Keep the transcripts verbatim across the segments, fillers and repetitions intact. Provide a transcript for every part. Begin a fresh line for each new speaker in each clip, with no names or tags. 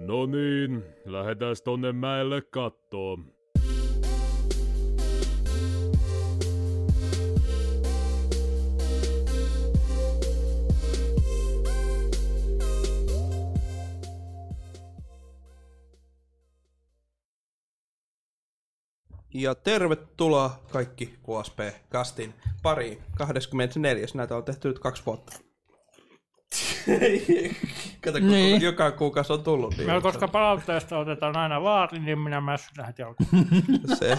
No niin, lähdetään tonne mäelle kattoo.
Ja tervetuloa kaikki K S P-kastin pariin. kahdeskymmenesneljäs Näitä on tehty nyt kaksi vuotta. Kato, kun niin. Joka kuukausi on tullut. Niin
no, koska palautteesta otetaan aina vaari, niin minä mässytän heti alkuun.
Se.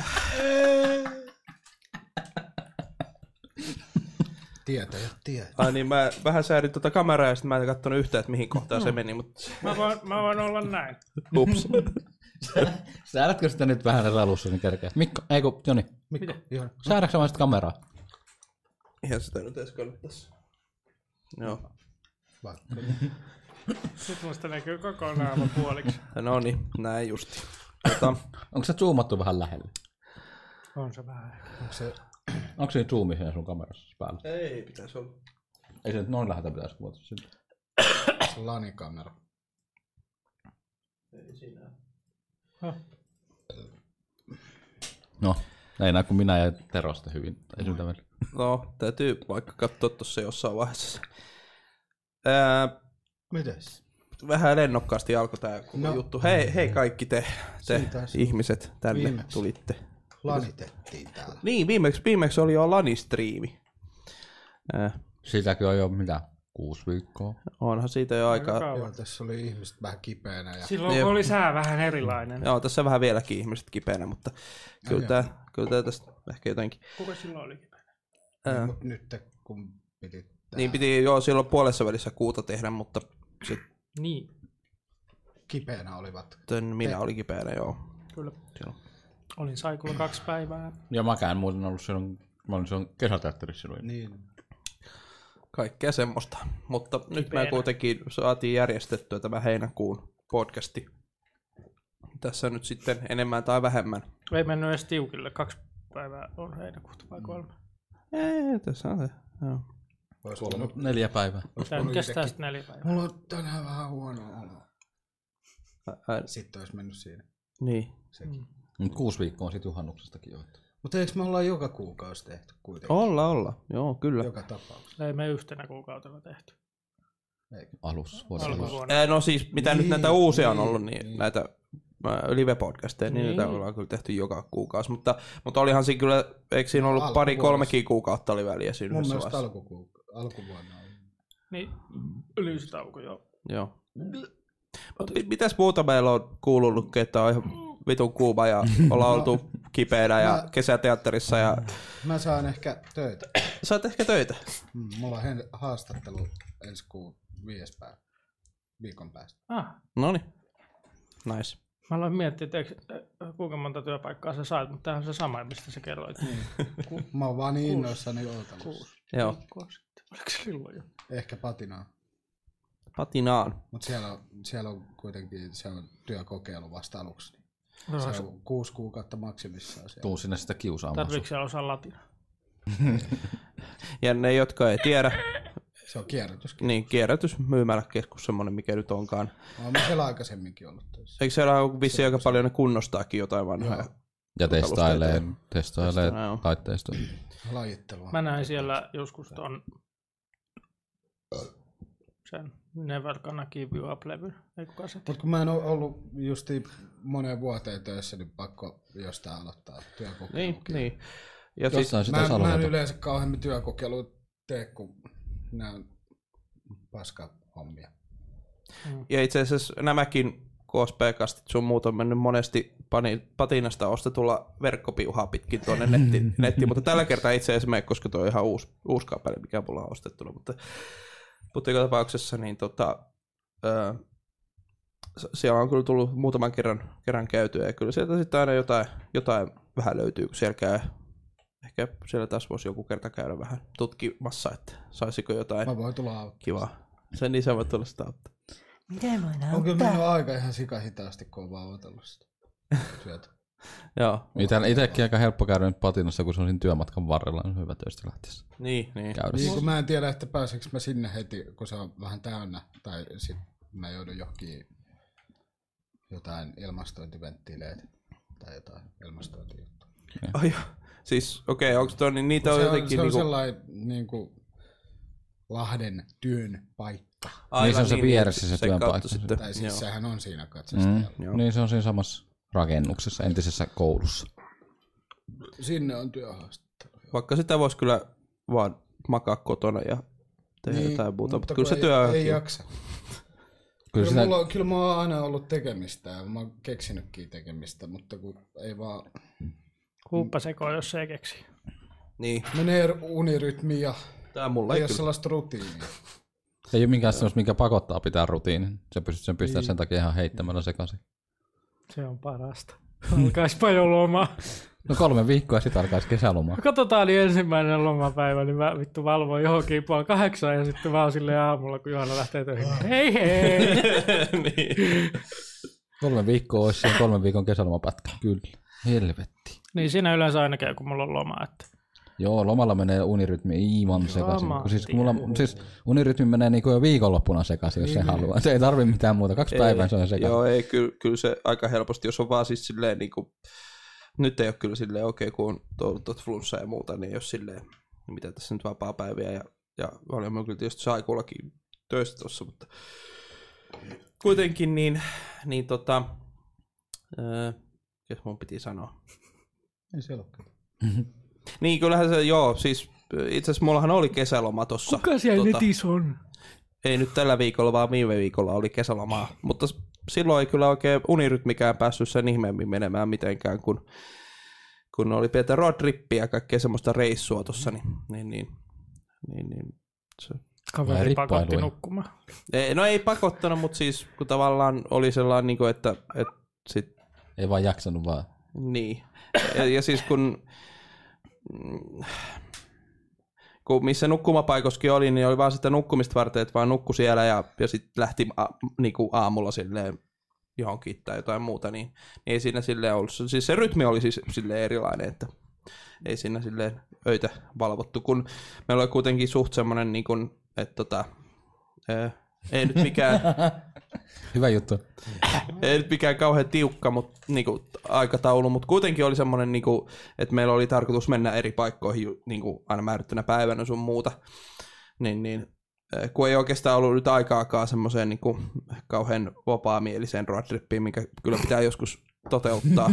Tietäjä, tietäjä.
Ai niin, mä vähän säädin tuota kameraa ja sitten mä en katsonut yhtään, että mihin kohtaan se meni. Mutta...
Mä, voin, mä voin olla näin.
Ups.
Säädätkö sitä nyt vähän ralussa, niin kerkeä? Mikko, ei kun, Joni.
Mikko, Joni.
Säädätkö vaan sitä kameraa?
Ihan sitä nyt edes kannattaisi. Joo.
Sitten musta näkyy koko naama puoliksi.
No niin, näin justi. Tota...
Onko se zoomattu vähän lähelle?
On se vähän ehkä.
Onko se...
Onko se zoomi siinä sun kamerassa päällä?
Ei, pitäisi olla.
Ei se nyt noin lähetä pitäisi kuvata siltä.
Se lanikamera.
Ei siinä.
Huh.
No, ei näy kuin minä ja Terosta hyvin. Ei no.
No, täytyy vaikka katsoa tuossa jossain vaiheessa. Ää,
Mites?
Vähän lennokkaasti alkoi tää no. juttu. Hei, hei kaikki te, te ihmiset tänne viimeksi tulitte.
Lanitettiin täällä.
Niin, viimeksi, viimeksi oli jo lanistriimi. Ää.
Siitäkin on jo mitä? Kuusi viikkoa.
Onhan siitä jo aikaa.
Joo, tässä oli ihmiset vähän kipeänä. Ja...
Silloin kun oli sää vähän erilainen.
Joo, tässä vähän vieläkin ihmiset kipeänä, mutta kyllä tää, kyllä tää tästä ehkä jotenkin.
Kuka silloin oli kipeänä?
Ää. Mutta nyt kun piti... Tää...
Niin piti jo silloin puolessa välissä kuuta tehdä, mutta sit...
Niin.
Kipeänä olivat.
Minä olin kipeänä, joo.
Kyllä. Silloin. Olin saikulla kaksi päivää.
Ja mäkään muuten ollut silloin, mä olin silloin kesäteatterissa silloin.
Niin.
Kaikkea semmoista. Mutta kipeänä. Nyt me kuitenkin saatiin järjestettyä tämä heinäkuun podcasti. Tässä nyt sitten enemmän tai vähemmän.
Ei mennyt edes tiukille. Kaksi päivää on heinäkuuta vai kolme?
Ei, tässä on se. Joo.
Kolme, neljä päivää.
Tämä kestää sitten neljä päivää.
Mulla on tänään vähän huono olo. Sitten olisi mennyt siinä.
Niin.
Sekin.
Mm. Kuusi viikkoa on sitten juhannuksestakin jo.
Mutta eikö me ollaan joka kuukausi tehty kuitenkin?
Olla, olla. Joo, kyllä.
Joka tapauksessa.
Ei me yhtenä kuukautena tehty.
Eikö?
Alussa.
Äh, no siis, mitä niin, nyt näitä uusia niin, on ollut, niin, niin. näitä live-podcasteja, niin, niin niitä ollaan kyllä tehty joka kuukausi. Mutta, mutta olihan siinä kyllä, eikö siinä ollut pari kolmekin kuukautta oli väliä siinä
mun mielestä alkukuuka- alkuvuonna oli.
Niin, lyysitauko, joo.
Joo. Mutta mitäs muuta meillä on kuulunut, että on ihan vitun kuuma ja ollaan oltu kipeänä ja mä, kesäteatterissa ja...
Mä saan ehkä töitä.
Saat ehkä töitä?
Mm, mulla on hen- haastattelu ensi kuun viides päivä, viikon päästä.
Ah.
Noniin. Nice.
Mä aloin miettiä, että eikö, kuinka monta työpaikkaa sä sait, mutta tämähän on se sama, mistä sä kerroit.
Ku, mä oon vaan niin innoissani ootamassa.
Kuusi
Joo.
viikkoa sitten. Oliko se silloin jo?
Ehkä patinaan.
Patinaan.
Mutta siellä on, siellä on kuitenkin se on työkokeilu vasta aluksi.
No,
se on kuusi kuukautta maksimissaan siellä.
Tuu sinne sitä kiusaamaan.
Tarviiko siellä osaa latinaa?
Ja ne, jotka ei tiedä.
Se on kierrätyskeskus.
Niin, kierrätysmyymäläkeskus semmoinen, mikä nyt onkaan.
On siellä aikaisemminkin ollut töissä.
Eikö siellä ole vissiin aika paljon ne kunnostaakin jotain vanhaa?
Ja testailee, testailee laitteistoa.
Lajittelua.
Mä näin siellä joskus ton sen Never Gonna Give You Up-levyn. Ei kukaan se.
Mutta kun mä en ole ollut justi moneen vuoteen töissä, niin pakko jostain aloittaa työkokeilu.
Niin, niin. Ja
siis,
mä, mä en yleensä kauheammin työkokeilu tee, kun nämä on paska hommia.
Mm. Ja itse asiassa nämäkin K S P-kastit sun muut on mennyt monesti patinasta ostetulla verkkopiuhaa pitkin tuonne nettiin, nettiin, mutta tällä kertaa itse asiassa mene, koska tuo on ihan uusi, uusi kaapeli, mikä mulla on ostettuna. Mutta, mutta joka tapauksessa niin tota, ää, siellä on kyllä tullut muutaman kerran, kerran käytyä ja kyllä sieltä sitten aina jotain, jotain vähän löytyy, kun siellä käy. Ehkä siellä taas voisi joku kerta käydä vähän tutkimassa, että saisiko jotain
mä voin tulla auttaa.
Kivaa. Sen isä voi tulla sitä auttaa.
Miten voin auttaa?
On kyllä mennyt aika ihan sikahitaasti, kun on vaan otellut sitä syötä.
Joo.
Itsekin aika helppo käydä nyt patinassa, kun se on siinä työmatkan varrella, niin hyvä töistä lähtisi.
Niin, niin.
Niin, kun mä en tiedä, että pääseekö mä sinne heti, kun se on vähän täynnä, tai sitten mä joudun johonkin jotain ilmastointiventtiileitä tai jotain ilmastointijuttua.
Oh, siis okei, okay, onko toi, niin niitä
se
on
on,
jotenkin...
se on
niinku...
sellainen niinku Lahden työn paikka.
Aivan niin se on se vieressä se työn paikka.
Sitten.
Tai siis
Joo.
sehän on siinä katsastajalla.
Mm. Niin se on siinä samassa rakennuksessa, entisessä koulussa.
Sinne on työhaastattelu.
Vaikka sitä voisi kyllä vaan makaa kotona ja tehdä
niin,
jotain muuta, mutta, mutta
kyllä
se
ei,
työ...
ei jaksa.
Kyllä,
kyllä,
sitä...
mulla, kyllä mä oon aina ollut tekemistä ja mä oon keksinytkin tekemistä, mutta kun ei vaan...
Huuppaseko, jos ei keksi.
Niin.
Menee unirytmiin ja
Tää mulla
ei
ei
ole
kyllä.
sellaista rutiinia.
Se ei ole minkään sellaista, mikä pakottaa pitää rutiinin. Se pystyy sen pistämään sen takia ihan heittämällä sekaisin.
Se on parasta. Alkaispa jo loma.
No kolme viikkoa ja sitten alkaisi kesäloma.
Katsotaan, niin ensimmäinen lomapäivä, niin mä vittu valvoin johonkin puoli kahdeksan ja sitten mä oon silleen aamulla, kun Johanna lähtee töihin. Hei hei!
niin.
Kolme viikkoa olisi siihen kolmen viikon kesälomapätkä. Kyllä. Helvetti.
Niin siinä yleensä aina käy, kun mulla on loma. Että...
Joo, lomalla menee unirytmi aivan sekaisin. Kun siis, kun mulla, siis unirytmi menee niin kuin jo viikonloppuna sekaisin, jos se haluaa. Se ei tarvi mitään muuta. Kaksi
ei,
päivää se on sekaisin.
Joo, ei, kyllä, kyllä se aika helposti, jos on vaan siis silleen niin kuin, nyt ei ole kyllä silleen, okei, okay, kun on tuot flunssa ja muuta, niin jos silleen, mitä tässä nyt vapaa-päiviä ja, ja olemme kyllä tietysti Saikullakin töistä tuossa, mutta kuitenkin niin, niin tota, ää, jos mun piti sanoa.
Ei se olekaan.
Niin, kyllähän se, joo, siis itse asiassa mullahan oli kesäloma tossa.
Kuka siellä
tota,
netissä on?
Ei nyt tällä viikolla, vaan viime viikolla oli kesälomaa, mutta silloin ei kyllä oikein unirytmikään päässyt sen ihmeemmin menemään mitenkään, kun, kun oli pientä roadtrippiä ja kaikkea semmoista reissua tossa, niin, niin, niin, niin, niin se...
Kaveri pakotti nukkumaan.
Ei, no ei pakottanut, mutta siis kun tavallaan oli sellainen, niin kuin, että, että sit...
Ei vaan jaksanut vaan.
Niin, ja, ja siis kun... kun missä nukkumapaikoskin oli, niin oli vaan sitä nukkumista varten, että vaan nukkui siellä ja, ja sitten lähti a, niinku aamulla silleen johonkin tai jotain muuta, niin, niin ei siinä silleen ollut. Siis se rytmi oli siis silleen erilainen, että ei siinä silleen öitä valvottu, kun meillä oli kuitenkin suht semmoinen, niin kuin, että tota, ää, ei nyt mikään...
Hyvä juttu.
Ei nyt mikään kauhean tiukka mut, niinku, aikataulu, mutta kuitenkin oli semmoinen, niinku, että meillä oli tarkoitus mennä eri paikkoihin niinku, aina määrittynä päivänä sun muuta. Niin, niin, kun ei oikeastaan ollut nyt aikaakaan semmoiseen niinku, kauhean vapaamieliseen roadtrippiin, mikä kyllä pitää joskus toteuttaa.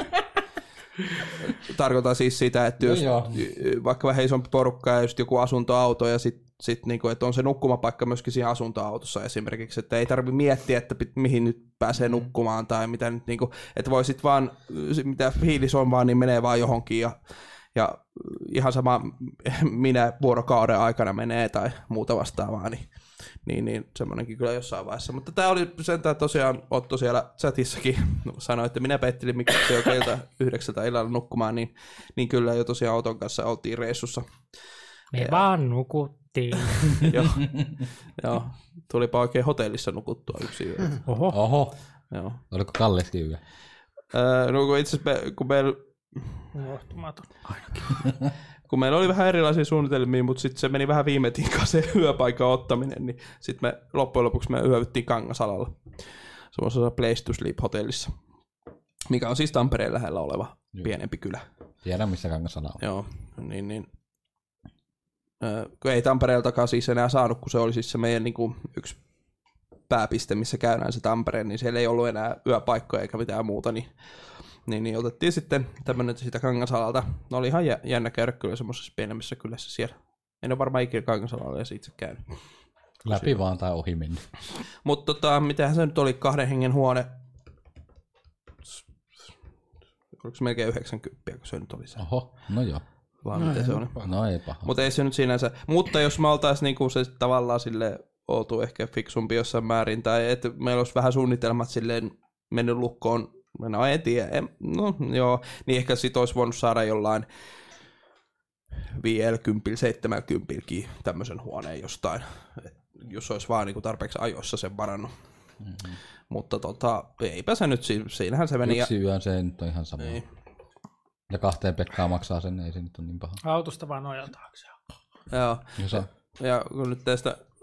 Tarkoitan siis sitä, että just, no vaikka vähän isompi porukka ja just joku asuntoauto ja sitten sit niinku, että on se nukkumapaikka myöskin siinä asuntoautossa esimerkiksi, että ei tarvitse miettiä, että mihin nyt pääsee nukkumaan tai mitä nyt, niinku, että voi sitten vaan, mitä fiilis on vaan, niin menee vaan johonkin ja, ja ihan sama minä vuorokauden aikana menee tai muuta vastaavaa, niin, niin, niin semmoinenkin kyllä jossain vaiheessa. Mutta tämä oli sentään tosiaan, Otto siellä chatissakin sanoi, että minä pettelin, miksi se oikein ilta yhdeksältä illalla nukkumaan, niin, niin kyllä jo tosiaan Oton kanssa oltiin reissussa.
Me
ja...
vaan nukuttiin.
joo, joo, tulipa oikein hotellissa nukuttua yksi yö.
Oho.
Oho.
Joo.
Oliko kalliskin yö?
Öö, no kun itse asiassa me, kun meillä...
Unohtumaton.
Kun meillä oli vähän erilaisia suunnitelmia, mutta sitten se meni vähän viime tinkaan se yöpaikan ottaminen, niin sitten me loppujen lopuksi me yövyttiin Kangasalalla. Semmoisessa Place to Sleep-hotellissa, mikä on siis Tampereen lähellä oleva Joo. pienempi kylä.
Tiedän, missä Kangasala on.
Joo, niin, niin. Öö, kun ei Tampereeltakaan siis enää saanut, kun se oli siis se meidän niin kuin, yksi pääpiste, missä käydään se Tampereen, niin siellä ei ollut enää yöpaikkoja eikä mitään muuta, niin Niin, niin otettiin sitten tämmönen siitä Kangasalalta. No oli ihan jännä käydä kyllä semmoisessa pienemmissä kylässä siellä. En ole varmaan ikinä Kangasalalla edes itse käynyt.
Läpi siellä. Vaan tai ohi mennyt.
Mutta tota, mitähän se nyt oli, kahden hengen huone. Oliko se melkein yhdeksänkymmentä, kun se nyt oli se?
Oho, no joo.
Vaan
no
miten se oli?
No ei paha.
Mutta ei se nyt sinänsä. Mutta jos me oltaisiin niinku se tavallaan sille oltu ehkä fiksumpi jossain määrin, tai että meillä olisi vähän suunnitelmat silleen mennyt lukkoon. No en tiedä, en, no joo, niin ehkä sit olisi voinut saada jollain viisikymmentä seitsemänkymmentä tämmöisen huoneen jostain, et jos olisi vaan niinku tarpeeksi ajoissa sen varannut. Mm-hmm. Mutta tota, eipä se nyt, siinähän se meni.
Yksi yö se nyt on ihan sama. Ei. Ja kahteen Pekkaa maksaa sen, ei se nyt ole niin paha.
Autosta vaan nojan taakse.
Joo,
ja,
ja kun nyt tästä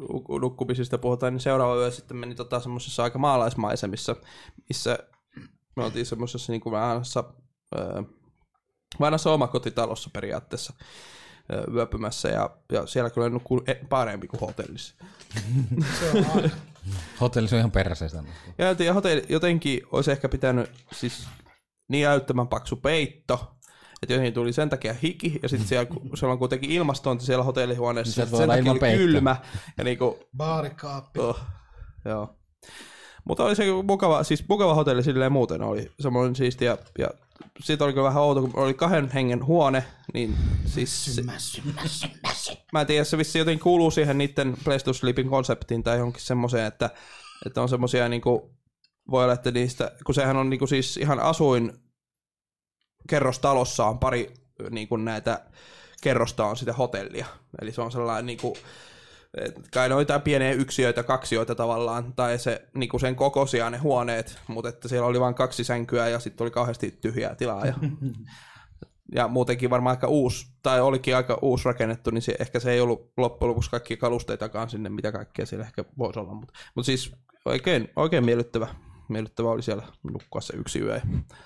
nukkumisista puhutaan, niin seuraava yö sitten meni tota semmoisessa aika maalaismaisemissa, missä me oltiin semmoisessa niin kuin vanhassa, öö, vanhassa omakotitalossa periaatteessa öö, yöpymässä, ja, ja siellä kyllä nukkuu parempi kuin hotellissa.
Se on aina.
Hotellissa on ihan perseestä.
Ja, ja hotelli, jotenkin olisi ehkä pitänyt siis niin älyttömän paksu peitto, että joihin tuli sen takia hiki, ja sitten siellä, siellä on kuitenkin ilmastointi siellä hotellihuoneessa,
niin
sen takia oli
peitto.
kylmä. Ja niinku,
baarikaappi.
Oh, joo. Mutta oli se mukava, siis mukava hotelli silleen muuten, oli semmoinen siisti, ja, ja siitä oli kyllä vähän outo, kun oli kahden hengen huone, niin siis... Se, mä en tiedä, se vissi jotenkin kuuluu siihen niiden Place to Sleepin konseptiin tai johonkin semmoiseen, että, että on semmoisia niinku, voi olla, että niistä, kun sehän on niinku siis ihan asuin, kerrostalossa on pari niin kuin näitä kerrosta on sitä hotellia. Eli se on sellainen niin kuin, kai ne on jotain pieniä yksiöitä, kaksioita tavallaan, tai se, niin kuin sen kokoisia ne huoneet, mutta että siellä oli vain kaksi sänkyä ja sitten oli kauheasti tyhjää tilaa. Ja, ja muutenkin varmaan aika uusi, tai olikin aika uusi rakennettu, niin se, ehkä se ei ollut loppujen lopuksi kaikkia kalusteitakaan sinne, mitä kaikkea siellä ehkä voisi olla. Mutta mut siis oikein, oikein miellyttävä, miellyttävä oli siellä nukkua se yksi yö.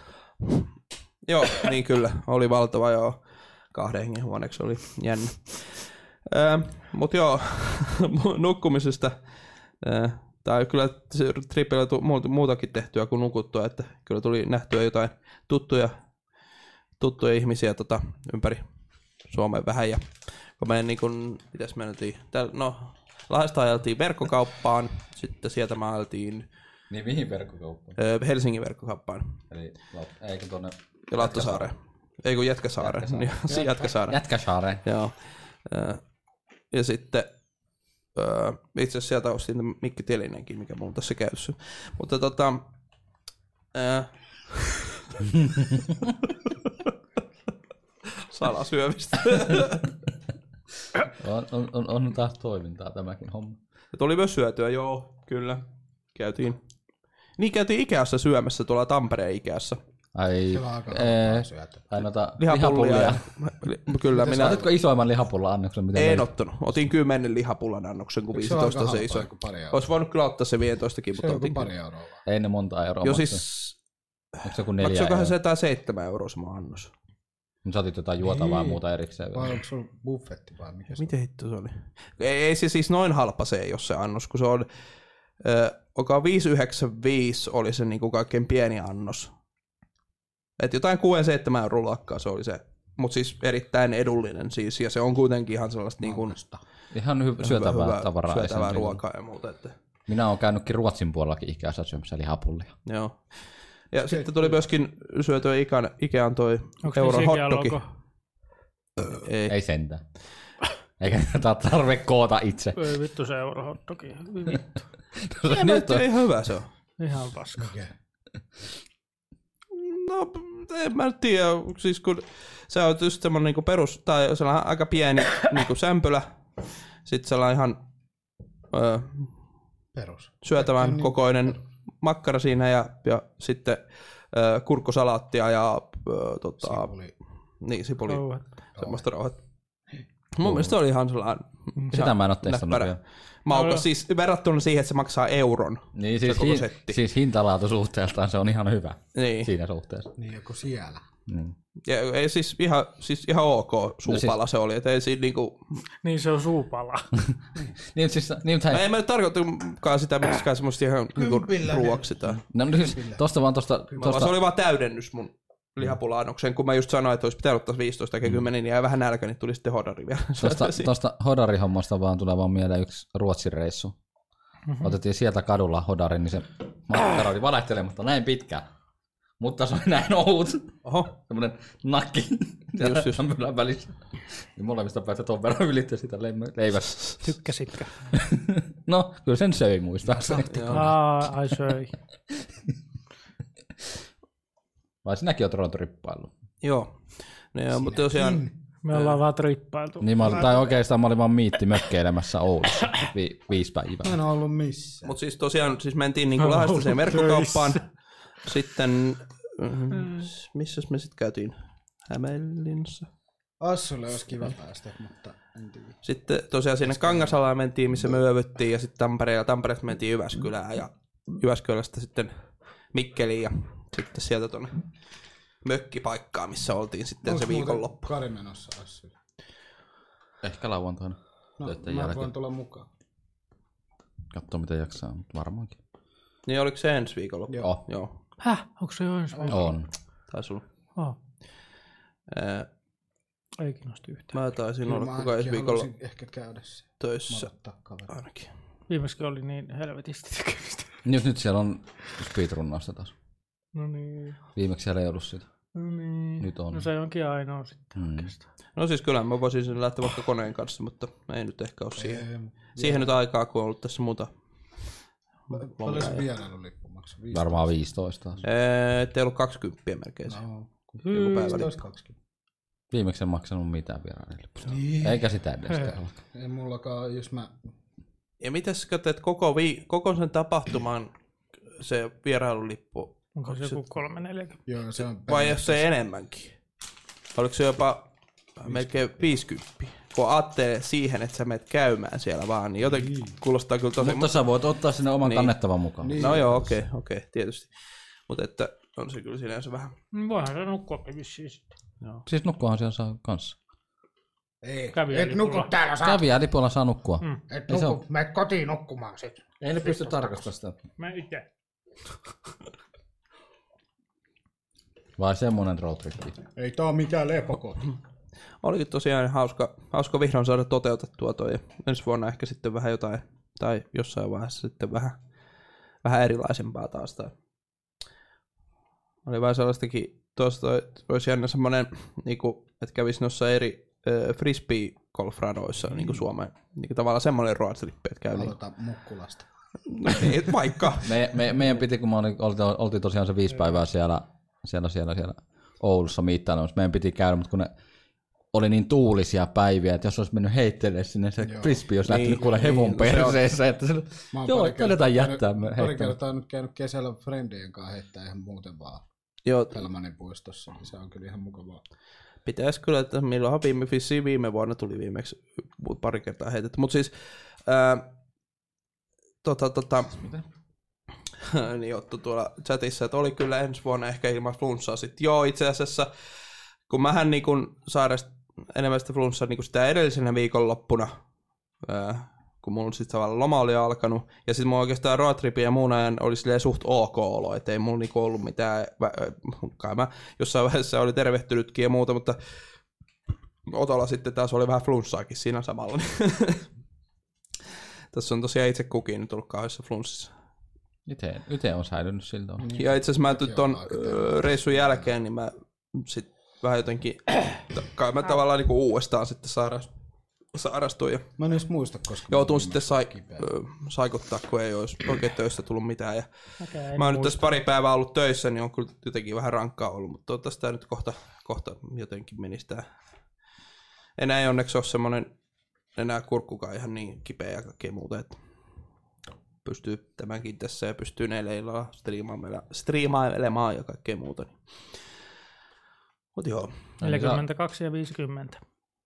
Joo, niin kyllä. Oli valtava, joo. Kahden hengen huoneeksi oli jännä. Öö, mut joo, nukkumisesta. Öö, tai kyllä tripillä tuli muutakin tehtyä kuin nukuttua, että kyllä tuli nähtyä jotain tuttuja, tuttuja ihmisiä tota, ympäri Suomen vähän. Ja kun me niin kun, mitäs me oltiin? No, Lahdesta ajeltiin verkkokauppaan, sitten sieltä me ajeltiin
niin mihin verkkokauppaan?
öö, Helsingin verkkokauppaan.
Eli eikö tuonne...
Ja Lattasaareen. Ei kun Jätkäsaareen. Jätkäsaareen. Jätkäsaareen.
Jätkäsaareen.
Joo. Ja sitten itse asiassa sieltä ostin Mikki Telinenkin, mikä mulla on tässä käytössä. Mutta tota... Ää... Salasyövistä.
on, on, on, on taas toimintaa tämäkin homma.
Ja tuli myös syötyä, joo, kyllä. Käytiin. Niin käytiin Ikeassa syömässä tuolla Tampereen Ikeassa.
Ai, ee, tai noita
lihapullia.
lihapullia.
Li, kyllä, minä...
Otitko isoimman lihapullan annoksen? Mitä
en ottanut. Otin kymmenen lihapullan annoksen, kun viisitoista se iso. Olisi voinut kyllä ottaa se viisitoistakin, mutta otin.
Pari euroa.
Ei ne monta euroa.
Jo siis...
Onko se kuin neljä euroa?
Maksoikohan se jotain seitsemän euroa sama annos?
Mutta sä otit jotain juotavaa ja muuta erikseen.
Vai onko se buffetti vai mikä se
Miten hitto se oli? Ei, ei se siis noin halpa se ei ole se annos, kun se on... Äh, viisi yhdeksänkymmentäviisi oli se niinku kaikkein pieni annos. Et jotain kuusi seitsemän euroa luokkaa se oli se, mutta siis erittäin edullinen siis, ja se on kuitenkin ihan sellaista niin kuin,
ihan hy- syötävää hyvä, tavaraa.
Syötävää ruokaa ja muuta. Että.
Minä olen käynytkin Ruotsin puolellakin Ikeassa syömässä lihapullia.
Joo. Ja se, sitten tuli myöskin syötyä Ikean, Ikean toi euron hotdogi.
Ei. Ei sentään. Eikä tätä tarve koota itse.
Ei vittu se euro hotdogi. Vittu.
no, nyt on ihan hyvä se on.
Ihan paska.
Okay.
No, en mä tiedä, siis kun se on just semmoinen niinku perus, tai sellainen aika pieni niinku sämpylä, sitten sellainen ihan öö,
perus.
syötävän niin, kokoinen makkara siinä, ja, ja sitten öö, kurkkosalaattia ja öö, tota,
sipuli.
Niin, sipuli, Rouhat. semmoista rouhat. Mun mielestä se oli ihan sellainen
sitä mä en ole testannut vielä.
Maukas, siis verrattuna siihen, että se maksaa euron.
Niin, siis, hi- siis hintalaatu suhteeltaan se on ihan hyvä niin. Siinä suhteessa.
Niin, joku siellä.
Niin.
Ja ei siis ihan, siis ihan ok suupala no siis, se oli, et ei siinä niinku...
Niin se on suupala.
niin, siis, niin,
no, ei mä nyt tarkoittakaan sitä miksikään semmoista ihan niinku ruoaksi.
No siis tosta vaan tosta... tosta...
Se oli vaan täydennys mun lihapula-annokseen, kun mä just sanoin, että olisi pitänyt ottaa viisitoista eikä kymmenen, niin jäi vähän nälkä, niin tuli sitten hodari vielä.
Tosta, tosta hodarihommasta vaan tulee vaan mieleen yksi Ruotsin reissu. Mm-hmm. Otettiin sieltä kadulla hodari, niin se makkara oli valehtelematta näin pitkä. Mutta se oli näin ohut.
Oho.
Semmoinen nakki. Just, just. Välissä. Niin molemmista päästä ton verran ylittää sitä leivästä.
Tykkäsitkö?
No, kyllä sen söi muistaakseni.
Aa, ai söi.
Vai sinäkin oot ronturippailu?
Joo. No, mutta tosiaan...
Me ollaan vaan trippailtu.
Niin, mä olin, tai oikeastaan mä olin vaan miitti mökkeilemässä Oulussa vi, viisi päivää.
Mä en ollut missään.
Mutta siis tosiaan siis mentiin niinku Lahdesta verkkokauppaan. Sitten, missäs me sitten käytiin? Hämeenlinnassa.
Assulle olisi kiva päästä, mutta... En tiedä.
Sitten tosiaan sinne Kangasalaan mentiin, missä me yövyttiin, ja sitten Tampereen ja Tampereesta mentiin Jyväskylään, ja Jyväskylästä sitten Mikkeliin, ja sitten sieltä tuonne mökkipaikkaan, missä oltiin sitten
Onko
se viikonloppu.
Kari menossa Assyl?
Ehkä lauantaina.
No,
Töiden
mä
jälkeen.
voin tulla mukaan.
Katso mitä jaksaa, mutta varmaankin.
Niin oliko se ensi viikonloppu?
Joo.
Oh,
Joo,
Häh? Onko se jo ensi viikolla?
on.
taisi olla.
Oh.
Ää,
Ei kiinnosti yhtään.
Mä taisin
Kyllä
olla
mä
koko ensi
ainakin
viikolla
haluaisin ehkä käydä se.
töissä
Madottaa kaveri.
ainakin.
Viimeiskin oli niin helvetisti tekemistä.
Nyt, nyt siellä on speedrunnausta taas.
No niin.
Viimeksi siellä ei ollut sitä.
No niin.
Nyt on.
No se onkin ainoa sitten
Mm.
oikeastaan.
No siis kyllä mä voisin sen lähteä vaikka koneen kanssa, mutta ei nyt ehkä ole siihen,
Ei,
siihen nyt aikaa, kun on ollut tässä muuta.
Paljon se vierailulippu maksaa? viisitoista?
Varmaan viisitoista taas.
Ää, ettei ollut kaksikymmentä melkein se.
No,
Joku päivä.
viisitoista kaksikymmentä.
Viimeksi en maksanut mitään vierailulippuja.
Niin.
Eikä sitä edes kerralla.
Ei mullakaan, jos mä...
Ja mitäs katsoit, koko, vii- koko sen tapahtuman se vierailulippu,
Onko se joku kolme neljäkymmentä?
Joo, se on...
vai jos se enemmänkin? Oliko se jopa melkein viisikymmentä? Kun ajattelee siihen, että sä menet käymään siellä vaan, niin jotenkin kuulostaa kyllä tosi...
Mutta sä voit ottaa sinne oman
Niin.
kannettavan mukaan.
Niin.
No joo, okei, okay, okei, okay, tietysti. Mutta että on se kyllä sinänsä vähän...
Niin voihan se nukkua vissiin sitten.
Siis nukkuahan siellä saa kanssa.
Ei,
Kävi
et nuku
lipulla.
täällä saa.
Kävijä lipulla saa nukkua.
Mm.
Et
Ei se
nuku, menet kotiin nukkumaan sit.
Ei ne pysty tarkastamaan sitä.
Mä itse.
Vai semmonen roadtrippi.
Ei tää oo mikään lepokoti.
Olikin tosiaan hauska, hauska vihdoin saada toteutettua toi. Ja ensi vuonna ehkä sitten vähän jotain, tai jossain vaiheessa sitten vähän, vähän erilaisempaa taas. Tai oli vähän sellaistakin, tuosta olisi jännä semmoinen, niinku, että kävisi noissa eri äh, frisbee-golfradoissa niinku Suomen, niinku tavallaan semmoinen roadtrippi, että käy niin.
Aloita Mukkulasta.
No, ei, vaikka.
Me, me, meidän piti, kun me oli, oltiin, oltiin tosiaan se viisi päivää siellä, siellä, siellä, siellä Oulussa miittailemassa, meidän piti käydä, mutta kun ne oli niin tuulisia päiviä, että jos olisi mennyt heittelee sinne, se
Joo.
frisbee olisi
Niin,
lähtenyt kuule hevon
niin, no se on-
perseessä, että se,
Mä oon
joo,
pari
kannattaa
kertaa
jättää me
käynyt- Pari
heittämään.
kertaa nyt käynyt kesällä friendien kanssa heittää ihan muuten vaan
Joo,
Pelmanin puistossa, niin se on kyllä ihan mukavaa.
pitäisi kyllä, että milloinhan viime, vissiin viime vuonna tuli viimeksi pari kertaa heitetty. Mutta siis, ää, tota, tota, niin Otto tuolla chatissa, että oli kyllä ensi vuonna ehkä ilman flunssaa sitten. Joo, itse asiassa, kun mähän niin kun sairain enemmän sitä flunssaa niin sitä edellisenä viikonloppuna, ää, kun mulla sitten tavallaan loma oli alkanut, ja sitten mulla oikeastaan roadtripin ja muun ajan oli silleen suht ok olo, että ei mulla niinku ollut mitään, kai mä jossain vaiheessa oli tervehtynytkin ja muuta, mutta Otolla sitten taas oli vähän flunssaakin siinä samalla. Tässä on tosiaan itse kukin nyt ollut kauheassa flunssissa.
Ite, ite on säilynyt siltä.
Niin.
Ja itse asiassa mä
Sekin
ton
on aika
ö, reissun jälkeen, niin mä sit vähän jotenkin, kai mä tavallaan niinku uudestaan sitten sairas, sairastuin ja
Mä en edes muista, koska...
joutuin
mä
sitten
viimeksi
sai,
kipeä.
ö, saikuttaa, kun ei olisi oikein töistä tullut mitään. Ja
Mäkään en
mä oon nyt
muista.
tässä pari päivää ollut töissä, niin on kyllä jotenkin vähän rankkaa ollut, mutta toivottavasti tää nyt kohta, kohta jotenkin menisi tää. Enää ei onneksi ole semmonen enää kurkkukaan ihan niin kipeä ja kaikkea muuta, että pystyy tämänkin tässä ja pystyy neillä illalla striimailemaan, striimailemaan ja kaikkea muuta. Niin. Mut joo.
neljäkymmentäkaksi ja viisikymmentä.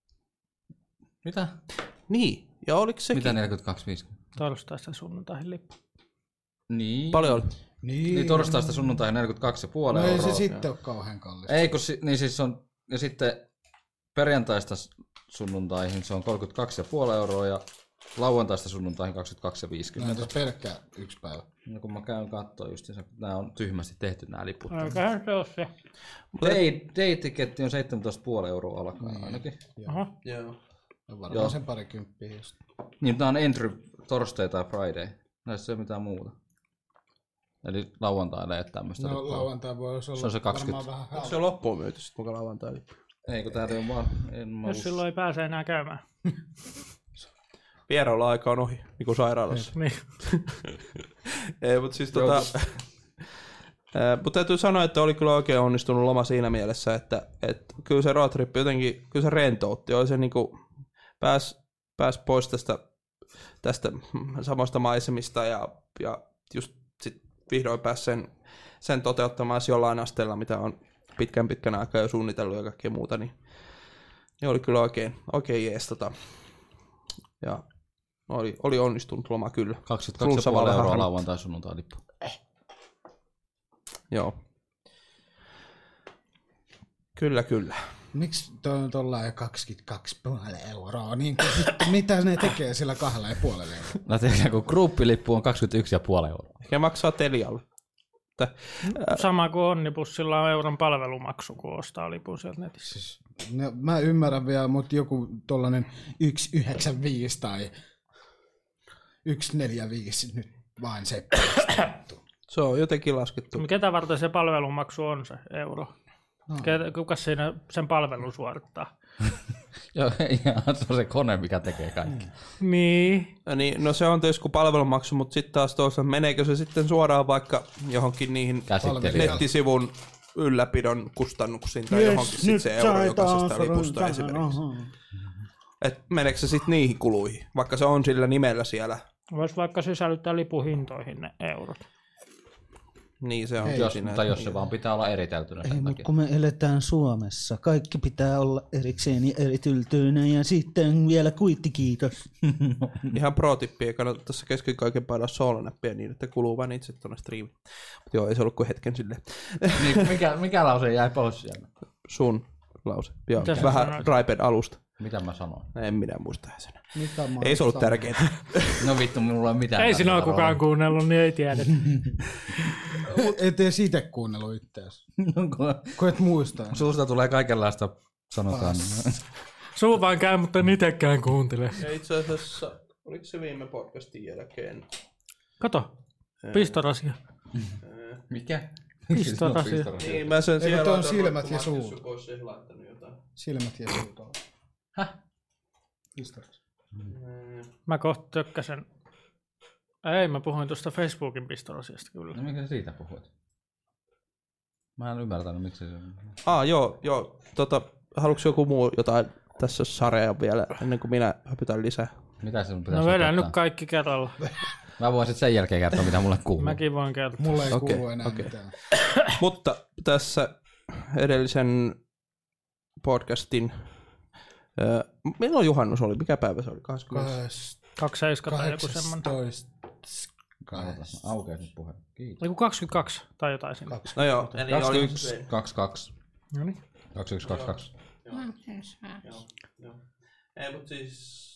Mitä?
Niin, ja oliko sekin?
Mitä neljäkymmentäkaksi viisikymmentä?
Torstaista sunnuntaihin lippu.
Niin.
Paljon oli.
Niin,
Niin torstaista sunnuntaihin neljäkymmentäkaksi pilkku viisi
No ei
euroa.
se sitten ole kauhean kallista.
Ei, kun si, niin siis on, ja sitten perjantaista sunnuntaihin se on kolmekymmentäkaksi pilkku viisi euroa ja lauantaista sunnuntaihin kaksikymmentäkaksi pilkku
No
viisikymmentä.
entäs pelkkää yksi päivä.
No kun mä käyn kattoo just, se, nämä on tyhmästi tehty nämä liput.
Eiköhän se ole se.
Day, day-tiketti on seitsemäntoista pilkku viisi euroa alkaen
Niin.
ainakin.
Aha.
Joo.
On varmaan
Joo.
sen parikymppiä just.
Niin, tämä on entry torstai tai friday. Näissä ei ole mitään muuta. Eli lauantaille ei ole tämmöistä.
No
lippua.
lauantai voisi olla
Se on se
varmaan
kaksikymmentä.
vähän
Onko
halpa.
se loppuun myyty sitten mukaan lauantai?
Ei, kun täällä on vaan... En mä
Jos
us-
silloin ei pääse enää käymään.
Vierailulla aika on ohi, niin kuin sairaalassa.
Niin.
Ei, mutta siis tota... Mutta täytyy sanoa, että oli kyllä oikein onnistunut loma siinä mielessä, että, että kyllä se roadtrip jotenkin, kyllä se rentoutti. Oli se niinku, pääs, pääs pois tästä, tästä samasta maisemista ja, ja just sit vihdoin pääsi sen, sen toteuttamaan jollain asteella, mitä on pitkän pitkän aikaa jo suunnitellut ja kaikkea muuta. Niin Ja oli kyllä oikein, oikein jees. Tota. Ja oli, oli onnistunut loma kyllä.
kaksikymmentäkaksi pilkku viisi euroa lauantai sunnuntai lippu. Eh.
Joo. Kyllä, kyllä.
Miksi toi on tollain kaksikymmentäkaksi pilkku viisi euroa? Niin kuin, sitten, mitä ne tekee sillä kahdella ja puolella euroa?
No tehdään, kun gruppilippu on kaksikymmentäyksi pilkku viisi euroa.
Ja maksaa Telialle.
Sama kuin Onnibussilla on euron palvelumaksu, kun ostaa lipun sieltä netissä.
Siis, no, mä ymmärrän vielä, mutta joku tollanen yksi pilkku yhdeksänkymmentäviisi tai yksi pilkku neljäkymmentäviisi nyt vain se.
Se on jotenkin laskettu.
Ketä varten se palvelumaksu on se euro? No. Kuka siinä sen palvelun suorittaa?
Joo, se on se kone, mikä tekee kaikki.
Mm. Niin.
Ja niin. No se on tietysti kuin palvelumaksu, mutta sitten taas tuossa meneekö se sitten suoraan vaikka johonkin niihin nettisivun ylläpidon kustannuksiin tai yes, johonkin sitten se euro jokaisesta lipusta esimerkiksi. Et meneekö se sitten niihin kuluihin, vaikka se on sillä nimellä siellä?
Voisi vaikka sisällyttää lipuhintoihin ne eurot.
Niin se on.
Jos, tai jos se vaan pitää olla eriteltynä.
Ei, mutta kun me eletään Suomessa, kaikki pitää olla erikseen ja erityltynä ja sitten vielä kuitti, kiitos.
Ihan pro-tippi, ei kannata tässä kesken kaiken painaa soolonäppiä niin, että kuluu vain itse tuonne striimiin. Mutta joo, ei se ollut kuin hetken silleen.
Niin, mikä, mikä lause jäi pois siellä?
Sun lause. Joo, vähän Raiped alusta.
Mitä mä sanoin?
En minä muista sen.
Mitä
ei se ollut tärkeintä.
No vittu, minulla ei mitään.
Ei sinä ole kukaan kuunnellut, niin ei tiedä.
Et edes itse kuunnellut itseäsi. Kun et muista.
Suusta tulee kaikenlaista, sanotaan.
Suu vaan käy, mutta en itsekään kuuntele.
Ja itse asiassa, oliko se viime podcastin jälkeen?
Kato, pistorasia.
Mikä?
Pistorasia.
Niin, mä sen siellä
on silmät ja suu.
Jotain.
Silmät ja suu.
Häh?
Pistorasia.
Mm.
Mä kohta tökkäsen. Ei, mä puhuin tuosta Facebookin pistorasiasta kyllä.
No mikä siitä puhuit? Mä en ymmärtänyt, miksi se on.
Ah, joo, joo. Tota, haluatko joku muu jotain tässä sarjaa vielä, ennen kuin minä hypytän lisää?
Mitä se pitäisi
No vedän nyt kaikki kerralla.
Mä voin sitten sen jälkeen kertoa, mitä mulle kuuluu.
Mäkin voin kertoa.
Mulle ei
okay,
kuulu enää
okay.
mitään.
Mutta tässä edellisen podcastin, äh, milloin juhannus oli? Mikä päivä se oli?
kaksikymmentäseitsemän tai joku semmoinen.
Aukeaa nyt puhe. Kiitos.
Joku kaksikymmentäkaksi tai jotain siinä.
No joo, eli
kaksikymmentäyksi kaksikymmentäkaksi.
No niin.
kaksikymmentäyksi kaksikymmentäkaksi.
Joo. Joo. Ei, mutta siis...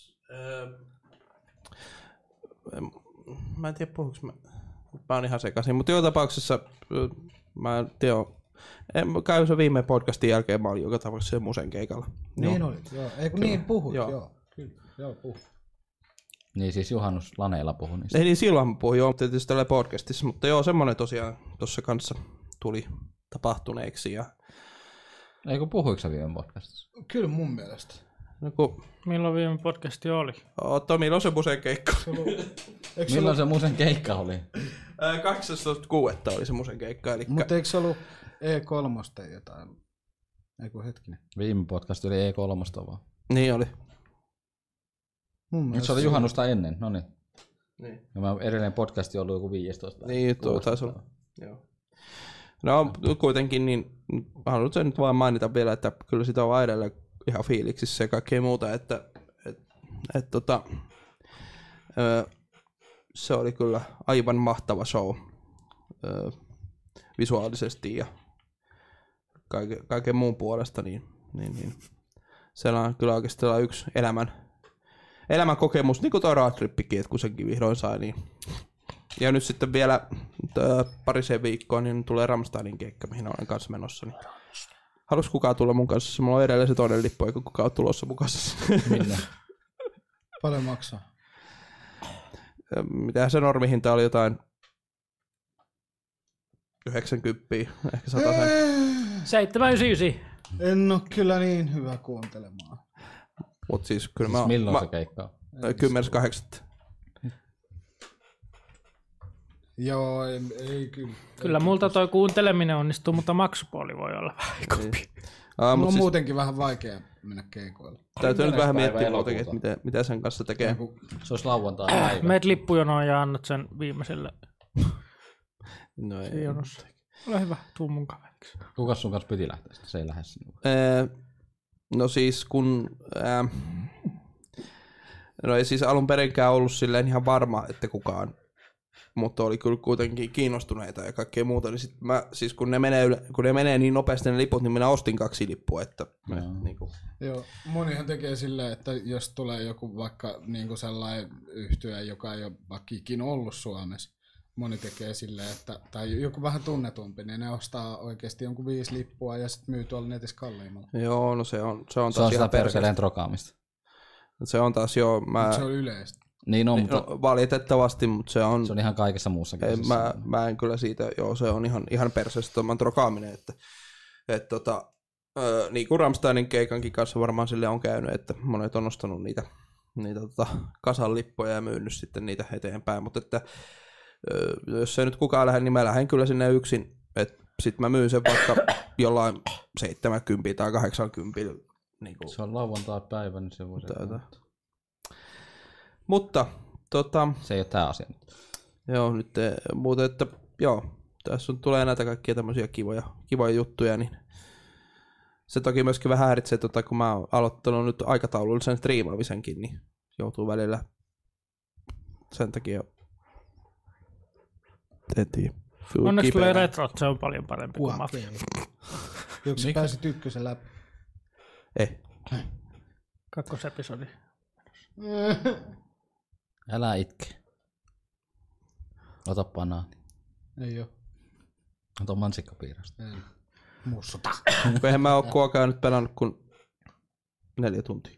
Äh, mä en tiedä puhuks mä... Mä oon ihan sekaisin, mutta joka tapauksessa mä en tiedä... Käyn se viime podcastin jälkeen, mä olin joka tapauksessa musen keikalla.
Niin
joo.
oli, joo. Ei kun niin puhut, joo.
joo.
Kyllä, joo puhut.
Niin siis Juhannus Laneilla puhui niistä.
Ei niin silloin mä puhuin, joo, tietysti tällä podcastissa, mutta joo, semmonen tosiaan tuossa kanssa tuli tapahtuneeksi. Ja...
Ei kun puhuiko sä viime podcastissa?
Kyllä mun mielestä.
No, kun...
Milloin viime podcasti oli?
Otto, milloin se musen keikka?
Milloin ollut... se musen keikka oli?
kahdeksastoista kuudetta oli se musen keikka. Eli...
Mutta eikö se ollut E kolme tai jotain? Eiku hetkinen.
Viime podcast oli E kolme vaan.
Niin oli.
Nyt se oli juhannusta ennen, no niin.
Niin.
Ja mä edellinen podcasti on ollut joku viisitoista.
Niin, tuo taisi olla. Joo. No kuitenkin, niin haluan sen nyt vaan mainita vielä, että kyllä sitä on edelleen ihan fiiliksissä ja kaikkea muuta, että et, et, tota, ö, se oli kyllä aivan mahtava show ö, visuaalisesti ja kaiken, kaiken muun puolesta, niin, niin, niin siellä on kyllä oikeastaan yksi elämän Elämän kokemus, niin kuin tuo roadtrippikin, että kun senkin vihdoin sai, niin... Ja nyt sitten vielä parisen viikkoa, niin tulee Rammsteinin keikka, mihin olen kanssa menossa. Niin... Haluaisi kukaan tulla mun kanssa? Mulla on edelleen se toinen lippu, eikä kukaan ole tulossa mun kanssa.
Minne?
Paljon maksaa?
Mitähän se normihinta oli jotain... yhdeksänkymmentä, ehkä sata sen.
seitsemänkymmentäyhdeksän.
En oo kyllä niin hyvä kuuntelemaan.
Mut siis kyllä
siis
mä...
milloin
mä,
se keikka on?
kymmenes kahdeksatta
Joo, ei, ei kyllä.
Kyllä multa toi kuunteleminen onnistuu, mutta maksupuoli voi olla vähän heikompi.
Aa,
Mulla on
siis
muutenkin vähän vaikea mennä keikoille.
täytyy nyt vähän miettiä muutenkin, että mitä, mitä sen kanssa tekee.
Se olisi lauantai päivä.
Meet lippujonoon ja annat sen viimeiselle
No ei.
jonossa. Ole hyvä, tuu mun kaveriksi.
Kukas sun kanssa piti lähteä sitten? Se ei lähde sinua.
Ee, No siis kun... Ää, no ei siis alun perinkään ollut silleen ihan varma, että kukaan, mutta oli kyllä kuitenkin kiinnostuneita ja kaikkea muuta. Niin sit mä, siis kun ne, menee, kun ne menee niin nopeasti ne liput, niin minä ostin kaksi lippua. Että me, niin kuin.
Joo, monihan tekee silleen, että jos tulee joku vaikka niin kuin sellainen yhtye, joka ei ole vaikka ikinä ollut Suomessa, moni tekee silleen, että, tai joku vähän tunnetumpi, niin ne ostaa oikeasti jonkun viisi lippua ja sitten myy tuolla netissä kalliimmalla.
Joo, no se on, se on
Se
taas
on
ihan
sitä perseleen trokaamista.
Se on taas jo... Mä...
Se on yleistä.
Niin on, mutta...
No, valitettavasti, mutta se on...
Se on ihan kaikessa muussakin.
Ei, mä, mä en kyllä siitä... Joo, se on ihan, ihan perseestä tuon trokaaminen, että... Et tota, ö, niin kuin Rammsteinin keikankin kanssa varmaan sille on käynyt, että monet on ostanut niitä, niitä tota, kasan lippoja ja myynyt sitten niitä eteenpäin, mutta että... Ö, jos ei nyt kukaan lähde, niin mä lähden kyllä sinne yksin, että sit mä myyn sen vaikka jollain seitsemänkymmentä tai kahdeksankymmentä. Niin kuin...
Se on lauantai-päivä, niin se voisi...
Mutta, tota...
Se ei ole tää asia.
Joo, nyt muuten, että joo, tässä on, tulee näitä kaikkia tämmöisiä kivoja, kivoja juttuja, niin se toki myöskin vähän häiritsee, tota, kun mä oon aloittanut nyt aikataulullisen striimaamisenkin, niin joutuu välillä sen takia, en tiedä.
Onneksi tulee retrot, se on paljon parempi kuin
Mafia.
Mafia.
Joku sä pääsit ykkösen läpi.
Ei.
Kakkosepisodi.
Älä itke. Ota banaani.
Ei oo.
Ota mansikkapiirasta.
Ei. Mussuta.
Eihän mä oo kuokaa nyt pelannut kuin neljä tuntia.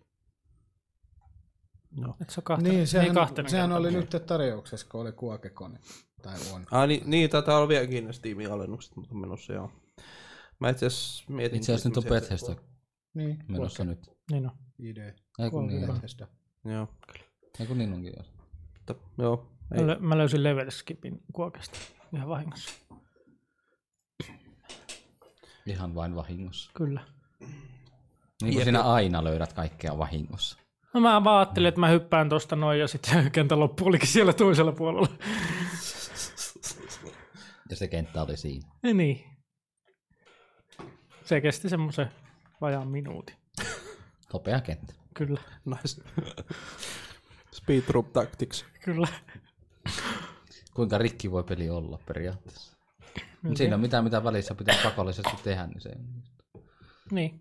No.
Et se on kahtena,
Niin, sehän,
niin kahtena
sehän oli
kertaa.
nyt tarjouksessa, kun oli kuokekone. Tai on.
Ah, niin, niin taitaa olla vieläkin ne Steam-alennukset, mutta menossa joo. Mä itse asiassa mietin...
Itse asiassa nyt on Bethesda
Niin,
menossa
kuoke.
nyt.
Niin on.
Idea.
Ei kun niin.
Bethesda.
Joo.
Ei kun niin onkin.
Mutta, joo. Ei.
Mä, lö, mä löysin level skipin kuokesta ihan vahingossa.
Ihan vain vahingossa.
Kyllä.
Niin kuin sinä aina löydät kaikkea vahingossa.
No mä vaan ajattelin, että mä hyppään tosta noin ja sitten kentän loppu olikin siellä toisella puolella.
Ja se kenttä oli siinä.
Ja niin. Se kesti semmoisen vajaan minuutin.
Nopea kenttä.
Kyllä.
Nice. Speedrun tactics.
Kyllä.
Kuinka rikki voi peli olla periaatteessa? Okay. Siinä on mitään, mitä välissä pitää pakollisesti tehdä, niin se ei.
Niin.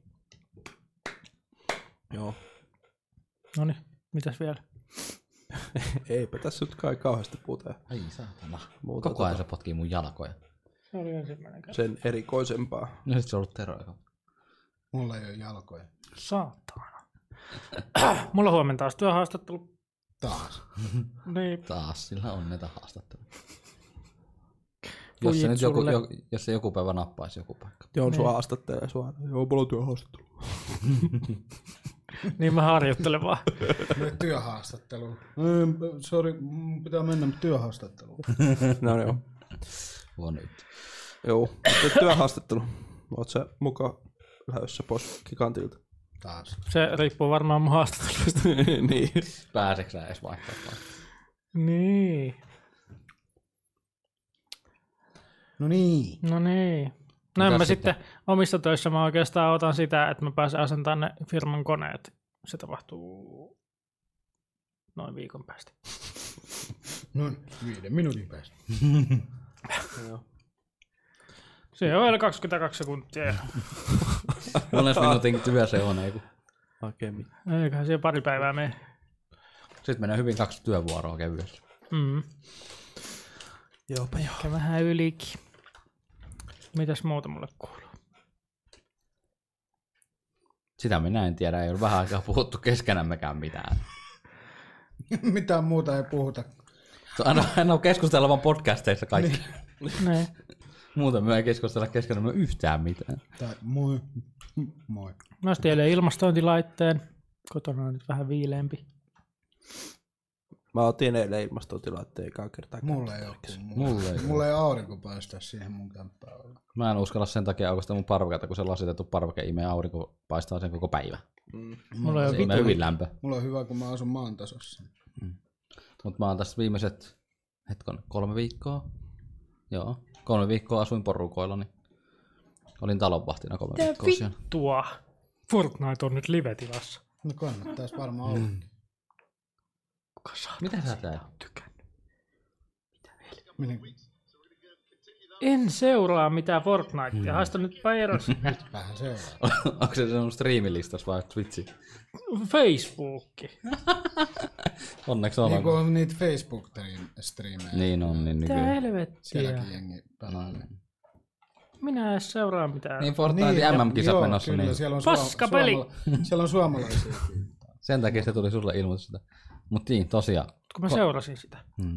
Joo.
Noniin, mitäs vielä?
Eipä tässä nyt kai kauheasti puhuta.
Ai saatana.
Muuta
Koko ajan
tota,
se potkii mun jalkoja.
Se oli ensimmäinen kerta.
sen erikoisempaa.
No sit se on ollut Tero.
Mulla ei ole jalkoja.
Saatana. Mulla on huomenna taas työhaastattelu.
Taas.
Niin.
Taas sillä on näitä haastatteluja. Jos
Pujit
se nyt joku,
sulle.
jo, jos se joku päivä nappaisi joku paikka.
Joo,
Niin.
sua haastattelee suoraan. Joo, mulla on työhaastattelu.
Niin mä harjoittelen vaan.
Nyt työhaastattelu. Sori, mun pitää mennä työhaastatteluun.
No joo.
Huono.
Joo, mutta työhaastattelu. Oot sä mukaan lähdössä pois gigantilta?
Taas.
Se riippuu varmaan mun haastattelusta.
Niin.
Pääseekö sä edes vaihtaa paikkaa?
Niin.
No niin.
No niin. No en
Mitäs
mä
sitten?
sitten omissa töissä mä oikeastaan otan sitä, että mä pääsen asentamaan ne firman koneet. Se tapahtuu noin viikon päästä.
No viiden minuutin päästä.
Se on vielä kaksikymmentäkaksi sekuntia.
Mones minuutin työ se on, ei kun.
Oikein mitään.
Eiköhän siellä pari päivää mene.
Sitten menee hyvin kaksi työvuoroa kevyesti.
Mm.
Joopa joo.
Ehkä vähän ylikin. Mitäs muuta mulle kuuluu?
Sitä minä en tiedä, ei ole vähän aikaa puhuttu keskenämmekään mitään.
Mitään muuta ei puhuta.
Se on aina, aina keskustella vaan podcasteissa kaikki.
Ne.
Muuten me ei keskustella keskenämme yhtään mitään.
Tai moi. Moi.
Mä ostin eilen ilmastointilaitteen. Kotona on nyt vähän viileämpi.
Mä otin eilen ilmastotilaitteen ekaa kertaa.
Mulla ei ole.
Mulla ei
Mulla ei aurinko paistaa siihen mun kämppään olla.
Mä en uskalla sen takia aukasta mun parveketta, kun se lasitettu parveke imee aurinko paistaa sen koko päivä.
Mm.
Mulla ei
Se
ole
imee hyvin lämpö.
Mulla on hyvä, kun mä asun maan tasossa.
Mutta mä oon tässä viimeiset, hetkon, kolme viikkoa. Joo, kolme viikkoa asuin porukoilla, niin olin talonvahtina kolme viikkoa siellä.
Tuo. Fortnite on nyt live-tilassa.
No kannattais varmaan olla. Mm.
Mitä sä teet?
Menen
En seuraa mitään Fortnitea. Hmm. Haista nyt Pairos.
vähän seuraa.
Onko se sun striimilistas vai Twitchi?
Facebookki.
Onneksi on.
Niin kuin on niitä Facebook-striimejä.
Niin on, niin
Mitä
nykyään.
helvettiä.
Sielläkin jengi pelailee.
Minä en edes seuraa mitään.
Niin Fortnite niin, M M-kisat menossa.
Kyllä,
Niin.
siellä on,
Paskapeli.
suomala- siellä on suomalaisia.
Sen takia se tuli sulle ilmoitus sitä. Mut niin, tosiaan.
Kun mä seurasin sitä.
Hmm.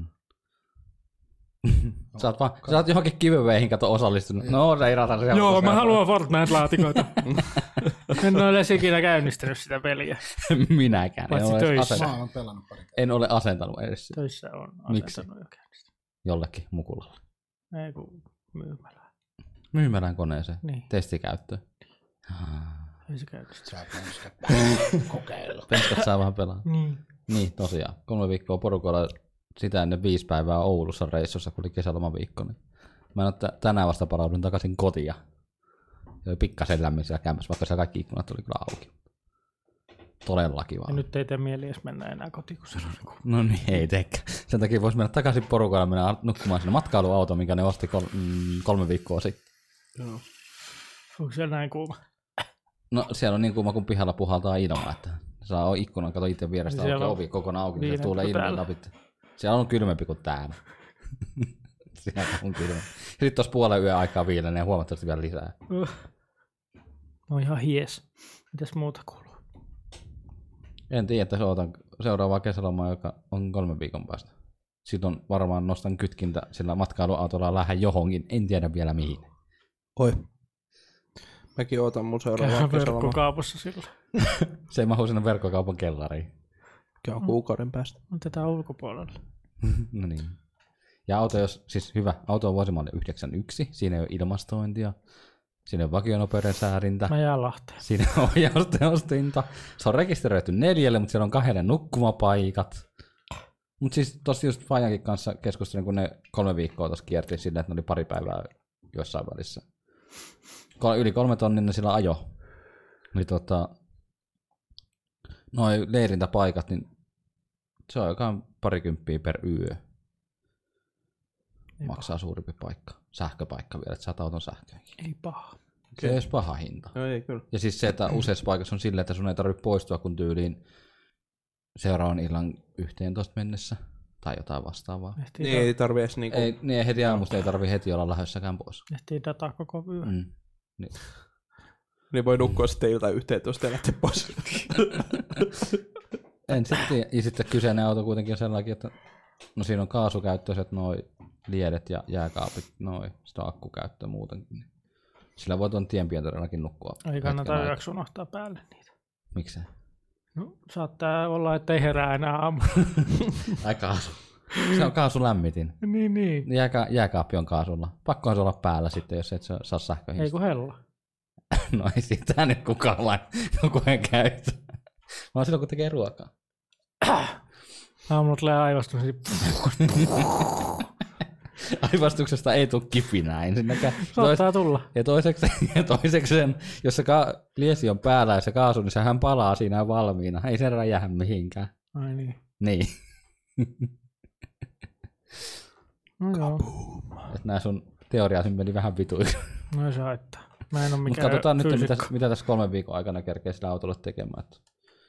Sä oot, vaan, sä oot johonkin giveawayhin kato osallistunut. No, se ei rata se.
Joo, mä haluan Fortnite-laatikoita. En ole edes ikinä käynnistänyt sitä peliä.
Minäkään.
Paitsi
En ole,
töissä.
asen...
Mä oon pelannut pari kertaa.
en ole asentanut edes.
Töissä on
Miksi?
asentanut jo käynnistänyt.
Jollekin mukulalle.
Ei kun myymälään.
Myymälään koneeseen.
Niin.
Testikäyttöön.
Ei se käynnistä.
Sä et sitä kokeilla.
Penskat saa vähän pelaa.
Niin.
Niin, tosiaan. Kolme viikkoa porukalla sitä ennen viisi päivää Oulussa reissussa, kun oli kesälomaviikko. Niin mä en ole t- tänään vasta palaudun takaisin kotia. Se oli pikkasen lämmin siellä kämpässä, vaikka siellä kaikki ikkunat oli kyllä auki. Todella kiva.
Ja nyt ei tee mieli edes mennä enää kotiin, kun se on.
No niin, ei teekään. Sen takia voisi mennä takaisin porukalla ja mennä nukkumaan sinne matkailuauto, minkä ne osti kol- mm, kolme viikkoa sitten.
Joo.
Onko siellä näin kuuma?
No siellä on niin kuuma, kun pihalla puhaltaa ilma, että saa ikkunan, kato itse vierestä auki, ovi kokonaan auki, niin se tulee ilman läpi. Siellä on kylmempi kuin täällä. Siellä on kylmempi. Sitten tuossa puolen yön aikaa viilenee huomattavasti vielä lisää.
Uh. No ihan hies. Mitäs muuta kuuluu?
En tiedä, että odotan seuraavaa kesälomaa, joka on kolmen viikon päästä. Sitten on varmaan nostan kytkintä, sillä matkailuautolla lähden johonkin, en tiedä vielä mihin.
Oi. Mäkin ootan mun seuraavaa
Käydään
kesälomaa.
verkkokaupassa sillä.
Se ei mahu sinne verkkokaupan kellariin.
Mikä on kuukauden päästä.
Otetaan ulkopuolella.
No niin. Ja auto, jos, siis hyvä, auto on vuosimalli yhdeksänkymmentäyksi, siinä ei ole ilmastointia, siinä on vakionopeuden säärintä,
Mä jään Lahteen.
siinä on ohjaustehostinta, se on rekisteröity neljälle, mutta siellä on kahdelle nukkumapaikat. Mutta siis tossa just Fajankin kanssa keskustelin, kun ne kolme viikkoa tuossa kierti silleen, että ne oli pari päivää jossain välissä. Kol- yli kolme tonnin sillä ajo. Eli tota, noi leirintäpaikat, niin se on joka parikymppiä per yö.
Ei
Maksaa paha. Suurempi paikka. Sähköpaikka vielä, että saat auton sähköönkin.
Ei paha.
Se ei edes paha hinta.
No ei kyllä.
Ja siis se, että useassa paikassa on silleen, että sun ei tarvitse poistua kun tyyliin seuraavan illan yhteentoista mennessä. Tai jotain vastaavaa.
Ehtii,
Niin ei tarvi edes niinku...
Ei, niin heti aamusta ei tarvitse heti olla lähdössäkään pois.
ehtii dataa koko yö.
Mm. Niin.
Niin voi nukkua sitten ilta yhteentoista ja lähteä pois.
En sitten. Ja sitten kyseinen auto kuitenkin on sellainen, että no siinä on kaasukäyttöiset noi liedet ja jääkaapit, noi, sitä on akkukäyttöä muutenkin. Sillä voi tuon tienpientareellakin nukkua.
Ei kannata yöksi unohtaa päälle niitä.
Miksei?
No, saattaa olla, että ei herää enää aamulla.
Ai kaasu. Se on kaasulämmitin.
niin, niin.
Jääka- jääkaappi on kaasulla. Pakkohan se olla päällä sitten, jos et saa sähköistä.
Ei kun hella.
No ei sitä nyt kukaan vain joku en käytä. Vaan silloin kun tekee ruokaa.
Aamulla tulee aivastus.
Aivastuksesta ei tule kipinää ensinnäkään.
Saattaa tulla.
Ja toiseksi, ja toisekseen, jos se ka- liesi on päällä ja se kaasu, niin sehän palaa siinä valmiina. Ei se räjähä mihinkään.
Ai niin.
Niin.
No joo.
Että nää sun teoriasi meni vähän vituiksi.
No ei se haittaa. Mä en oo
Mutta
mikään
katsotaan nyt,
fyysikko.
mitä, mitä tässä kolmen viikon aikana kerkee sillä autolle tekemään. Että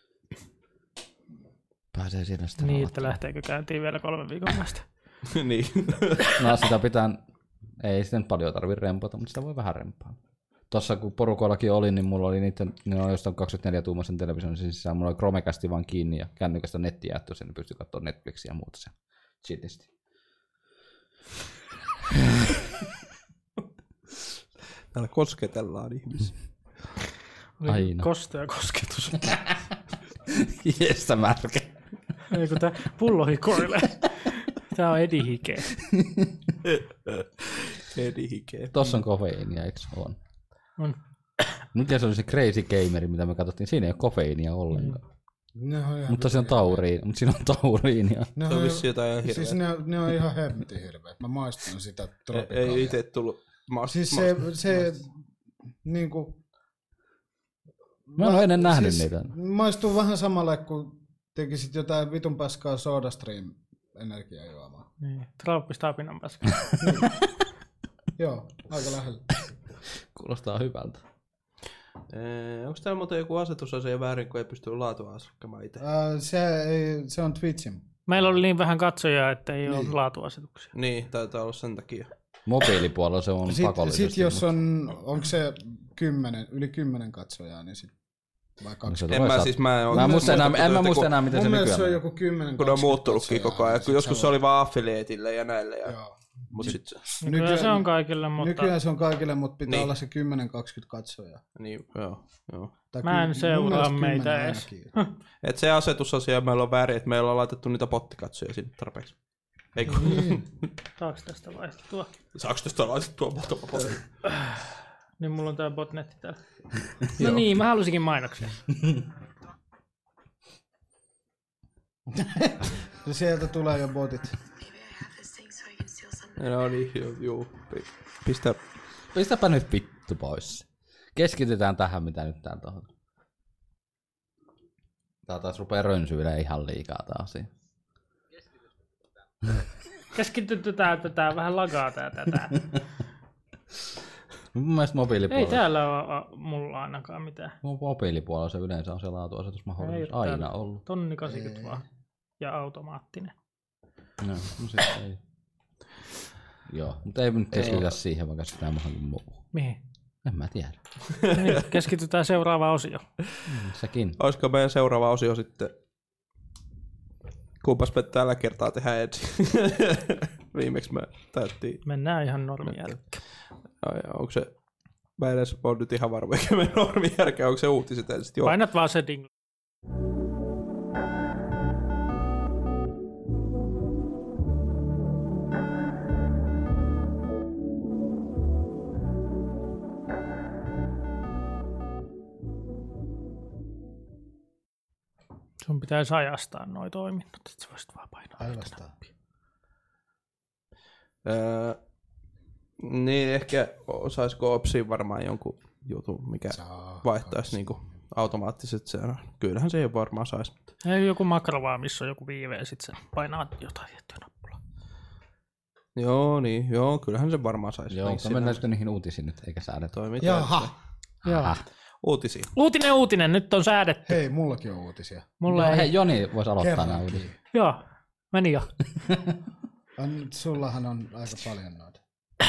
pääsee siinä sitten
Niin,
aloittamaan.
että lähteekö käyntiin vielä kolmen viikon päästä.
niin.
No sitä pitää, ei sitä nyt paljon tarvitse rempata, mutta sitä voi vähän rempaa. Tuossa kun porukoillakin oli, niin mulla oli niiden, ne on jostain kaksikymmentäneljä-tuumaisen television sisään, mulla oli Chromecasti vaan kiinni ja kännykästä nettijäyttö, sen pystyi katsomaan Netflixiä ja muuta sen chillisti.
Täällä kosketellaan ihmisiä.
Oli
Aina.
Kostea kosketus.
Jessä märkä.
Ei kun tää pullo hikoilee. Tää on Edi Hike.
Edi hikeä.
Tossa on kofeiinia, eikö on?
On.
Mikä se oli se Crazy Gameri, mitä me katsottiin? Siinä ei ole kofeiinia ollenkaan.
Ne on ihan
Mutta se on tauriini, mutta siinä on tauriinia.
Ne
Se on vissiin jotain ihan
Siis
hirveä.
ne, ne on ihan hemmetin hirveet. Mä maistan sitä tropikaalia.
Ei ite tullut. Ma-
Siis
ma-
se, se niinku
Mä en ole ennen nähnyt
siis
niitä.
Maistuu vähän samalle, kun tekisit jotain vitun paskaa SodaStream energiajuomaa.
Niin, trooppista apinan paskaa.
Joo, aika lähellä.
Kuulostaa hyvältä.
Ee, onko täällä muuten joku asetusasia väärin, kun ei pysty laatua askemaan itse?
Ää, se, ei, se on Twitchin.
Meillä oli niin vähän katsojaa, että ei ole laatuasetuksia.
Niin, taitaa olla sen takia.
Mobiilipuolella se on
Sitten
pakollisesti.
sit jos on, onko se kymmenen, yli kymmenen katsojaa, niin sit vai kaksi.
Se
En mä
toisaalta-
siis, mä en,
Mä en muista enää, en mä
kun-
muista enää, miten se
Mun mielestä se
nykyään
on
menee.
joku kymmenen
kun ne on muuttunutkin
kaksitoista
koko ajan.
katsojaa,
Kun
niin
joskus
sit
se oli vaan affiliateille ja näille. Ja,
Joo.
mut sit se,
Nykyään
Nykyään-
se on kaikille, mutta
Nykyään se on kaikille, mutta pitää
Niin.
olla se kymmenen kaksikymmentä katsojaa.
niin, joo, joo.
Tai
Mä en
ky-
seuraa
mun mielestä
meitä
kymmenen
edes.
ainakin.
Et se asetusasia meillä on väärin, että meillä on laitettu niitä pottikatsoja sinne tarpeeksi. Eikö?
saaks tästä vaihtua?
Saako tästä laitettua muutama potti?
Niin mulla on tää botnetti täällä. No niin, mä halusinkin mainoksia.
Ja sieltä tulee jo botit.
No niin, joo, joo. Pi- Pistä.
Pistäpä nyt vittu pois. Keskitytään tähän, mitä nyt tää tohon. Tää taas rupee rönsyilemään ihan liikaa taas.
Keskitytään tätä, vähän lagaa tää tätä.
Mun mielestä
Ei
mobiilipuolella.
täällä ole a, mulla ainakaan mitään.
Mun mobiilipuolella se yleensä on se laatuasetusmahdollisuus.
Ei oo
Aina
täällä.
ollut.
Tonni kahdeksankymmentä vaan. Ja automaattinen.
No, no sit ei. Joo, mutta ei nyt keskitytä siihen, vaan keskitytään johonkin muuhun.
Mihin?
En mä tiedä.
Niin, keskitytään seuraavaan osioon.
Sekin.
Olisiko meidän seuraava osio sitten? Kumpas me tällä kertaa tehdään ensin. Viimeksi me täyttiin.
Mennään ihan normin jälkeen.
Ai, onko se... Mä en edes ole nyt ihan varma, eikä me normin jälkeen. Onko se uutiset ensin? Joo.
Painat vaan se ding. Sun pitäisi ajastaa noi toiminnot, että sä voisit vaan painaa.
Aivastaa.
Öö, niin ehkä osaisiko Opsiin varmaan jonkun jutun, mikä
Saa.
vaihtaisi niinku automaattiset sen. Kyllähän se ei varmaan saisi.
Ei joku makro vaan, missä on joku viive ja sit sä painaa jotain tiettyä nappulaa.
Joo, niin, joo, kyllähän se varmaan saisi.
Joo,
Niin
mutta
siinä
mennään sitten niihin uutisiin nyt, eikä säädetä.
toimii.
Jaha.
Joo.
Uutisiin.
Uutinen, uutinen, nyt on säädetty.
Hei, mullakin on uutisia.
Mulla
No,
ei.
hei, Joni voisi aloittaa nämä
Kerrankin.
uutiset.
Joo, meni jo.
On, sullahan on aika paljon noita.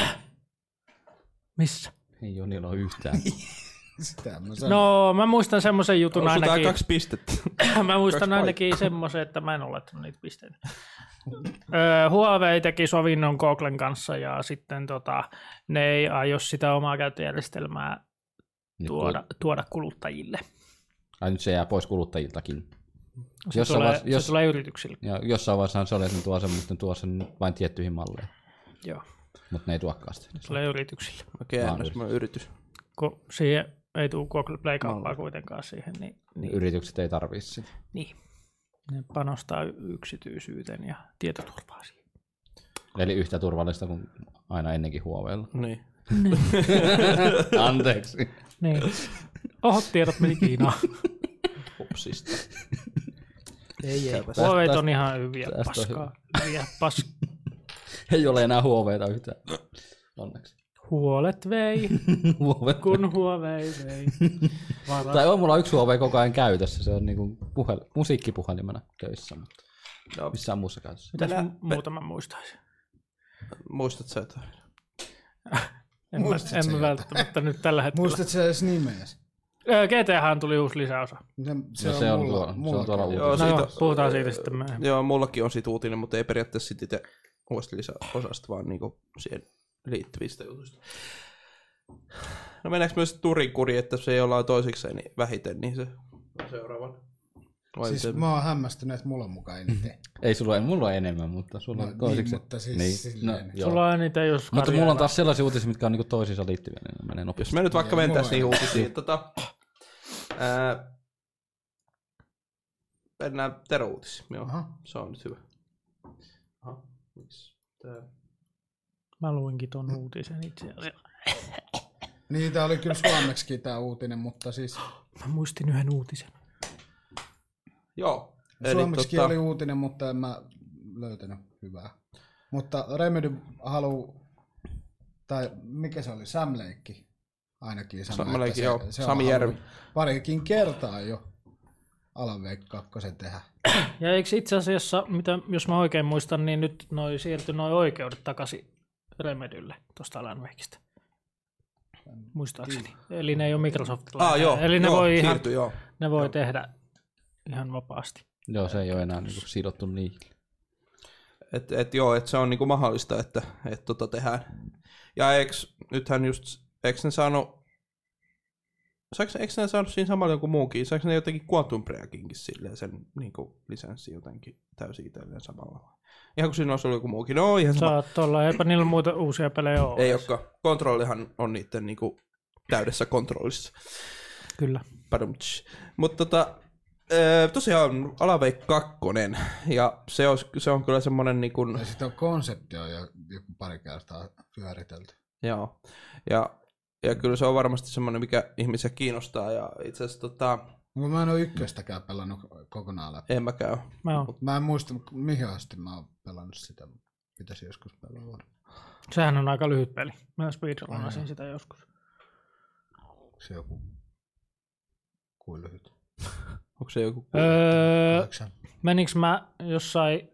Missä?
Ei Jonilla ole yhtään.
Sitä mä sanon.
No, mä muistan semmoisen jutun
Osutaan
ainakin.
kaksi pistettä.
Mä muistan
kaksi
ainakin semmoisen, että mä en ole laittanut niitä pisteitä. Öö, Huawei teki sovinnon Googlen kanssa ja sitten tota, ne ei aio sitä omaa käyttöjärjestelmää
Nyt
tuoda, tuoda kuluttajille.
Ai nyt se jää pois kuluttajiltakin.
Se,
Jossain
tulee,
vaiheessa- jos-
se tulee yrityksille.
Ja jossain vaiheessa se oli, että ne tuo sen, mutta ne tuo sen vain tiettyihin malleihin.
Joo,
Mutta ne ei tuokaan sitä.
se tulee yrityksille.
Okei,
Vaan
okay, semmoinen yritys.
Kun siihen ei tule Google Play-kauppaa kuitenkaan siihen, niin, niin,
Yritykset ei tarvii sitä.
niin. Ne panostaa yksityisyyteen ja tietoturvaan siihen.
Eli yhtä turvallista kuin aina ennenkin Huaweilla.
Niin.
Anteeksi.
Niin. Oho, tiedot meni Kiinaan.
Opsista.
Ei, ei.
Tästä-
Huaweit on ihan hyviä
tästä on
paskaa. Hyviä pas...
Ei ole enää Huaweita yhtään. Onneksi.
Huolet vei,
Huawei.
kun Huawei vei. Varas.
Tai on mulla yksi Huawei koko ajan käytössä. Se on niinku puhel... musiikkipuhelimena töissä, mutta
No,
missään muussa käytössä.
Mitäs
Minä-
mu- muuta mä muistaisin?
muistat sä jotain?
En, mä,
Muistat
en
sä
mä
jotain?
välttämättä nyt tällä hetkellä.
Muistat sä edes nimeäsi?
Öö, G T A:han tuli uusi lisäosa.
Se, se,
No
on,
se on
mulla,
tuolla- se on
mullakin
tuolla
on.
Joo,
No
siitä-
joo, puhutaan siitä sitten myöhemmin.
Joo, mullakin on siitä uutinen, mutta ei periaatteessa sit itse uudesta lisäosasta, vaan niinku siihen liittyvistä jutuista. No mennäänkö myös Turin kuri, että se ei olla toisikseen niin vähiten, niin se on seuraavan. Vai
Siis
miten?
mä oon hämmästynyt, että mulla on mukaan eniten.
Ei sulla ole, mulla on enemmän, mutta sulla
No,
on toisiksi.
niin, mutta siis
niin.
silleen.
No, joo.
Sulla on eniten just
Mutta mulla on taas sellaisia uutisia, mitkä on niinku toisiinsa liittyviä, niin ne menee
Jos
nopeasti.
me nyt vaikka
Joo,
mentäis
mulla
niihin
on.
uutisiin, tota, ää, mennään Tero-uutisiin. Joo,
Aha.
se on nyt hyvä. Aha, miksi tää?
Mä luinkin ton uutisen itse asiassa.
Niin, tää oli kyllä suomeksikin tää uutinen, mutta siis
Mä muistin yhden uutisen.
Joo. Eli
Suomeksikin
tota...
oli uutinen, mutta en mä löytänyt hyvää. Mutta Remedy haluu, tai mikä se oli, Sam Lake ainakin sanoi,
Sam Lake,
se,
joo.
se
Sami Järvi.
parikin kertaa jo Alan Wake kakkosen tehdä.
Ja eikö itse asiassa, mitä, jos mä oikein muistan, niin nyt noi siirtyi noi oikeudet takaisin Remedylle tuosta Alan Wakeista. Muistaakseni. Eli ne ei ole Microsoftilla.
Ah, joo,
Eli ne
joo,
voi, ihan,
siirtyi, joo.
ne voi tehdä ihan vapaasti.
Joo, se ei ole enää niinku sidottu niille.
Et, et joo, että se on niinku mahdollista, että et tota tehdään. Ja eiks, nythän just, eiks ne saanut, saiko, eiks ne saanut siinä samalla joku muukin, saiko ne jotenkin Quantum Breakinkin silleen sen niinku lisenssi jotenkin täysin itselleen samalla? Ihan kun siinä olisi ollut joku muukin, no ihan sama.
Saat olla, eipä niillä muuta uusia pelejä ole.
Ei olekaan, kontrollihan on niiden niinku täydessä kontrollissa.
Kyllä.
Mutta tota, Öö, tosiaan Alan Wake kaksi, ja se on, se on kyllä semmoinen niin kuin...
Ja sitten on konsepti on jo joku pari kertaa pyöritelty.
Joo, ja, ja kyllä se on varmasti semmoinen, mikä ihmisiä kiinnostaa, ja itse asiassa tota...
Mä en ole ykköstäkään pelannut kokonaan läpi.
En mäkään ole.
Mä,
mä en muista, mihin asti mä oon pelannut sitä, pitäisi joskus pelata.
Sehän on aika lyhyt peli. Mä speedrunasin sitä joskus.
Se joku... Kuin lyhyt.
Onko se joku...
Öö, meninkö mä jossain...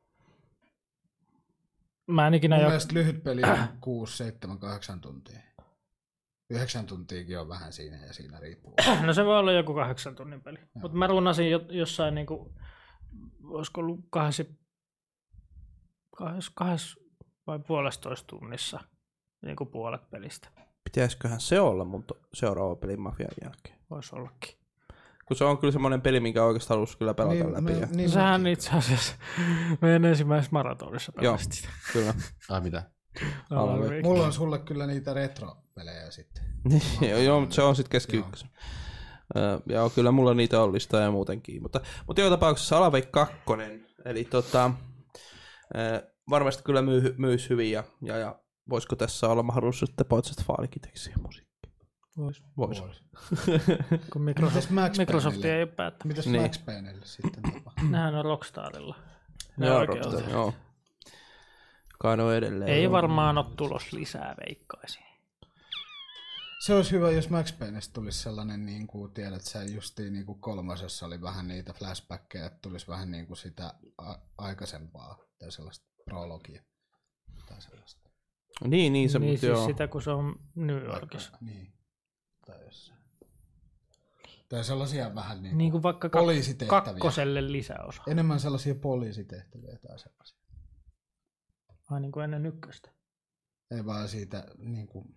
Mä en ikinä...
Mun
jo...
mielestä lyhyt peli on kuusi, seitsemän, kahdeksan tuntia. Yhdeksän tuntiakin on vähän siinä ja siinä riippuu.
No se voi olla joku kahdeksan tunnin peli. Mutta mä runasin jo, jossain niinku... Olisiko ollut kahdessa... Kahdessa, kahdessa vai puolestoista tunnissa. Niinku puolet pelistä.
Pitäisiköhän se olla mun to- seuraava peli Mafian jälkeen?
Voisi ollakin.
Kun se on kyllä semmoinen peli, minkä oikeastaan halusi kyllä pelata
niin,
läpi.
Me,
ja...
niin
Sehän mäkin. Itse asiassa meidän ensimmäisessä maratonissa pelasti sitä.
Kyllä.
Ai mitä?
Mulla on sulle kyllä niitä retro-pelejä sitten.
Joo, mutta se on sitten keski ykkösen. Ja kyllä mulla niitä on listaa ja muutenkin. Mutta, mutta joka tapauksessa Alan Wake kaksi, eli tota, varmasti kyllä myy, myys hyvin ja, ja, ja voisiko tässä olla mahdollisuus, että Poitset Faalikin tekisi musiikkia?
Vois.
Vois.
Kun Microsoft, Microsoft ei päätä.
Mitäs
niin.
Max Payneille sitten tapahtuu?
Nehän on Rockstarilla. Ne
Joo,
oikeudet.
Rockstar, joo. Kai on edelleen.
Ei
joo.
varmaan ole tulos lisää, veikkaisin.
Se olisi hyvä, jos Max Payneista tulisi sellainen, niin kuin tiedät, sä justiin niin kuin kolmasessa oli vähän niitä flashbackkejä, että tulisi vähän niin kuin sitä a- aikaisempaa tai sellaista prologia tai sellaista.
Niin, niin se,
niin
mutta
siis
joo.
sitä, kun se on New Yorkissa.
Niin. Tai jossain. Tai sellaisia vähän niin kuin,
Niin kuin vaikka ka-
poliisitehtäviä.
kakkoselle lisäosa.
Enemmän sellaisia poliisitehtäviä tai sellaisia.
Ai niin kuin ennen ykköstä.
Ei vaan siitä niin kuin...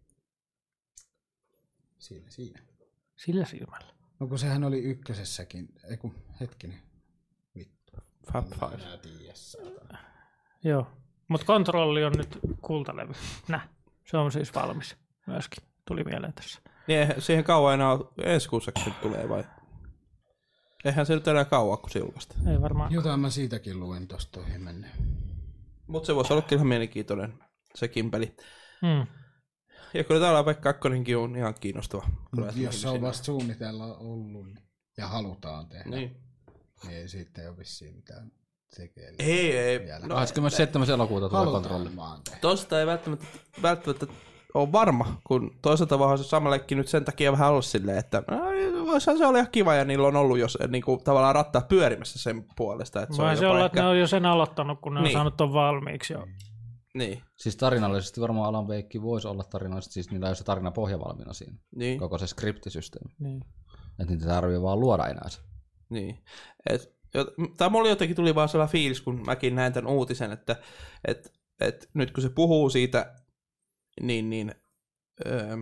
Siinä, siinä.
Sillä silmällä.
No kun sehän oli ykkösessäkin. Ei kun, hetkinen. Vittu.
Fab Five.
Enää tiedä, saatana.
Joo. Mutta kontrolli on nyt kultalevy. Näh. Se on siis valmis myöskin. Tuli mieleen tässä.
Niin eihän siihen kauan enää ole, ensi kuussakin tulee vai? Eihän se nyt enää kauan, kun se julkaistaan.
Ei varmaan.
Jotain mä siitäkin luin tosta ohi mennä.
Mutta se voisi olla kyllä mielenkiintoinen sekin peli.
Hmm.
Ja kyllä täällä vaikka kakkonenkin on ihan kiinnostava. Kyllä,
Jos se on vasta suunnitella ollut ja halutaan tehdä,
niin.
niin ei siitä ei ole vissiin mitään tekeillä.
Ei, ei.
Vielä.
No,
kahdeskymmenesseitsemäs elokuuta tulee kontrolli.
Halutaan vaan tehdä.
tosta ei välttämättä, välttämättä ole varma, kun toisaalta vaan se samallekin nyt sen takia vähän ollut silleen, että voisihan se olla ihan kiva ja niillä on ollut jos niin kuin, tavallaan rattaa pyörimässä sen puolesta. Että se
Vai
on
se
jopa
olla,
ehkä...
että ne on jo sen aloittanut, kun ne
Niin.
on saanut ton valmiiksi jo.
Niin,
Siis tarinallisesti varmaan Alan Wake voisi olla tarinallisesti, siis niillä on se tarina pohja valmiina siinä.
niin,
Koko se skriptisysteemi.
Niin.
Että niitä tarvii vaan luoda enää se.
niin. Et, tai mulla jotenkin tuli vaan sellainen fiilis, kun mäkin näin tämän uutisen, että et, et nyt kun se puhuu siitä, niin, niin, öö,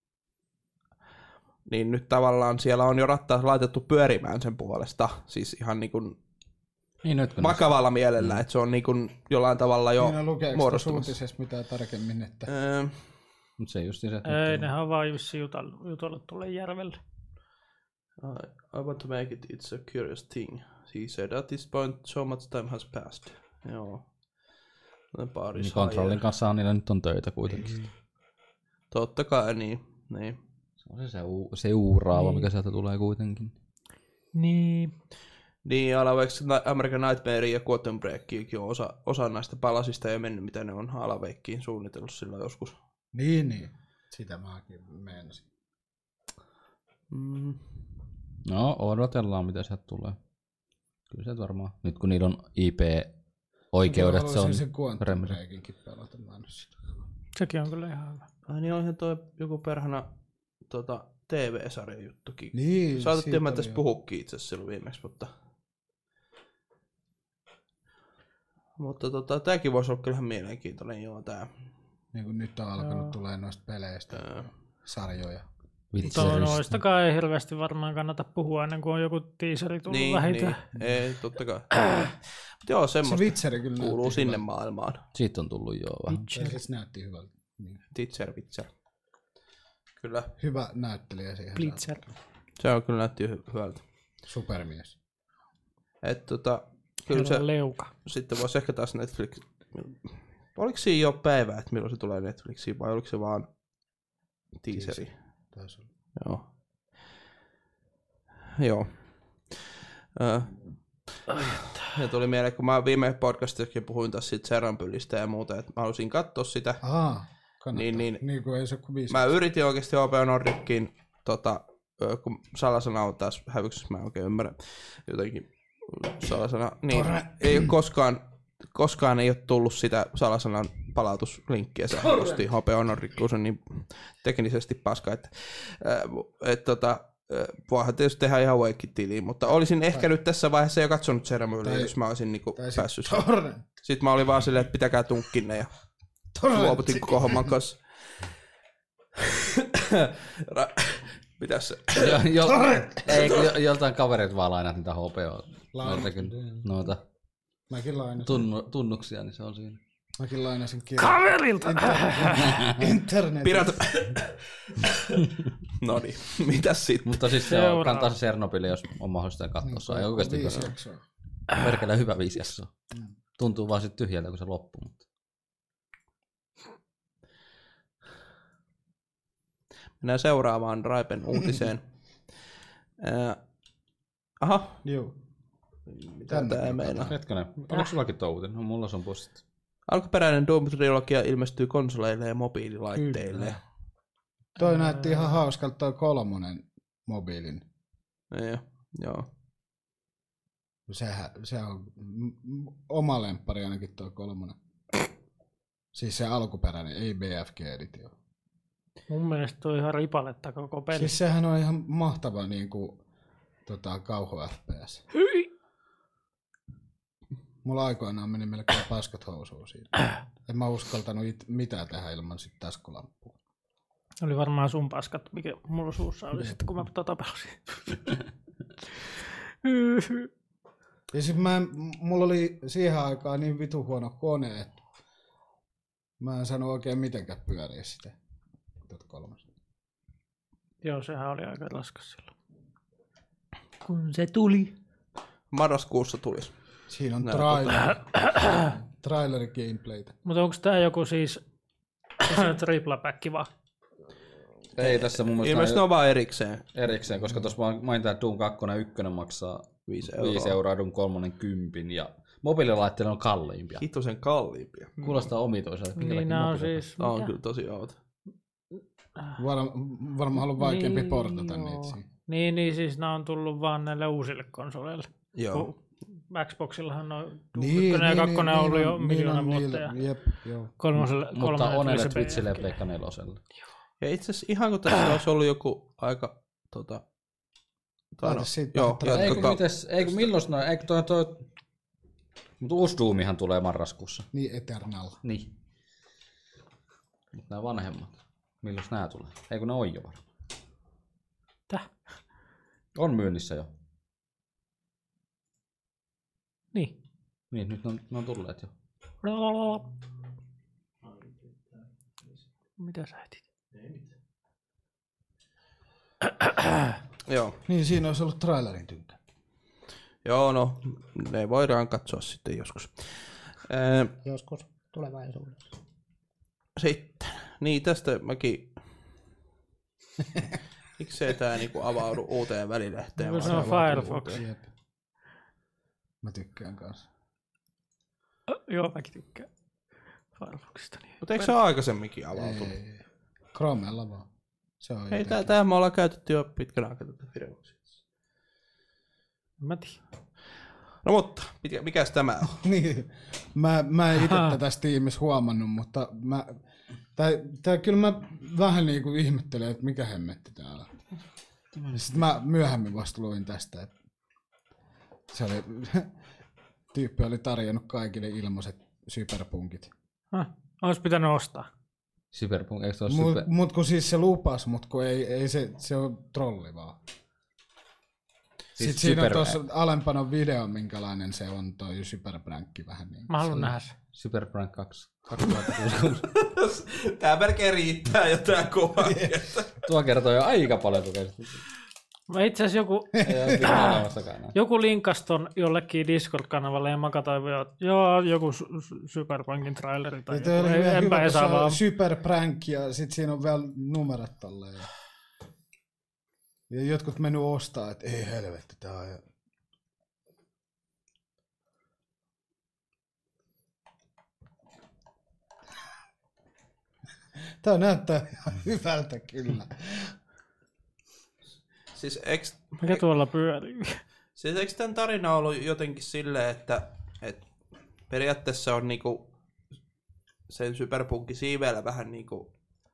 niin nyt tavallaan siellä on jo rattaat laitettu pyörimään sen puolesta, siis ihan niin kuin
Niin nyt kun
vakavalla mielellä, mm. että se on niin kuin jollain tavalla jo
Niin lukeeko tuossa
muodostumassa.
uutisessa mitään tarkemmin, että
Öö,
Mutta se just se, että
Ei,
nyt-
nehän on vaan vissiin jutella, jutella tuolle järvelle.
I, I want to make it, it's a curious thing. He said at this point so much time has passed. Joo. Paris
niin kontrollin kanssa niillä nyt on töitä kuitenkin.
Totta kai, niin. niin.
On se seu, seuraava,
Niin.
mikä sieltä tulee kuitenkin.
Niin.
Niin, Alaveiksi American Nightmare ja Quantum Breakiakin on osa, osa näistä palasista ei mennyt, mitä ne on Alaveikkiin suunnitellut silloin joskus.
Niin, niin. Sitä mäkin meinasin.
Mm.
No, odotellaan mitä sieltä tulee. Kyllä se varmaan. Nyt kun niillä on I P-oikeudet, se on
sen Quantum
Remedy.
Breakinkin pelata, mä en oo sitä.
Sekin on kyllä ihan hyvä.
Ai niin, onhan toi joku perhana tota, T V-sarjan juttukin.
Niin,
Saatettiin mä
siitä
tässä
oli
puhukin itse asiassa silloin viimeksi, mutta... Mutta tota, tääkin voisi olla kyllähän mielenkiintoinen, joo, tää.
niin kuin nyt on alkanut
Joo.
tulee noista peleistä
Ää.
sarjoja.
Mutta noistakaan ei hirveästi varmaan kannata puhua ennen kuin on joku teaseri tullut
Niin,
vähintään.
niin, ei, totta kai. Mut joo,
Se
semmoista
Witcher kyllä
kuuluu
näytti
sinne
hyvältä.
maailmaan.
Siitä on tullut jo vähän.
Tai se näytti hyvältä. Niin.
Titser, vitser. Kyllä,
Hyvä näyttelijä siihen.
Blitzer.
se on kyllä näytti hy- hyvältä.
Supermies.
Et tota, kyllä se,
Herra leuka.
sitten voisi ehkä taas Netflix... Oliko siinä jo päivä, että milloin se tulee Netflixiin, vai oliko se vaan teaseri?
Taisi olla.
Joo. Joo. Ö, ja tuli mieleen, kun mä viime podcastissakin puhuin taas siitä Chernobyllistä ja muuta, että mä halusin katsoa sitä.
Ahaa, kannattaa.
Niin,
Niin,
niin.
niin kuin ei se ole kuin viisi.
Mä yritin oikeasti H B O Nordicin, tota, ö, kun salasana on taas hävyksessä, mä en oikein ymmärrä jotenkin salasana. Niin, ei ole koskaan, koskaan ei ole tullut sitä salasanan palautuslinkkiä, se ostin H B O Nordic, kun se on niin teknisesti paska, että äh, et, tota, äh, voihan tietysti tehdä ihan wake-tiliin, mutta olisin ehkä tai, nyt tässä vaiheessa jo katsonut Chernobylia, jos mä olisin niinku päässyt.
Torrent.
Sitten mä olin vaan silleen, että pitäkää tunkkinne ja luovutin koko homman kanssa. Ra- Mitäs se?
jo, jo, ei, jo, joltain kaverit vaan lainat niitä H B O. Noitakin, noita
Mäkin lainasin.
tunnu, tunnuksia, niin se on siinä.
Mäkin lainasin kirjan.
Kaverilta!
Internet.
Pirata. Noniin, mitäs sitten?
Mutta siis se on,
Seuraava.
kantaa se Chernobyl, jos on mahdollista katsoa. Se on oikeasti
Viisi
hyvä.
jaksoa.
Perkele hyvä viisi jaksoa. Tuntuu vaan sitten tyhjältä, kun se loppuu. Mutta.
Mennään seuraavaan Raipen uutiseen. Äh, aha,
Joo.
mitä
Tänne
tää
kyllä
meinaa?
Hetkinen, oliko sullakin tuo uutinen? No mulla se on posti.
Alkuperäinen Doom-trilogia ilmestyy konsoleille ja mobiililaitteille.
Kyllä. Toi näytti ihan hauskalta toi kolmonen mobiilin.
Ja, joo.
Sehän, se on m- m- oma lemppari ainakin toi kolmonen. Siis se alkuperäinen, ei B F G-editio.
Mun mielestä toi ihan ripaletta koko peli.
Siis sehän on ihan mahtava niinku tota, kauhu F P S.
Hyi!
Mulla aikoinaan meni melkein paskat housuun siinä. En mä uskaltanut it- mitään tehdä ilman sit taskulampua.
Oli varmaan sun paskat, mikä mulla suussa oli sitten, kun mä tota pelasin.
Ja sit mä en, mulla oli siihen aikaan niin vitu huono kone, että mä en saanut oikein mitenkään pyöriä sitä. Tuota kolmesta.
Joo, sehän oli aika raskas silloin. Kun se tuli.
Marraskuussa tulisi.
Siinä on
Nää,
trailer, trailer gameplaytä.
Mutta onko tää joku siis triplapäkki vaan?
Ei tässä mun mielestä
Ilmeisesti ne on vaan erikseen.
erikseen, koska tuossa mainitaan, että Doom kaksi ykkönen maksaa
Viisi euroa.
viisi euroa, Doom kolme kympin ja mobiililaitteilla on kalliimpia.
Hitosen kalliimpia.
Kuulostaa omituiselta.
Niin nää on siis...
On
mitä?
kyllä tosi outo.
Var, varmaan ollut vaikeampi
Niin,
portata
joo.
niitä siinä.
Niin, niin siis nämä on tullut vaan näille uusille konsoleille.
Joo.
Kun Xboxillahan on Doom
Niin,
ykkönen ja
niin,
kakkonen
niin,
on ollut
niin
jo
on,
miljoona
niin on
vuotta.
niillä,
Ja
jep, joo.
kolmoselle,
Mutta
kolmoselle tuli
Onelle
se
Twitchille ja
P F G.
Pleikka neloselle.
Ja itse asiassa ihan kun tässä olisi ollut joku aika... Tota, tai
Laita
no,
siitä
joo,
vähän
Eikö,
jatkakaa.
mites, eikö milloin no, eikö toi, toi, mutta uusi Doomihan tulee marraskuussa.
Niin Eternal.
Niin. Mutta nämä vanhemmat, milloin nämä tulee? Eikö ne ole jo varmaan?
Täh?
On myynnissä jo.
Niin.
Niin, nyt ne on, ne on tulleet jo.
Mitä sä etit?
Joo.
Niin siinä olisi ollut trailerin tynkä.
Joo, no, ne voidaan katsoa sitten joskus. Ää,
Joskus tulevaisuudessa.
sitten, niin tästä mäkin Miksei tää niinku avaudu uuteen välilehteen?
Se on Firefox.
Mä tykkään kanssa.
Oh, joo, mäkin tykkään Firefoxista. Niin.
Mutta eikö se ole aikaisemminkin avautunut?
Ei. Chromella vaan. Se on
Ei, tää, tää me ollaan käytetty jo pitkän aikaa tätä Firefoxia.
Mä tiedän.
No mutta, mikä, mikäs tämä on?
niin. Mä, mä en itse tätä Steamissa huomannut, mutta mä, tää, tää kyllä mä vähän niinku ihmettelen, että mikä hemmetti täällä. Sitten mä myöhemmin vasta luin tästä, että se oli, tyyppi oli tarjonnut kaikille ilmaiset cyberpunkit.
Ah, ois pitänyt ostaa.
Cyberpunk, eikö se ole
Mut,
super...
mut kun siis se lupas, mut kun ei, ei se, se on trolli vaan.
Siis
Sitten siinä on
super-
tuossa alempana video, minkälainen se on toi Superbrankki vähän niin.
Mä haluan nähdä se.
Cyberpunk kaksi kaksituhattakuusikymmentä.
Tää melkein riittää jo tää kova.
Tuo kertoo jo aika paljon kokeista.
Mä itse asiassa joku,
Ei ole kyllä olemassakaan enää.
joku linkkasi ton jollekin Discord-kanavalle ja mä katsoin, että joo, joku Cyberpunkin traileri tai
Ja
joku.
oli vielä
Enpä
hyvä,
ei
kun se
saa vaan.
on Superprank ja sit siinä on vielä numerot tolleen. Ja, ja jotkut mennyt ostaa, että ei helvetti, tää on... Tää näyttää ihan hyvältä kyllä.
Siis eikö,
Mikä tuolla pyörii?
siis eikö tämän tarina ollut jotenkin silleen, että, että periaatteessa on niinku sen Cyberpunkin siiveellä vähän niinku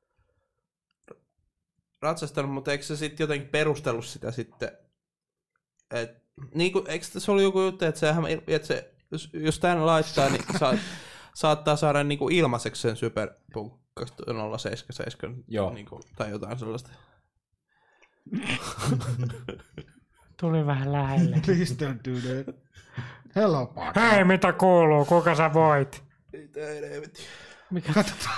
ratsastanut, mutta eikö se sitten jotenkin perustellut sitä sitten, että niinku, eikö se ollut joku juttu, että, sehän, että se, jos, jos tämän laittaa, niin saa, saattaa saada niinku ilmaiseksi sen Cyberpunk nolla seitsemän seitsemän
Joo.
niinku, tai jotain sellaista.
Tuli vähän lähelle.
Please don't do that. Hello, Park.
Hei, mitä kuuluu? Kuka sä voit?
Ei tää helvetti.
Mikä?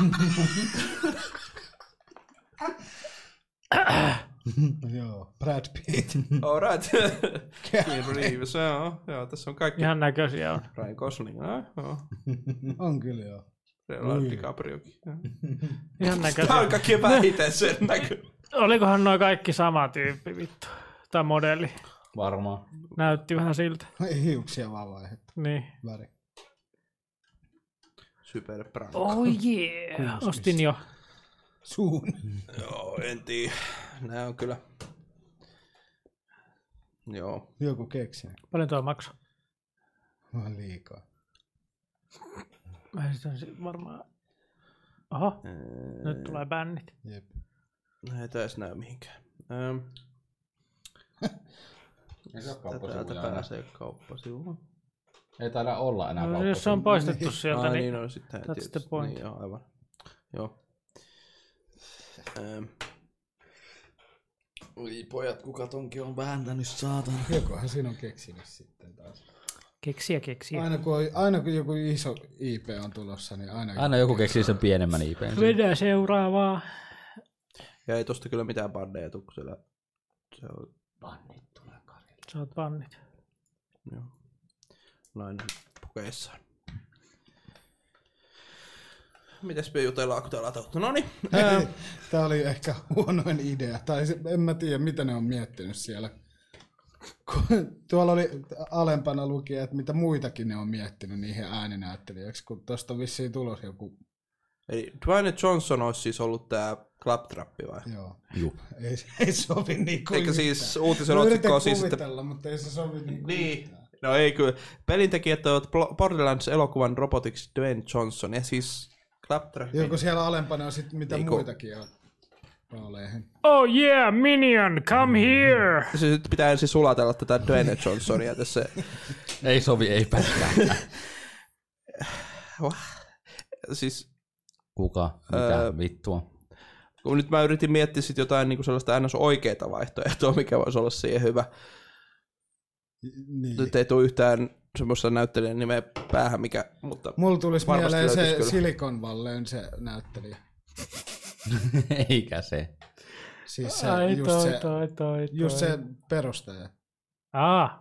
Joo, Brad Pitt.
Alright. Keanu Reeves, joo. Joo, tässä on kaikki.
Ihan näköisiä on.
Ryan Gosling, joo. joo.
On kyllä joo.
Leonardo DiCapriokin. joo.
Ihan
Tää
näköisiä.
on kaikkien vähiten sen näkö.
Olikohan noin kaikki sama tyyppi vittu? Tai modelli.
Varmaan.
Näytti vähän siltä.
Ei hiuksia vaan vaihdettu.
Niin.
Väri.
Superprank.
Oh yeah. Ostin jo.
Suun.
Joo, en tiedä. Nää on kyllä. Joo.
Joku keksi.
Paljon tuo maksoi?
Vähän liikaa.
Mä esitän varmaan. Oho. Nyt tulee bännit.
Jep.
No ei edes näy mihinkään. Ähm,
Ei se ole
täältä
kauppasivuja enää.
pääsee kauppasivuun.
Ei taida olla enää
No,
kauppasivuja.
jos se on poistettu sieltä,
Ai
niin,
niin, no sitten
that's the
tietysti.
point.
Niin, joo, aivan. Joo. Ähm.
Oi pojat, kuka tonkin on vääntänyt saatana.
Jokohan siinä on keksinyt sitten taas.
keksiä keksiä.
Aina kun, on, aina kun joku iso I P on tulossa, niin aina...
Aina joku keksii sen pienemmän I P:n.
Vedä seuraavaa.
Ja ei tosta kyllä mitään bandeja tuu, kun siellä se on
Bannit tulee Karille.
Saat bannit.
joo. Nainen pukeissaan. Mites me jutellaan, kun tää on latautu? Noniin. Ähm,
Tää oli ehkä huonoin idea, tai se, en mä tiedä mitä ne on miettinyt siellä. Kun tuolla oli alempana luki, että mitä muitakin ne on miettinyt niihin ääninäyttelijöiksi, kun tosta on vissiin tulos joku...
Eli Dwayne Johnson olisi siis ollut tää Claptrappi vai?
Joo.
Juu.
Ei, ei sovi niinku
Eikä
yhtään.
siis uutisen
Mä
otsikko
yritän
on siis, että...
kuvitella, mutta ei se sovi niinku
Niin.
yhtään.
No ei kyllä. Pelintekijät toivat Borderlands-elokuvan robotiksi Dwayne Johnson ja siis Claptrappi.
Joku siellä alempana on sitten mitä
Niinku-
muitakin on rooleihin.
Oh yeah, Minion, come here!
Se nyt pitää ensin sulatella tätä Dwayne Johnsonia tässä.
Ei sovi, ei pätkää.
Siis
Kuka? Mitä
Öö,
vittua?
kun nyt mä yritin miettiä sit jotain niinku sellaista ns. Oikeaa vaihtoehtoa, mikä voisi olla siihen hyvä.
Niin.
Nyt ei tule yhtään semmoista näyttelijän nimeä päähän, mikä, mutta
Mulla tulisi
varmasti
mieleen se
löytyisi kyllä.
Silicon Valleyn se näyttelijä.
Eikä se.
Siis se,
Ai
just,
toi,
se,
toi, toi, toi.
just se perustaja.
Ah.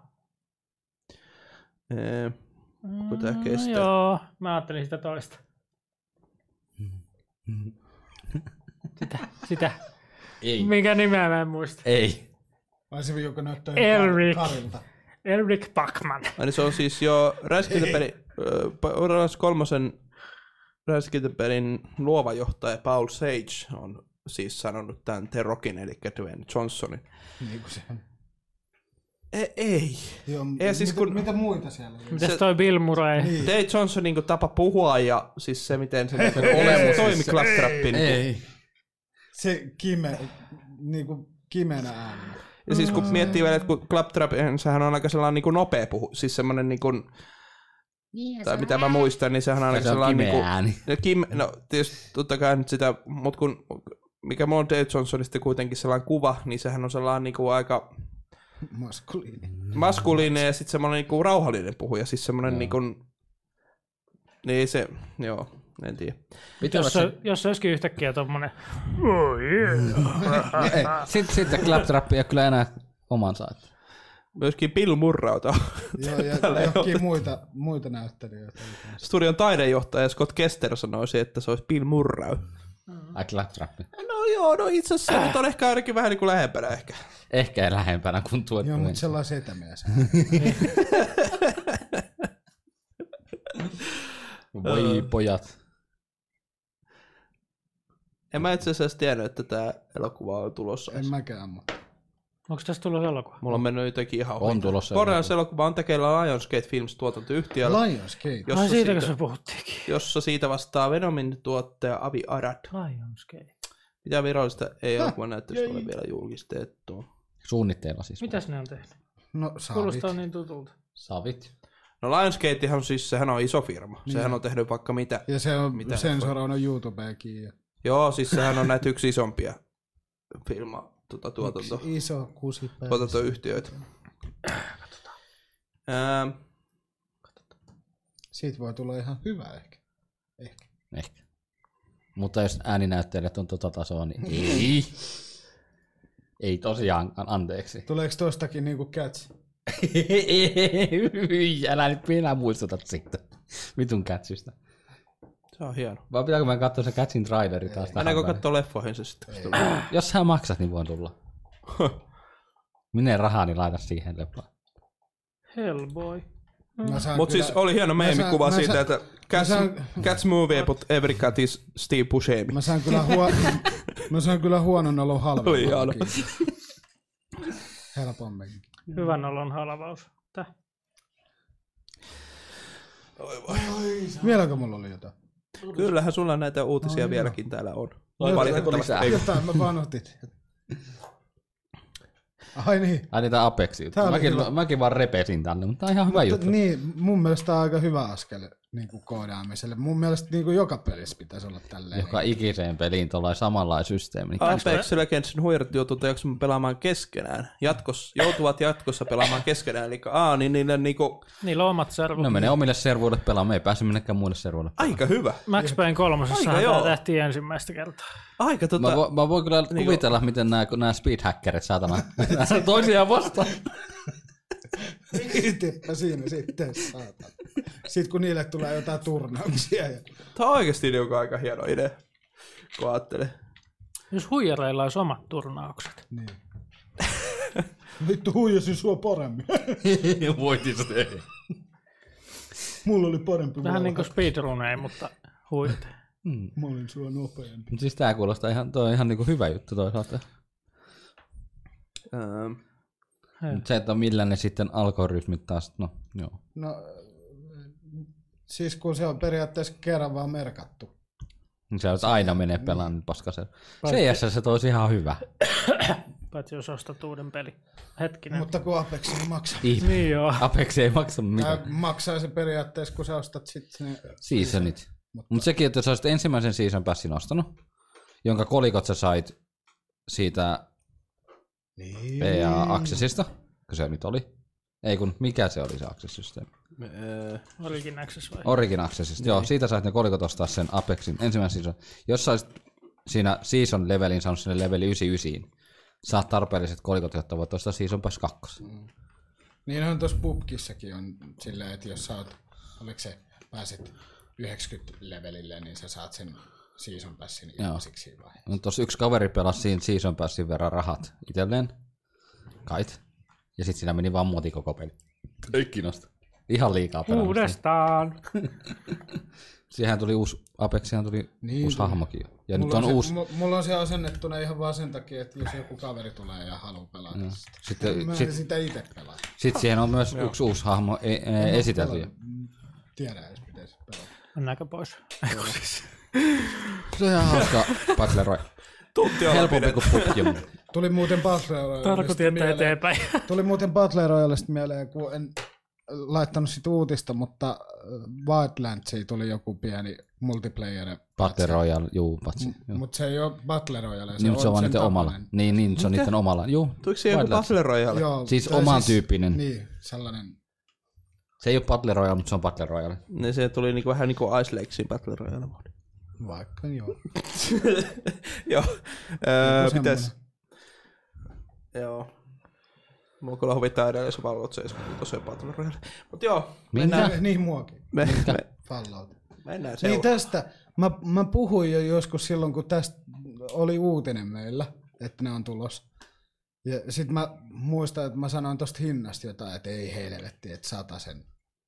Ee, kun tää
Mm,
kestää.
joo, mä ajattelin sitä toista. Sitä, sitä.
Ei.
Mikä nimeä mä en muista.
Ei.
Vai se joku näyttää
Eric.
Karilta.
Eric Bachman.
Ai niin se on siis jo räiskintäpeli, Borderlands kolmosen räiskintäpelin luova johtaja Paul Sage on siis sanonut tämän The Rockin, eli Dwayne Johnsonin.
Niin kuin se on.
Ei. ei.
Joo,
Ei, siis
mitä,
kun-
mitä muita siellä on?
Mitäs toi Bill Murray?
Niin.
Dwayne Johnsonin niin tapa puhua ja siis se, miten se olemus toimi Claptrappi. Niin
Ei.
Se kime, niinku kimenä ääni.
ja siis kun miettii vielä, että kun Claptrap, sehän on aika sellainen niin kuin nopea puhu, siis semmoinen niin kuin, tai mitä mä muistan, niin sehän on aika
Se on
sellainen
kimeä
niin kuin,
ääni.
no, kim, no tietysti totta kai nyt sitä, mutta kun, mikä mulla on Dave Johnsonista kuitenkin sellainen kuva, niin sehän on sellainen niin kuin aika
Maskuliini.
maskuliininen ja sitten semmoinen niin kuin rauhallinen puhuja, siis semmoinen niin kuin, niin se, joo, en tiedä.
Mitä
Jos,
se...
se, jos se olisikin yhtäkkiä tommonen, oh yeah.
Sitten sit Claptrap ei ole kyllä enää omansa. Että.
Myöskin Bill Murrauta.
Joo, ja johonkin muita, muita näyttelijöitä.
Studion taidejohtaja Scott Kester sanoisi, että se olisi Bill Murrau.
Ai Claptrap.
No joo, no itse asiassa se nyt on ehkä ainakin vähän niin kuin lähempänä ehkä.
Ehkä lähempänä kuin tuo.
Joo, mutta sellainen setämies.
Voi pojat.
En mä itse asiassa tiennyt, että tämä elokuva on tulossa.
En mäkään, mutta
Onko tässä tullut elokuva?
Mulla on mennyt jotenkin ihan
On tulossa
Borderlands elokuva on tekeillä Lionsgate Films tuotantoyhtiöllä,
Lionsgate.
Ai
jossa,
siitäkö
siitä,
se puhuttiinkin?
jossa siitä vastaa Venomin tuottaja Avi Arad.
Lionsgate.
Mitä virallista ei elokuvan näyttelystä ole vielä julkistettu.
Suunnitteilla siis.
Mitäs ne on tehnyt?
No saavit.
Kuulostaa niin tutulta.
Savit.
No Lionsgatehan on siis, sehän on iso firma. Sehän on tehnyt vaikka mitä.
Ja se on
Mitä
sensuroinut YouTubeekin. Ja
Joo, siis sehän on näitä yksi isompia filma tuota, tuotanto,
yksi iso kusipää.
tuotantoyhtiöitä. Ähm,
Siitä voi tulla ihan hyvä ehkä. Ehkä.
Ehkä. Mutta jos ääninäyttelijät on tota tasoa, niin ei. Ei tosiaan, anteeksi.
Tuleeko tostakin niinku catch?
Hyi, älä nyt minä muistuta siitä. Vitun Catchista.
se on hieno.
Vai pitääkö mä katsoa se Catchin traileri taas tähän
Mennäänkö
väliin?
katsoa leffoihin se sitten?
Jos sä maksat, niin voin tulla. Minne rahaa, niin laita siihen leplaan.
Hellboy.
Mä saan
Mutta
kyllä-
siis oli hieno
mä
meemikuva
saan- mä
siitä,
saan-
että Cats,
saan-
Cats movie, but every cat is Steve Buscemi.
Mä saan kyllä, huo... mä saan kyllä huonon olon
Oli hieno.
halvemmin. Helpomminkin.
Hyvän olon halvaus. Täh.
Vieläkö mulla oli jotain?
Kyllähän sulla näitä uutisia vieläkin täällä on. Valitettavasti
lisää?
ei.
Jotain mä vaan otin. Ai niin.
Ai niitä Apexia.
Tää oli
Mäkin,
hyvä.
mäkin vaan repesin tänne, mutta tää on ihan hyvä juttu.
Niin, mun mielestä tää on aika hyvä askel niin kuin koodaamiselle. Mun mielestä niin kuin joka pelissä pitäisi olla tälleen.
Joka ikiseen peliin tuollainen samanlainen systeemi.
Apex Legendsin huijarit joutuu jaksamaan pelaamaan keskenään. Jatkos, joutuvat jatkossa pelaamaan keskenään. Eli aa, niin niille niinku,
Niillä on omat servut.
Ne menee omille servuille pelaamaan, me ei pääse minnekään muille servuille.
aika hyvä.
Max Payne kolmosessa
Aika joo.
tämä tehtiin ensimmäistä kertaa.
Aika tota...
Mä, vo, mä voin kyllä niin kuvitella, jo. miten nämä, nämä speedhackerit saatana toisiaan vastaan.
Viitippä siinä sitten, saatan. Sitten kun niille tulee jotain turnauksia. Ja...
Tämä on oikeasti niinku aika hieno idea, kun ajattelee.
Jos huijareilla olisi omat turnaukset.
Niin. Vittu huijasin sua paremmin.
Voitin se.
Mulla oli parempi
Vähän
vuoro.
niin kuin speedrunei, mutta huijat.
Mm.
Mä olin sua nopeampi.
Mut siis tää kuulostaa ihan, toi on ihan niinku hyvä juttu toisaalta.
Ähm,
Mut se, että millä ne sitten algoritmit taas, no joo.
No, siis kun se on periaatteessa kerran vaan merkattu.
Niin se olisi aina menee pelaan paskaseen. C S se toisi ihan hyvä.
Paitsi jos ostat uuden peli. Hetkinen.
Mutta kun Apex ei maksa.
Ihme.
Niin joo.
Apex ei maksa
Tää
mitään.
maksaa se periaatteessa, kun sä ostat sitten ne...
Seasonit.
Mutta-
Mutta sekin, että jos olisit ensimmäisen season passin ostanut, jonka kolikot sä sait siitä
Niin.
P A-accessista, kun se nyt oli. Ei kun, mikä se oli se access-systeemi?
äh,
Origin Access vai?
Origin Accessista, joo, siitä sait ne kolikot ostaa sen Apexin ensimmäisen season. Jos sä olisit siinä season levelin saanut sinne leveli yhdeksänkymmentäyhdeksän, saat tarpeelliset kolikot, jotta voit ostaa season pass kaksi.
Niin on tuossa pubkissakin on silleen, että jos sä oot, oliko se, pääsit yhdeksänkymmentä levelille, niin sä saat sen season passin
Joo.
ilmaisiksi siinä vaiheessa.
No tossa yksi kaveri pelasi siinä season passin verran rahat itselleen. Kait. Ja sit siinä meni vaan muoti koko peli. Ei kiinnosta. Ihan liikaa pelannut.
Uudestaan.
Siihen tuli uusi Apex, siihen tuli
Niin
uusi
tuli.
hahmokin. Ja
Mulla
nyt on
se,
uusi.
m- mulla on se asennettuna ihan vaan sen takia, että jos joku kaveri tulee ja haluaa pelata
Joo.
sitä.
Sitten,
Mä en
sit,
sitä itse pelaa.
sit siihen on myös yksi uusi hahmo e- e- esitelty.
Pelaa. Tiedä edes, miten se pelaa.
Mennäänkö pois?
Se on ihan hauska Battle Royale.
Tunti olla
Helpompi
pidetty.
kuin P U B G.
Tuli muuten Battle Royalesta
Tarkoitin, että
mieleen-
eteenpäin.
Tuli muuten Battle Royalesta mieleen, kun en laittanut sit uutista, mutta Wildlandsiin tuli joku pieni multiplayer.
Battle Royale, juu, patsi.
Mutta se ei ole Battle Royale, se
Niin,
on
mutta se on vaan
sen
niiden omalla.
tapainen.
Niin, niin, se on niiden omalla. Juu,
Tuliko siihen joku
Wildlands.
Battle Royale?
Joo,
Siis
tai
oman tyyppinen.
Niin, sellainen.
Se ei ole Battle Royale, mutta se on Battle Royale.
Niin se tuli niinku vähän niinku Ice Lakesin Battle Royale.
Vaikka joo.
Joo. Öö,
Joku
mitäs? Joo. Mulla kyllä huvittaa edelleen se Fallout seitsemän tosiaan Battle Royale. Mut joo,
Minkä?
Niin, niin muakin.
me, me,
Fallout.
mennään
Niin
seuraavaan.
tästä, mä, mä puhuin jo joskus silloin, kun tästä oli uutinen meillä, että ne on tulossa. Ja sit mä muistan, että mä sanoin tosta hinnasta jotain, että ei helvetti, että satasen.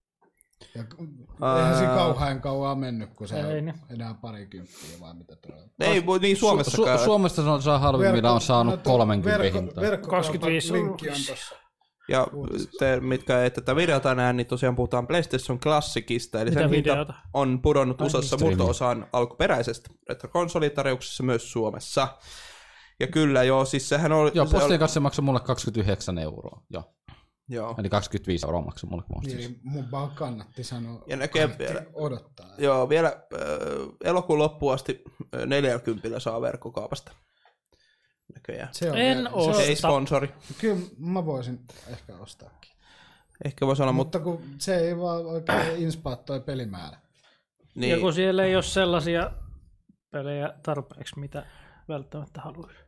Ja
Ää.
eihän siinä kauhean kauan mennyt, kun se
Ei
on
niin.
enää parikymppiä vai mitä tulee.
Ei, mut niin Suomessakaan.
Su- Suomesta se on saa halvimmilla on saanut
no, tuo
kolmekymmentä
verkko-
hintaa.
verkkokaupan
kaksikymmentäviisi
linkki on tossa.
Ja te, mitkä ei tätä videota näe, niin tosiaan puhutaan PlayStation Classicista, eli
Mitä
sen
videota?
hinta on pudonnut U S A:ssa
streaming.
murto-osaan alkuperäisestä retrokonsolitarjouksessa myös Suomessa. Ja kyllä joo, siis sehän oli...
Joo,
se oli
postien kanssa maksoi mulle kaksikymmentäyhdeksän euroa. Joo.
joo.
Eli kaksikymmentäviisi euroa maksoi mulle postissa.
Niin, mun vaan kannatti sanoa,
Ja näkee
kannatti
vielä-
odottaa.
Joo, vielä äh, elokuun loppuun asti äh, neljäkymmentä saa verkkokaupasta. Näköjään.
Se on
En
vielä-
osta.
se on-
Ei sponsori.
Kyllä mä voisin ehkä ostaakin.
Ehkä voi sanoa, mutta
Mutta kun se ei vaan oikein inspaa toi pelimäärä.
niin,
Ja kun siellä ei ole sellaisia pelejä tarpeeksi, mitä välttämättä haluaisi.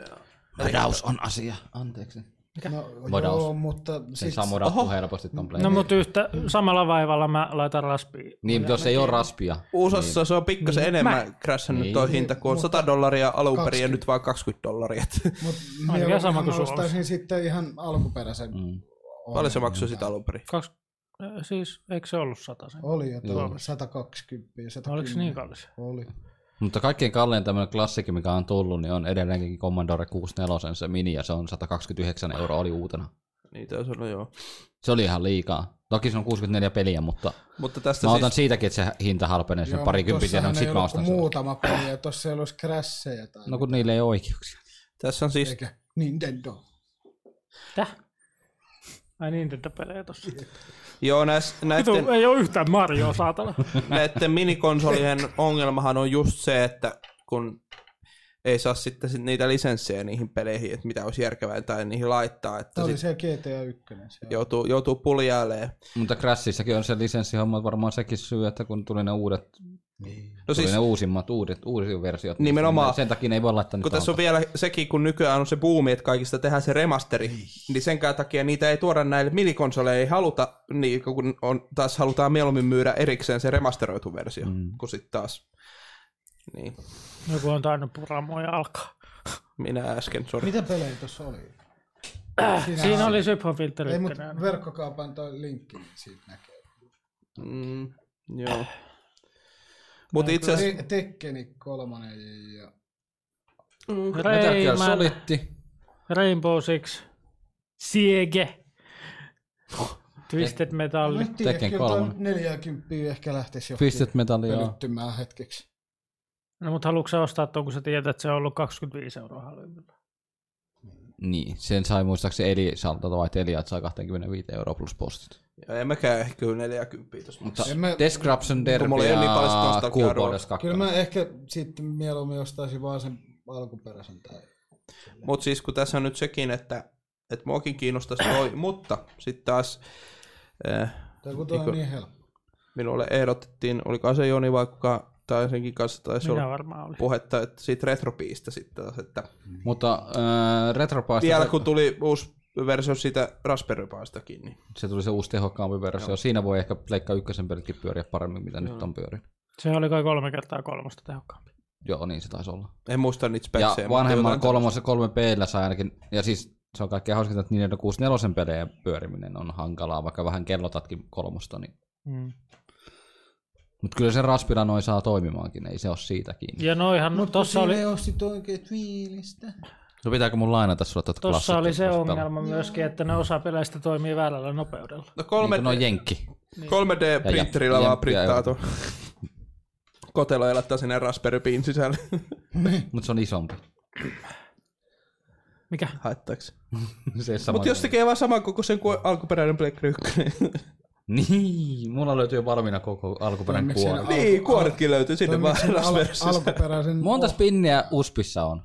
Modaus on asia. Anteeksi.
No
Modaus.
joo, mutta
Sen
sit,
saa modattua helposti ton play.
No mutta yhtä samalla vaivalla mä laitan raspia.
Niin, mutta jos ei ole raspia.
U S A:ssa se on pikkasen
Niin.
enemmän
Mä-
crashannut
Niin.
toi hinta, kun on sata dollaria alun perin ja
kaksikymmentä.
nyt vaan kaksikymmentä dollaria.
mut
Ainakin
mä
sama kuin
mä ostaisin
Suomessa.
sitten ihan alkuperäisen.
Mm.
Paljon se maksoi sitä alun perin?
Kaksi, äh, siis eikö se ollut sata sen?
Oli jo tuo
Joo.
sata kaksikymmentä ja sata
Oliko
kymmenen.
se niin kallis?
Oli.
Mutta kaikkein kallein tämmöinen klassikki, mikä on tullut, niin on edelleenkin Commodore kuusikymmentäneljä, se mini, ja se on sata kaksikymmentäyhdeksän euroa, oli uutena.
Niitä on sanonut, joo.
Se oli ihan liikaa. Toki se on kuusikymmentäneljä peliä, mutta
Mutta tästä
mä
siis...
otan siitäkin, että se hinta halpenee, se on parikymppiä, niin sit mä ostan sen.
muutama peli ja tossa ei olisi crashseja tai
No kun niille ei ole oikeuksia.
Tässä on siis...
eikä Nintendo.
Täh? Ai niin, tätä pelejä tossa.
Joo, näis,
Vitu,
näitten,
ei ole yhtään Marioa, saatana.
näitten minikonsolien ongelmahan on just se, että kun ei saa sitten sit niitä lisenssejä niihin peleihin, että mitä olisi järkevää tai niihin laittaa, että
Tämä oli
sit
se G T A yksi. siellä.
joutuu, joutuu puljailemaan.
Mutta Crashissakin on se lisenssihomma varmaan sekin syy, että kun tuli ne uudet,
No
tuli
siis,
ne uusimmat, uudet, uudet versiot.
Nimenomaan.
Niin sen takia ne ei voi laittaa
kun
niitä
tässä on vielä sekin, kun nykyään on se buumi, että kaikista tehdään se remasteri, niin sen takia niitä ei tuoda näille minikonsoleille, ei haluta, niin kun on, taas halutaan mieluummin myydä erikseen se remasteroitu versio, mm. kun sitten taas, niin,
Joku on tainnut puraa mua jalkaa.
minä äsken, sori.
Mitä pelejä tuossa oli? Siinä,
Siinä oli Syphon Filter
Ei,
ykkönen.
mutta verkkokaupan toi linkki niin siitä näkee.
Mm, joo. Mutta itse asiassa,
Te- Tekkeni kolmonen ja...
Metal Gear
Rayman,
Solitti.
Rainbow Six, Siege, Twisted Metal.
Mä en tiedä,
Tekken
kyllä toi
kolmonen.
neljäkymmentä ehkä lähtisi
Twisted Metal, joo.
pölyttymään hetkeksi.
No mutta haluatko sä ostaa tuon, kun sä tiedät, että se on ollut kaksikymmentäviisi euroa halvemmilla?
Niin, sen sai muistaakseni Eli salta vai Telia, että sai kaksikymmentäviisi euroa plus postit.
ja en mäkään ehkä kyllä neljäkymmentä tuossa.
Mutta
En mä-
Description Derby
mulla ei ole niin paljon sitä
ja
nostalgiaa
Cool Borders kaksi.
Kyllä mä ehkä sitten mieluummin ostaisin vaan sen alkuperäisen. Tai...
Mutta siis kun tässä on nyt sekin, että, että muakin kiinnostaisi toi, mutta sitten taas äh,
Tai kun toi on
Eikö-
niin helppo.
minulle ehdotettiin, oliko se Joni vaikka, tai senkin kanssa taisi
Minä
olla
varmaan oli.
puhetta, että siitä Retropiista sitten taas, että
Mutta äh, Retropaista,
vielä kun tuli uusi versio siitä Raspberry Pistakin, niin
se tuli se uusi tehokkaampi versio, siinä voi ehkä Pleikka ykkösen pelitkin pyöriä paremmin, mitä nyt on pyörinyt.
Se oli kai kolme kertaa kolmosta tehokkaampi.
niin, niin, niin.
Niin,
Mutta
niin,
siis
Joo, niin se taisi olla.
En muista niitä
Ja
speksejä.
vanhemmalla kolmosen kolme P:llä sai ainakin, ja siis se on kaikkein hauskinta, että Nintendo kuusikymmentäneljä pelejä pyöriminen on hankalaa, vaikka vähän kellotatkin kolmosta. Niin.
Mm.
Mutta kyllä se Raspilla noin saa toimimaankin, ei se ole siitä kiinni.
Ja noihan,
Mutta
tossa
siinä
oli,
ei ole sit oikeet fiilistä.
No pitääkö mun lainata sulle tuota
tossa
klassikkoa?
oli se
jos pelaa?
ongelma myöskin, että ne osa peleistä toimii väärällä nopeudella.
No kolme
Niin kuin no jenkki.
kolme D-printerillä
Ja- ja-
vaan
ja-
printtaa tuo kotelo ja laittaa sinne Raspberry Pin sisälle.
Mutta se on isompi.
Mikä?
Haittaako?
Se ei sama.
Mutta jos tekee vaan saman kokoisen kuin alkuperäinen Pleikkari yksi.
Niin, mulla löytyy jo valmiina koko alkuperäinen
Toimiks
kuori.
siinä
Niin, kuoretkin löytyy sinne vaan
Toimiiko siinä
Raspberry
al- alkuperäisen...
Monta spinniä U S Pissa on?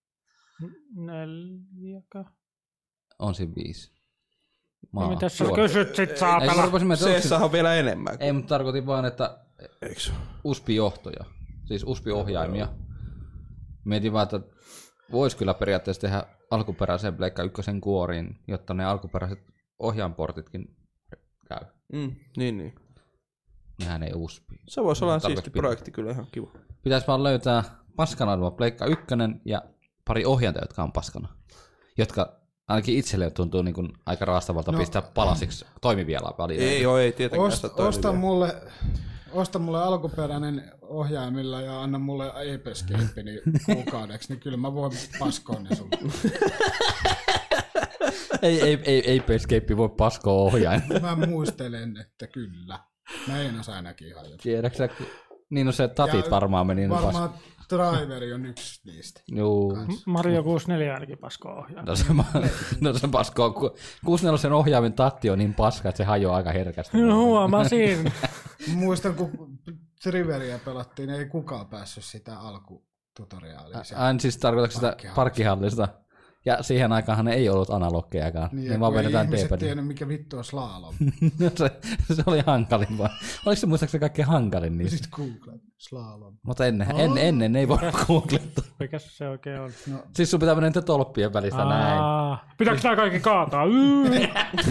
Neljäkö?
On siinä viisi.
No, mitä sä
kuori.
kysyt sit
Ei,
saatana?
mä rupesin miettimään, onko
C
se-
on vielä enemmän.
Ei, mutta tarkoitin vaan, että
Eikö?
U S P-johtoja, siis U S P-ohjaimia. Mietin vaan, että vois kyllä periaatteessa tehdä alkuperäisen Pleikka ykkösen kuoriin, jotta ne alkuperäiset ohjainportitkin käy.
Mm, niin, niin.
Nehän ei U S P.
Se voisi olla
Tarkoitus
siisti
pitää.
projekti, kyllä ihan kiva.
Pitäisi vaan löytää paskana Pleikka ykkönen ja pari ohjainta, jotka on paskana. Jotka ainakin itselle tuntuu niin kuin aika raastavalta no, pistää palasiksi toimivia välineitä.
Ei oo, ei tietenkään
Osta,
sitä toimivia.
osta, mulle, osta mulle alkuperäinen ohjaimilla ja anna mulle Ape Escape niin kuukaudeksi, niin kyllä mä voin paskoon ne sulle.
ei, ei, ei, ei Escape voi paskoa ohjain.
Mä muistelen, että kyllä. Mä en osaa ainakin hajota.
Tiedätkö niin no se tatit
Ja
varmaan meni.
Varmaan Driveri on yksi niistä.
Juu.
Mario kuusikymmentäneljä ainakin paskoo ohjaa.
No se, no se paskoo. kuusikymmentäneljä ohjaimen tatti on niin paska, että se hajoaa aika herkästi.
No huomasin.
Muistan, kun Driveriä pelattiin, ei kukaan päässyt sitä alkututoriaalia.
Aina siis tarkoitatko sitä
Parkkihallista.
parkkihallista? Ja siihen aikaanhan ei ollut analogejakaan.
Niin,
ne
ja
vaan
kun ei
vedetään
ihmiset
D-padilla.
tiennyt, mikä vittu on slalom.
No se, se oli hankalin vaan. Oliko se muistaakseni kaikkein hankalin niistä?
Sitten Google, slalom.
Mutta ennen, en, ennen ei voi googlettaa.
Mikä se oikein on?
Siis sun pitää mennä niiden tolppien välistä näin.
Aa, pitääkö tää kaikki kaataa? Yy.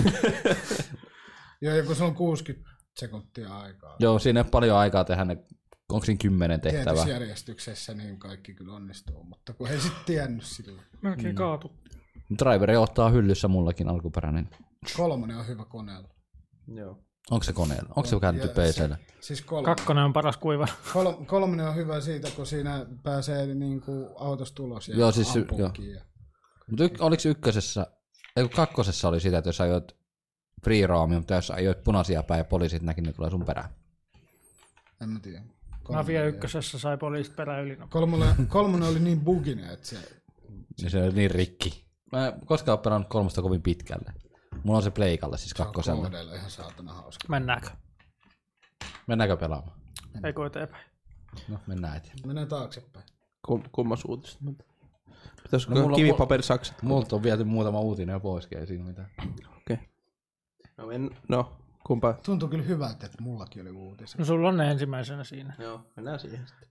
Joo, ja kun se on kuusikymmentä sekuntia aikaa.
Joo, siinä ei ole paljon aikaa tehdä ne, onko siinä kymmenen tehtävää?
Tietyssä järjestyksessä niin kaikki kyllä onnistuu, mutta kun ei sitten tiennyt sillä.
Melkein kaatu.
Driveri ottaa hyllyssä mullakin alkuperäinen.
Kolmonen on hyvä koneella.
Joo.
Onko se koneella? Onko se käännetty
Ja
P C:lle?
se- Siis kolmonen.
Kakkonen on paras kuiva.
Kol- kolmonen on hyvä siitä, kun siinä pääsee niinku autosta ulos ja
Joo, siis sy-
ampuukin ja...
Mutta y- oliko ykkösessä, ei kun kakkosessa oli sitä, että jos ajoit free roamia, mutta jos ajoit punaisia päin ja poliisit näki, niin tulee sun perään.
En mä tiedä.
Mafia ykkösessä sai poliisit perään yli nopeasti.
Kolmonen, kolmonen oli niin buginen, että se...
Ja se oli niin rikki. Mä en koskaan ole pelannut kolmosta kovin pitkälle. Mulla on se pleikalle, siis
Se on
kakkosella.
kohdella ihan saatana hauska.
Mennäänkö?
Mennäänkö pelaamaan?
Ei kun eteenpäin.
No, mennään eteenpäin.
Mennään taaksepäin.
Kum, kummas uutista. Pitäisikö
No,
no,
mulla-
kivipaperisakset?
Multa on viety muutama uutinen jo poiskin, ei siinä mitään.
Okei. No, en, no, kumpa?
Tuntuu kyllä hyvältä, että mullakin oli uutisia.
No sulla on ne ensimmäisenä siinä.
Joo, mennään siihen sitten.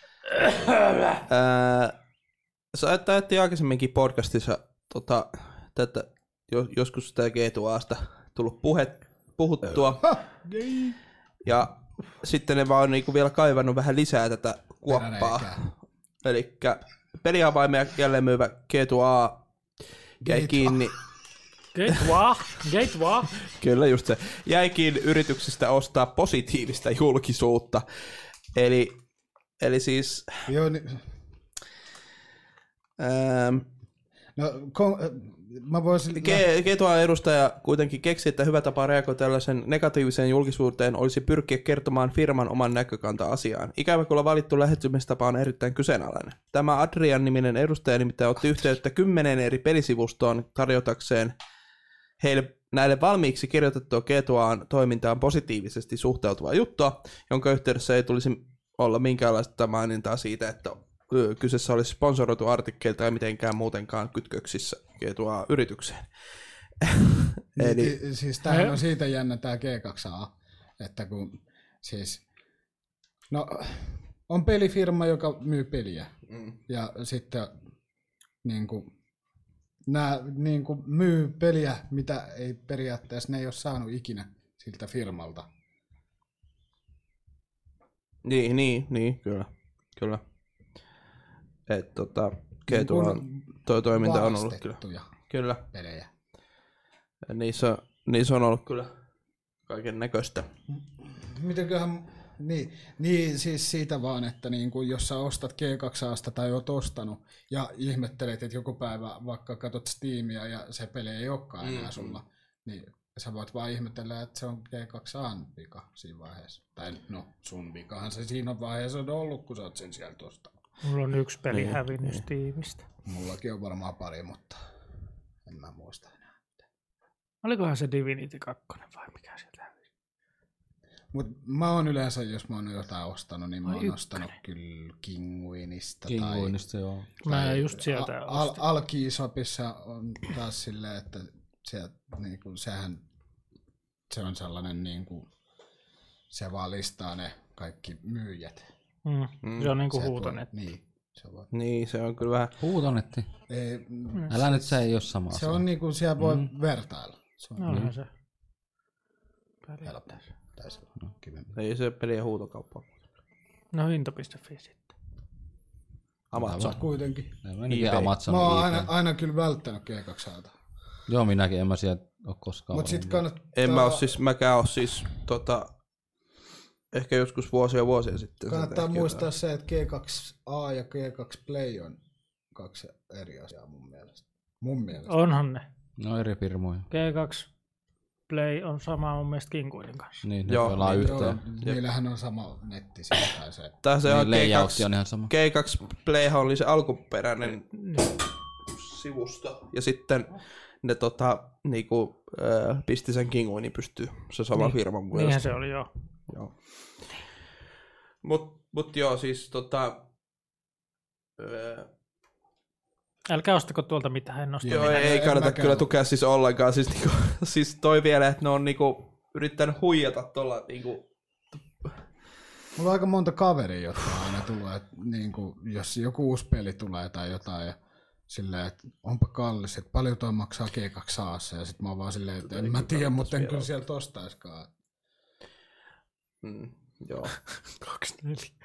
Ää, sä ajattelin aikaisemminkin podcastissa tota, tätä, jo- joskus sitä G T A:sta tullut puhe, puhuttua. Ja sitten ne vaan on niinku vielä kaivannut vähän lisää tätä kuoppaa. Eli peliavaimia jälleen myyvä G T A jäi
G T A.
kiinni.
Gateway, gateway.
Kyllä just se. Jäikin yrityksestä ostaa positiivista julkisuutta. Eli, eli siis...
Joo, niin,
Ähm,
no, kon, mä voisin...
G T A-edustaja kuitenkin keksi, että hyvä tapa reagoida tällaisen negatiiviseen julkisuuteen olisi pyrkiä kertomaan firman oman näkökanta asiaan. Ikävä kyllä valittu lähestymistapa on erittäin kyseenalainen. Tämä Adrian-niminen edustaja nimittäin otti yhteyttä kymmenen eri pelisivustoon tarjotakseen heille näille valmiiksi kirjoitettua G T A:n toimintaan positiivisesti suhtautuvaa juttua, jonka yhteydessä ei tulisi olla minkäänlaista mainintaa siitä, että ö, kyseessä olisi sponsoroitu artikkeli tai mitenkään muutenkaan kytköksissä G T A-yritykseen. Eli,
Eli... Siis tämähän on siitä jännä tää G kaksi A, että kun siis... No, on pelifirma, joka myy peliä.
Mm.
Ja sitten niin kuin, nämä niin kuin, myy peliä, mitä ei periaatteessa ne ei ole saanut ikinä siltä firmalta.
niin, niin, niin, kyllä. kyllä. et, tota, G two A toi toiminta on ollut kyllä. Kyllä.
Pelejä.
Niissä, niissä on ollut kyllä kaiken näköistä.
Mitenköhän, niin, niin siis siitä vaan, että niin kuin jos sä ostat G two A:sta tai oot ostanut ja ihmettelet, että joku päivä vaikka katsot Steamia ja se peli ei olekaan enää sulla, niin sä voit vaan ihmetellä, että se on G two A:n vika siinä vaiheessa. Tai no, sun vikahan se siinä vaiheessa on ollut, kun sä oot sen sieltä ostanut.
Mulla on yksi peli
niin,
hävinnyt
niin.
Steamista.
Mullakin on varmaan pari, mutta en mä muista enää.
Olikohan se Divinity kaksi vai mikä sieltä hävisi?
Mut mä oon yleensä, jos mä oon jotain ostanut, niin mä
Ai
oon
ykkönen.
ostanut kyllä Kinguinista.
Kinguinista, joo.
Mä just sieltä
al- al-
ostin.
Alkeysopissa on taas silleen, että sieltä, niinku, sehän se on sellainen, niinku, se vaan listaa ne kaikki myyjät.
Mm.
Mm.
Se on niinku
Se
huutonetti.
Niin, se, voi,
Niin, se on kyllä vähän...
Huutonetti.
ei,
Älä nyt, se ei ole sama
se
asia.
on niinku, siellä voi mm. vertailla. Se on
No onhan se.
helppo. Tai se on kivempi.
Ei se pelien huutokauppa.
No hinta piste fi sitten.
Amazon.
Kuitenkin.
Ainakin
eBay.
Amazon,
Mä oon
eBay.
aina, aina kyllä välttänyt G two A:ta.
Joo, minäkin, en mä sieltä ole koskaan.
Mut sit
ollut.
kannattaa...
En mä oo siis, mäkään oo siis tota... Ehkä joskus vuosia vuosia sitten.
Kannattaa
sieltä
muistaa
ehkä
se, että G two A ja G two Play on kaksi eri asiaa mun mielestä. Mun mielestä.
Onhan ne.
No eri firmoja.
G two Play on sama mun mielestä Kinguinin kanssa.
Niin, ne
Joo,
pelaa
niin,
yhteen.
Joo, niillähän on sama netti siinä tai se.
Tää se on
Niin,
G
layout
two,
on ihan sama.
G two Playhan oli se alkuperäinen sivusto. Ja sitten ne tota, niinku, äh, pisti sen Kinguinin pystyyn. Se sama
Niin.
firma mun
Niinhän
mielestä.
se oli, joo.
Joo. Mut, mut joo, siis tota... Öö,
Älkää ostako tuolta mitään, en osta
joo,
mitään.
ei, ei
en
kannata
mäkään
kyllä
oo.
tukea siis ollenkaan. Siis, niinku, siis toi vielä, että ne on niinku yrittänyt huijata tuolla niinku...
Mulla on aika monta kaveria, jotka aina tulee, että niinku, jos joku uusi peli tulee tai jotain ja silleen, että onpa kallis, että paljon toi maksaa G two A:ssa ja sit mä oon vaan silleen, että en mä tiedä, mutta en kyllä sieltä ostaiskaan.
Mm, joo.
Kaksi neljä.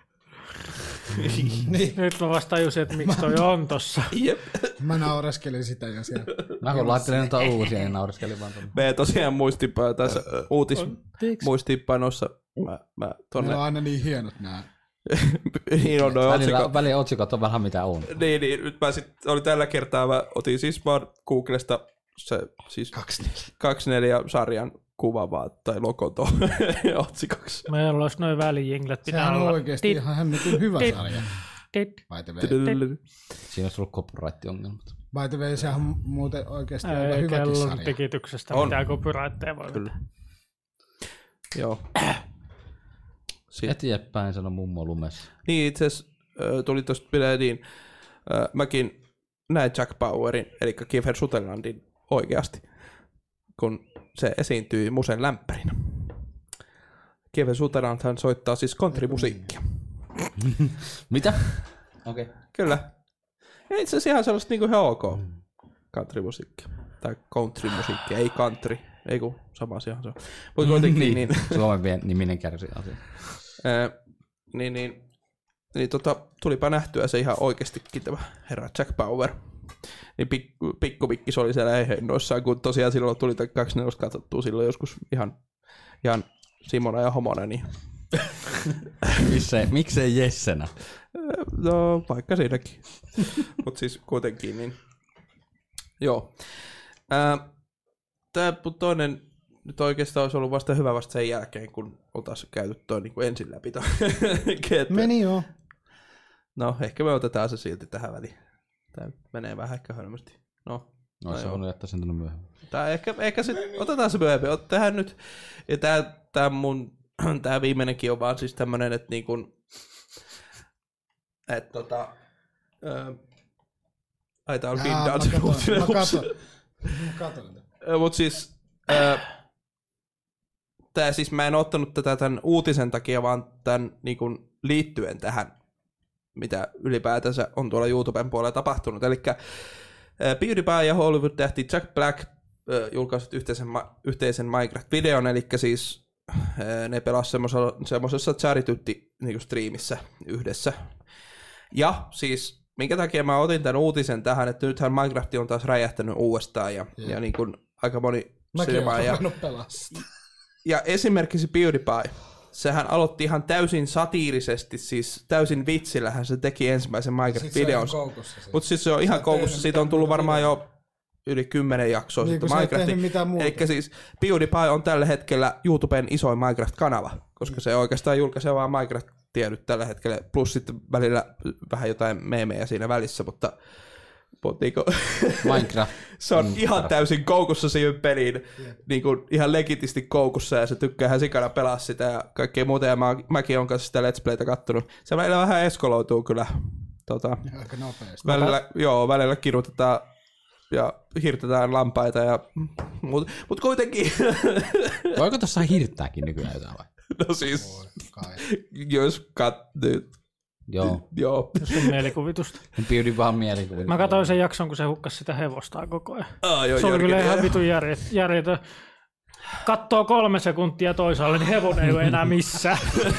Niin,
Nyt mä vasta tajusin, että miksi toi on tossa.
Jep.
mä naureskelin sitä jo siellä.
Mä kun laittelin noita uusia, niin naureskelin vaan tuonne.
Me tosiaan muistiinpano tässä uutismuistiinpanossa. Mä, mä tonne...
Meillä on aina niin hienot nää.
niin on noi
Välillä,
otsikot.
välillä otsikot on vähän mitä on.
Niin, niin, nyt mä sit, oli tällä kertaa, mä otin siis vaan Googlesta se siis kaksikymmentäneljä sarjan kuva vaan, tai logo tuon otsikoksi.
Meillä olisi noin välijinglet. Pitää
Sehän on
olla.
oikeesti
Tit,
ihan hemmetin hyvä
tit,
sarja.
tit.
By the way.
Siinä olisi ollut copyright-ongelmat.
By the way, sehän on muuten oikeesti aika
Ei
hyväkin
kellon
sarja.
tikityksestä
On.
mitään copyrightteja voi
Kyllä.
vetää.
Joo. Sit,
Eteenpäin sano mummo lumessa.
niin itse asiassa äh, tuli tosta pileen niin, äh, mäkin näin Jack Bauerin, eli Kiefer Sutherlandin oikeasti, kun se esiintyi Musen lämpärinä. Kiefer Sutherland hän soittaa siis countrymusiikkia.
Mitä? Okei. Okay.
Kyllä. Ja itse asiassa ihan sellaista niinku ihan ok countrymusiikkia. Tai countrymusiikkia, ei country. Ei kun sama asiahan se on. Mutta kuitenkin niin.
Suomen vien niminen kärsi asia.
Ää, niin, niin, niin tota, tulipa nähtyä se ihan oikeastikin tämä herra Jack Bauer. Niin pikku, pikkupikkis oli siellä heihinnoissaan, kun tosiaan silloin tuli kaksikymmentäneljä katsottua silloin joskus ihan, ihan Simona ja homona. Niin.
miksei, miksei Jessenä?
No, vaikka siinäkin. Mutta siis kuitenkin, niin joo. Ää, Tämä toinen nyt oikeastaan olisi ollut vasta hyvä vasta sen jälkeen, kun oltaisiin käyty toi niin kuin ensin läpi. Toi.
Meni joo.
No, ehkä me otetaan se silti tähän väliin. Tämä menee vähän ehkä hölmästi. No,
No, se on jättää sen tänne myöhemmin.
Tää ehkä, ehkä sit, otetaan se myöhemmin. Ot tähän nyt. Ja tää, tää mun, tää viimeinenkin on vaan siis tämmönen, että niin kun, et tota, ää, ai tää on
Jaa, mä
Windows.
katon, mä katon. Mä katon.
Mut siis, ää, tää siis mä en ottanut tätä tämän uutisen takia, vaan tämän niin kun, liittyen tähän, mitä ylipäätänsä on tuolla YouTuben puolella tapahtunut. Elikkä PewDiePie ja Hollywood-tähti Jack Black äh, julkaisivat yhteisen, yhteisen Minecraft-videon, eli siis äh, ne pelasivat semmoisessa charity-striimissä yhdessä. Ja siis minkä takia mä otin tämän uutisen tähän, että nythän Minecraft on taas räjähtänyt uudestaan ja,
Jep.
ja niin kuin aika moni
Mäkin
silmää.
olen
Ja,
ruvennut pelastaa.
ja esimerkiksi PewDiePie, sehän aloitti ihan täysin satiirisesti, siis täysin vitsillähän se teki ensimmäisen Minecraft-videon. Mutta siis se on ihan koukussa, siitä on tullut varmaan jo yli kymmenen jaksoa
niin,
sitten
Minecraftin. Eli
siis PewDiePie on tällä hetkellä YouTuben isoin Minecraft-kanava, koska mm. se oikeastaan julkaisee vaan Minecraft-tiedyt tällä hetkellä, plus sitten välillä vähän jotain meemejä siinä välissä, mutta, mutta niinku,
Minecraft.
se on
mm,
ihan
tarvitse.
täysin koukussa siihen peliin, yeah. niinku, ihan legitisti koukussa, ja se tykkää ihan sikana pelaa sitä ja kaikkea muuta, ja mä, mäkin on kanssa sitä Let's Playtä kattonut. Se välillä vähän eskaloituu kyllä. Tota,
aika nopeasti.
Välillä, joo, välillä kidutetaan ja hirtetään lampaita ja mut, mut kuitenkin.
Voiko tuossa hirttääkin nykyään jotain vai?
No siis,
Voi, kai.
jos kat... Nyt,
Joo.
joo.
Sun mielikuvitusta.
Piudin vaan mielikuvitus.
Mä katsoin sen jakson, kun se hukkasi sitä hevostaa koko ajan.
Ah, joo,
Se oli
Jörgen,
kyllä ihan
joo.
vitun järjet, järjetön. Kattoo kolme sekuntia toisaalle, niin hevonen ei ole enää missään.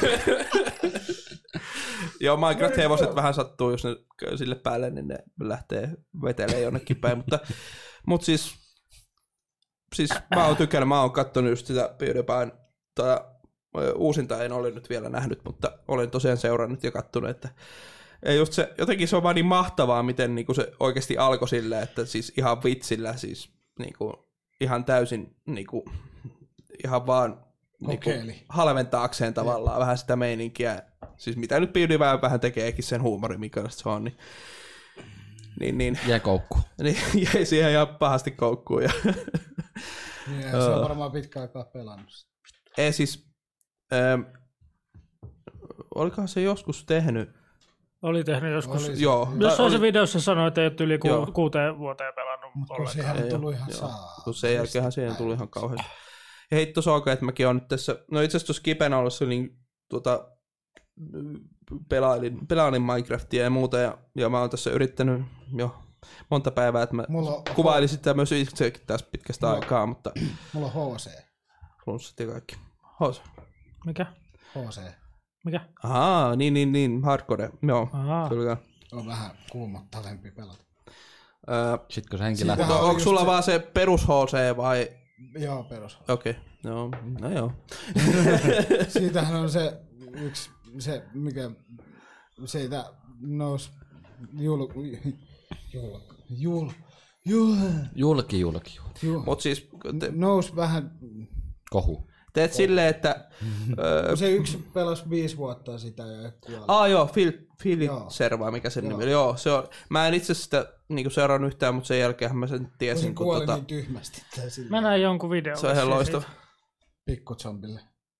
Joo, Minecraft-hevoset vähän sattuu, jos ne käy sille päälle, niin ne lähtee vetelee jonnekin päin, mutta, mutta siis, siis mä oon tykännyt, mä oon kattonut just sitä PewDiePien, tota, uusinta en ole nyt vielä nähnyt, mutta olen tosiaan seurannut ja kattonut, että ja just se, jotenkin se on vaan niin mahtavaa, miten niinku se oikeasti alkoi silleen, että siis ihan vitsillä, siis niinku, ihan täysin niinku, ihan vaan niinku, halventaakseen tavallaan vähän sitä meininkiä. Siis mitä nyt PewDiePie vähän tekeekin sen huumorin, mikä se on, niin... niin, niin
jäi koukkuun.
Niin, jäi siihen ihan pahasti koukkuun. Ja
Niin, se on varmaan pitkä aikaa pelannut.
Ei siis... Ähm, olikohan se joskus tehnyt?
Oli tehnyt joskus.
Oli,
joo.
Jossain
oli,
se videossa sanoi, että ei ole yli ku,
Joo.
kuuteen vuoteen pelannut
mutta kun
ollenkaan.
siihen on
Ei
tullut
oo,
ihan
joo.
saa.
Kun sen jälkeenhän siihen tuli ihan kauheasti. Ja heitto sooko, että mäkin on nyt tässä... No itse asiassa tuossa kipeänä ollessa niin tuota... Pelailin, pelailin Minecraftia ja muuta, ja, ja mä oon tässä yrittänyt jo monta päivää, että mä
Mulla
kuvailin sitä myös itsekin tässä pitkästä
Mulla-
aikaa, mutta
Mulla on H C.
flunssat ja kaikki. Hos.
Mikä?
H C.
Mikä?
Ahaa, niin, niin, niin, hardcore, joo,
Ahaa.
kyllä.
On vähän kuumottavampi pelata.
Öö,
Sitten kun se henki
Siitä-
lähtee.
mutta
on
onko
just
sulla
se-
vaan se perus H C vai?
Joo, perus.
Okei, okay. No, no joo.
Siitähän on se yksi, se mikä, siitä nousi jul, jul, jul, jul,
Julki, julki, julki.
jul,
Mut siis te,
nousi vähän,
Kohu.
teet silleen, että... öö,
se yksi pelasi viisi vuotta sitä ja kuoli.
Aa joo, Phil, Phil
Joo.
Serva, mikä sen
Joo.
nimi oli. Joo, se on, mä en itse sitä niinku seurannut yhtään, mutta sen jälkeen mä sen
Kun
tiesin.
se
Kun
kuoli
tota,
niin tyhmästi. tää sillä
Mä näin jonkun videon.
se on ihan loistava.
pikkuzombille.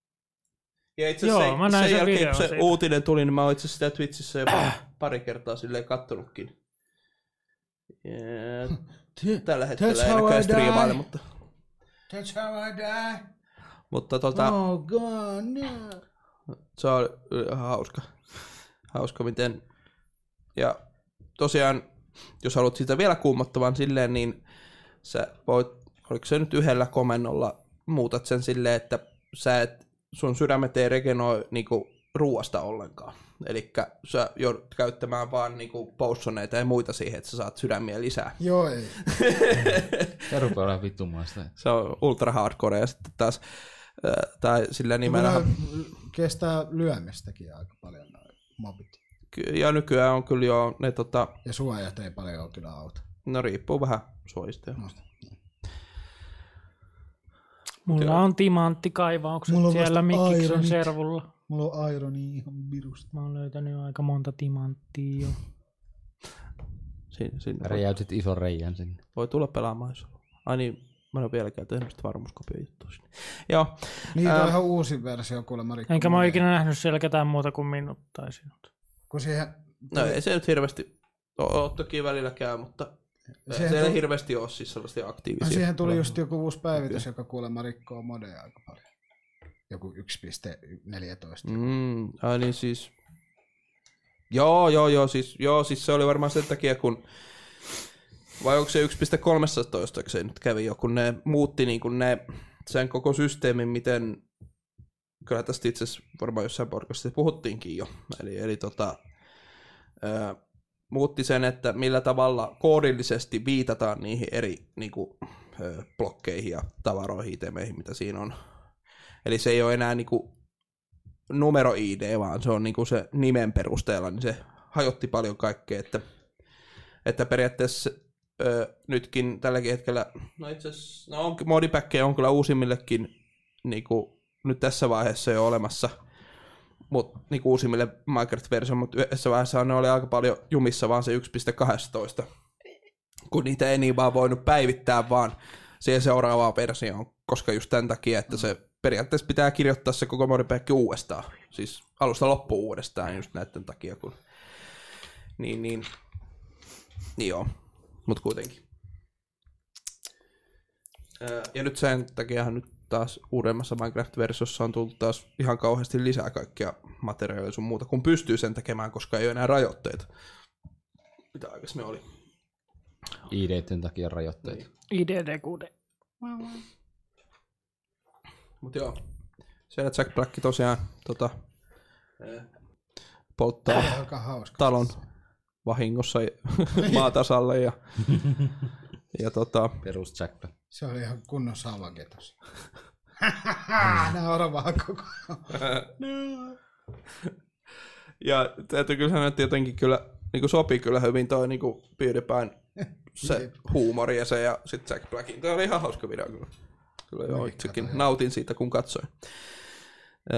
Ja itse
Joo,
asiassa
mä
sen,
näin
sen
sen
jälkeen, kun
videon
se
siitä.
uutinen tuli, niin mä oon itse asiassa sitä Twitchissä jo pari kertaa silleen kattonutkin. Ja tällä hetkellä
That's
ei
how I
näköjään
die.
striimaile, mutta,
That's how I die.
mutta tota,
Oh god, no.
se on ihan hauska. Hauska miten. Ja tosiaan, jos haluat siitä vielä kuumottavan silleen, niin sä voit, oliko se nyt yhdellä komennolla, muutat sen silleen, että sä et, sun sydämet ei regenoi niinku ruuasta ollenkaan. Elikkä sä joudut käyttämään vaan niinku potioneita ja muita siihen, että sä saat sydämiä lisää.
Joo ei.
Se rupeaa olemaan vittumaista.
Se on ultra hardcore ja sitten taas, äh, tai sillä nimellä,
Nimellä... Kestää lyömistäkin aika paljon noin mobit.
ja nykyään on kyllä jo ne tota,
Ja suojat ei paljon kyllä auta.
no riippuu vähän suojista.
No.
Mulla on timanttikaivaukset
Mulla on
siellä
vasta
Mikiksen
ironit.
servulla.
Mulla on ironi ihan virusta.
Mä oon löytänyt aika monta timanttia jo.
Siinä, siinä voi,
Räjäytit ison reijän sinne.
voi tulla pelaamaan, jos haluaa. Ai niin, mä en ole vieläkään tehnyt sitä varmuuskopion juttua sinne. Joo,
Niitä
Ää,
on ihan uusi versio kuulemma rikkoa.
Enkä mä oon ikinä nähnyt siellä ketään muuta kuin minut tai sinut.
Kun siihen...
no ei se nyt hirveästi, o, o, toki välillä käy, mutta
Siihen
se ei
tuli-
hirveästi ole siis sellaisia aktiivisia.
Siihen tuli just joku uusi päivitys, joka kuulemma rikkoo modeja aika paljon. Joku yksi pilkku neljätoista.
Mm, ai niin siis, joo, joo, joo, siis, joo, siis se oli varmaan sen takia, kun, vai onko se yksi pilkku kolmetoista, se nyt kävi jo, kun ne muutti niin kun ne, sen koko systeemin, miten, kyllä tästä itse asiassa varmaan jossain podcastissa puhuttiinkin jo, eli, eli tota, ää, muutti sen, että millä tavalla koodillisesti viitataan niihin eri niin kuin, ö, blokkeihin ja tavaroihin, itemeihin, mitä siinä on. Eli se ei ole enää niin kuin numero-I D, vaan se on niin kuin se nimen perusteella, niin se hajotti paljon kaikkea, että, että periaatteessa ö, nytkin tälläkin hetkellä, no itse asiassa, no on, modipäkkejä on kyllä uusimmillekin niin kuin, nyt tässä vaiheessa jo olemassa, mutta niin uusimmille Minecraft-versioille, mutta yhdessä vaiheessa ne oli aika paljon jumissa vaan se yksi piste kaksitoista, kun niitä ei niin vaan voinut päivittää vaan siihen seuraavaan versioon, koska just tämän takia, että se periaatteessa pitää kirjoittaa se koko modipäkki uudestaan, siis alusta loppuun uudestaan just näiden takia, kun niin, niin, niin joo, mutta kuitenkin. Ja nyt sen takiahan nyt taas uudemmassa Minecraft-versiossa on tullut taas ihan kauheasti lisää kaikkia materiaalia sun muuta, kun pystyy sen tekemään, koska ei ole enää rajoitteita. Mitä aikaisemmin oli?
I D:ten takia rajoitteita.
I D D Q D.
Mut joo, siellä Jack Black tosiaan tota, polttaa
Aika hauska.
talon vahingossa maatasalle ja, ja tota,
Perus Jack Black.
Se oli ihan kunnon savagetos. Naura vaan koko ajan.
ja täytyy kyllä sanoa, että jotenkin kyllä niin sopii kyllä hyvin toi niin PewDiePien se huumori ja se ja sitten Jack Blackin. Tämä oli ihan hauska video kyllä. Kyllä joo, itsekin nautin siitä kun katsoin. Ja,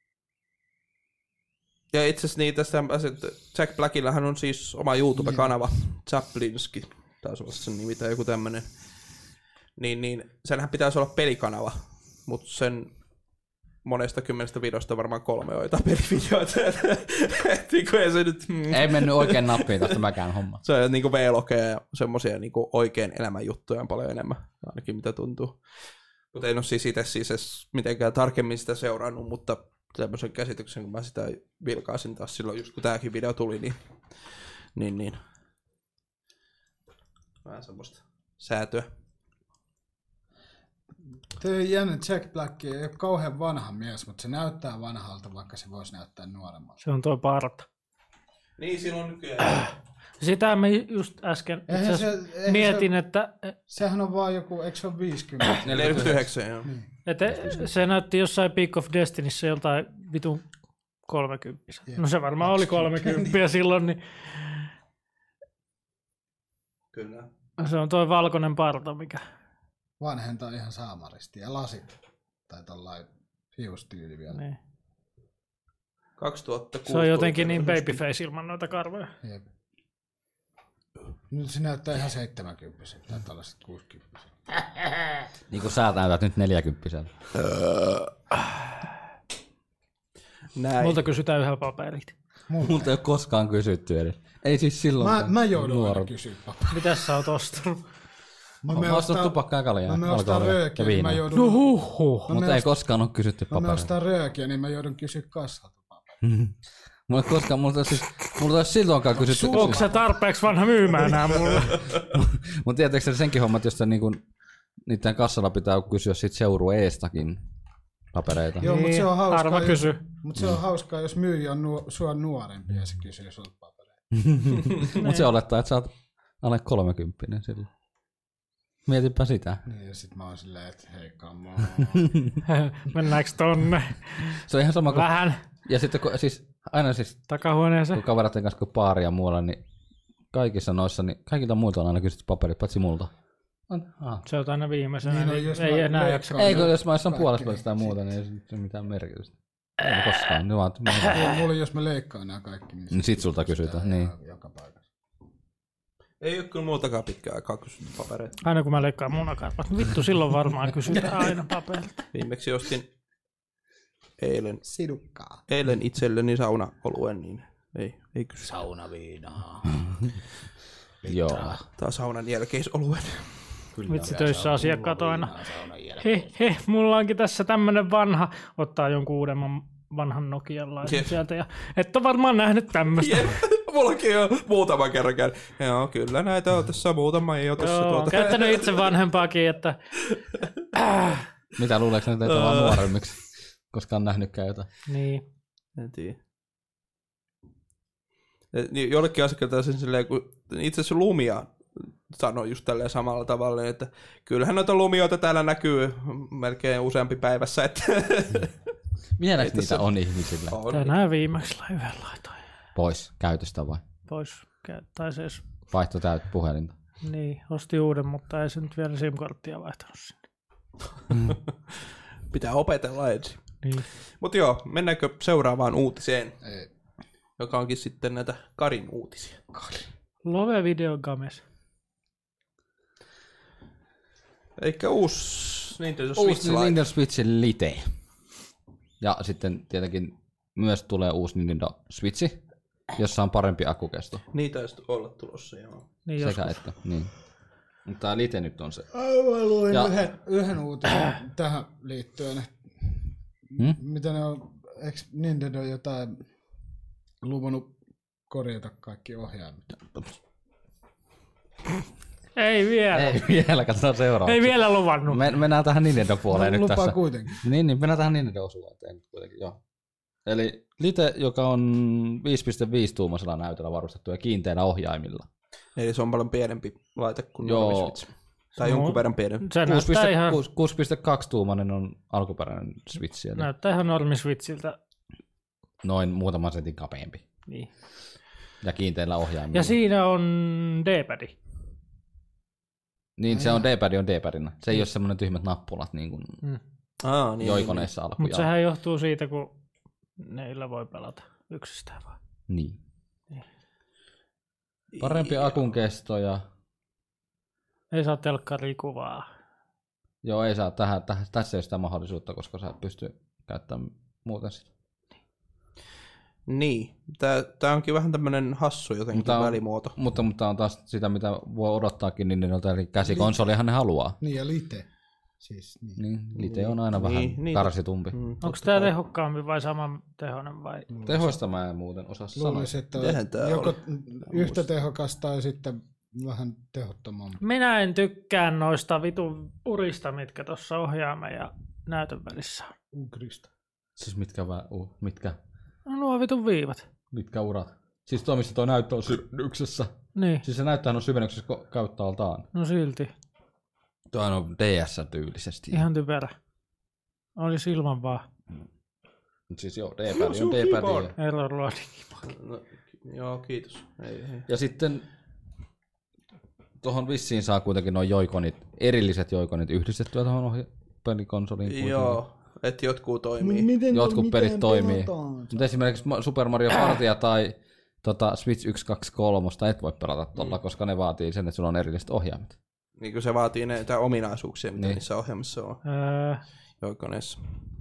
ja itse asiassa niin tästä Jack Blackillähän on siis oma YouTube-kanava, Chaplinski, taisi olla sen nimi tai joku tämmönen. Niin, niin senhän pitäisi olla pelikanava, mutta sen monesta kymmenestä videosta varmaan kolme on jotain pelivideoita. ei, se nyt, mm.
ei mennyt oikein nappiin tästä mäkään homma.
Se on niinku V-logeja ja semmosia niinku oikein elämän juttuja on paljon enemmän, ainakin mitä tuntuu. Mutta en ole siis itse siis mitenkään tarkemmin sitä seurannut, mutta tämmöisen käsityksen, kun mä sitä vilkaisin taas silloin, just kun tääkin video tuli, niin, niin, niin. vähän semmoista säätöä.
Tuo jännä Jack Black ei ole kauhean vanha mies, mutta se näyttää vanhalta, vaikka se voisi näyttää nuoremmalta.
Se on tuo parta.
Niin, silloin nykyään.
Sitä mä just äsken
Eihän
se,
eihän
mietin,
se,
että,
sehän on vaan joku, eikö se ole viisikymmentä?
neljäkymmentäyhdeksän, joo.
Niin.
että se näytti jossain Peak of Destinyssä joltain vitun kolmekymppistä. No se varmaan oli kolmekymppiä silloin, niin
Kyllä.
se on tuo valkoinen parta, mikä...
Vanhentaa ihan saamaristi ja lasit. Tai tollain hiustyyli vielä.
Niin.
kaksituhattakuusi
Se on jotenkin niin babyface ilman noita karvoja.
Jep. Nyt se näyttää ihan seitsemänkymppiset tai tällaiset kuusikymppiset.
Niin kuin sä näytät nyt neljäkymppisellä.
Näin.
Multa kysytään yhä paperit.
Multa ei ole koskaan kysytty edes. Ei siis silloin.
Mä, mä joudun aina kysyä papaa.
Mitäs sä oot ostanut?
Mä
Mä oon ostanut tupakkaa ja kaljaa.
Mä ostan
alkoholia
röökiä,
ja
niin mä
viinaa.
joudun...
No huh huh.
Mutta ei
ostan-
koskaan ole kysytty
Mä, mä
paperia.
ostan röökiä, niin mä joudun kysyä kassalta paperia.
Mulla ei koskaan, multa siis, multa ei silloinkaan kysytty.
Onko se tarpeeksi vanha myymään nää mulle?
Mutta tiedätkö sä senkin hommat, jossa niinku, niiden kassalla pitää kysyä sit seurueestakin papereita.
Joo, mutta se on hauskaa,
Harva
jos,
kysy.
mut se on hauskaa, jos myyjä on nuo, sua nuorempi ja se kysyy sulta papereita.
Mutta se olettaa, että sä oot alle kolmekymppinen silloin. Mietipä sitä.
Niin, ja sit mä oon silleen, että hei, come on.
Mennäänkö tonne?
Se on ihan sama kuin...
Vähän
Ja sitten kun, siis, aina siis,
takahuoneeseen.
kun kavereiden kanssa kun baari ja muualla, niin kaikissa noissa, niin kaikilta muilta on aina kysytty paperit, paitsi multa. On, ah.
Se on aina viimeisenä,
Niin, no,
niin
jos
ei
mä
enää
leikkaan-
jaksa.
Ei, kun jos mä olisin
Kaikki
puolesta välistä tai
heittää
muuta, niin ei se mitään merkitystä. Ei koskaan. Ne vaan,
Ei, mulla jos mä leikkaan nämä kaikki, niin,
Niin sit sulta kysytään, niin.
ihan joka paikassa.
Ei ole kyllä muutakaan pitkään aikaa kysytty papereita.
Aina kun mä leikkaan munakarvat. Vittu, silloin varmaan kysytään aina paperilta.
Viimeksi ostin eilen,
Sidukkaa.
eilen itselleni saunaoluen, niin ei, ei kysy.
Saunaviinaa.
Joo.
Tää saunan jälkeisoluen.
Vitsi, töissä asiakkaat on aina. He, he, mulla onkin tässä tämmönen vanha. Ottaa jonkun uudemman vanhan Nokian laitun
Jep.
sieltä. Ja et ole varmaan nähnyt tämmöstä.
Jep, mullakin on muutaman kerran käynyt. Joo, kyllä näitä on tässä muutama, ei ole tossa
Joo,
tuota.
käyttänyt itse vanhempaakin, että
Mitä luuleeko ne teitä vaan nuoremmiksi? Koska on nähnytkään jotain.
niin.
En tiedä. Niin jollekin asiakkaalta sen silleen, kun itse asiassa Lumia sanoi just tälleen samalla tavalla, että kyllähän noita lumioita täällä näkyy melkein useampi päivässä. Että
Vieläkö niitä on ihmisillä?
on.
Tänään viimeksi yhden laitoin
Pois käytöstä vai?
pois. Tai siis,
Vaihto täyt puhelinta.
niin, osti uuden, mutta ei se nyt vielä SIM-korttia vaihtanut sinne.
Pitää opetella ensin.
Niin.
Mutta joo, mennäänkö seuraavaan uutiseen,
Ei.
joka onkin sitten näitä Karin uutisia.
Love Video Games.
Eikä uusi Nintendo Switch
Uusi Nintendo Switch Lite. Ja sitten tietenkin myös tulee uusi Nintendo Switch, jossa on parempi akkukesto.
Niitä taisi olla tulossa, joo.
Niin
Sekä
joskus.
että, niin. Mutta tämä Lite nyt on se.
Mä luin
Ja-
yhden, yhden uutisen tähän liittyen, että
Hmm?
mitä ne on, eikö Nintendo jotain luvannut korjata kaikki ohjaimet?
Ei vielä. Ei,
Ei vielä, katsotaan seuraavaksi.
Ei vielä luvannut.
Me, mennään tähän Nintendo-puoleen nyt
Lupaa
tässä.
kuitenkin.
Niin, niin mennään tähän Nintendo-osuuteen nyt kuitenkin, joo. Eli Lite, joka on viisi pilkku viisi tuumaisella näytöllä varustettu ja kiinteillä ohjaimilla.
Eli se on paljon pienempi laite kuin
Joo.
normi Switch. Tai jonkun verran pienempi.
Se näyttää ihan,
kuusi pilkku kaksi tuumainen on alkuperäinen Switch, eli
näyttää ihan normi Switchiltä.
noin muutaman sentin kapeampi.
Niin.
Ja kiinteillä ohjaimilla.
Ja siinä on D-padi.
Niin, se on D-pad on D-padina. Se ei ole semmoinen tyhmät nappulat niin kuin
Mm.
Aa, niin,
joikoneissa
Mutta
alkujaan.
sehän johtuu siitä, kun neillä voi pelata yksistään vaan.
Niin.
Niin.
Parempi akun kesto ja
Ei saa telkkaria kuvaa.
joo, ei saa tähän, tähän, tässä ei ole sitä mahdollisuutta, koska sä et pysty käyttämään muuten sitä.
Niin. Tää, tää onkin vähän tämmönen hassu jotenkin
Mutta on-
välimuoto.
Mutta, mutta on taas sitä, mitä voi odottaakin, niin niiltä, eli käsikonsolihan ne haluaa.
Niin ja Lite. Siis, niin.
Niin, Lite on aina vähän
Niin, niin.
karsitumpi.
Mm,
Onko
totta
tämä
kai.
tehokkaampi vai saman tehoinen vai?
Tehoista mä en muuten osaa sanoa.
Luulisin, että
Mitenhän tää
joko
oli?
yhtä tehokas tai sitten vähän tehottomampi.
Minä en tykkää noista vitun urista, mitkä tuossa ohjaamme ja näytön välissä on.
Ugrista.
Siis mitkä, vä- uh, mitkä,
No nuo vitun viivat.
mitkä urat? Siis tuo, missä tuo näyttö on syvennyksessä.
Niin,
Siis se näyttöhän on syvennyksessä ko- kauttaaltaan.
no silti.
Tuo on D S-tyylisesti.
Ihan typerä. Olisi ilman vaan.
Mut siis joo, D-pad on D-pad.
Error loading.
No, joo, kiitos. Ei, ei.
Ja sitten tuohon vissiin saa kuitenkin nuo joikonit, erilliset joikonit yhdistettyä tuohon ohja- pelikonsoliin. kuitenkin.
Joo, että jotkut toimii.
Miten,
Jotkut pelit
miten
toimii.
pelataan?
Mutta esimerkiksi Ma- Super Mario Partia tai tota Switch yksi kaksi kolme et voi pelata tuolla, mm. koska ne vaatii sen, että sulla on erilliset ohjaimet.
Niin kuin se vaatii näitä ominaisuuksia, mitä
Niin.
niissä ohjelmissa on
Öö,
joikoneissa.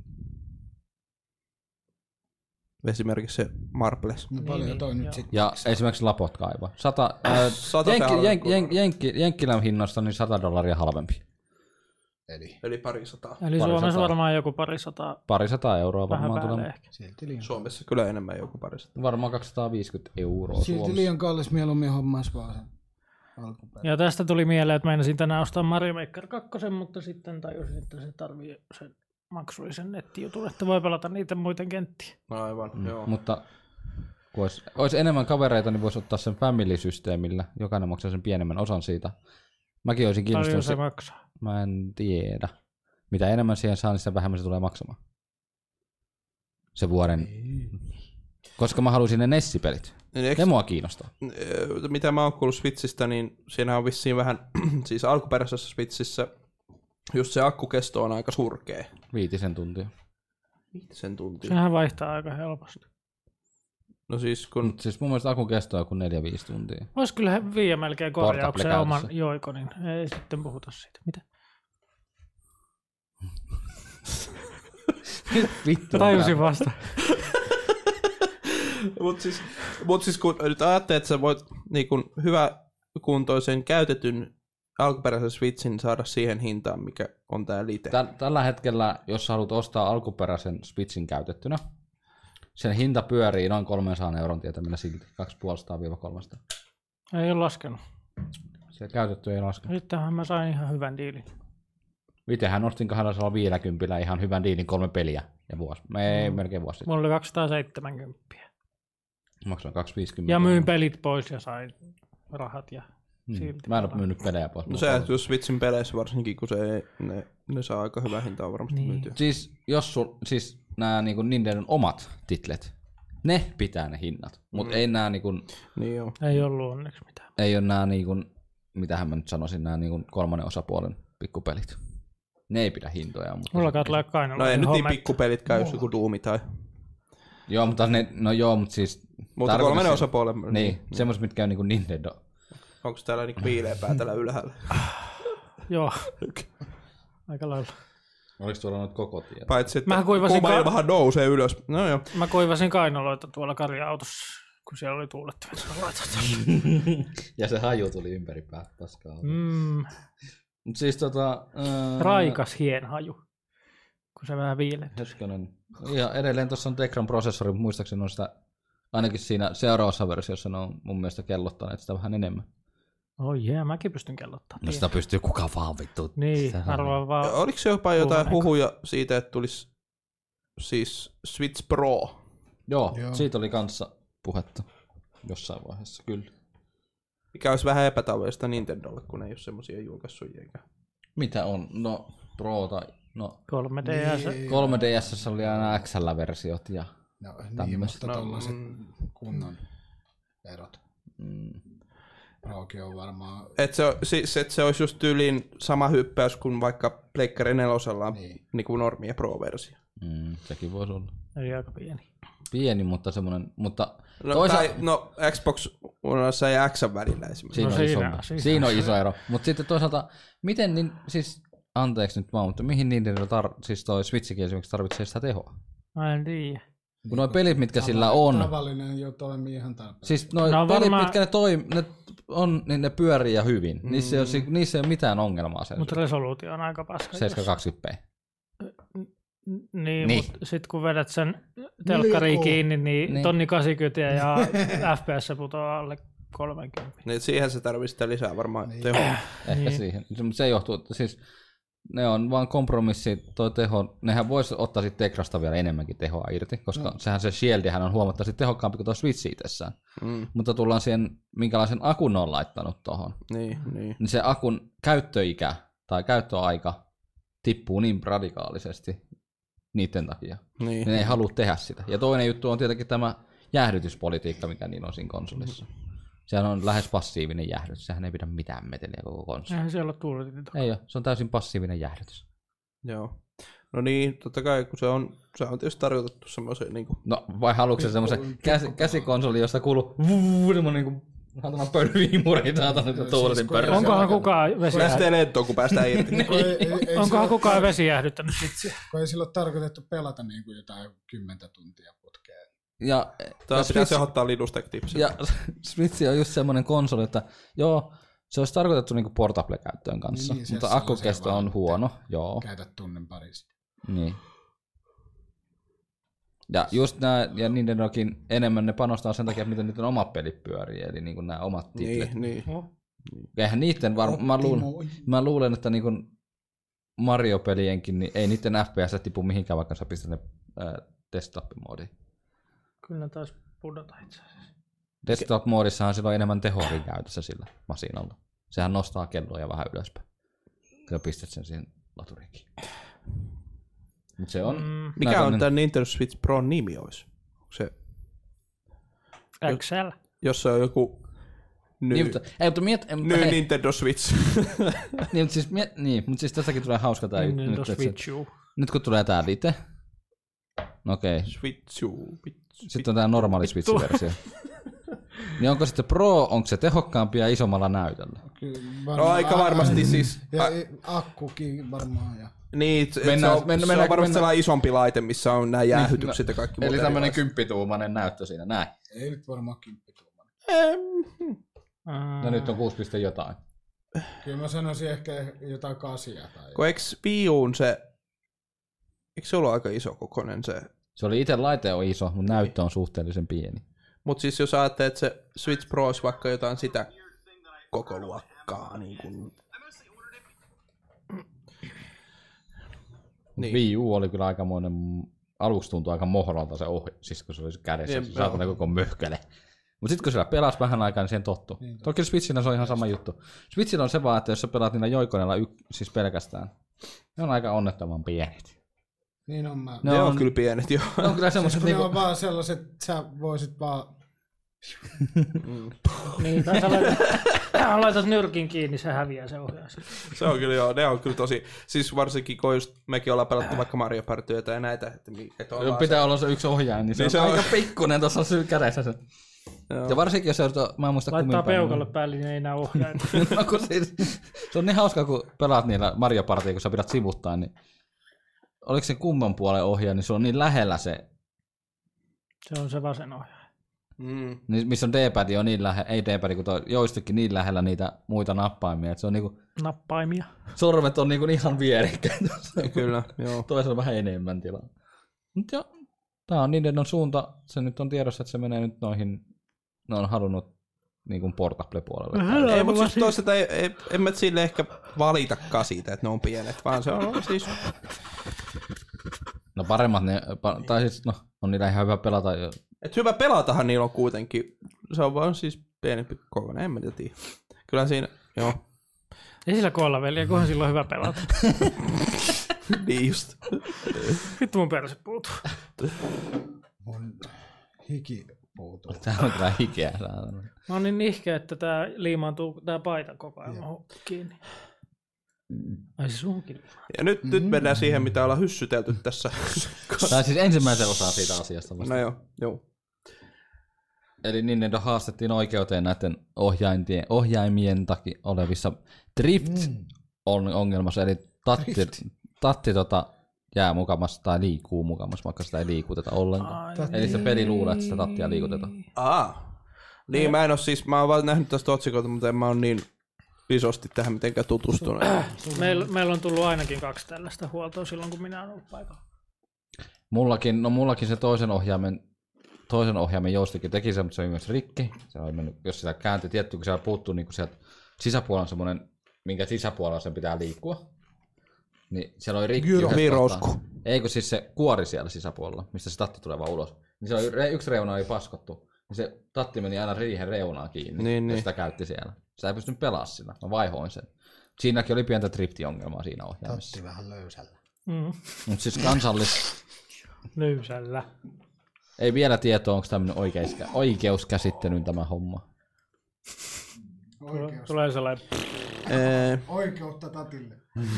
Esimerkiksi se Marbles.
No paljon
Niin,
toi
niin,
nyt
joo.
sitten.
Ja esimerkiksi lapot kaiva. Sata, ää,
Sata se
jenkki, jenk,
alku.
jenk, jenkki, jenkkilän hinnoista niin sata dollaria halvempi.
Eli
Eli pari sataa.
eli
Pari
Suomessa
sataa.
varmaan joku pari sataa,
Pari sataa euroa
vähän
varmaan
päälle
tulee.
ehkä.
silti liian,
Suomessa kyllä enemmän joku pari sataa.
Varmaan kaksisataaviisikymmentä euroa
silti
Suomessa.
liian kallis, mieluummin hommas vaan sen alkuperäisen.
Ja tästä tuli mieleen, että meinasin tänään ostaa Mario Maker kaksi, mutta sitten tajusin, että se tarvii sen maksullisen nettijutun, että voi pelata niitä muiden kenttiä.
No aivan, mm. joo.
Mutta kun olisi, olisi enemmän kavereita, niin voisi ottaa sen family-systeemillä. Jokainen maksaa sen pienemmän osan siitä. Mäkin olisin
Paljon
kiinnostunut.
se
Se,
maksaa.
mä en tiedä. Mitä enemmän siihen saa, niin sitä vähemmän se tulee maksamaan. Se vuoden. Koska mä halusin ne Nessi-pelit.
Niin eikö-
Ne mua kiinnostaa.
Ö, mitä mä oon kuullut Switchistä, niin siinä on vissiin vähän, siis alkuperäisessä Switchissä, just se akkukesto on aika surkea.
Viitisen tuntia.
Sen tuntia.
Sehän vaihtaa aika helposti.
No siis kun,
Mut siis mun mielestä akun kesto on joku neljä viisi tuntia.
Voisi kyllä viiä melkein korjaukseen
Portable
oman
käytössä.
joikonin. Ei sitten puhuta siitä. Mitä?
Vittu.
Tajusin vasta.
mut siis, mut siis kun nyt ajattelet, että sä voit niin kun hyväkuntoisen käytetyn alkuperäisen Switchin saada siihen hintaan, mikä on tää Lite.
Täl, tällä hetkellä, jos haluat ostaa alkuperäisen Switchin käytettynä, sen hinta pyörii noin kolmesataa euron tietämillä silti. kaksisataa kolmesataa
Ei ole laskenut.
Se käytetty ei laske.
Sittenhän mä sain ihan hyvän diilin.
Itsehän ostin kahdessaviisikymmentä ihan hyvän diilin kolme peliä ja vuosi. Me ei mm. melkein vuosi sitten.
Mulla oli kaksisataaseitsemänkymmentä.
Maksoin kaksi viisikymmentä.
Ja myin pelit pois ja sain rahat ja
Hmm.
silti.
Mä en ole myynyt pelejä pois.
No se, jos Switchin peleissä varsinkin, kun se ei, ne, ne saa aika hyvää hintaa varmasti
Niin.
myytyä.
Siis, jos sul, siis nämä niinku Nintendon omat titlet, ne pitää ne hinnat. Mut
Mm.
ei nää niinku,
Niin joo.
Ei ollut onneksi mitään.
ei oo nää niinku, mitähän mä nyt sanoisin, nää niinku kolmannen osapuolen pikkupelit. Ne ei pidä hintoja. Mutta
Mulla kai tulee kainalla.
No ei nyt niin pikkupelitkään, jos joku Doomi tai...
Joo, mutta ne, no joo, mutta siis...
Mutta
tarkoitus
kolmannen
se-
osapuolen...
Niin, niin. Semmoiset, mitkä on niinku Nintendo.
Onko täällä niinku viileä pää täällä ylhäällä?
Joo. Aika lailla.
Oliko tuolla noita koko tietoja?
Paitsi, että
Mä kuivasin
kuuma
ka-
ilmahan nousee ylös. No joo.
Mä kuivasin kainaloita tuolla karja-autossa, kun siellä oli tuulettimet.
Ja se haju tuli ympäri päätä paskaa. Mm.
Mm,
Mut siis tota... Ää...
raikas hien haju, kun se vähän viilentyy.
Hetkonen. Ja edelleen tuossa on Tecron prosessori, mutta muistaakseni on sitä, ainakin siinä seuraavassa versiossa ne on mun mielestä kellottaneet sitä vähän enemmän.
Oi oh yeah, mäkin pystyn kellottamaan.
No sitä pystyy kuka vaan vittu.
Niin,
Sehän-
arvaan vaan.
Ja oliko se jopa jotain
Huomenna.
huhuja siitä, että tulisi siis Switch Pro?
Joo,
Joo.
siitä oli kanssa puhetta jossain vaiheessa, kyllä.
Mikä olisi vähän epätavallista Nintendolle, kun ei ole semmosia julkaisuja eikä.
Mitä on? No, Pro tai... No,
kolme D S.
Niin,
kolme D S oli aina X L-versiot ja...
No, niin,
tämmöset.
mutta
No,
tollaset
mm.
kunnon erot.
Mm,
Prokin on varmaan...
Et se, siis, et se olisi just tyyliin sama hyppäys kuin vaikka Pleikkari nelosella on
Niin.
niin kuin normi- ja pro-versio.
mm, sekin voisi olla.
Eli aika pieni.
Pieni, mutta semmoinen... Mutta
No,
toisa-
tai, no Xbox Oneissa ja X välillä esimerkiksi.
Siinä,
No
on
siinä-
iso,
siinä-
siinä on iso ero. Mutta sitten toisaalta, miten, niin, siis, anteeksi nyt vaan, mutta mihin Nintendo, tar- siis toi Switchikin esimerkiksi tarvitsee sitä tehoa?
Mä en tiedä.
Kun nuo pelit, mitkä sillä
Tava-
on,
Tavallinen jo toimii ihan tarpeeksi.
siis nuo
No
pelit,
varmaan-
mitkä ne, toi, ne on, niin ne pyörii ja hyvin. Mm. Niissä, ei ole, si- niissä ei ole mitään ongelmaa sen.
Mutta resoluutio on aika paska.
seitsemänsataakaksikymmentä p.
Niin,
Niin.
niin. mutta sitten kun vedät sen telkkariin
Neljä K.
kiinni, niin,
Niin.
tonni kahdeksankymmentä ja F P S putoaa alle kolmekymmentä.
Niin, siihen se tarvitsee sitä lisää varmaan
Niin.
tehoa.
Ehkä
Niin.
siihen. Mutta se johtuu, että siis ne on vaan kompromissi, toi teho, nehän vois ottaa sit Tekrasta vielä enemmänkin tehoa irti, koska no. sehän se Shieldihän on huomattavasti tehokkaampi kuin tuo Switch itsessään.
Mm.
Mutta tullaan siihen, minkälaisen akun ne on laittanut tuohon.
Niin, niin.
Niin se akun käyttöikä tai käyttöaika tippuu niin radikaalisesti niiden takia.
niin.
Ne ei halua tehdä sitä. Ja toinen juttu on tietenkin tämä jäähdytyspolitiikka, mikä niin on siinä konsolissa. Sehän on lähes passiivinen jäähdytys. Sehän ei pidä mitään meteliä koko konsoli.
Eihän siellä ole tuuletinta.
Ei ole. Se on täysin passiivinen jäähdytys.
Joo. No niin, totta kai, kun se on, se on tietysti tarkoitettu semmoiseen niin kuin...
No vai haluatko se semmoisen käsi, käsikonsoli, josta kuuluu vuuu, semmoinen niin kuin saatana pölviimuri, saatana nyt tuuletin
kun-
pörssiä.
Onkohan kukaan vesi
Lähtee lentoon, kun päästään irti.
Kun ei, ei, ei
Onkohan
sillä-
kukaan vesi jäähdyttänyt sitsiä?
Kun ei sillä ole tarkoitettu pelata niin kuin jotain kymmentä tuntia putkeen.
Ja, ja,
Taas pitäisi
Switch,
ottaa Lidustec-tipsi.
ja Switch on just semmoinen konsoli, että joo, se olisi tarkoitettu niinku portable-käyttöön kanssa,
Niin, niin, se
mutta
sellaisia
akkukesto
vaan,
on huono. Joo,
Käytät tunnen parissa.
niin. Ja just nämä, ja Nintendokin enemmän ne panostaa sen takia, että miten niiden omat pelit pyörii, eli niinku nämä omat titlet.
Niin, niin.
Eihän niiden varmaan, mä, luulen, mä luulen, että niinku Mario-pelienkin, niin ei niiden F P S tipu mihinkään, vaikka sä pistät ne ää, desktop-moodiin.
Kyllä ne taisi pudota itse asiassa.
Desktop-moodissahan sillä on enemmän tehoria käytössä sillä masiinalla. Sehän nostaa kelloja vähän ylöspäin. Kyllä pistät sen siihen laturiinkin. Mut se on...
Mm,
Mikä
näitä
on
ne-
tämän Nintendo Switch Pro nimi olisi? Onko se,
X L.
jos se on joku ny,
Niin, mutta, ei, mutta miet,
ny
hei,
Nintendo Switch?
niin, mutta siis, miet, niin, mutta siis tästäkin tulee hauska tää nyt,
Nintendo
nyt, että se-
Switch U.
nyt kun tulee tää lite. No okei. Okay.
Switch,
Sitten on tää normaali Switch-versio. Niin onko sitten Pro, onko se tehokkaampi ja isommalla näytöllä?
Kyllä,
No aika varmasti siis.
Ja
A,
akkukin varmaan. Ja...
niin, se,
Mennään-
se on,
mennään-
se on
mennään-
varmasti
mennään-
sellainen isompi laite, missä on nämä jäähytykset ja kaikki
Eli
muut
tämmönen
erilaiset.
kymppituumainen näyttö siinä, näin.
Ei nyt varmaan kymppituumainen.
No nyt on kuusi piste jotain.
Kyllä mä sanoisin ehkä jotain kasia. Tai...
Kun eikö Wii Uun se, eikö se ollut aika iso kokoinen se?
Se oli itse laite on iso, mutta näyttö on suhteellisen pieni.
Mutta siis jos ajattelee, että se Switch Pro olisi vaikka jotain sitä koko luokkaa. Niin kuin...
Niin. Wii U oli kyllä aikamoinen, aluksi tuntui aika mohralta se ohja, siis kun se oli kädessä, se saatana koko möhkäle. Mutta sitten kun sillä pelasi vähän aikaa, niin siihen tottuu. Niin, toki Switchillä se on ihan sama juttu. Switchillä on se vaan, että jos sä pelaat niillä joikoneilla y- siis pelkästään, ne on aika onnettoman pienet.
Niin on mä.
Ne, ne on, on kyllä pienet, joo.
Ne on kyllä semmoiset
siis
niinku...
ne on vaan sellaiset, että sä voisit vaan...
Niin, tai sä laitat, laitat nyrkin kiinni, se häviää se ohjaa.
Se on kyllä joo, ne on kyllä tosi, siis varsinkin kun just mekin ollaan pelattu vaikka Mario Partyötä ja näitä, että, että on
pitää
se...
olla se yksi ohjaaja, niin se,
niin
on,
se
on
aika
pikkunen tuossa syy kädessä se. Joo. Ja varsinkin jos se on, mä en muista
laittaa peukalle päälle, niin ei näe ohjaajia.
No kun siis, se on niin hauska, kun pelaat niillä Mario Partia, kun sä pidät sivuttaa, niin oliko se kumman puolen ohjaaja, niin se on niin lähellä se.
Se on se vasen ohjaaja.
Mm.
Niin, missä on D-pad on niin lähellä, ei D-pad, kun tuo joystick niin lähellä niitä muita nappaimia, että se on niinku...
Nappaimia.
Sormet on niinku ihan vierekkäin.
Kyllä, joo.
Toisella vähän enemmän tilaa. Mutta joo, tää on Nintendon suunta, se nyt on tiedossa, että se menee nyt noihin, ne on halunnut niinku portable-puolelle.
Ei, mutta siis toisaalta ei, ei, en mä sille ehkä valitakaan siitä, että ne on pienet, vaan se on siis...
No paremmat ne, tai siis no, on niillä ihan hyvä pelata.
Et hyvä pelatahan niillä on kuitenkin, se on vaan siis pienempi kokoinen, en mä tiedä. Kyllä siinä, joo.
Ei sillä koolla veliä, kunhan sillä on hyvä pelata.
Niin just.
Vittu mun perse puutuu.
Mun hiki puutuu.
Tää on kyllä hikeä.
Mä oon niin nihkeä, että tää liimaantuu tää paita koko ajan kiinni. Ai se sunkin.
Ja nyt, mm. nyt mennään siihen, mitä ollaan hyssytelty tässä.
Tämä on siis ensimmäisen osan siitä asiasta vasta.
No joo, joo.
Eli Nintendo haastettiin oikeuteen näiden ohjaimien, ohjaimien takia olevissa drift-ongelmassa, mm. eli tatti, tatti tota, jää mukamassa tai liikuu mukamassa, vaikka sitä ei liikuteta ollenkaan. Ai, eli se peli luulee, että sitä tattia liikutetaan.
Aa. Niin, mä en oo siis, mä oon vaan nähnyt tästä otsikolta, mutta en mä oon niin isosti tähän mitenkään tutustunut.
Meillä meil on tullut ainakin kaksi tällaista huoltoa silloin, kun minä olen ollut paikalla.
Mullakin, no mullakin se toisen ohjaimen, toisen ohjaimen joustikin teki se, mutta se oli myös rikki. Se oli mennyt, jos sitä käänti, tietty, kun siellä puuttuu niin sieltä sisäpuolella semmoinen, minkä sisäpuolella sen pitää liikkua. Niin siellä oli rikki.
Virosku.
Ei kun siis se kuori siellä sisäpuolella, mistä se tatti tulee vaan ulos. Niin se oli, yksi reuna oli paskottu. Niin se tatti meni aina riihen reunaan kiinni, niin, ja niin. Sitä käytti siellä. Sitä ei pystynyt pelaamaan sillä. Mä vaihoin sen. Siinäkin oli pientä drifti-ongelmaa siinä ohjaamassa.
Tatti vähän löysällä.
Mm.
Mut siis kansallis...
löysällä.
Ei vielä tietoa, onko tämmönen oikeuskä... oikeuskäsittelyn tämä homma.
Oikeus.
Tulee sellainen...
Ee...
Oikeutta tatille.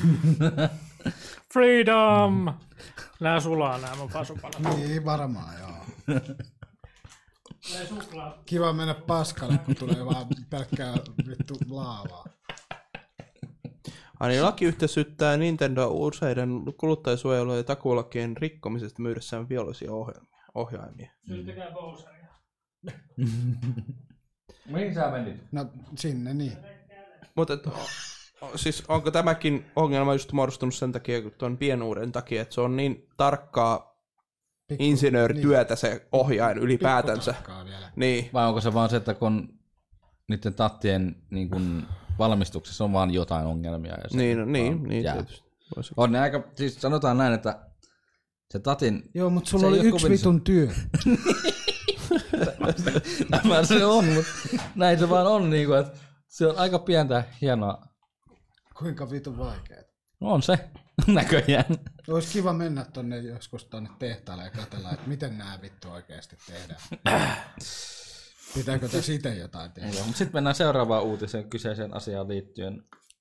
Freedom! Nää sulaa nää mun pasupalat.
Niin varmaan joo. Kiva mennä paskalle, kun tulee vaan pelkkää vittu laavaa.
Ani lakiyhteys syyttää Nintendo useiden kuluttajasuojelu- ja takuulakien rikkomisesta myydessään viallisia ohjaimia.
Syyttäkää Bowseria.
Mihin sä menit?
No sinne niin.
Mutta siis onko tämäkin ongelma just muodostunut sen takia, kun tuon pienuuden takia, että se on niin tarkkaa Pikku, insinöörityötä niin. Se ohjain ylipäätänsä. Niin.
Vai onko se vaan se, että kun niiden tattien niin kun valmistuksessa on vaan jotain ongelmia. Ja se
niin, no, niin, niin tietysti.
On ne aika, siis sanotaan näin, että se tatin...
Joo, mutta sulla oli yksi vitun työ.
Tämä se on, mutta näin se vaan on, niin kuin, että se on aika pientä hienoa.
Kuinka vitun vaikeet?
No on se, näköjään.
Olisi kiva mennä tonne joskus tonne tehtaalle ja katsella, että miten nämä vittu oikeasti tehdään. Pitääkö tässä itse jotain tehdä?
Joo, mutta sitten mennään seuraavaan uutiseen kyseiseen asiaan liittyen.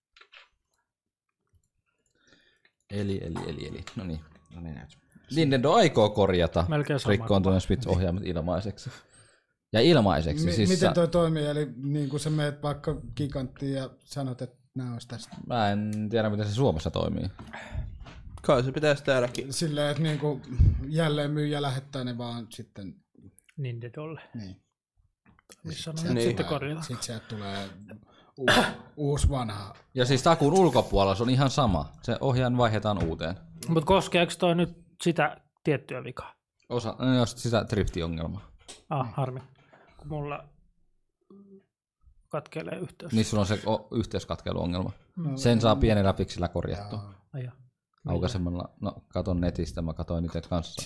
Eli, eli, eli, eli. No niin, no niin. Nintendo aikoo korjata rikkoontuneen Switch-ohjaimet ilmaiseksi. Ja ilmaiseksi.
M-
siis
miten
sä...
toi toimii? Eli niin kun sä meet vaikka Giganttiin ja sanot, että nämä olisi tästä.
Mä en tiedä, miten se Suomessa toimii.
Kai se pitäisi täälläkin.
Silleen, että niin kuin jälleen myyjä lähettää ne vaan sitten...
Nintendolle.
Niin.
Missä on
sitten,
niin.
sitten korjataan. Sitten sieltä tulee uusi, uusi vanha.
Ja siis takuun ulkopuolella se on ihan sama. Se ohjaan vaihdetaan uuteen.
Mutta koskeeko toi nyt sitä tiettyä vikaa?
Osa, no jos sitä drifti-ongelmaa.
Ah, harmi. Kun mulla katkelee yhteys.
Niin sulla on se o- yhteyskatkeiluongelma. No, sen saa pienellä fiksillä korjattua.
Aja.
Aukaisemalla, no katon netistä, mä katoin niiden kanssa.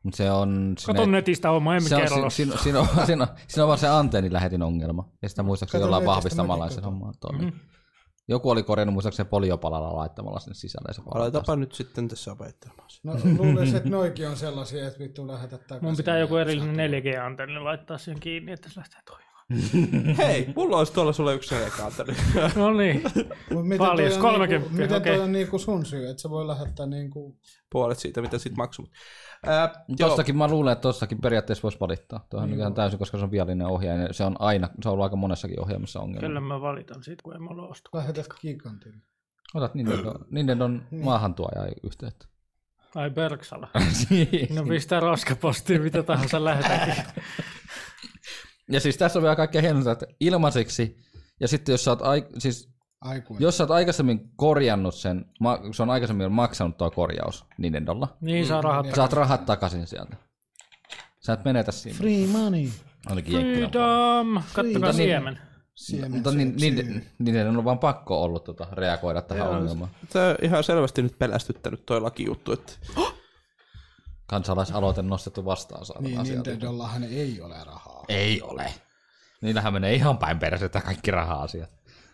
Mut se on...
Kato
sinne,
netistä homma, emme
se on,
kerro.
si, siinä, siinä, on, siinä, on, siinä on vaan se antennilähetin ongelma. Ja sitä muistaakseni
Kato
jollain
netistä,
vahvistamalla
mäkin
se
katon.
homma toimii. Mm-hmm. Joku oli korjannut muistaakseni poliopalalla laittamalla sinne sisälle. Se
Aletapa nyt sitten tässä opettelemaan.
No luulisin, että noikin on sellaisia, että vittu lähetä takaisin.
Mun pitää joku erillinen neljä G-antenni laittaa siihen kiinni, että se lähtee toimimaan.
Hei, mulla olisi tuolla sulle yksi neljäkaanteli.
No niin.
Mut miten
Paljon,
toi on
kolmekymmentä,
Niinku, miten
okei.
toi on niinku sun syy, että sä voi lähettää niinku...
Puolet siitä, mitä sit maksuu. Ää, joo.
Tostakin mä luulen, että tossakin periaatteessa voisi valittaa. Tuohan on ihan täysin, koska se on viallinen ohjaaja. Se on aina, se on ollut aika monessakin ohjaamissa ongelma.
Kyllä mä valitan siitä, kun en mä ole ostu.
Lähetät gigantille.
Otat Nintendo, Nintendon maahantuoja yhteyttä.
Ai Berksala.
Niin.
No pistää roskapostiin mitä tahansa lähetäkin.
Ja siis tässä on vielä kaikkea hienoa, että ilmaiseksi, ja sitten jos sä oot, ai, siis,
Aikuinen.
jos sä oot aikaisemmin korjannut sen, ma, se on aikaisemmin maksanut tuo korjaus Nintendolla,
Niin saa rahat.
saat rahat takaisin sieltä. Sä et menetä siinä.
Free money.
Ainakin Jenkkilän
Freedom! Kattokaa
Niin.
siemen.
Siemen
Mutta
syy-
niin, niin,
syy.
Nintendon on vaan pakko ollut tota, reagoida tähän ongelmaan.
Tämä on ihan selvästi nyt pelästyttänyt toi lakijuttu, että
Kansalaisaloite nostettu vastaan saatana
Niin,
asiantuntija.
Nintendollahan ei ole rahaa.
Ei ole. Niillähän menee ihan päin persettä kaikki raha-asiat.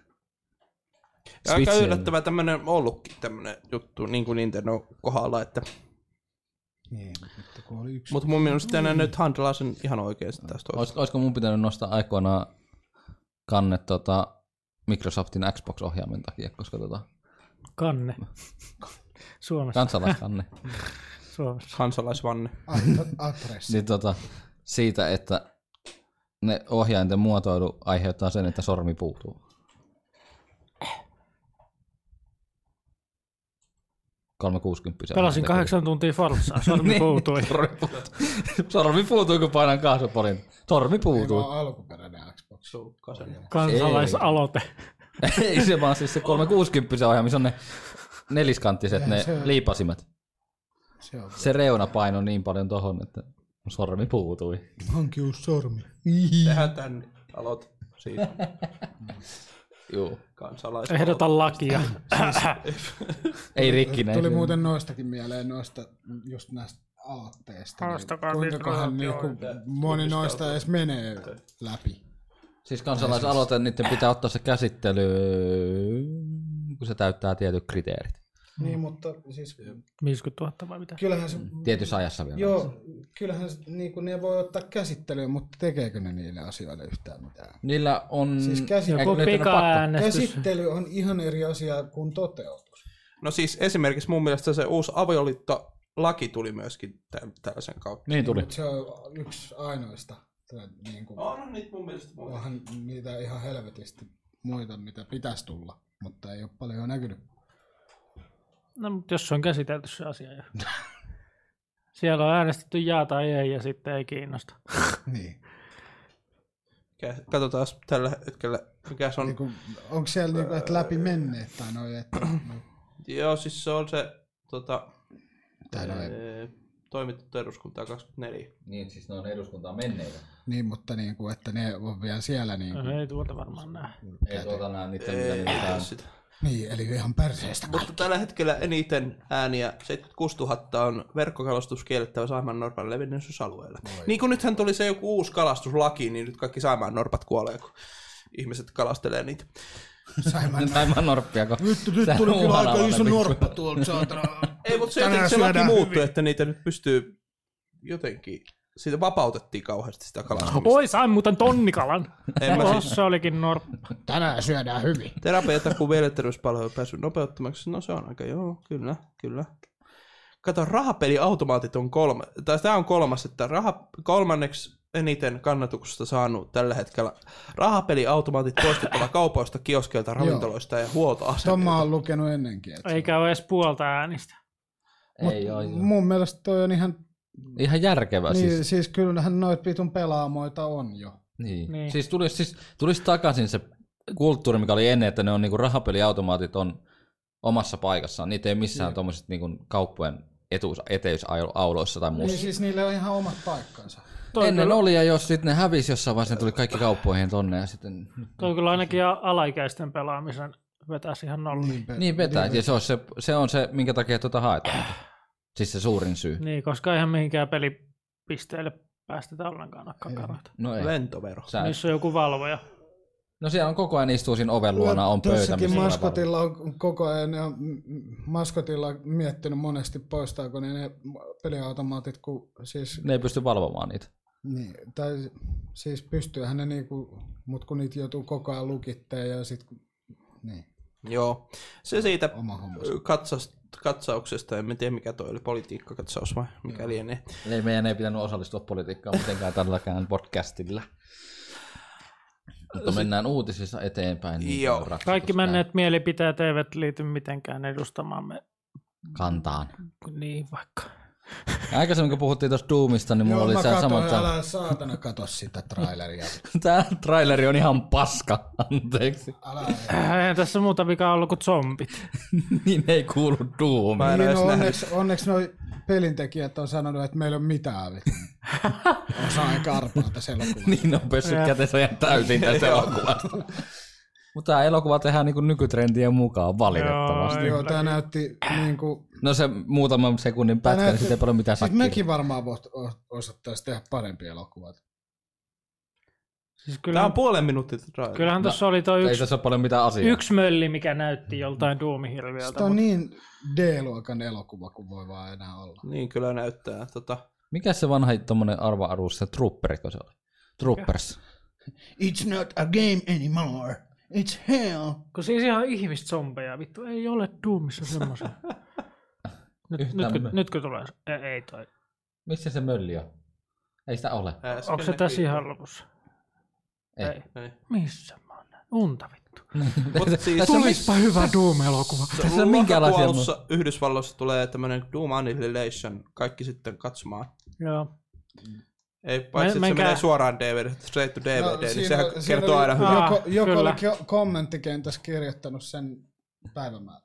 ja aika
Switchillä-
yllättävää tämmönen ollutkin tämmönen juttu niin kuin Nintendo kohdalla, että
Niin, mutta kun oli yksi.
mutta mun mielestä enää nyt handlaa sen ihan oikein sitten taas toista.
Olis, olisiko mun pitänyt nostaa aikoinaan kanne tota Microsoftin Xbox-ohjaimen takia, koska tota,
Kanne. Suomessa.
kansalaiskanne,
Suomessa.
Kansalaisvanne.
At- Adressi.
niin tota, siitä, että ne ohjainten muotoilu aiheuttaa sen, että sormi puutuu. kolmesataakuusikymmentä.
Pelasin kahdeksan tuntia Forzaa, sormi puutui.
Sormi puutuu. Sormi puutuu, kun painan kaasupolin. Sormi
Ei
puutuu.
vaan alkuperäinen Xbox.
Kansalaisaloite.
Ei se vaan siis se kolmesataakuusikymmentä ohjaa, missä on ne neliskanttiset ne
se-
liipasimet.
Se on.
Se reuna painoi niin paljon tohon, että sormi puutui.
Hanki uusi sormi.
Tehdään tän aloite siitä
Joo.
kansalais.
Ehdota lakia.
Ei rikkinäisiä.
Tuli muuten noistakin mieleen noista just näistä aloitteista.
Haastakaa
Niin, kuinkakohan
Microsoft,
niinku moni noista edes menee läpi.
Siis kansalaisaloite, niiden pitää ottaa se käsittely, kun se täyttää tietyt kriteerit.
Niin, mutta siis
viisikymmentätuhatta vai mitä?
kyllähän se...
Tietyssä ajassa vielä.
Joo, kyllähän se, niin kuin ne voi ottaa käsittelyyn, mutta tekeekö ne niille asioille yhtään mitään?
Niillä on...
Siis käsi-
Eikö
Joku
niiden ole pakko?
pika-äänestys.
Käsittely on ihan eri asia kuin toteutus.
No siis esimerkiksi mun mielestä se uusi avioliittolaki tuli myöskin tä- tällaisen kautta.
Niin tuli.
Mutta se on yksi ainoista. Tää, niin kuin,
On niitä mun mielestä muita.
onhan niitä ihan helvetisti muita, mitä pitäisi tulla, mutta ei ole paljon näkynyt.
No, mutta jos se on käsitelty se asia jo. Siellä on äänestetty jaa tai ei ja sitten ei kiinnosta.
Niin.
Katsotaan tällä hetkellä, mikä se on.
Niin kuin, onko siellä niin kuin, että läpi menneet tai noin, että
Joo, siis se on se tota,
tai noin,
ee, toimitettu eduskuntaa kaksikymmentäneljä.
Niin, siis ne on eduskuntaan menneitä.
niin, mutta niin kuin, että ne on vielä siellä niin kuin,
Ei tuolta varmaan näe.
Ei tuota nää niitä, mitä
Ei,
niitä
ei
on.
sitä.
niin, eli ihan perseestä.
Mutta tällä hetkellä eniten ääniä, seitsemänkymmentäkuusituhatta, on verkkokalastus kiellettävä Saimaannorpan levinneisyysalueella. Niin kuin nythän tuli se joku uusi kalastuslaki, niin nyt kaikki Saimaannorpat kuolee, kun ihmiset kalastelee niitä.
Saimaan
Saimaan norppia, kun...
Nyt, nyt
Sehän
tuli
on
kyllä aika
uhanalainen
iso
pikku.
norppa tuolta, saatana.
Ei, mutta se,
Tänään
jotenkin se laki
syödään
muuttui,
hyvin.
että niitä nyt pystyy jotenkin, siitä vapautettiin kauheasti sitä kalastamista.
Oi, sain muuten tonnikalan.
En mä siis-
Se olikin norppa.
Tänään syödään hyvin.
Terapiatakuu mielenterveyspalvelujen pääsy nopeuttamaksi, no se on aika joo, kyllä, kyllä. Kato, rahapeliautomaatit on kolme, tai tämä on kolmas, että raha, kolmanneksi eniten kannatuksesta saanut tällä hetkellä rahapeliautomaatit poistettava kaupoista, kioskeilta, ravintoloista ja
Ton
huoltoasemilta.
mä oon lukenut ennenkin. Että
Eikä ole edes puolta äänistä.
Ei oo, joo.
mun mielestä toi on ihan,
Ihan järkevä
niin,
siis.
siis kyllähän noit vitun pelaamoita on jo.
Niin.
Niin.
Siis tulisi siis, tulis takaisin se kulttuuri, mikä oli ennen, että ne on niinku rahapeliautomaatit on omassa paikassaan. Niitä ei missään
Niin.
tuommoiset niinku kauppojen etuus, eteysauloissa tai muussa.
Niin siis niillä on ihan omat paikkansa.
Toi
Ennen
kyllä,
oli, ja jos sitten ne hävisi jossain vaiheessa, ne tuli kaikki kauppoihin tonne ja sitten...
toi kyllä ainakin alaikäisten pelaamisen vetäisi ihan nolla.
Niin, pe-
Niin vetää, ja se on se, se, on se minkä takia tuota haetaan. Siis se suurin syy.
Niin, koska eihän mihinkään pelipisteelle päästetä ollenkaan kakaroita.
No ei.
Lentovero.
Sä...
Niissä on joku valvoja.
No siellä on koko ajan istuu siinä oven luona, on pöytä.
Tossakin maskotilla on koko ajan, ne on, maskotilla on miettinyt monesti poistaako ne, ne peliautomaatit, kun siis...
Ne ei pysty valvomaan niitä.
Niin, tai siis pystyyhän ne niinku, mut kun niitä joutuu koko ajan lukitteen ja sit... Niin.
Joo, se siitä katsauksesta, katsauksesta, en tiedä mikä toi oli, politiikkakatsaus vai mikä lienee.
Ei meidän ei pitänyt osallistua politiikkaan mitenkään tälläkään podcastilla. Mutta mennään uutisissa eteenpäin. Niin
Joo.
Kaikki menneet mielipiteet eivät liity mitenkään edustamaamme
kantaan.
Niin vaikka.
Aikaisemmin kun puhuttiin tuosta Doomista, niin mulla
Joo,
oli
mä
se
katon,
sama...
älä saatana kato sitä traileria.
Tää traileri on ihan paska, anteeksi.
Eihän tässä muuta vikaa ollut kuin zombit.
Niin ei kuulu Doomiin.
Niin, no, onneksi, onneksi noi pelintekijät on sanonut, että meillä on mitään. Osaa aika arpaa tässä elokuvassa.
Niin on pössyt kätensä ihan täysin tästä elokuvasta. Mutta tämä elokuva tehdään niin nykytrendien mukaan valitettavasti.
Joo, tämä näytti niin kuin...
No se muutaman sekunnin pätkä, niin sitten ei paljon mitään
siis
sakkia.
mekin varmaan osattaisiin tehdä parempia elokuvia.
Siis
Tämä on puolen minuutin traileri.
Kyllähän
No,
tuossa oli toi
ei
yksi,
tässä ole paljon mitään asiaa.
yksi mölli, mikä näytti joltain Doom-hirviöltä.
Tämä on niin D-luokan elokuva kuin voi vaan enää olla.
Niin kyllä näyttää. Tota...
Mikä se vanha tommonen arva-aruus, se Trooperiko se oli? Troopers.
It's not a game anymore. It's hell.
Kun siis ihan ihmiszombeja, vittu, ei ole Doomissa semmoisia. Nyt, nytkö, nytkö tulee? Ei, ei toi.
Missä se mölli on? Ei sitä ole.
Äsken
Onko se tässä ihan lopussa?
Ei.
Ei.
Ei.
Missä mä oon näin? Unta vittu.
Mut siis
Tulispa hyvä Doom-elokuva.
Tässä on minkäänlaisia...
lokakuussa Yhdysvalloissa tulee tämmönen Doom Annihilation, kaikki sitten katsomaan.
Joo.
Ei, paitsi
Men,
että se menee suoraan D V D, straight to D V D,
No,
niin
siinä-
sehän
siinä
kertoo
oli-
aina hyvin.
Ah,
Joku, joku
kyllä.
oli ko- kommenttikentässä kirjoittanut sen päivämäärän.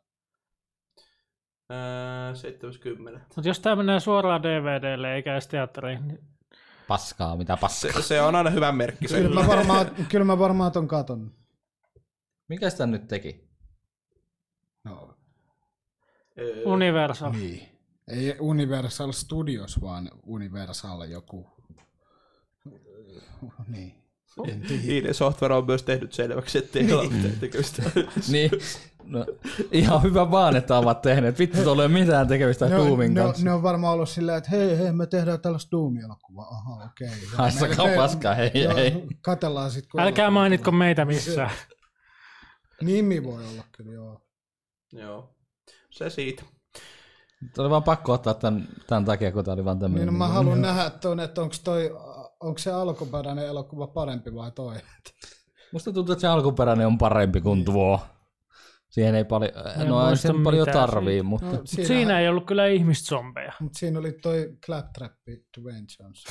Öö, seitsemänkymmentä.
Mutta jos tää menee suoraan D V D:lle eikä edes teatteriin, niin
Paskaa, mitä paskaa.
Se, se on aina hyvä merkki. Se.
Kyllä mä varmaan, kyllä mä varmaan ton katon.
Mikä sitä nyt teki?
No,
Öö,
Universal.
niin. Ei Universal Studios, vaan Universal joku. Niin. En tiedä.
I D Software on myös tehnyt selväksi, ettei ole mitään tekemistä.
Niin, no, ihan hyvä vaan, että ovat tehneet. Vittu, tuolla ei ole mitään tekemistä
Ne on,
Doomin
ne, on,
kanssa.
ne on varmaan ollut silleen, että hei, hei, me tehdään tällaista Doom-elokuvaa. Aha, okei. Okay.
Haistakaa paskaa, hei, hei.
Katellaan sit, kun
Älkää
elokuva
mainitko
tulee.
meitä missään.
Nimi voi olla kyllä, joo.
Joo, se siitä.
Tämä oli vaan pakko ottaa tämän, tämän takia, kun tämä oli vaan tämmöinen.
Niin, no mä haluan nähdä tuon, että onko toi, onko se alkuperäinen elokuva parempi vai toi.
Musta tuntuu, että se alkuperäinen on parempi kuin tuo. Siihen ei paljon,
En
no ei
muista
sen paljon
mitään
tarvii,
siitä.
mutta...
No,
Mut siinä ei ollut kyllä ihmiszombeja.
Mutta siinä oli toi Claptrappi Dwayne Johnson.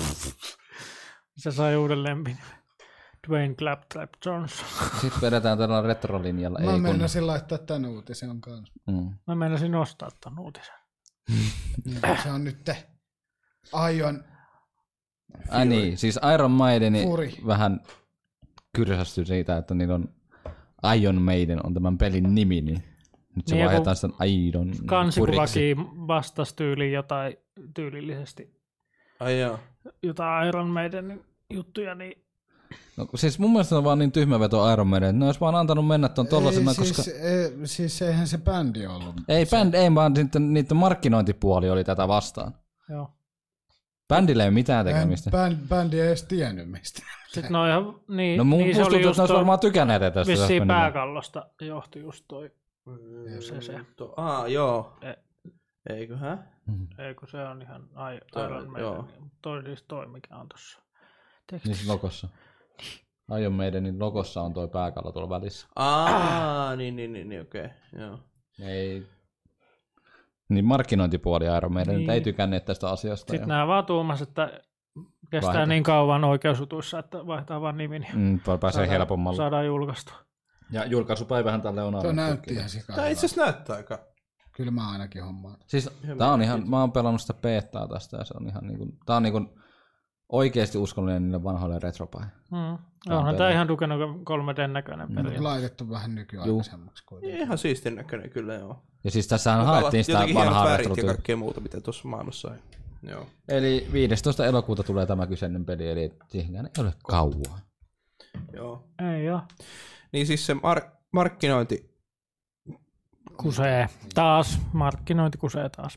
Se sai uuden lempin. Dwayne Claptrap Johnson.
Sitten vedetään tällä retrolinjalla.
Mä
ei kun...
meinasin laittaa tän uutisen kanssa.
Mm.
Mä meinasin ostaa ton uutisen.
Niin, se on nyt te. Aion.
Ai niin, siis Iron Maideni
Fury.
vähän kyrsästyi siitä, että niillä on Iron Maiden on tämän pelin nimi, niin nyt se
Niin, ja
vaihdetaan
kun
sitä Iron Furiksi.
Kansikuvakin vastasi tyyliin jotain tyylillisesti.
Ai joo.
Jotain Iron Maiden juttuja, niin
No, siis mun mielestä on vaan niin tyhmä veto Iron Maiden, että ne olisi vaan antanut mennä ton tollasena,
ei,
koska...
siis, ei, siis eihän se bändi ollut.
Ei, bänd, ei vaan niiden, niiden markkinointipuoli oli tätä vastaan.
joo.
Bändillä ei ole mitään tekemistä.
Bänd, bändi ei edes tiennyt mistä.
Sitten no ihan, niin,
No mun
niin se
musta
oli
tuntuu,
just
että ne olisi
toi,
varmaan tykänneet tästä. jos
vissiin
mennyt-
pääkallosta johti just toi, se se.
To, aa, joo.
E-
Eiköhän?
Ei kun se on ihan ai,
Toi,
Iron
joo.
Maiden. Toi siis toi, mikä on tossa
Niin
tekstissä.
logossa. Iron Maidenin logossa on toi pääkallo tuolla välissä.
Aa, niin, niin, niin, niin okei. Okay. Joo.
Ei. Niin markkinointipuoli Iron Maiden
Niin.
ei tykänneet tästä asiasta.
Sitten
ja-
nämä vaan tuumas, että kestää
Vaihto.
niin kauan oikeusutuissa, että vaihtaa vaan nimin. ja
Mm, pääsee
saadaan-
helpommalla.
Saadaan julkaistua.
Ja julkaisupäivähän tälle on
Tuo
annettu.
näytti ihan sikaa.
Tää itse asiassa näyttää aika...
Kyllä mä ainakin hommaan.
Siis tää on ihan, mä oon pelannut sitä betaa tästä ja se on ihan niinku, tää on niinku oikeasti uskollinen niille vanhoille retropaihin.
Mm. Onhan tämä ihan Duke Nukem kolme D:n näköinen peli.
Mm. Laitettu vähän nykyaikaisemmaksi kuitenkin.
Ihan siistin näköinen kyllä, joo.
Ja siis tässähän haettiin sitä
jotenkin hienot
vanhaa
värit ja
retrotyyliä.
kaikkea muuta, mitä tuossa maailmassa on. Joo.
Eli viidestoista elokuuta tulee tämä kyseinen peli, eli siihenkään ei ole kauan.
Joo.
Ei oo.
Niin siis se mar- markkinointi...
Kusee. Taas. Markkinointi kusee taas.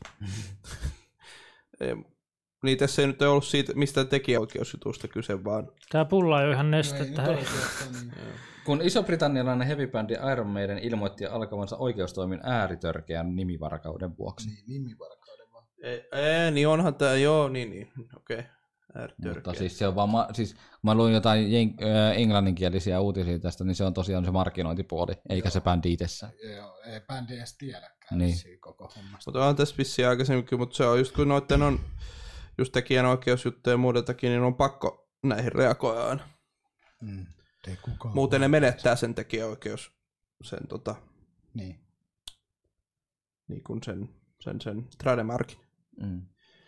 Niin tässä ei nyt ole ollut siitä mistään tekijäoikeusjutusta kyse, vaan...
Tää pulla on jo ihan
No ei
nestettä.
nyt
Hei.
oikeastaan niin.
Kun iso-britannialainen heavy-bändi Iron Maiden ilmoitti alkavansa oikeustoimin ääritörkeän nimivarakauden vuoksi.
Niin, nimivarkauden vaan.
Ei, ei, niin onhan tää, joo, niin, niin, okei. Okay.
Mutta siis se on vaan, ma- siis, kun mä luin jotain jen- äh, englanninkielisiä uutisia tästä, niin se on tosiaan se markkinointipuoli, eikä se bändi itsessään.
Joo, ei bändi edes tiedäkään
Niin.
niin. koko hommasta.
Mutta on tässä vissiin aikaisemminkin, mutta se on just kun noitten on just tekijänoikeusjuttuja ja muudeltakin, niin on pakko näihin reagoida aina.
Mm. Ei kukaan.
Muuten ne menettää sen tekijäoikeus, sen tota,
Niin.
niin kuin sen, sen, sen trademarkin.
Mm.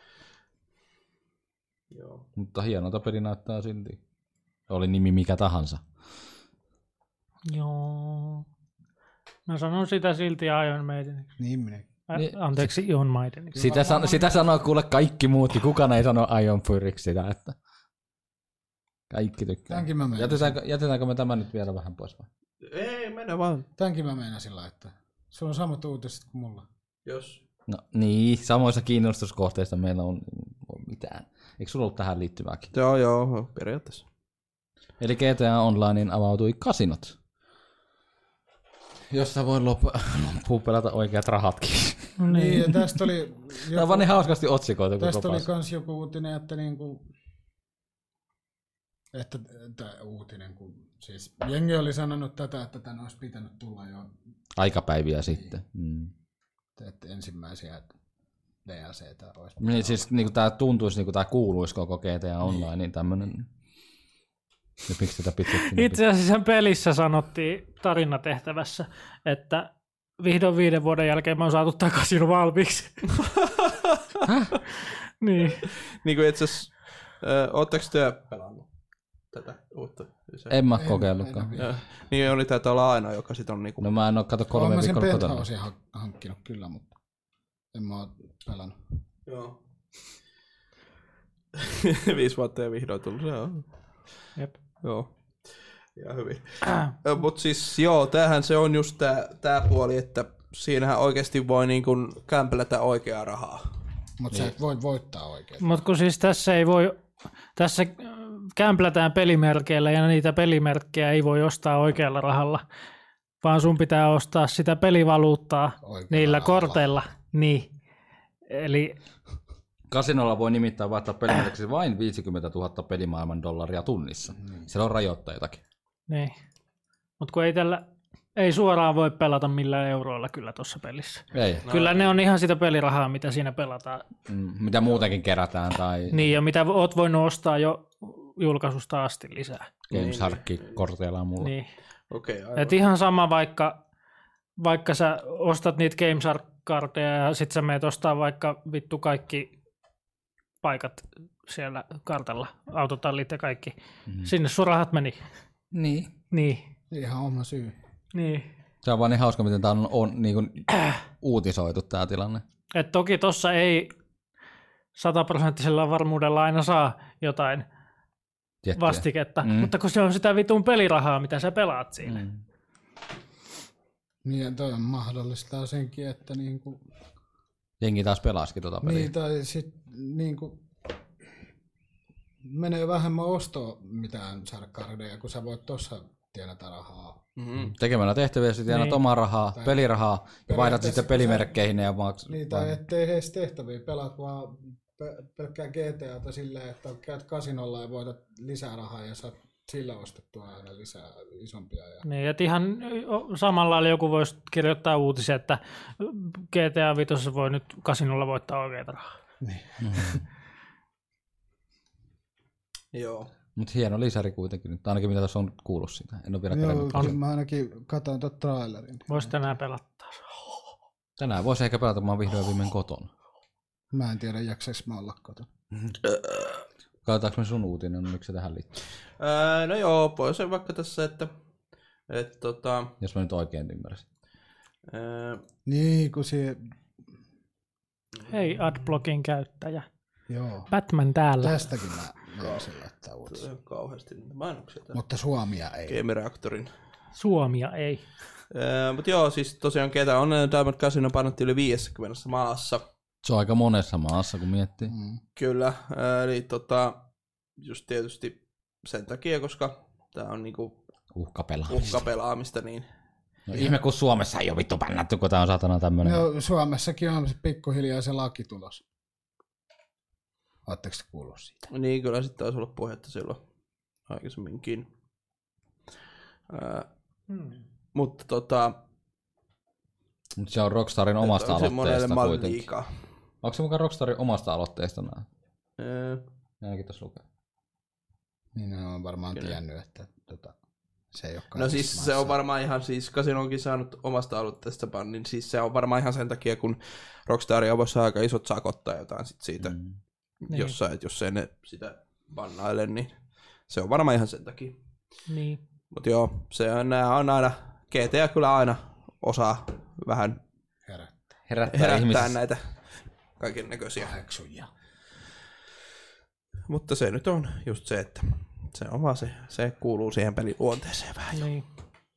Joo.
Mutta hienolta peli näyttää silti. Oli nimi mikä tahansa.
Joo. Mä sanon sitä silti Iron Maideniksi.
Niin minä.
Ä,
Niin,
anteeksi, Iron Maideniksi.
Sitä, san- sitä sanoo kuule kaikki muutkin. Kukaan ei sano Iron Furiksi sitä, että kaikki tykkää.
Tämänkin mä meinasin.
Jätetäänkö, jätetäänkö me tämä nyt vielä vähän pois vai?
Ei, mennä vaan.
Tämänkin mä meinasin laittaa. Se on samat uutiset kuin mulla.
Jos.
No niin, samoissa kiinnostuskohteissa meillä on, on mitään. Eikö sulla ollut tähän liittyvääkin?
Joo, joo, periaatteessa.
Eli G T A Onlinein avautui kasinot, jossa voi lop- loppuun pelata oikeat rahatkin.
No
Niin,
niin.
ja tästä oli... Joku,
Tämä on vaan niin hauskasti otsikoitu.
tästä
koko
oli
paska.
kans joku uutinen, että niinku... Että, että uutinen, kun siis jengi oli sanonut tätä, että tän olisi pitänyt tulla jo
Aikapäiviä sitten. Mm.
että ensimmäisiä D L C:tä olisi.
Niin, siis niin tämä tuntuisi, niin tämä kuuluisi koko G T A Online, niin tämmöinen... Ja miksi tätä pitkettiin?
Itse asiassa pelissä sanottiin tarinatehtävässä, että vihdoin viiden vuoden jälkeen mä oon saatu takaisin valmiiksi. niin.
Niin kuin itse asiassa, äh, ootteko te pelannut tätä uutta? Se,
En mä
En-
kokeillutkaan.
en-
ja, niin oli taitaa olla ainoa, joka sit on niinku...
No mä en oo kato
Olen
kolme
mä sen
viikkoa kotona.
penthousen ha- hankkinut kyllä, mutta en mä oo pelannut.
Joo. Viisi vuotta ja vihdoin tullut, se on.
Jep.
Joo. Ja hyvin. Mutta siis joo, tämähän se on just tää, tää puoli, että siinähän oikeasti voi niin kuin kämpeletä oikeaa rahaa.
Mutta niin. Sä et voi voittaa oikein.
Mutta kun siis tässä ei voi, tässä äh, kämplätään pelimerkeillä ja niitä pelimerkkejä ei voi ostaa oikealla rahalla, vaan sun pitää ostaa sitä pelivaluuttaa
Oikealla
niillä
rahalla.
korteilla. Niin. Eli
Kasinolla voi nimittäin vaihtaa pelimerkiksi vain viisikymmentätuhatta pelimaailman dollaria tunnissa. Mm. Siellä on rajoitteitakin.
niin. Mutta kun ei tällä, ei suoraan voi pelata millään euroilla kyllä tuossa pelissä.
Ei.
No. Kyllä ne on ihan sitä pelirahaa, mitä siinä pelataan.
Mm, mitä muutenkin kerätään tai
Niin, ja mitä oot voinut ostaa jo julkaisusta asti lisää.
Gameshark-korteilla ja muulla.
Niin.
Okei, okay,
Et ihan sama, vaikka, vaikka sä ostat niitä Gameshark-karteja ja sit sä meet ostaa vaikka vittu kaikki paikat siellä kartalla, autotallit ja kaikki. Mm-hmm. Sinne sun rahat meni.
Niin.
Niin.
Ihan oma syy.
Niin.
Se on vaan niin hauska, miten tämä on, on niin kuin uutisoitu tämä tilanne.
Et toki tossa ei sataprosenttisella varmuudella aina saa jotain
Tiettyjä.
vastiketta,
Mm.
mutta kun se on sitä vitun pelirahaa, mitä sä pelaat siinä.
Mm.
Niin, ja toi on mahdollistaa senkin, että niinku...
Jengi taas pelasikin tuota peliä.
Niin, tai sit niinku... Menee vähemmän ostoa mitään saada kardeja, kun sä voit tossa tienata rahaa.
Mm-hmm.
Tekemällä tehtäviä sitten tienat
Niin.
omaa rahaa,
Tai-
pelirahaa, ja vaihdat
Periaatteessa
sitten pelimerkkeihin ja maksat.
Niin, tai ettei edes tehtäviä, pelaat vaan pe- pelkkää G T A:ta silleen, että käyt kasinolla ja voitat lisää rahaa ja saat sillä ostettua aina lisää isompia. Ja...
Niin, että ihan samalla lailla joku voisi kirjoittaa uutisia, että G T A viisi voi nyt kasinolla voittaa oikeita rahaa.
Niin.
Joo.
Mutta hieno lisäri kuitenkin nyt, ainakin mitä tässä on kuullut sitä. En ole vielä
Joo,
kerännyt.
kyllä mä ainakin katsoin tuon trailerin.
Voisi tänään pelata taas.
Tänään voisi ehkä pelata, kun mä oon vihdoin viimein kotona.
Mä en tiedä, jaksais mä olla kotona.
Katsotaanko me sun uutinen, no miksi se tähän liittyy?
Öö, no joo, voi se vaikka tässä, että... Et, tota,
Jos mä nyt oikein ymmärsin.
öö,
Niin, kun se...
Hei Adblockin käyttäjä.
Joo.
Batman täällä.
Tästäkin mä meinasin laittaa uutisia.
on kauheasti niitä mainoksia täällä.
Mutta Suomia ei.
Game Reactorin.
Suomia ei.
Öö, mutta joo, siis tosiaan ketä on Diamond Casino painotti yli viisikymmentä maassa.
Se on aika monessa maassa, kun miettii.
Mm.
Kyllä, öö, eli tota, just tietysti sen takia, koska tää on niinku
Uhkapelaamista.
uhkapelaamista, niin
No ihme, kun Suomessa ei ole vittu bännätty, kun tää on satana tämmönen.
No, Suomessakin on se pikkuhiljaa se laki tulos. Oletteko te kuullut siitä?
Niin, kyllä sitten taisi olla puhetta silloin aikaisemminkin. Öö,
Hmm.
mutta tota...
Mutta se on Rockstarin omasta
on se monelle
aloitteesta
mal
kuitenkin.
liikaa.
Onko se mukaan Rockstarin omasta aloitteesta nää?
Öö,
Ainakin tässä lukee.
Niin ne on varmaan
Kyllä.
tiennyt, että tota, se ei ole
no siis
kaikissa
se on
maissa.
varmaan ihan, siis Casino onkin saanut omasta aloitteesta bannin, siis se on varmaan ihan sen takia, kun Rockstaria voisi saada aika isot sakot tai jotain sit siitä
Mm.
Niin.
jossain, että jos ei ne sitä bannaile, niin se on varmaan ihan sen takia.
Niin.
Mutta joo, se on, nää on aina, G T A kyllä aina osaa vähän
Herättää.
Herättää,
herättää
ihmisissä.
näitä kaiken näköisiä.
Häksyjä.
Mutta se nyt on just se, että se on vaan se, se kuuluu siihen pelin luonteeseen vähän.
Niin.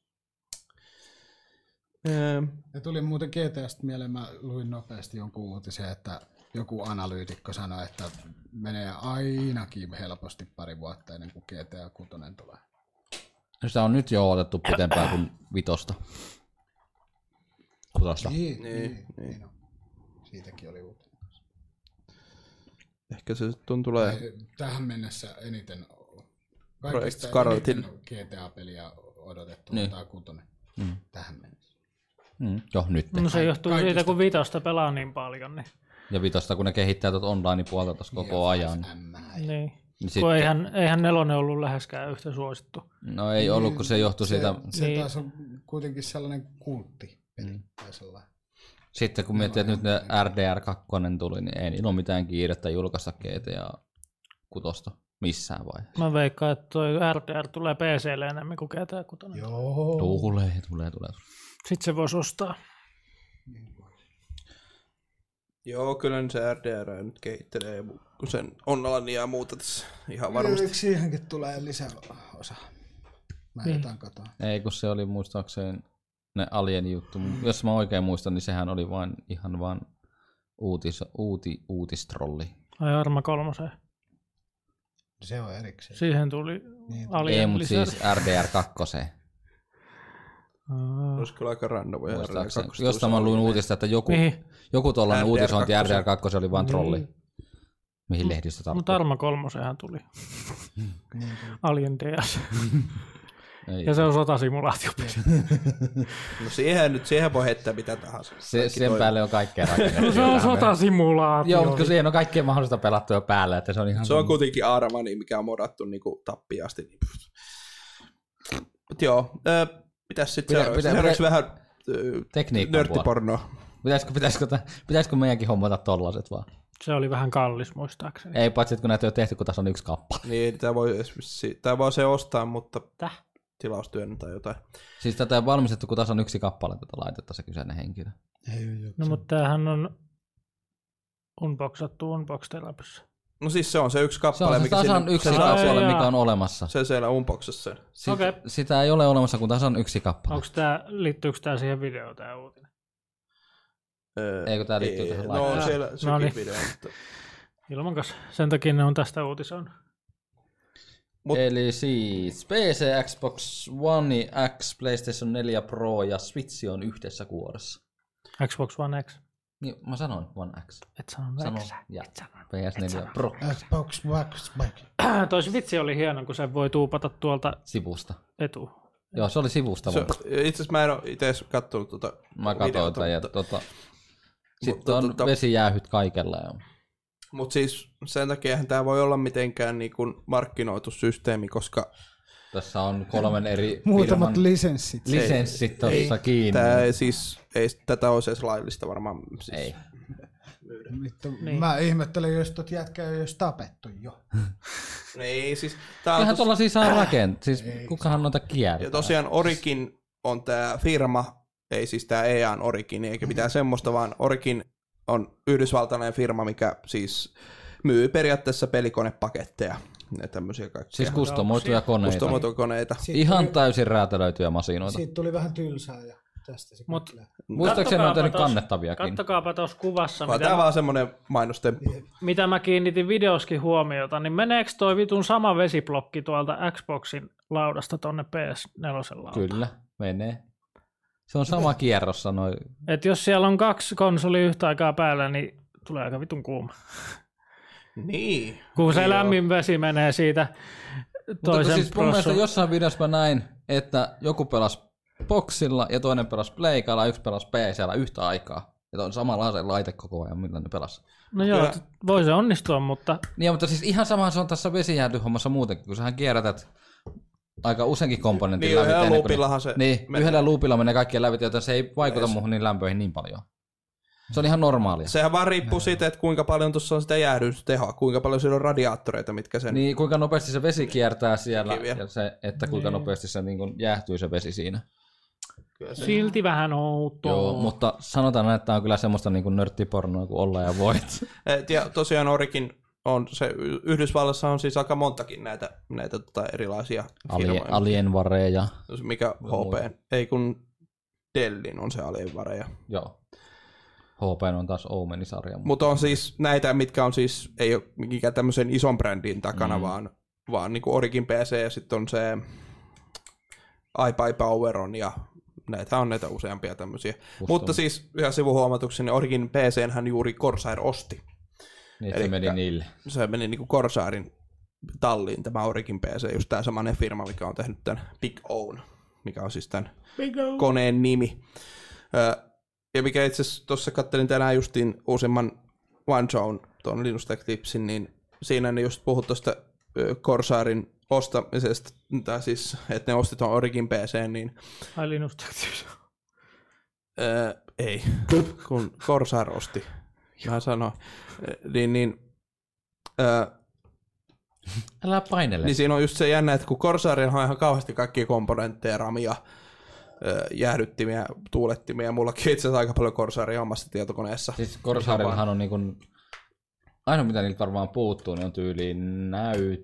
Öö,
Ja tuli muuten G T A:sta mieleen, mä luin nopeasti jonkun uutisen, että joku analyytikko sanoi, että menee ainakin helposti pari vuotta ennen kuin G T A kuusi tulee.
Sitä on nyt jo otettu pitempään kuin vitosta. Kutosta.
Niin,
Niin,
niin,
niin.
niin on. Siitäkin oli uutinen.
ehkä se sitten tulee.
Tai tähän mennessä eniten,
Project
kaikista
Scarletin.
eniten G T A-peliä odotettu
Niin.
niin. tämä kutonen
Mm.
tähän mennessä.
Mm. Jo, nyt.
No se johtuu
Kaikista-
siitä, kun vitosta pelaa niin paljon. Niin.
Ja vitosta, kun ne kehittää tuota online-puolta tuossa koko ajan.
M.
Niin.
Niin
Kun
sitten,
eihän, eihän nelonen ollut läheskään yhtä suosittu.
no ei ollut, kun se johtui
se,
siitä.
Se
Niin.
taas on kuitenkin sellainen kultti peli. Tai sellainen.
Sitten kun miettii, että nyt ne R D R kaksi tuli, niin ei niillä ole mitään kiirettä julkaista G T A kutosta missään vaiheessa.
Mä veikkaan, että toi R D R tulee P C:lle enemmän kuin G T A kuusi.
Joo.
Tulee, tulee, tulee.
Sitten se voisi ostaa.
Joo, kyllä nyt se R D R nyt kehittelee kun sen Onnalania ja muuta tässä ihan varmasti.
Eikö siihenkin tulee lisäosa? Mä
Niin.
jotain katoa.
Ei, kun se oli muistaakseni ne Alien juttu. Jos mä oikein muistan, niin sehän oli vain ihan vaan uutis, uuti, uutistrolli.
Ai Arma kolmoseen.
Se on erikseen.
Siihen tuli
Niin.
Alien
Ei, mutta
lisäri.
siis R D R kaksi.
Aa.
Olisi kyllä aika randomia.
Muistaakseni. Jostain mä luin uutista, että joku,
Mihin?
joku tollainen
R D R
uutisointi R D R
kaksi.
kaksi oli vaan trolli.
Niin.
Mihin lehdistö
Mutta
tarttuu?
Arma kolmoseenhan tuli.
Niin.
Alien D S.
Ei.
Ja se on sotasimulaatio.
No siihen nyt, siihen voi heittää mitä tahansa.
Se,
Kaikki
sen
toi-
päälle on kaikkea rakennettu.
No se on
Tähän
sotasimulaatio.
Joo, mutta kun siihen on kaikkea mahdollista pelattua päälle, että se on ihan...
Se on kuitenkin Armani, mikä on modattu niinku tappiin asti. Niin Mut joo, äh, pitäis sit
Pidä-
seuraavaksi,
pidä-
seuraavaksi
pidä-
vähän äh,
Tekniikan
nörttipornoa.
Pitäisikö, pitäisikö, pitäisikö meidänkin hommata tollaset vaan?
Se oli vähän kallis muistaakseni.
Ei, paitsi että kun näitä ei ole tehty, kun tässä on yksi kappale.
Niin, tää voi, esimerkiksi- tää voi se ostaa, mutta
Täh?
tilaustyönne tai jotain.
Siis tätä ei valmistettu, kun tässä on yksi kappale tätä laitetta se kyseinen henkilö.
Ei,
No mutta tämähän on unboxattu Unbox Therapyssä.
No siis se on se yksi
Se
kappale,
on se
mikä
tasan
siinä-
yksi
se,
Ai
kappale,
jaa.
mikä on olemassa.
se siellä unboxissa.
Sit,
Okei.
Sitä ei ole olemassa, kun tasan yksi kappale.
Onko tää, liittyykö tää siihen videoon tää uutinen?
Öö,
Eikö tää liittyy
ei,
tähän
No
laitteeseen?
on siellä
No
sekin
niin.
video, mutta...
Ilman kas. Sen takia ne on tästä uutisoinut.
Mut-
Eli siis P C, Xbox One X, PlayStation neljä Pro ja Switch on yhdessä kuoressa.
Xbox One X.
Niin, mä sanoin One X.
Et sanonut
Sano,
X.
ja
Et sanonut.
P S neljä Pro
Xbox One.
Toi Switch oli hieno, kun sen voi tuupata tuolta
sivusta.
etu.
Joo, se oli sivusta.
Se,
vaan.
itse asiassa mä en ole itse kattonut tuota
Mä katsoin
videota,
tätä ja
mutta,
tota,
mutta
sitten on
tota-
vesijäähyt kaikella. Ja...
mutta siis sen takia tämä voi olla mitenkään niin kuin markkinoitu systeemi, koska
Tässä on kolmen eri
Muutamat
firman
lisenssit.
lisenssit tuossa kiinni.
tämä ei siis, ei tätä olisi edes laillista varmaan. Siis,
Ei.
Vittu,
Niin.
mä ihmettelen, jos tot jätkää ei olisi tapettu jo.
Ei, siis tää on
Kyllähän
tos...
tuolla siis saa rakentaa. Siis kukahan noita kiertää.
Ja tosiaan Origin on tää firma, ei siis tää E A:n Origin, eikä mitään semmoista, vaan Origin on yhdysvaltainen firma, mikä siis myy periaatteessa pelikonepaketteja ja tämmöisiä kaikkia.
Siis kustomoituja koneita.
Kustomoituja koneita.
Siitä
Ihan
tuli,
täysin räätälöityjä masinoita.
siitä tuli vähän tylsää ja tästä se
Mut-
kyllä.
Muistaakseni ne on tehnyt
tos-
kannettaviakin.
Kattokaapa tuossa kuvassa,
Vaan
mitä,
tää vaan semmonen mainostemppu.
mitä mä kiinnitin videoskin huomiota, niin meneekö toi vitun sama vesiblokki tuolta Xboxin laudasta tonne P S neljä lautaan?
Kyllä, menee. Se on sama kierros, sanoi.
Et jos siellä on kaksi konsoli yhtä aikaa päällä, niin tulee aika vitun kuuma.
Niin.
Kun se
Niin
lämmin vesi menee siitä
Mutta
toisen
siis mun mielestä
prossun-
jossain videossa mä näin, että joku pelasi boxilla ja toinen pelasi pleikalla ja yksi pelasi P C:llä yhtä aikaa. Että on samanlaisen laite koko ajan, millä ne pelasi.
No joo,
Kyllä.
t- voi se onnistua, mutta
Niin, mutta siis ihan samahan se on tässä vesijäähdyhommassa muutenkin, kun sähän kierrätät aika useinkin komponentin
Niin,
läpi.
yhdellä
ennen kuin
loopillahan se
Niin,
menee.
yhdellä loopilla menee kaikkien läpi, joten se ei vaikuta
Yes.
muuhun niin lämpöihin niin paljon. Se on ihan normaalia.
Sehän vaan riippuu siitä, että kuinka paljon tuossa on sitä jäähdytystehoa, kuinka paljon siellä on radiaattoreita, mitkä sen...
Niin, kuinka nopeasti se vesi kiertää siellä
Kiviä.
ja se, että kuinka
Niin.
nopeasti se niin kuin jäähtyy se vesi siinä.
Kyllä se-
silti vähän outoa.
Joo, mutta sanotaan, että tämä on kyllä semmoista niin kuin nörttipornoa kuin olla ja voit.
Et ja tosiaan Origin on se, Yhdysvallassa on siis aika montakin näitä, näitä tota erilaisia
Alien,
firmoja.
alienvareja.
Mikä H P, ei kun Dellin on se alienvareja.
Joo. H P on taas Omenin-sarja.
Mutta on siis näitä, mitkä on siis, ei ole mikään tämmöisen ison brändin takana, mm. vaan, vaan niin kuin Origin P C ja sitten on se iPad Power on ja näitä on näitä useampia tämmöisiä.
Custom.
Mutta siis ihan sivuhuomautuksen, niin Origin P C hän juuri Corsair osti.
Niin, se meni niille.
Se meni niin kuin Corsairin talliin tämä Origin P C, just tämä samainen firma, mikä on tehnyt tämän Big Own, mikä on siis tämän koneen nimi. Ö, ja mikä itse asiassa tuossa kattelin tänään justiin uusimman One Zone, tuon Linus Tech Tipsin, niin siinä ne just puhut tuosta Corsairin ostamisesta, tai siis, että ne osti tuon Origin P C, niin
Ai Linus Tech Tips.
Öö, ei, kun Corsair osti. Mä sanoin. Niin, niin, öö,
Älä painele.
niin siinä on just se jännä, että kun Corsairilla on ihan kauheasti kaikkia komponentteja, ramia, öö, jäähdyttimiä, tuulettimia. Mullakin itse asiassa aika paljon Corsairia omassa tietokoneessa.
Siis Corsairillahan on niin kuin, ainoa mitä niiltä varmaan puuttuu, niin on tyyliin näyt,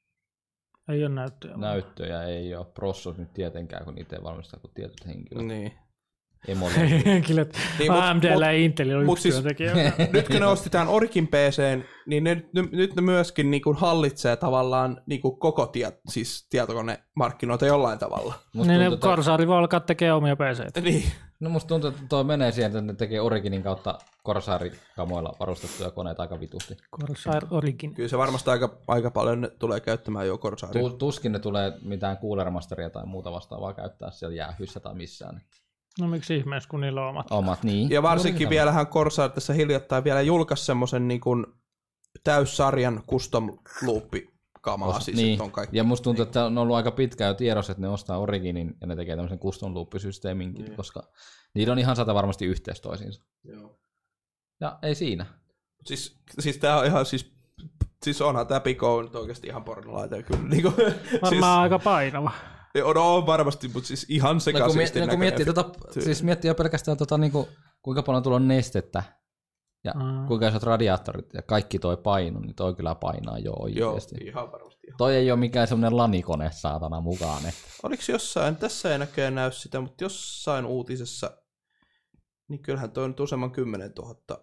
Ei ole näyttöjä.
näyttöjä, ei ole prossos nyt tietenkään, kun niitä ei valmistaa kuin tietyt henkilöt.
Niin.
Emolle.
Henkilöt.
Niin, mut-
A M D:llä ja Intelillä on
mut
yksi
siis-
työntekijä.
Nyt kun ne osti tämän Origin P C:n, niin ne, ne, nyt ne myöskin niin kuin hallitsee tavallaan niin kuin koko tie, siis tietokonemarkkinoita jollain tavalla.
Musta
Niin ne
tuntuu, että,
Corsairi voi alkaa tekemään omia P C:itä.
Niin.
no musta tuntuu, että toi menee siihen, että ne tekee Originin kautta Corsair-kamoilla varustettuja koneita aika vitusti.
Corsair Origin.
Kyllä se varmasti aika, aika paljon ne tulee käyttämään jo Corsairia.
Tu- tuskin ne tulee mitään Cooler Masteria tai muuta vastaavaa käyttää siellä jäähyissä tai missään.
No miksi ihmeessä, kun niillä on omat.
Omat, niin.
Ja varsinkin vielähän Corsair tässä hiljattain vielä julkaisi semmoisen niin kuin täyssarjan custom loop-kamaa.
Os-
Siis,
niin.
että on kaikki.
Ja musta tuntuu, että on ollut aika pitkään jo tiedossa, että ne ostaa Originin ja ne tekee tämmöisen custom loop-systeeminkin,
Niin.
koska niillä on ihan sata varmasti yhteys toisiinsa.
Joo.
Ja ei siinä.
Siis, siis tää on ihan siis, siis onhan tää Pico nyt oikeesti ihan pornolaite kyllä. Niin kuin,
Varmaan
siis,
aika painava.
no, on varmasti, mutta siis ihan
No, kun,
sekasisti
mie- no, kun miettii,
näköinen.
tota, siis miettii jo pelkästään tota, niinku, kuinka paljon tuolla on nestettä ja
Mm.
kuinka isot radiaattorit ja kaikki toi paino, niin toi kyllä painaa jo
Joo,
oikeasti.
ihan varmasti.
Toi ei ole mikään semmonen lanikone saatana mukaan. Että.
Oliko jossain, tässä ei näköjään näy sitä, mutta jossain uutisessa, niin kyllähän toi on useamman kymmenentuhatta.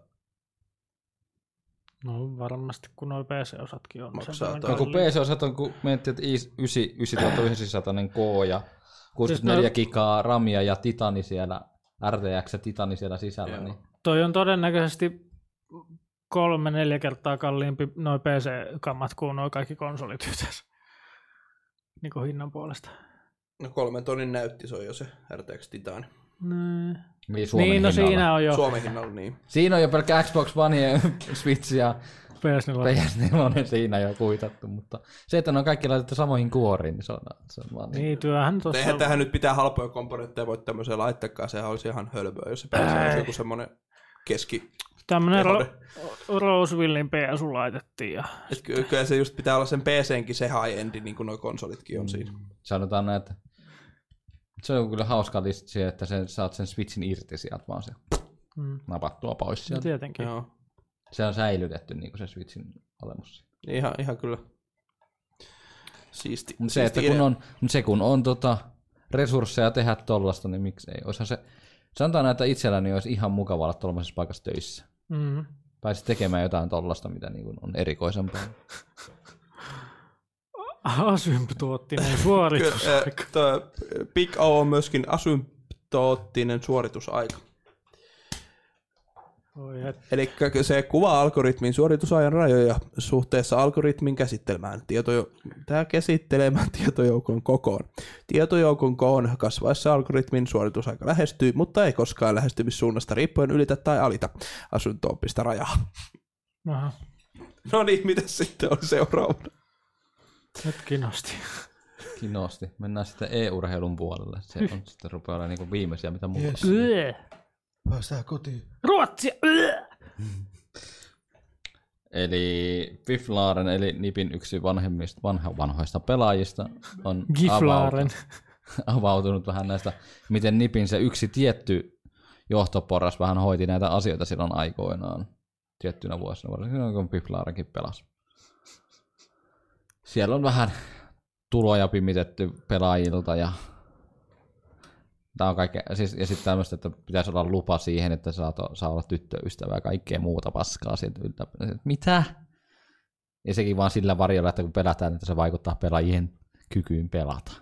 No varmasti, kun nuo P C-osatkin on.
Maksaa
sen verran
toi.
No, kun
kalliita.
P C-osat on, kun miettii, että i yhdeksäntoista K ja kuusikymmentäneljä
Siis
gigaa ramia ja titani siellä, R T X ja titani siellä sisällä.
Joo.
Niin.
Toi on todennäköisesti kolme, neljä kertaa kalliimpi noi P C-kammat kuin noi kaikki konsolit yhteensä. Niin kuin hinnan puolesta.
No kolmen tonnin näytti, se on jo se R T X Titan.
Nee.
Niin, Suomen
Niin, no
hinnalla.
siinä on jo
Suomen hinnalla niin.
Siinä on jo pelkkä Xbox One ja Switch ja
P S neljä.
P S neljä siinä jo kuitattu, mutta se, että ne on kaikki laitettu samoihin kuoriin, niin se on, se on vaan niin.
Niin, työhän tuossa
Eihän tähän nyt pitää halpoja komponentteja voi tämmöiseen laittaakaan, sehän olisi ihan hölböä, jos se pääsee olisi joku semmoinen keski,
Tämmönen
Tehonen.
Ro- Rosevillein P S U laitettiin. Ja
Et ky- kyllä se just pitää olla sen P C:nkin se high-endi, niin kuin nuo konsolitkin on siinä.
Sanotaan näin, että se on kyllä hauska listi, että sen, saat sen Switchin irti sieltä vaan se
mm.
napattua pois
no,
sieltä.
tietenkin.
Joo.
Se on säilytetty niin kuin se Switchin olemus.
Ihan, ihan kyllä. Siisti.
Mutta se,
siisti
että kun
idea.
on, mut se kun on tota, resursseja tehdä tollasta, niin miksi ei? Oishan se, sanotaan, että itselläni olisi ihan mukava olla tuollaisessa paikassa töissä.
Mm.
Pääsit tekemään jotain tollasta, mitä niin kuin on erikoisempaa.
Asymptoottinen suoritus.
Kyllä, äh, toi Big O on myöskin asymptoottinen suoritusaika.
Oi, et.
Eli se kuvaa algoritmin suoritusajan rajoja suhteessa algoritmin käsittelemään, tietojo- tää käsittelemään tietojoukon kokoon. Tietojoukon koon kasvaessa algoritmin suoritusaika lähestyy, mutta ei koskaan lähestymissuunnasta riippuen ylitä tai alita asymptoottista rajaa.
Aha,
No niin, mitä sitten on seuraavana?
nyt kiinnosti.
Kiinnosti. Mennään sitten e-urheilun puolelle. Se on sitten rupeaa olemaan niin viimeisiä, mitä mulla
Yes.
on.
Yö.
Päästään kotiin.
Ruotsia! Yö.
Eli Giflaren, eli Nipin yksi vanhemmista, vanha, vanhoista pelaajista, on
Giflaren.
avautunut, avautunut vähän näistä, miten Nipin se yksi tietty johtoporras vähän hoiti näitä asioita silloin aikoinaan, tiettynä vuosina, varsinkin kun Giflarenkin pelasi. Siellä on vähän tuloja pimitetty pelaajilta ja Tää on kaikkea, siis, ja sitten tämmöistä, että pitäisi olla lupa siihen, että saa, to, saa olla tyttöystävää ja kaikkea muuta paskaa sieltä yltä. Mitä? Ja sekin vaan sillä varjolla, että kun pelataan, että se vaikuttaa pelaajien kykyyn pelata.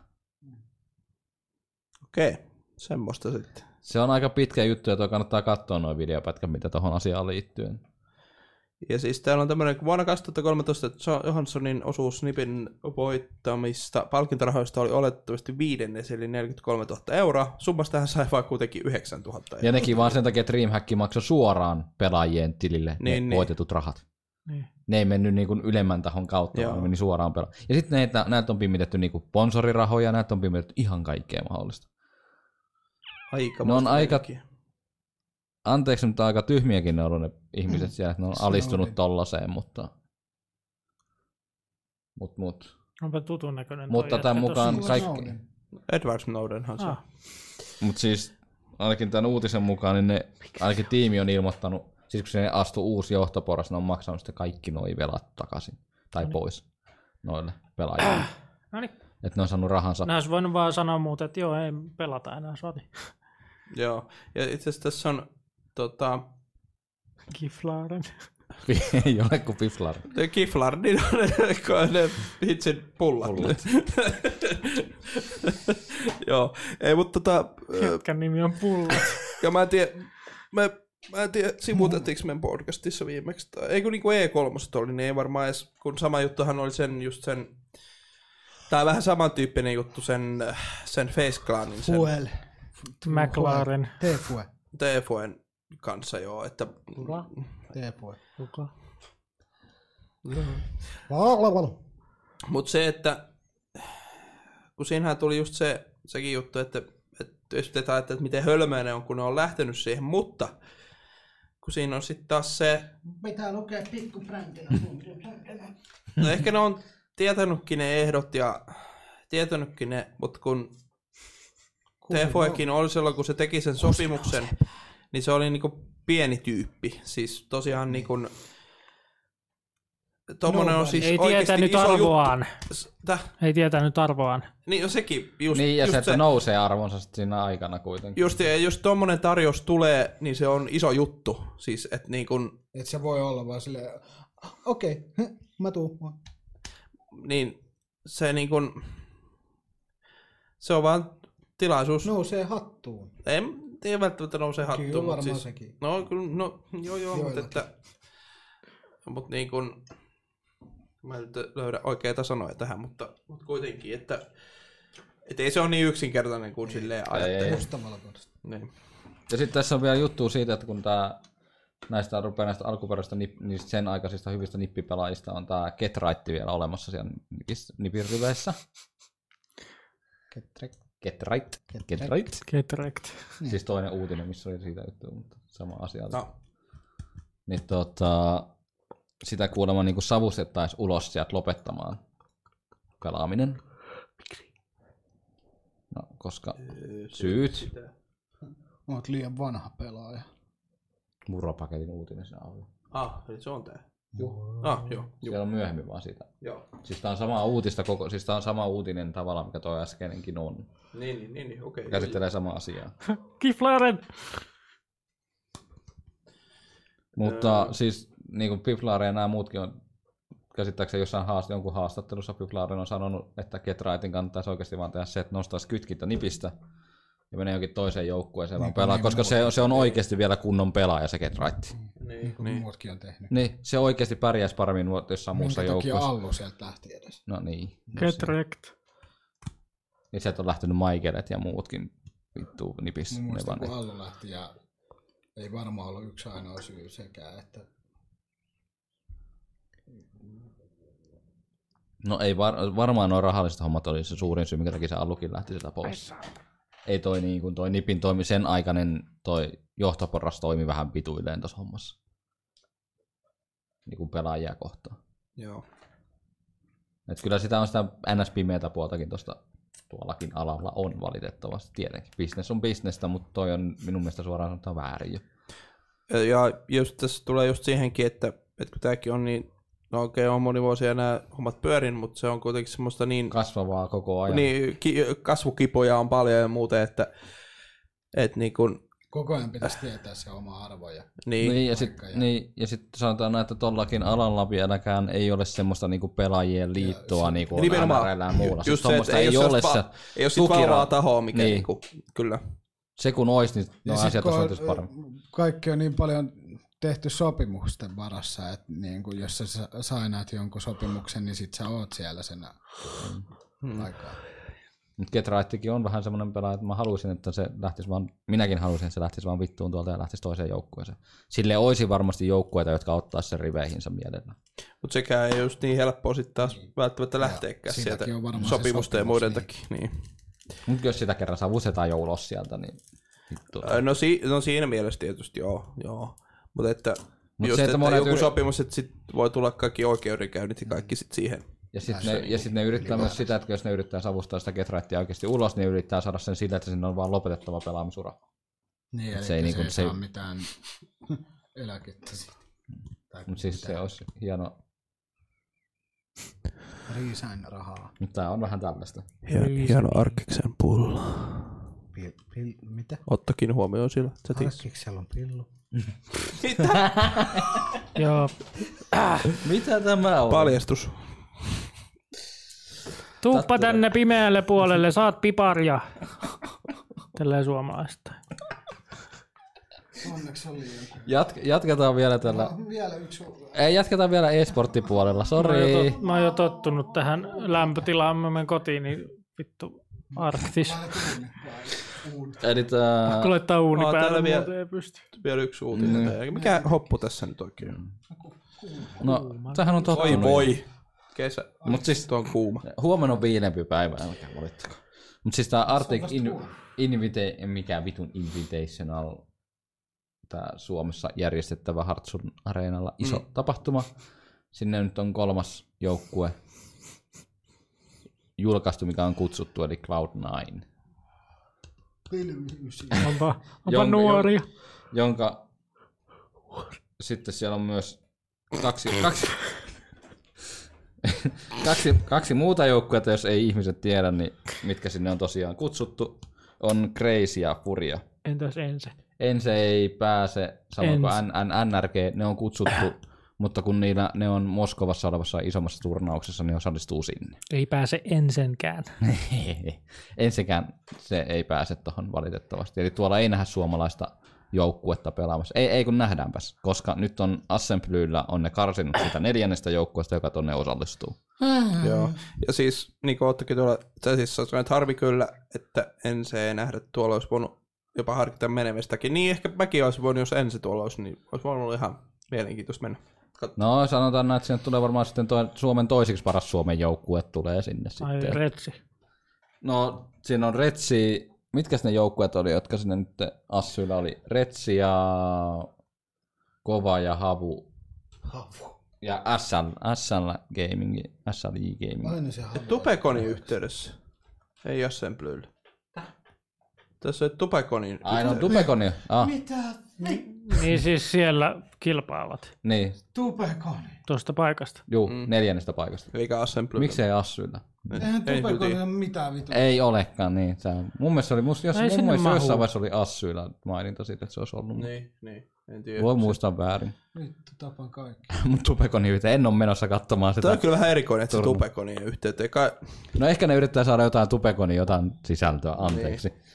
Okei, semmoista sitten.
Se on aika pitkä juttu, ja tuo kannattaa katsoa nuo videopätkät, mitä tuohon asiaan liittyy.
Ja siis täällä on tämmöinen, kun vuonna kaksituhattakolmetoista Johanssonin osuus Nipin voittamista palkintorahoista oli oletettavasti viidennes, eli neljäkymmentäkolmetuhatta euroa. Summasta hän sai vaan kuitenkin yhdeksäntuhatta euroa.
Ja nekin vaan sen takia, että DreamHack maksoi suoraan pelaajien tilille niin, ne niin. voitetut rahat.
Niin.
Ne ei mennyt niin kuin ylemmän tahon kautta,
Joo.
vaan ne meni suoraan pelaa. Ja sitten näitä, näitä on pimitetty niin kuin sponsorirahoja, näitä on pimitetty ihan kaikkea mahdollista.
Aika
Ne on aika,
merkkiä.
anteeksi, mutta aika tyhmiäkin ne on ollut ne ihmiset siellä, että ne on alistunut tollaiseen, mutta... Mut, mut.
Onpa tutun näköinen.
Mutta
toi
tämän
jätkä
mukaan
tossa.
kaikki...
Edward Snowdenhan se.
Ah.
Mut siis ainakin tämän uutisen mukaan, niin ne, ainakin tiimi on ilmoittanut, siis kun se astui uusi johtoporras, ne on maksanut sitten kaikki noi velat takaisin, tai
Noniin.
pois noille pelaajille.
No niin.
Että ne on saanut rahansa.
Nää olisi voinut vaan sanoa muuten, että joo, ei pelata enää, sori.
Joo, ja itse asiassa tässä on tota,
Giflaren.
Ei ole kuin Piflar.
Giflardin on ne, ne hitsin pullat.
Pullat.
Joo, ei, mutta tota, ö,
Jätkän nimi on Pullat.
ja mä en tiedä, mä, mä en tiedä, sivuutettiinko meidän podcastissa viimeksi, tai ei kun niinku E kolme oli, niin ei varmaan edes, kun sama juttuhan oli sen, just sen, tää vähän samantyyppinen juttu sen, sen Face Clanin, sen
Fuel.
McLaren.
T-Fue.
T F O:n kanssa joo, että
Kuka?
T-Fue.
Kuka?
Mutta se, että kun siinähän tuli just se, sekin juttu, että, että jos te ajattelee, että miten hölmöä ne on, kun ne on lähtenyt siihen, mutta kun siinä on sitten taas se,
Pitää lukea pikku Frantina.
no ehkä ne on tietänytkin ne ehdot ja tietänytkin ne, mutta kun T F O:kin oli silloin, kun se teki sen sopimuksen, niin se oli niinku pieni tyyppi. Siis tosiaan niinku, tommonen on siis
Ei
oikeesti
tietänyt
iso
arvoaan.
juttu. Täh,
Ei tietänyt arvoaan.
niin on sekin just,
Niin, ja
just
se, että
se,
nousee arvonsa sit siinä aikana kuitenkin.
just, ja jos tommonen tarjous tulee, niin se on iso juttu. Siis, et niin kun,
Et se voi olla vaan silleen, okei, okay, mä tuun.
niin se niin kun, se on vaan tilaisuus.
Nousee hattuun.
En tiedä välttämättä nousee hattuun.
Kyllä
mut
varmaan
siis,
sekin.
no kyllä, no joo joo, mutta
Joillakin.
että, mut niin kun, mä en nyt löydä oikeita sanoja tähän, mutta, mutta kuitenkin, että et ei se ole niin yksinkertainen kuin silleen
ei.
ajattelee.
Mustavalkoista.
Niin.
Ja sitten tässä on vielä juttu siitä, että kun tää, näistä rupeaa näistä alkuperäisistä nip, niin sen aikaisista hyvistä nippipelaajista on tää Getright vielä olemassa siellä nipin riveissä.
Getright.
Getright. Getright.
Getrekt.
Siis toinen uutinen, missä oli siitä juttu, mutta sama asia.
No,
niin tota, sitä kuulemma niin savustettaisiin ulos sieltä lopettamaan pelaaminen. No, koska syyt.
Oot liian vanha pelaaja.
Murropaketin uutinen siinä alla.
Ah, eli se on tää. Joo. Ah, joo.
Siellä on myöhemmin vaan sitä.
Joo.
Siis tää on sama uutista koko, siis tää on sama uutinen tavalla, mikä toi äskeinenkin on.
Niin, niin, niin, niin okei.
Käsittelee samaa asiaa.
Kiflaren!
Mutta siis niin kuin Piflare ja nämä muutkin on käsittääkseni jossain haast- jonkun haastattelussa Piflare on sanonut, että Getrightin kannattaisi oikeasti vaan tehdä se, että nostaisi kytkintä nipistä ja menee jonkin toiseen joukkueeseen vaan pelaa, koska se, se on oikeasti vielä kunnon pelaaja se Getright.
Niin, kuin niin. Muutkin on tehnyt.
Niin, se oikeasti pärjäisi paremmin jossain muussa joukkueessa.
Minkä takia Allu sieltä lähti edes?
No niin.
Getright.
Ja sieltä on lähtenyt Michaelet ja muutkin vittu nipissä.
Mun muista kun Allu lähti ja ei varmaan ollut yksi ainoa syy sekään, että
no ei var- varmaan nuo rahalliset hommat oli se suurin syy, minkä takia se Allukin lähti sieltä pois. Ei toi niin kuin toi Nipin toimi sen aikainen toi johtoporras toimi vähän pituilleen tuossa hommassa. Niin kuin pelaajia kohtaan.
Joo.
Et kyllä sitä on sitä ns pimeätä puoltakin tuosta tuollakin alalla on valitettavasti tietenkin. Business on businessta, mutta toi on minun mielestä suoraan sanotaan väärin jo.
Ja just tässä tulee just siihenkin, että, että kun tämäkin on niin, no okei, okay, on moni vuosia nämä hommat pyörin, mutta se on kuitenkin semmoista niin
kasvavaa koko ajan.
Niin, ki- kasvukipoja on paljon ja muuten, että, että niin kun,
koko ajan pitäisi tietää se oma arvo. Ja
niin,
niin, ja sitten ja... niin, ja sit sanotaan, että tollakin alalla vieläkään ei ole semmoista niinku pelaajien liittoa ja, niinku N R L ja muulla.
Just se, että ei, ei ole se ei ole sit valvaa tahoa, mikä niin. Niinku, kyllä.
Se kun olisi, niin no asiat olisi paremmin.
Kaikki on niin paljon tehty sopimusten varassa, että niin kun jos sä sainaat jonkun sopimuksen, niin sit sä oot siellä sen hmm. aikaa.
Mutta Getrightikin on vähän semmoinen pelaaja, että mä haluaisin, että se lähtisi vaan, minäkin haluaisin, että se lähtisi vaan vittuun tuolta ja lähtisi toiseen joukkueeseen. Sille olisi varmasti joukkueita, jotka ottaa sen riveihinsä mielellä.
Mutta sekään ei just niin helppoa sitten taas niin. välttämättä lähteekään sieltä sopimusta ja muiden takia. Niin.
Mutta jos sitä kerran savusetaan jo ulos sieltä, niin vittu.
No, si- no siinä mielessä tietysti joo. joo. Mutta että,
Mut
just,
se, että,
että joku
yri... sopimus,
että sit voi tulla kaikki oikeudenkäynnit ja kaikki sit siihen.
Ja sitten ne, ja sit ne yrittää myös sitä, että jos ne yrittää savustaa sitä Getrightia oikeasti ulos, niin yrittää saada sen sillä, että sinne on vaan lopetettava pelaamisura.
Niin, eli
se ei,
se
niinku,
ei
se
saa ei... mitään eläkettä siitä.
Mutta siis mitään. Se olisi hieno.
Resign rahaa.
Mutta tää on vähän tällaista.
Hieno, hieno Arkkiksen pulla.
Pil, pil, mitä?
Ottakin huomioon sillä.
Arkkiksella on pillu.
Mitä?
Joo.
Mitä tämä on?
Paljastus.
Tuuppa
Tattu.
tänne pimeälle puolelle, saat piparia. Tälleen suomalaista.
Onneksi oli
Jat- jatketaan vielä tällä.
Vielä yksi.
Ei, jatketaan vielä e-sporttipuolella, sori.
Mä, oon to- mä oon jo tottunut tähän lämpötilaan, mä menen kotiin, niin vittu Arktis.
Eli tää...
Pakko laittaa uuni
Aa,
päälle,
vielä,
muuten ei pysty.
Vielä yksi uutinen. Mm. Mikä hoppu tässä nyt oikein?
No, tämähän on tottunut.
Oi voi. Kesä.
Mut siis
tuo on kuuma.
Huomenna on viilempi päivä, älkää valittako. Mut siis tää Arctic in, invita- mikä vitun Invitational, tää Suomessa järjestettävä Hartsun Areenalla iso mm. tapahtuma. Sinne nyt on kolmas joukkue julkaistu, mikä on kutsuttu, eli Cloud nine.
Onpa, onpa jonka, nuoria.
Jonka sitten siellä on myös kaksi, kaksi, kaksi, kaksi muuta joukkuetta, jos ei ihmiset tiedä, niin mitkä sinne on tosiaan kutsuttu, on Crazy ja Furia.
Entäs Ense?
Ense ei pääse, samoin kuin N R G, ne on kutsuttu, mutta kun niillä, ne on Moskovassa olevassa isommassa turnauksessa, ne osallistuu sinne.
Ei pääse Ensenkään.
Ensekään se ei pääse tuohon valitettavasti. Eli tuolla ei nähdä suomalaista joukkuetta pelaamassa. Ei, ei kun nähdäänpäs, koska nyt on Assemblyllä on ne karsinut sitä neljännestä joukkueesta, joka tuonne osallistuu.
Joo, ja siis niin kuin oottekin tuolla, se siis on harvi kyllä, että Ense ei nähdä, tuolla olisi voinut jopa harkita menemästäkin. Niin ehkä mäkin olisi voinut, jos Ense tuolla olisi, niin olisi voinut olla ihan mielenkiintoista mennä.
No sanotaan näin, että sinne tulee varmaan sitten tuo Suomen toisiksi paras Suomen joukkue tulee sinne
Ai
sitten.
Retsi.
No siinä on Retsi, mitkä ne joukkueet oli, jotka sinne nyt Assyllä oli? Retsi ja Kova ja Havu.
Havu.
Ja S L, S L Gaming, S L I Gaming.
Aina se havu.
Tupekonin yhteydessä. Ei Assemblyllä. Tässä on Tupekonin
Aina on Tupekoni. Ah,
Mitä?
Niin siis siellä kilpaavat
niin.
Tupekoni.
tuosta paikasta.
Juu, mm. neljännestä paikasta.
Eikä Assemblyllä.
Miksei Assyllä?
Eihän
Ei
Tupekoni
kyllä
ole mitään vitu.
Ei olekaan, niin. Se on, mun mielestä oli, mus, jos,
Ei
mun
sinne
mielestä
mahu.
jossain vaiheessa oli Assyillä maininta siitä, että se olisi ollut.
Niin, niin. En tiedä.
Voi muistaa väärin.
Vittu, tapaan kaikki.
Mutta Tupekoni yhteen, en ole menossa katsomaan sitä.
Tämä on kyllä vähän erikoinen, että se
Turma.
Tupekonin yhteyteen. Kai...
No ehkä ne yrittää saada jotain Tupekonin jotain sisältöä, anteeksi. Niin.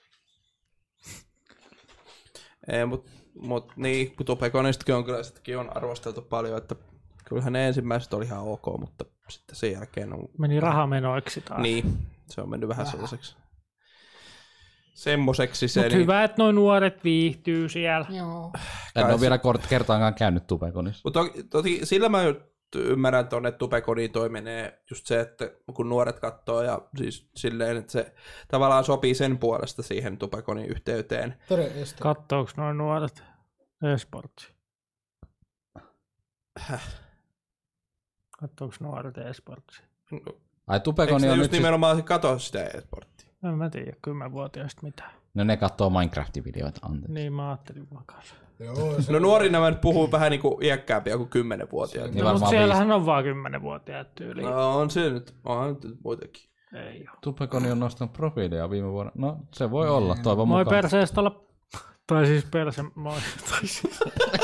Ei, mut, mut niin, Tupekonistakin on kyllä sitäkin on arvosteltu paljon, että kyllähän ne ensimmäiset oli ihan ok, mutta sitten sen jälkeen on...
Meni rahamenoiksi taas.
Niin, se on mennyt vähän sellaiseksi. Semmoseksi se...
Mutta
niin...
hyvä, että nuo nuoret viihtyy siellä.
Joo.
En ole vielä kort- kertaakaan käynyt Tupekonissa.
Mutta to, toki sillä mä ymmärrän tuonne, että Tupekoniin toi menee just se, että kun nuoret katsoo ja siis silleen, että se tavallaan sopii sen puolesta siihen Tupekonin yhteyteen.
Tere este.
Kattooks noin nuoret e-sportsia?
Häh?
Kattooks nuoret e-sportsia?
Ai
Eikö
Tupekoni
ne
on
just
nyt siis...
nimenomaan katsoa sitä e-sporttia?
En mä tiedä, kymmenvuotiaista mitään.
No ne katsoo Minecraft-videoita, anteeksi.
Niin mä ajattelin makaan.
Joo, se
No nuorina mä nyt puhun vähän niinku iäkkäämpiä kuin kymmenvuotiaita.
Niin
No, mutta
varmaan
siellähän on vaan kymmenvuotiaat tyyliin.
No on se nyt, on nyt muitakin.
Ei oo.
Tupekoni on nostanut profiilia viime vuonna. No se voi olla, toivon
Moi
mukaan.
perseestä olla... Tai siis perse... Moi. Tai siis...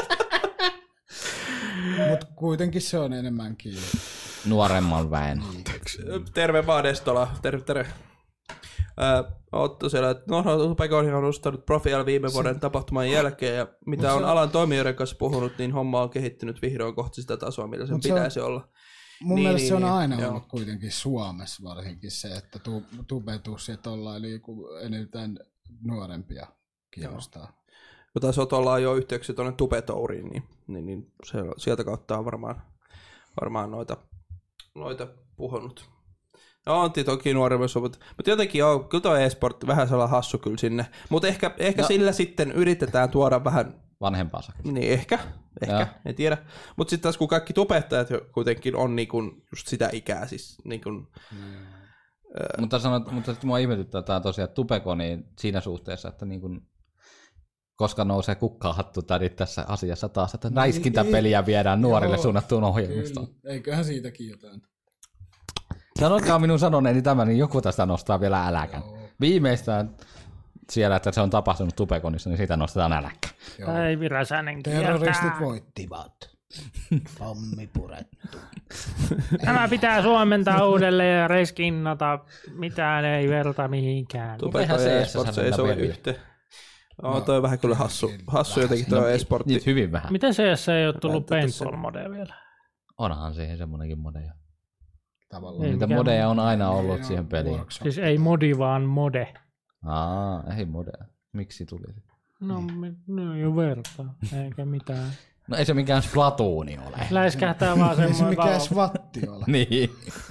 Mutta kuitenkin se on enemmänkin.
Nuoremman väen.
Terve vaan Destola, terve terve. Öö, Otto siellä, että no, Tupekoni on nostanut profiilia viime vuoden tapahtuman jälkeen, ja mitä on
se-
alan toimijoiden kanssa puhunut, niin homma on kehittynyt vihdoin kohti sitä tasoa, millä sen
Mut se on-
pitäisi olla.
Mun
Niin,
mielestä
niin,
se on
niin,
aina
joo.
ollut kuitenkin Suomessa varsinkin se, että tu, tubetus ja tolla, eli eniten nuorempia kiinnostaa.
Kun taas Otolla on jo yhteyksiä tuonne Tubetouriin, niin, niin, niin se, sieltä kautta on varmaan, varmaan noita, noita puhunut. No, on toki nuoremmassa, mutta, mutta jotenkin on, kyllä tuo e-sport vähän sellainen hassu kyllä sinne. Mutta ehkä, ehkä
No.
sillä sitten yritetään tuoda vähän,
Vanhempaa sakkia.
niin ehkä, ehkä,
Joo.
en tiedä. Mutta sitten taas kun kaikki tubettajat jo kuitenkin on niin kuin just sitä ikää, siis niin kuin,
Mutta sanot, mutta sitten mua ihmetyttää tää tosiaan Tupekoni siinä suhteessa, että niin kun, koska nousee kukkahattu tädit tässä asiassa taas, että räiskintäpeliä viedään nuorille
Joo,
suunnattuun ohjelmistoon.
Kyllä, eiköhän siitäkin jotain.
Sanokaa minun sanoneeni tämä, niin joku tästä nostaa vielä äläkän. Viimeistään siellä, että se on tapahtunut Tupekonissa, niin siitä nostetaan äläkkä.
Joo.
Päivi Räsänen
Terroristit
kieltää.
voittivat.
Pommi purettu.
Nämä pitää suomentaa uudelleen ja reskinnata. Mitään ei verta mihinkään.
Tubeto
eihän
ja
se
e-sport
eessä
se ei
sanota
sovi
veliä.
yhteen. No, toi on vähän kyllä hassu, hassu jotenkin tuo e-sportti.
Niitä hyvin vähän.
Miten se, jos ei ole tullut
Mä en tiedä
paintball-mode vielä?
Onhan siihen semmonenkin modeja.
Tavallaan.
Ei
Niitä
mikään
modeja on aina ollut
Niin,
siihen
on
peliin.
workshop.
Siis ei modi, vaan mode.
Aa, ei modeja. Miksi tuli se?
No, mi- no ei ole vertaa, eikä mitään.
No ei se mikään Splatooni ole.
Läiskähtää vaan
Ei se
semmoinen
mikään
valo.
svatti ole.
Niin.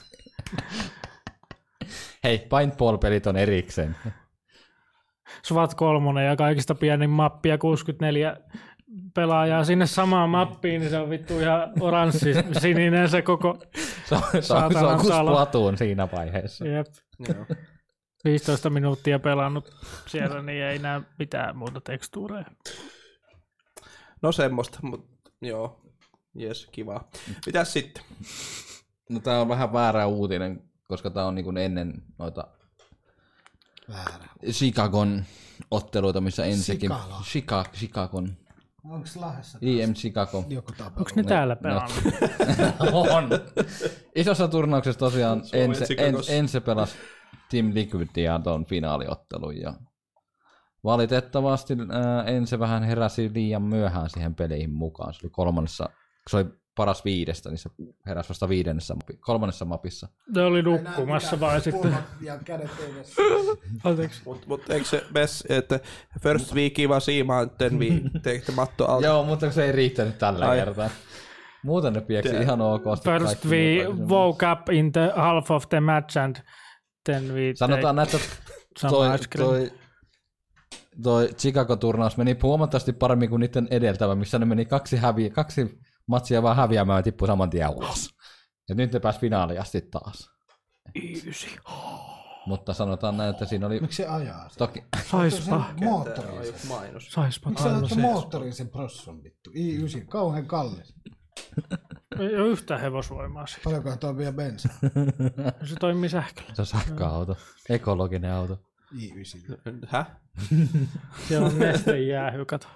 Hei, paintball-pelit on erikseen.
SWAT kolme ja kaikista pienin mappi ja kuusikymmentäneljä pelaajaa sinne samaan mappiin, niin se on vittu ihan oranssi, sininen se koko.
Se on, se on, se
Saatanan
on kuin
talo.
Splatoon siinä vaiheessa.
Jep.
Joo.
viisitoista minuuttia pelannut siellä, niin ei näe mitään muuta tekstuureja.
No semmoista, mutta joo, jes, kiva. Mitäs sitten?
No tää on vähän väärä uutinen, koska tää on niin ennen noita
Väärä.
Chicagon otteluita, missä ensikin...
Chicago.
Chica, Chicagon.
Onks Lahdessa
I M Chicago.
Joku tapa.
Onko ne täällä pelannut?
On. Isossa turnauksessa tosiaan
Suomen
Ense,
Chicagossa.
en, Ense pelasi Team Liquidia tuon finaaliottelun ja valitettavasti ää, Ense vähän heräsi liian myöhään siihen peleihin mukaan. Se oli kolmannessa, se oli paras viidestä, niin se heräsi vasta viidennessä, mapi- kolmannessa mapissa.
Ne oli nukkumassa vai sitten?
Ja kädet edessä.
Anteeksi.
Mutta mut eikö se mess, että first week iva siimaan, then we take the matto alta?
Joo, mutta se ei riittänyt tällä
Ai.
kertaa. Muuten ne pieksi
Tiedä.
ihan ok.
First we woke up in the half of the match and then we
Sanotaan näin, että
some
toi,
ice cream.
toi toi Chicago-turnaus meni huomattavasti paremmin kuin niiden edeltävä, missä ne meni kaksi, häviä, kaksi matsia vaan häviämään ja tippui saman tien ulos. Ja nyt ne pääsi finaaliin asti taas.
Easy.
Mutta sanotaan näin, että siinä oli...
Miksi se ajaa?
Toki...
Saispa.
Moottoriin.
Mainos.
Saispa.
Miksi sä laitat moottoriin sen prosson vittu? i yhdeksän, kauhean kallis.
Ei ole yhtään hevosvoimaa siitä.
Paljonkohan toi vie bensaa?
Se toimii sähköllä.
Se on sähköauto. Ekologinen auto.
i yhdeksän.
Häh?
Se on nesteen jäähy, kato.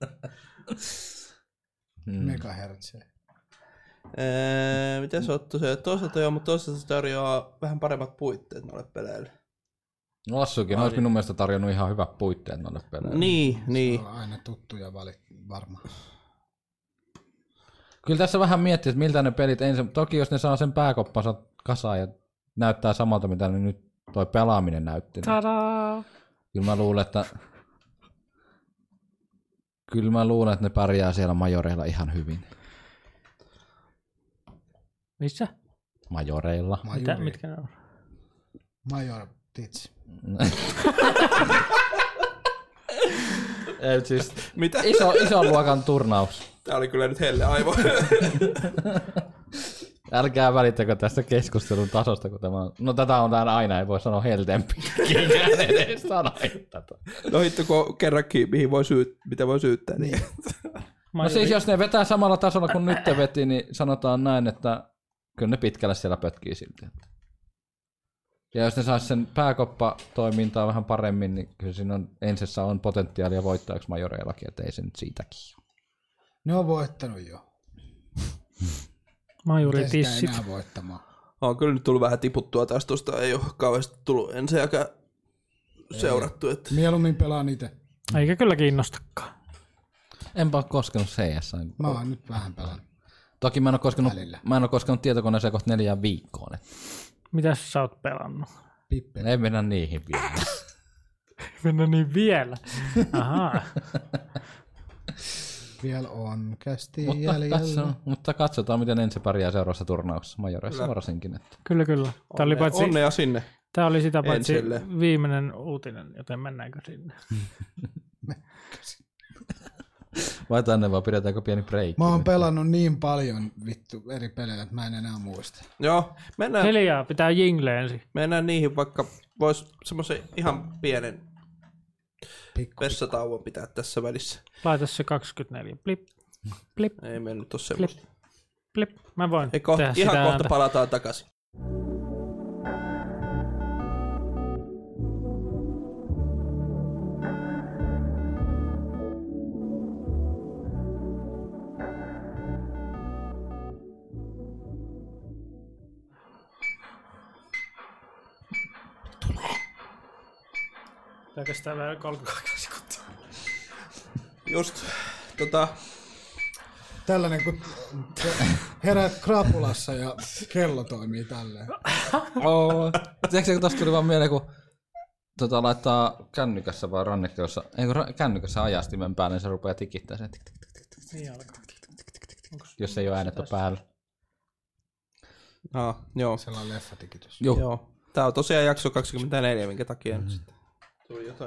Hmm. Megahertseä.
Eee, mitä se ottu se? Toisaalta joo, mutta toisaalta se tarjoaa vähän paremmat puitteet noille peleille.
No Lassukin olisi minun mielestä tarjonnut ihan hyvät puitteet noille peleille.
Niin, niin.
Se on aina tuttuja valit varmaan.
Kyllä tässä vähän miettii, että miltä ne pelit ensin... Toki jos ne saa sen pääkoppansa kasaan ja näyttää samalta, mitä ne nyt toi pelaaminen näytti. Niin
tadaa!
Kyllä mä luulen, että... Kyllä mä luulen, että ne pärjää siellä majoreilla ihan hyvin.
Missä?
Majoreilla.
Mitä, mitkä ne on?
Major Tits.
Ei, siis
Mitä?
Iso, ison luokan turnaus.
Tää oli kyllä nyt helle aivo.
Älkää välittäkö tästä keskustelun tasosta, kun tämä on... No tätä on täällä aina, ei voi sanoa heltempi. Kenkään edes sanoin tätä.
No hitto, kun kerrankin, mihin voi syyt, mitä voi syyttää. Niin.
No siis jos ne vetää samalla tasolla kuin nyt te veti, niin sanotaan näin, että kyllä ne pitkälle siellä pötkii silti. Ja jos ne saisi sen pääkoppa-toimintaa vähän paremmin, niin kyllä siinä on, ensessä on potentiaalia voittajaksi majoreillakin, että ei se nyt siitäkin ole.
Ne on voittanut jo.
Majuri
Miten sitä
tissit.
enää voittamaan?
On kyllä nyt tullut vähän tiputtua taas tuosta, ei ole kauheasti tullut ensiäkään seurattu. Että...
Mieluummin pelaan itse.
Eikä kyllä kiinnostakaan.
Enpä ole koskenut C S.
Mä oon nyt vähän pelannut.
Toki mä en ole koskenut,
Välillä.
mä en ole koskenut tietokoneeseen kohta neljään viikkoon. Että
Mitäs sä oot pelannut?
Pippe.
ei mennä niihin vielä.
Mennä niin vielä. Ahaa.
Vielä on kästi
mutta,
jäljellä.
katso, mutta katsotaan, miten ensi pärjää seuraavassa turnauksessa, majoreissa varsinkin. Että.
Kyllä, kyllä. Tämä oli, paitsi,
Onnea sinne.
tämä oli sitä paitsi
Ensille.
viimeinen uutinen, joten mennäänkö sinne?
Vai tänne vai pidetäänkö pieni break?
Mä oon pelannut niin paljon vittu eri pelejä, että mä en enää muista.
Joo, mennään,
Hiljaa, pitää jingle ensin.
mennään niihin, vaikka vois semmoisen ihan pienen
Pikku.
vessatauon pitää tässä välissä.
Laita se kaksikymmentäneljä. Blip, blip,
Ei me nyt ole semmoista.
blip. Mä voin
Ei, kohta,
tehdä
ihan
sitä
kohta
ääntä.
palataan takaisin.
Tämä kestää vielä kolmekymmentäkaksi sekuntia.
Just, tota,
Tällainen, kun heräät krapulassa ja kello toimii tälleen.
Oh. Tiedätkö, kun tosta tuli vaan mieleen, kun tota, laittaa kännykässä vai rannekkeessa, ei kun ra- kännykässä ajastimen päälle, niin se rupeaa tikittää sen, tik, tik, tik, tik, tik,
Niin alkaa.
jos ei ole äänettä päällä.
no, joo.
Sellainen leffatikitys.
Joo.
Joo. Tää on tosiaan jakso kaksikymmentäneljä, minkä takia nyt sitten tuli jotain.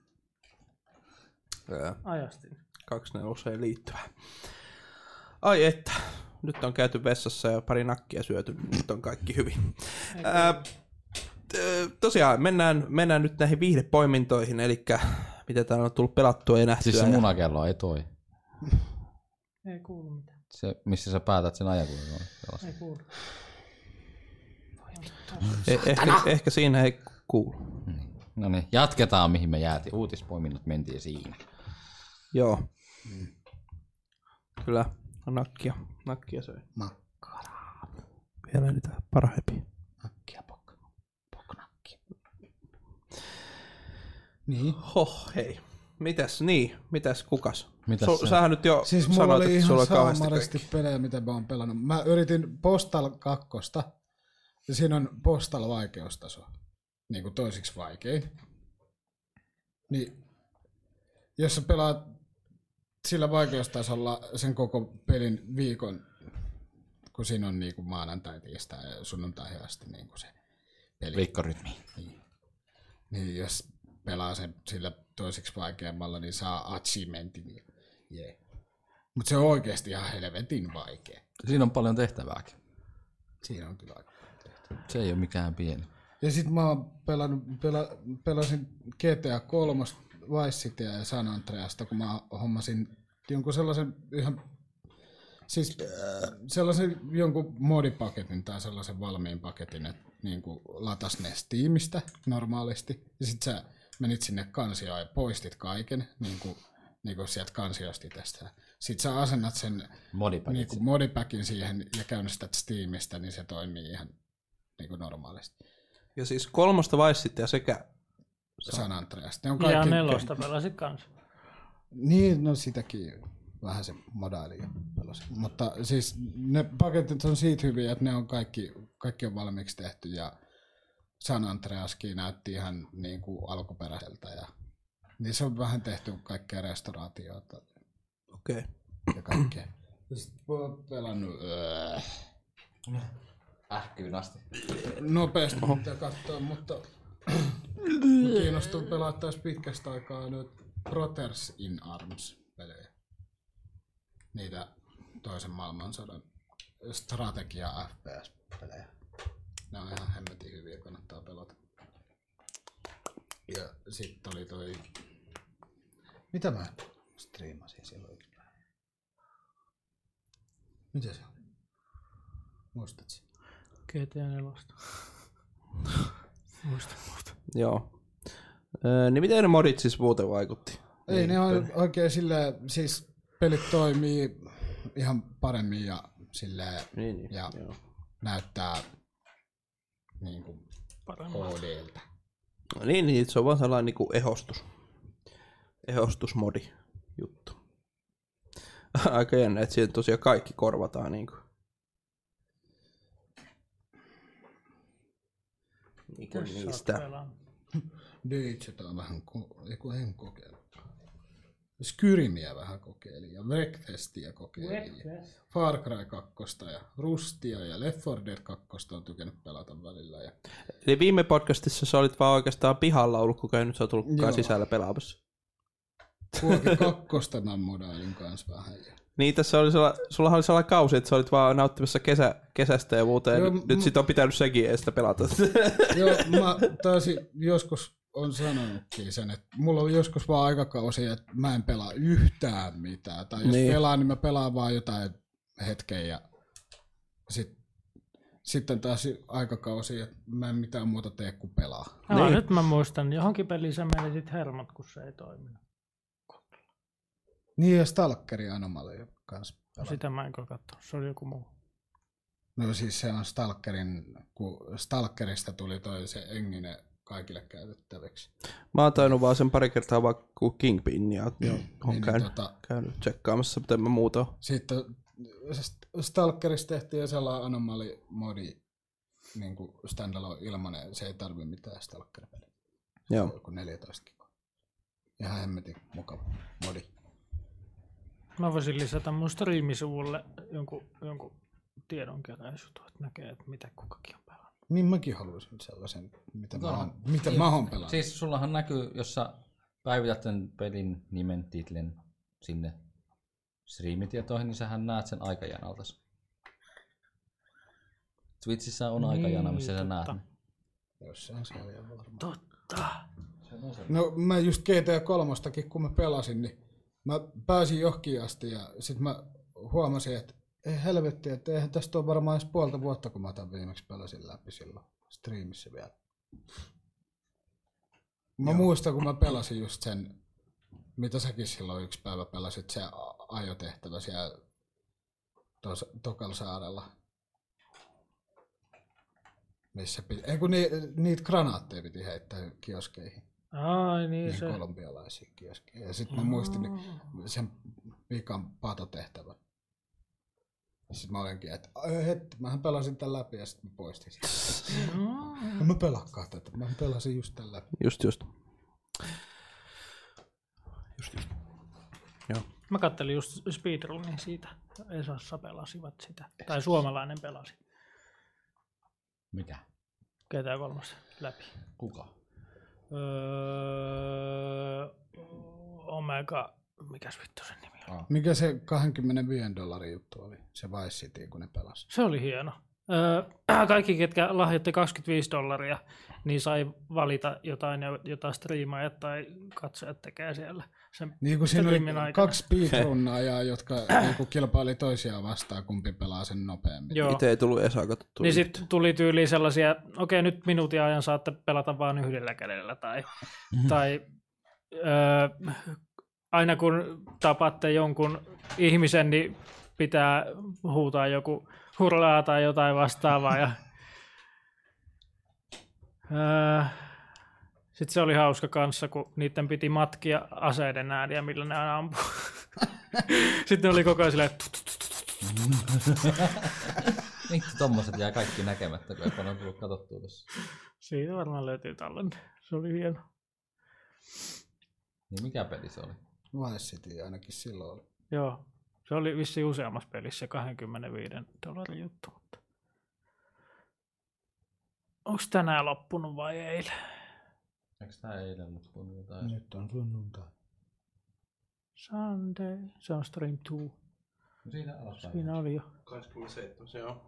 Ää,
Ajastin.
kaksi neloseen liittyvää. Ai että, nyt on käyty vessassa ja pari nakkia syöty, nyt on kaikki hyvin. Ää, t- tosiaan, mennään, mennään nyt näihin viihdepoimintoihin, eli mitä täällä on tullut pelattua ja nähtyä.
Siis se
ja-
munakello, ei toi.
Ei kuulu mitään.
Se, missä sä päätät sen ajakuvan.
Ei kuulu.
Eh- ehkä, ehkä siinä ei kuulu.
No niin, jatketaan mihin me jäätiin. Uutispoiminnot mentiin siinä.
Joo. Kyllä, nakkia, nakkia söi.
Makkaraa.
Vielä niitä parhaimpia.
Nakkia pok. Poknakki. Niin.
Hoh, hei. Mitäs niin? Mitäs kukas?
Mitäs
Su-
se?
sähän nyt jo
Siis mulla
sanoit,
oli
että sulla
ihan
on kauheasti
saamaristi
kaikki.
pelejä, mitä mä oon pelannut. Mä yritin Postal kakkosta, ja siinä on Postal vaikeustaso, niin kuin toisiksi vaikein. Niin, jos sä pelaat sillä vaikeustasolla sen koko pelin viikon, kun siinä on niin kuin maanantai, tiistai ja sunnuntaihin asti niin kuin se peli.
Viikkorytmi.
Niin jos pelaa sen sillä toiseksi vaikeammalla, niin saa achievementin. Yeah. Mutta se on oikeasti ihan helvetin vaikea.
Siinä on paljon tehtävääkin.
Siinä on kyllä aika paljon tehtävää.
Se ei ole mikään pieni.
Ja sit mä oon pelannut, pela, pelasin G T A kolme, Vice Cityä ja San Andreasta, kun mä hommasin jonkun sellaisen ihan, siis sellaisen jonkun modipaketin tai sellaisen valmiin paketin, että niin kuin latas ne Steamista normaalisti. Ja sit sä menit sinne kansioon ja poistit kaiken, niin kuin, niin kuin sieltä kansiosta itsestä. Sit sä asennat sen niin kuin modipackin siihen ja käynnistät Steamista, niin se toimii ihan niin kuin normaalisti.
Ja siis kolmosta Vice Cityä sekä
San Andreasta. Ne on kaikki...
Ja nelosta pelasit kanssa.
Niin, no sitäkin vähän se modaali jo pelasin. Mutta siis ne paketit on siitä hyviä, että ne on kaikki, kaikki on valmiiksi tehty ja San Andreaskin näytti ihan niin kuin alkuperäiseltä. Ja, niin se on vähän tehty kaikkea restauraatiota.
Okei. Okay.
Ja kaikkea. Ja sit oon pelannut... Öö,
Ähkyyn asti.
nopeasti pitää katsoa, mutta kiinnostuu pelaa taas pitkästä aikaa nyt Brothers in Arms-pelejä. Niitä toisen maailmansodan strategia F P S-pelejä. Ne on ihan hemmetin hyviä, kannattaa pelata. Ja sitten oli toi... Mitä mä striimasin silloin yksi päivä? Mitä se on? Muistatko?
G T A neljä. Muista, muista.
Joo. Öö, niin miten ne modit siis muuten vaikutti?
Ei,
niin,
ne on oikein silleen, siis pelit toimii ihan paremmin ja silleen,
niin, niin,
ja
joo.
näyttää niinku H D:ltä.
No niin, niin, se on vaan sellainen niinku ehostus. Ehostusmodi juttu. Aika jännä, että siihen tosiaan kaikki korvataan niinku. Mikä niistä?
Dyitset on vähän, ko- eiku en kokeillut. Skyrimiä vähän kokeilin ja Wreckfestia kokeilin. Ja Far Cry kaksi ja Rustia ja Left four Dead kaksi on tykännyt pelata välillä. Ja...
Eli viime podcastissa sä olit vaan oikeastaan pihalla ollut, kun nyt sä oot tullutkaan sisällä pelaamassa.
Kuokin kakkosta mä modailin kanssa vähän. Ja...
Niin, tässä oli sella, sullahan oli sellainen kausi, että sä olit vaan nauttimassa kesä, kesästä ja muuta, ja
Joo,
nyt, m- nyt sit on pitänyt sekin eestä pelata.
Joo, mä taisin joskus on sanonutkin sen, että mulla on joskus vaan aikakausi, että mä en pelaa yhtään mitään. Tai jos
niin.
pelaan, niin mä pelaan vaan jotain hetken ja sit, sitten taas aikakausi, että mä en mitään muuta tee kuin pelaa.
No,
niin.
nyt mä muistan, johonkin peliin sä menisit hermot, kun se ei toiminut.
Niin ja Stalkeri Anomaly kanssa.
No, sitä mä en katso, se oli joku muu.
No siis se on Stalkerin, kun Stalkerista tuli toi se Engine kaikille käytettäväksi.
Mä oon tainnut vaan sen pari kertaa vaikka Kingpinia, että on
niin,
käynyt,
tota,
käynyt tsekkaamassa, mutta en mä muuta ole.
Sitten Stalkerista tehtiin sellainen Anomaly-modi, niin kuin standalone ilmanen, se ei tarvi mitään Stalker-peliä.
Joo.
Joku neljätoista gigaa. Ihan hemmetin mukava modi.
Mä voisin lisätä mun striimisivulle jonkun, jonkun tiedonkeräisjutun, että näkee, että mitä kukakin on pelannut.
Niin mäkin haluaisin sellaisen, mitä mä oon, mitä mä oon pelannut.
Siis sullahan näkyy, jos sä päivität sen pelin nimen, titlin sinne striimitietoihin, niin sähän näet sen aikajanaltas. Twitchissä on aikajana, missä sä näet.
Jossain se on varmaan.
Totta.
No mä just G T A kolmostakin, kun mä pelasin, niin mä pääsin johonkin asti ja sit mä huomasin, että ei helvetti, että eihän tästä ole varmaan edes puolta vuotta, kun mä tämän viimeksi pelasin läpi silloin striimissä vielä. Mä Joo. muistan, kun mä pelasin just sen, mitä säkin silloin yksi päivä pelasit, se ajotehtävä siellä tos, Tokalsaarella. Missä piti, ei kun ni, niitä granaatteja piti heittää kioskeihin.
Ai niin,
niin
se.
kolumbialaisia kioskeja. Ja sitten mä muistin niin sen viikan patotehtävän. Sitten mä olenkin, että heti, mähän pelasin tän läpi ja sitten mä poistin sitä. No mä pelaakaan tätä, mä pelasin just tän läpi.
Just just. Just just. Joo.
Mä kattelin just speedrunin siitä. Esassa pelasivat sitä. Tai suomalainen pelasi.
Mikä?
G T A kolme läpi.
Kuka?
Öö, Omega, mikäs vittu sen nimi on?
Mikä se kaksikymmentäviisi dollarin juttu oli, se Vice City, kun ne pelasi?
Se oli hieno. Öö, kaikki, ketkä lahjoitti kaksikymmentäviisi dollaria, niin sai valita jotain, jota striimaajat tai katsojat tekee siellä. Sen
niin kuin siinä oli
aikana.
kaksi speedrunnaajaa, jotka niin kilpaili toisiaan vastaan, kumpi pelaa sen nopeammin.
Joo. Itse ei tullut edes katsottua.
Niin sitten tuli tyyliin sellaisia, okei okay, nyt minuutin ajan saatte pelata vain yhdellä kädellä. Tai, mm-hmm. tai öö, aina kun tapatte jonkun ihmisen, niin pitää huutaa joku hurraa tai jotain vastaavaa. Ja öö, sitten se oli hauska kanssa, kun niiden piti matkia aseiden ääniä, millä ne aina ampuu. Sitten oli koko ajan silleen...
Miksi tommoset jää kaikki näkemättä, kun on tullut katsottua tuossa?
Siitä varmaan löytyy tallenne. Se oli hieno.
Niin mikä peli se oli?
Vice City ainakin silloin oli.
Joo. Se oli vissiin useammassa pelissä kaksikymmentäviisi dollarin juttu. Mutta... Onko tänään loppunut vai eilen?
Eikö tää eilen loppunut jotain?
Nyt on sunnuntai.
Sunday. Se on Stream two.
No siinä alaspäin.
Siinä oli jo.
kaksikymmentäseitsemän, se on.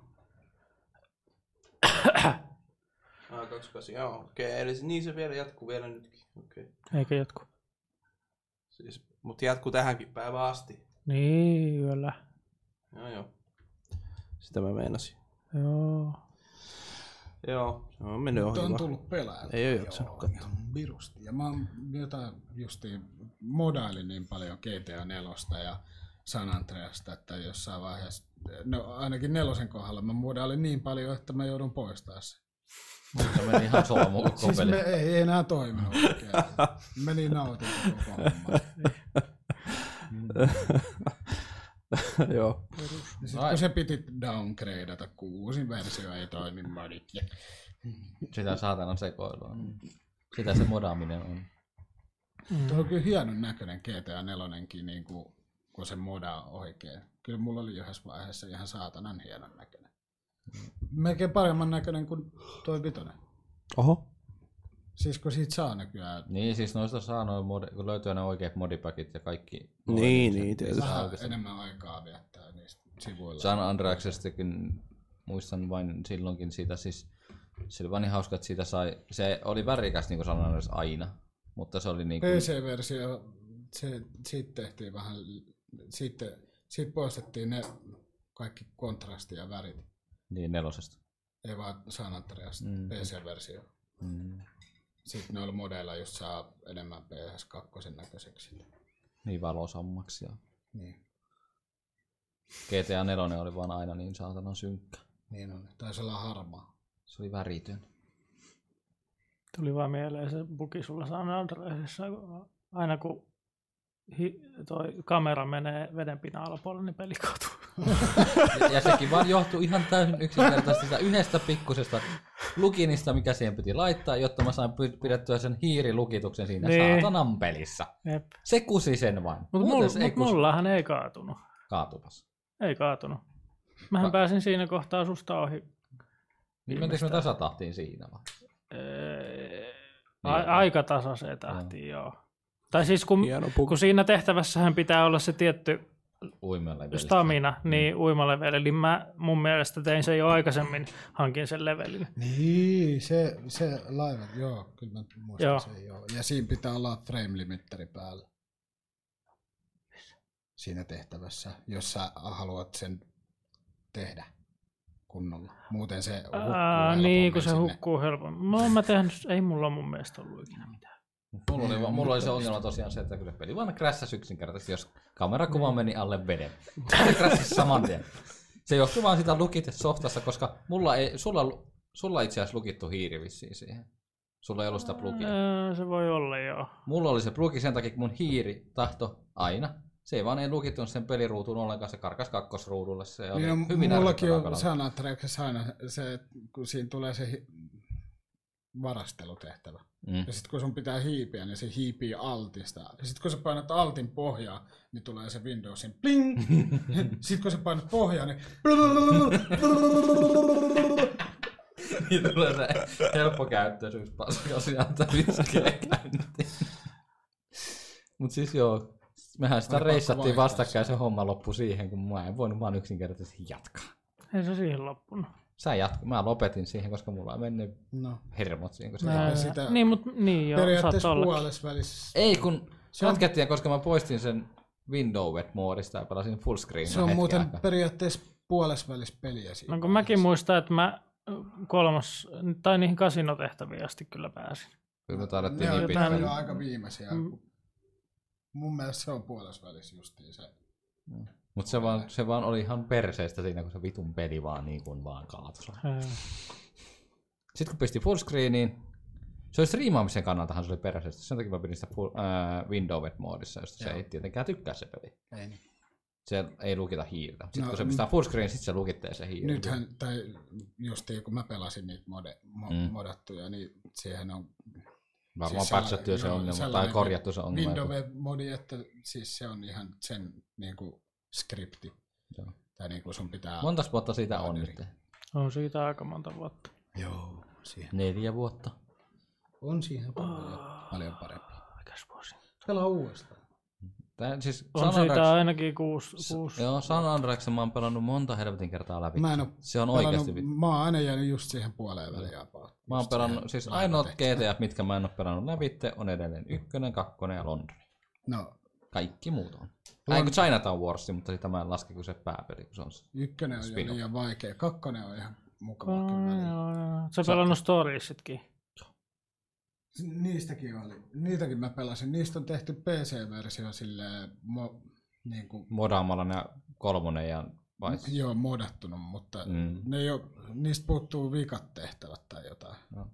Ah, kaksikymmentäkahdeksan, joo. Okei, okay, eli niin se vielä jatkuu vielä nytkin. Okay.
Eikä jatku.
Siis, mutta jatkuu tähänkin päivään asti.
Niin, yöllä.
Joo, joo. Sitä mä meinasin.
Joo.
Joo, se on mennyt ohi.
On tullut pelaa.
Ei ole jaksanut katsoa.
Virusti. Ja mä oon jotain justiin modailin niin paljon G T A neljä ja San Andreasta, että jossain vaiheessa, no ainakin nelosen kohdalla mä modailin niin paljon, että mä joudun poistaa sen.
Se meni ihan solmu koko
siis
peli.
Me ei enää toiminut oikein. Meni nautin koko homma.
Joo.
Ja sit kun se piti downgradeata, kun uusin versio ei toimi modit.
Sitä saatanan sekoilua. Sitä se modaaminen on.
Mm. Tuo on kyllä hienon näköinen G T A neljäkin, niin kuin, kun se modaa oikein. Kyllä mulla oli yhdessä vaiheessa ihan saatanan hienon näköinen. Mm. Melkein paremman näköinen kuin tuo vitonen.
Oho.
Siis kun siitä saa nykyään...
Niin, siis noista saa noin, mod- kun löytyy ne oikeat modipackit ja kaikki.
Niin, niin, tietysti.
Vähän enemmän aikaa viettää niistä sivuilla.
San Andreasestakin muistan vain silloinkin siitä, siis se oli vain niin hauska, että siitä sai, se oli värikäs niin kuin San Andreas aina, mutta se oli niin kuin...
P C-versio, se, siitä tehtiin vähän, siitä, siitä poistettiin ne kaikki kontrasti ja värit.
Niin, nelosesta.
Ei vaan San Andreasta, mm. P C-versio. Mm. Sitten noilla modeilla just saa enemmän P S kaksi näköiseksi.
Niin valosammaksi. Ja...
Niin.
G T A neljä oli vaan aina niin saatana synkkä.
Niin on. Taisi olla harmaa.
Se oli väritön.
Tuli vaan mieleen se bugi sulla San Andreasissa. Aina kun hi- toi kamera menee veden pinnan alapuolelle, niin peli kaatuu.
Ja, ja sekin vaan johtuu ihan täysin yksinkertaisesti sitä yhdestä pikkusesta lukinista, mikä siihen piti laittaa, jotta mä sain pidettyä sen hiirilukituksen siinä niin. Saatanan pelissä. Jep. Se kusi sen vain.
Mutta mul, mut mullahan ei kaatunut.
Kaatupas.
Ei kaatunut. Mähän Ka- pääsin siinä kohtaa susta ohi.
Niin mentikö me tasatahtiin siinä vai?
Eee, a- aika tasaiseen tahtiin, joo. joo. Tai siis kun, kun siinä tehtävässähän pitää olla se tietty stamina, niin mm. uimaleveli. Eli mä mun mielestä tein sen jo aikaisemmin, hankin sen levelin.
Niin, se, se laiva, joo, kyllä mä muistan joo. sen joo. Ja siinä pitää olla frame limitteri päällä. Siinä tehtävässä, jos sä haluat sen tehdä kunnolla. Muuten se hukkuu
Aa, niin, kun se sinne. hukkuu helpommin. Mä oon mä tehnyt, ei mulla mun mielestä ollut ikinä mitään.
Mulla oli, mulla oli se ongelma tosiaan se, että kyllä peli vaan krässäsi yksinkertaisesti, jos kamerakuva meni alle veden. Se krässäsi saman tien. Se johtuu vaan sitä lukitesoftasta, koska mulla ei, sulla, sulla itse asiassa lukittu hiiri vissiin siihen. Sulla ei ollut sitä plugia.
Se voi olla, joo.
Mulla oli se plugi sen takia, kun mun hiiri tahto aina. Se ei vaan ei lukittunut sen peliruutuun ollenkaan, se karkas kakkosruudulle. Se oli niin hyvin
mullakin on San Andreasissa aina se, kun siinä tulee se hi- varastelutehtävä. Mm. Ja sitten kun sun pitää hiipiä, niin se hiipii altista. Ja sitten kun sä painat altin pohjaa, niin tulee se Windowsin pling. Sitten kun sä painat pohjaa, niin...
Niin tulee se helppokäyttöisyys paska sieltä viskee käyntiin. Mut siis joo, mehän sitä reissattiin vastakkain, se homma loppui siihen, kun mä en voinut vaan yksinkertaisesti jatkaa.
Ei se siihen loppunut.
Sä jatko, mä lopetin siihen, koska mulla on mennyt
No.
hermot siihen. Koska
Mä,
sitä
niin, mut niin joo,
periaatteessa
saattaa olla.
puolesvälissä.
Ei, kun
Se on-
jatkettiin, koska mä poistin sen Windowet-moodista ja pelasin full screen.
Se on muuten aikaa. periaatteessa puolesvälissä peliä siinä.
No kun mäkin muistan, että mä kolmas, tai niihin kasinotehtäviin asti kyllä pääsin.
Kyllä me
Ne
taidettiin
on,
niin
ne
pitkälle.
on jo aika viimeisiä.
Mm.
Mun mielestä se on puolesvälissä justiin se.
Mutta se vaan, se vaan oli ihan perseestä siinä, kun se vitun peli vaan niin kuin vaan kaatui. Sitten kun pisti fullscreeniin, se oli striimaamisen kannaltahan se oli perseestä. Sen takia mä pidin sitä full, äh, Windowet-moodissa, josta se ei tietenkään tykkää se peli.
Ei niin.
Se ei lukita hiirtä. Sitten
No,
kun se pistää fullscreen, sitten se lukittee se hiirtä.
Nythän, tai justiin kun mä pelasin niitä mode, mo,
Mm.
modattuja, niin siihen on
Varmaan
siis
patchattu jo
sellainen-
se
joo,
ongelma, tai
sellainen
korjattu se ongelma.
Windows-modi, että siis se on ihan sen niinku skripti.
Joo.
Tai niinku sun pitää...
Montas vuotta siitä on nyt?
On siitä aika monta vuotta.
Joo, siihen.
Neljä vuotta.
On siihen paljon, paljon parempi.
Mikäs vuosi?
Pelaa uudestaan.
Tää, siis
On
San
siitä
Andreas-
ainakin kuusi. kuusi.
Joo, San Andreasen mä oon pelannut monta helvetin kertaa läpi.
Mä en oo
Se on
pelannut,
oikeasti vit-
mä oon aina jäänyt just siihen puoleen väliin about.
Mä oon
Just
pelannut,
siihen
siis
laiva
ainoat
tehtävään.
G T A, mitkä mä en oo pelannut läpitte, on edelleen ykkönen, kakkonen ja London.
No,
Kaikki muut on. Ei kun Chinatown Wars, mutta sitä mä en laske kuin se pääpeli, kun se on se.
ykkönen on jo
Spin-off.
liian vaikea. Kakkonen on ihan mukava
Oh,
kyllä.
joo, joo. Sä pelannut Storiesitkin.
Niistäkin oli. Niitäkin mä pelasin. Niistä on tehty P C-versio silleen, mo, niin kuin,
Modaamalla ne kolmonen ja vai?
joo, modattunut, mutta
Mm.
ne ei oo, niistä puuttuu vikat tehtävät tai jotain.
Joo.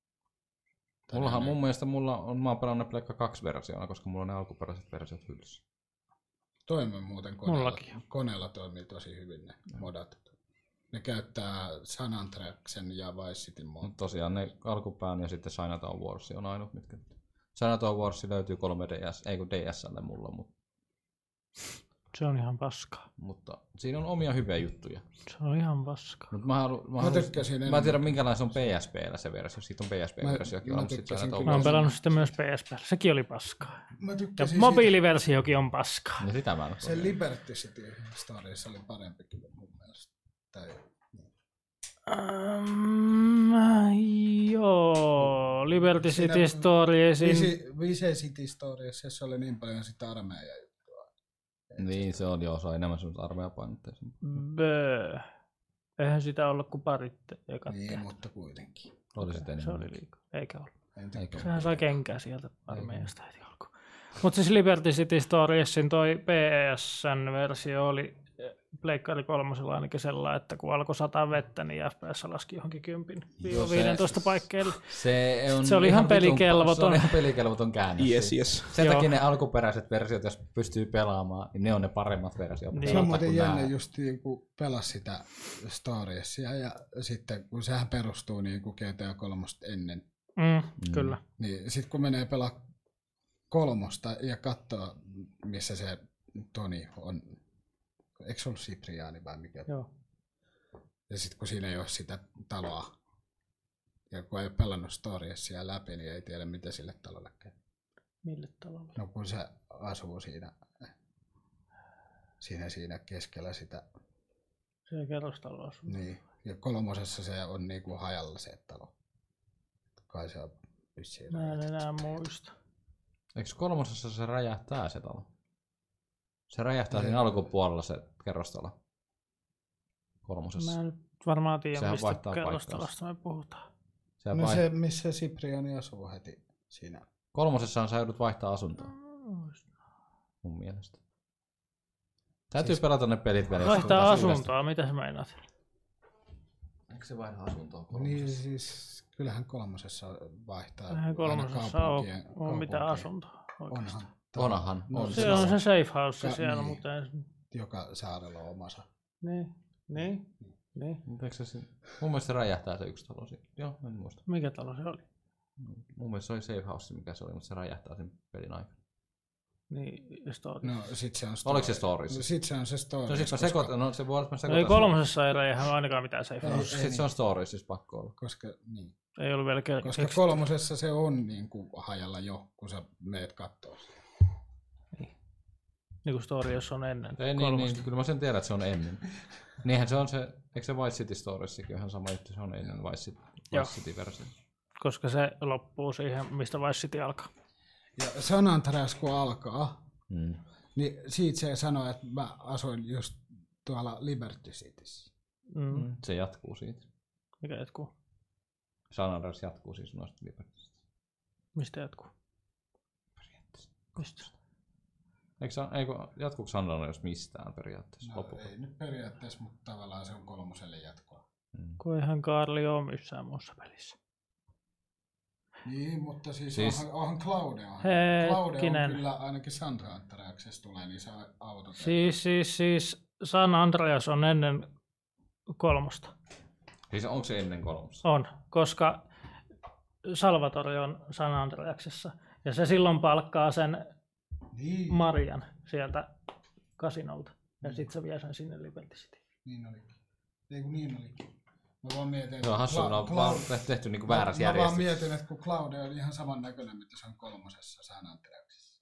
Tai
Mullahan
ne-
mun mielestä mulla on, mä oon pelannut Pleikka kaksi versiona, koska mulla on ne alkuperäiset versiot hyllyssä.
Toimii muuten koneella.
Mullakin.
Koneella toimii tosi hyvin ne modat. Ne käyttää San Andreasen ja Vice Cityn mod.
Mut tosiaan ne alkupään ja sitten Chinatown Wars on ainut, mitkä... Chinatown Wars löytyy kolme D S, ei kun D S L mulla, mutta,
Se on ihan paskaa.
mutta siinä on omia hyviä juttuja.
Se on ihan paskaa.
Mut mä, halu, mä,
Mä
haluaisin-
tykkäsin
mä en
enemmän.
tiedä minkälainen se on P S P:llä se versio, siitä on P S P-versiokin
Mä- mä
on, mutta sitten
tykkäsin
Chinatown
kyllä.
Mä oon
Wars.
pelannut sitä myös P S P. Sekin oli paskaa.
Mä
Ja
tykkäsin siitä.
mobiiliversiokin on paskaa.
Ja sitä mä en oo
Se
kokeillut.
Liberty City Stories oli parempi kyllä mun mielestä. Tai,
Um, joo, Liberty
Siinä-
City Storiesin.
Vice, Vice City Stories, se oli niin paljon sitä armeijaa juttua.
Niin se on, joo, se on enemmän semmoista armeijapainotteista.
Bö. Eihän sitä ollut kuin parit ekat
Niin,
tehtävät.
mutta kuitenkin.
Oli sitten
Se
enemmän.
oli liikaa. Eikä ollut.
En tiedä.
Eikä.
Sehän sai kenkää sieltä armeijasta heti alkuun. Mutta siis Liberty City Storiesin toi P S-versio oli Pleikkari kolmosella ainakin sellainen, että kun alkoi sataa vettä, niin F P S laski johonkin kympin
Joo, se-
viisitoista paikkeille.
Se on,
Se oli ihan
vitun-
pelikelvoton.
Se on ihan pelikelvoton käännös.
Yes, yes.
Sen
Joo.
takia ne alkuperäiset versiot, jos pystyy pelaamaan, niin ne on ne paremmat versiot.
Niin.
Se on
pelata
muuten
kuin
jännä
nää.
just kun pelasi sitä Storiesia ja sitten kun sehän perustuu niin kuin G T A kolme ennen,
Mm, kyllä.
niin sitten kun menee pelaa kolmosta ja katsoo missä se Toni on, eikö se ollut Cipriani vai mikä?
Joo.
Ja sitten kun siinä ei ole sitä taloa ja kun ei ole pelannut Storiesia läpi, niin ei tiedä mitä sille talolle käy.
Mille talolle?
No kun se asuu siinä, siinä, siinä keskellä sitä.
Se kerrostalo asuu.
Niin. Ja kolmosessa se on niinku hajalla se talo. Kai se on vissiin
Mä en
rajoitettu.
enää muista.
Eikö kolmosessa se räjähtää se talo? Se räjähtää
Ei.
siinä alkupuolella se kerrostalo. Kolmosessa.
Mä en nyt varmaan tiedä,
Sehän
mistä
vaihtaa
kerrostalosta me puhutaan.
Se
No
vai...
se, missä Cipriani asuu heti siinä.
Kolmosessahan sä joudut vaihtaa asuntoa, mun mielestä. Täytyy
Siis-
pelata ne pelit vielä. jos
Vaihtaa
tullaan uudestaan.
asuntoa, mitä sä meinaat?
Eikö se vaihda asuntoa
Niin
kolmosessa?
siis kyllähän kolmosessa vaihtaa.
Eihän
aina
kolmosessa
kaupunkien-
ole, ole mitään
kaupunkien-
asuntoa oikeastaan.
Onhan.
Onhan.
No,
On.
Se on se safe house
Ka-
siellä,
niin.
mutta ei...
Joka saarella on omansa.
Niin, niin, niin.
Mutta eikö se, se- mun mielestä se räjähtää se yksi talo siinä. Joo, en muista.
Mikä talo se oli?
Mun mielestä se oli safe house, mikä se oli, mutta se räjähtää sen pelin aikana.
Niin, story.
No sit se on story.
Oliko se stories?
No, sit se on se story.
No sit mä sekoitan, no se voi olla, mä
No
sekoitan.
ei kolmosessa ei ole ainakaan mitään safe.
Ei,
Sitten
ei
se on stories siis pakko olla.
Koska, niin.
Ei ollut vielä kel-
Koska kolmosessa se on niin kuin hajalla jo, kun sä meet kattoo sitä.
Niin kuin story, jos on ennen.
Ei niin, niin, kyllä mä sen tiedän, että se on ennen. Niinhän se on se, eikö se Vice City Storiesikin ihan sama juttu, se on ennen Vice City, Vice City-versio.
Koska se loppuu siihen, mistä Vice City alkaa.
Ja San Andreas kun alkaa,
Mm.
niin siitä se sanoi, että mä asuin just tuolla Liberty Cityssä.
Mm.
Se jatkuu siitä.
Mikä jatkuu?
San Andreas jatkuu siis noista Libertystä.
Mistä jatkuu? Mistä?
Eikö se, eikö, jatkuuko San Andreas mistään periaatteessa?
No,
Lopulta?
ei nyt periaatteessa, mutta tavallaan se on kolmoselle jatkoa.
Mm.
Kun eihän Karli ole missään muussa pelissä.
Niin, mutta siis,
Siis-
onhan, onhan Claude on.
Hetkinen.
Claude on kyllä ainakin San Andreaksessa tulee, niin se auto.
Siis, siis, siis San Andreas on ennen kolmosta.
Siis onko se ennen kolmosta?
On, koska Salvatore on San Andreaksessa. Ja se silloin palkkaa sen
Niin,
Marian sieltä kasinolta. Ja sit se vie sen sinne Liberty City.
niin olikin. Ei kun niin olikin. Mä vaan mietin,
Se on hassu,
Cla-
ne on
Clau-
vaan tehty niinku väärässä
Mä vaan
järjestyksessä.
mietin, että kun Claude on ihan saman näköinen, mitä se on kolmosessa San Andreaksessa.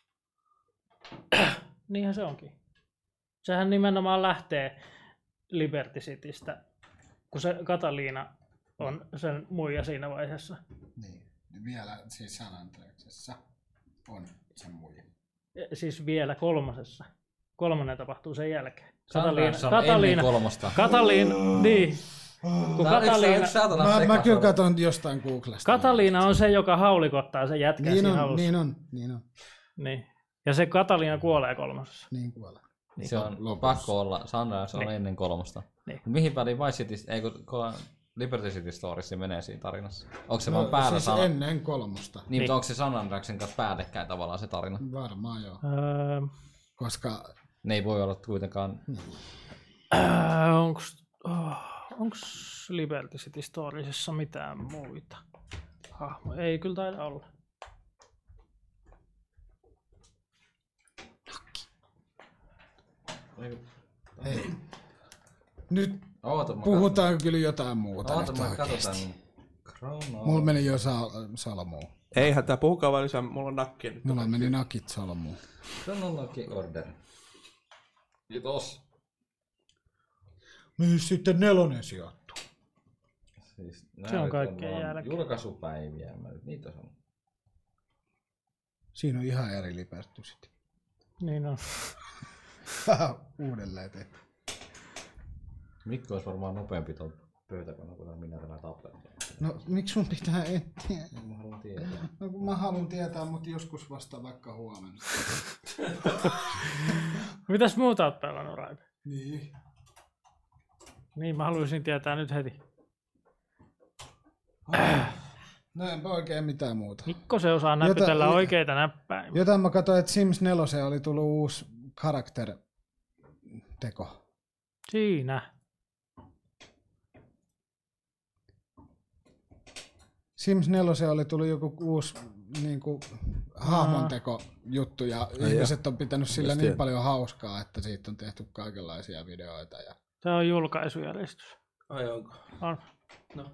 Niinhän se onkin. Sehän nimenomaan lähtee Liberty Citystä, kun se Kataliina on sen muija siinä vaiheessa.
Niin, niin vielä siis San Andreaksessa on se muija.
Ja siis vielä kolmosessa. Kolmonen tapahtuu sen jälkeen.
San Andreas on
Kataliina,
ennen kolmosta.
Kataliina, niin. Kun
Tää on yksi-
Kataliina,
yksi saatana
Mä, mä
sekaus
kyllä
ollut.
katson jostain Googlesta.
Kataliina on se, joka haulikottaa sen jätkän
Niin
siinä
on,
hallussa.
niin on, niin on.
Niin. Ja se Kataliina kuolee kolmosessa.
Niin kuolee.
Se on
Lopussa.
pakko olla, San Andreas on
Niin.
ennen kolmosta.
Niin.
Mihin väliin Vice City, ei kun, kun Liberty City Stories se menee siinä tarinassa? Onko se
No,
vaan päällä
siis
San...
ennen kolmosta.
Niin, mutta onko se San Andreasin kanssa päällekkäin tavallaan se tarina?
Varmaan joo.
Öö,
Koska
Ne ei voi olla kuitenkaan...
öö, onks, oh, onks Liberty City Storiesissa mitään muita hahmoja? Ei kyllä taida olla.
hei, nyt
Oota, mä
puhutaan kyllä jotain muuta.
Oota,
nyt
mä
oikeesti.
katsotaan. Chrono.
Mulla meni jo sal- salmuun.
Ei hätää, puhukaa vaan lisää, mulla on nakki nyt.
Mulla meni nakit salmuun.
Chronology order. Kiitos.
Mihin sitten nelonen sijoittuu?
Siis,
Se on
nyt
kaikkein
vaan
jälkeen.
Julkaisupäiviä. Mä nyt niitä sanon.
Siinä on ihan eri Liberty City.
Niin on.
Uudelleen tehty.
Mikko olisi varmaan nopeampi tuon pöytäkoneella kuin minä tämä tabletti.
No miksi sun pitää etsiä?
Mä haluan tietää.
No kun mä haluan tietää, mutta joskus vasta vaikka huomenna.
Mitäs muuta oot pelannut, Raipe?
Niin.
Niin, mä haluaisin tietää nyt heti.
No enpä oikein mitään muuta.
Mikko se osaa näpytellä
Jota-
oikeita näppäimiä.
Jotain mä katsoin, että Sims neljä oli tullut uusi karakter teko.
Siinä.
Sims neljä oli tullut joku uusi niin kuin, hahmonteko juttu ja ihmiset on pitänyt sillä
Just
niin
tiedän.
paljon hauskaa, että siitä on tehty kaikenlaisia videoita. Ja...
Se on julkaisujärjestys.
Ai onko?
On.
No.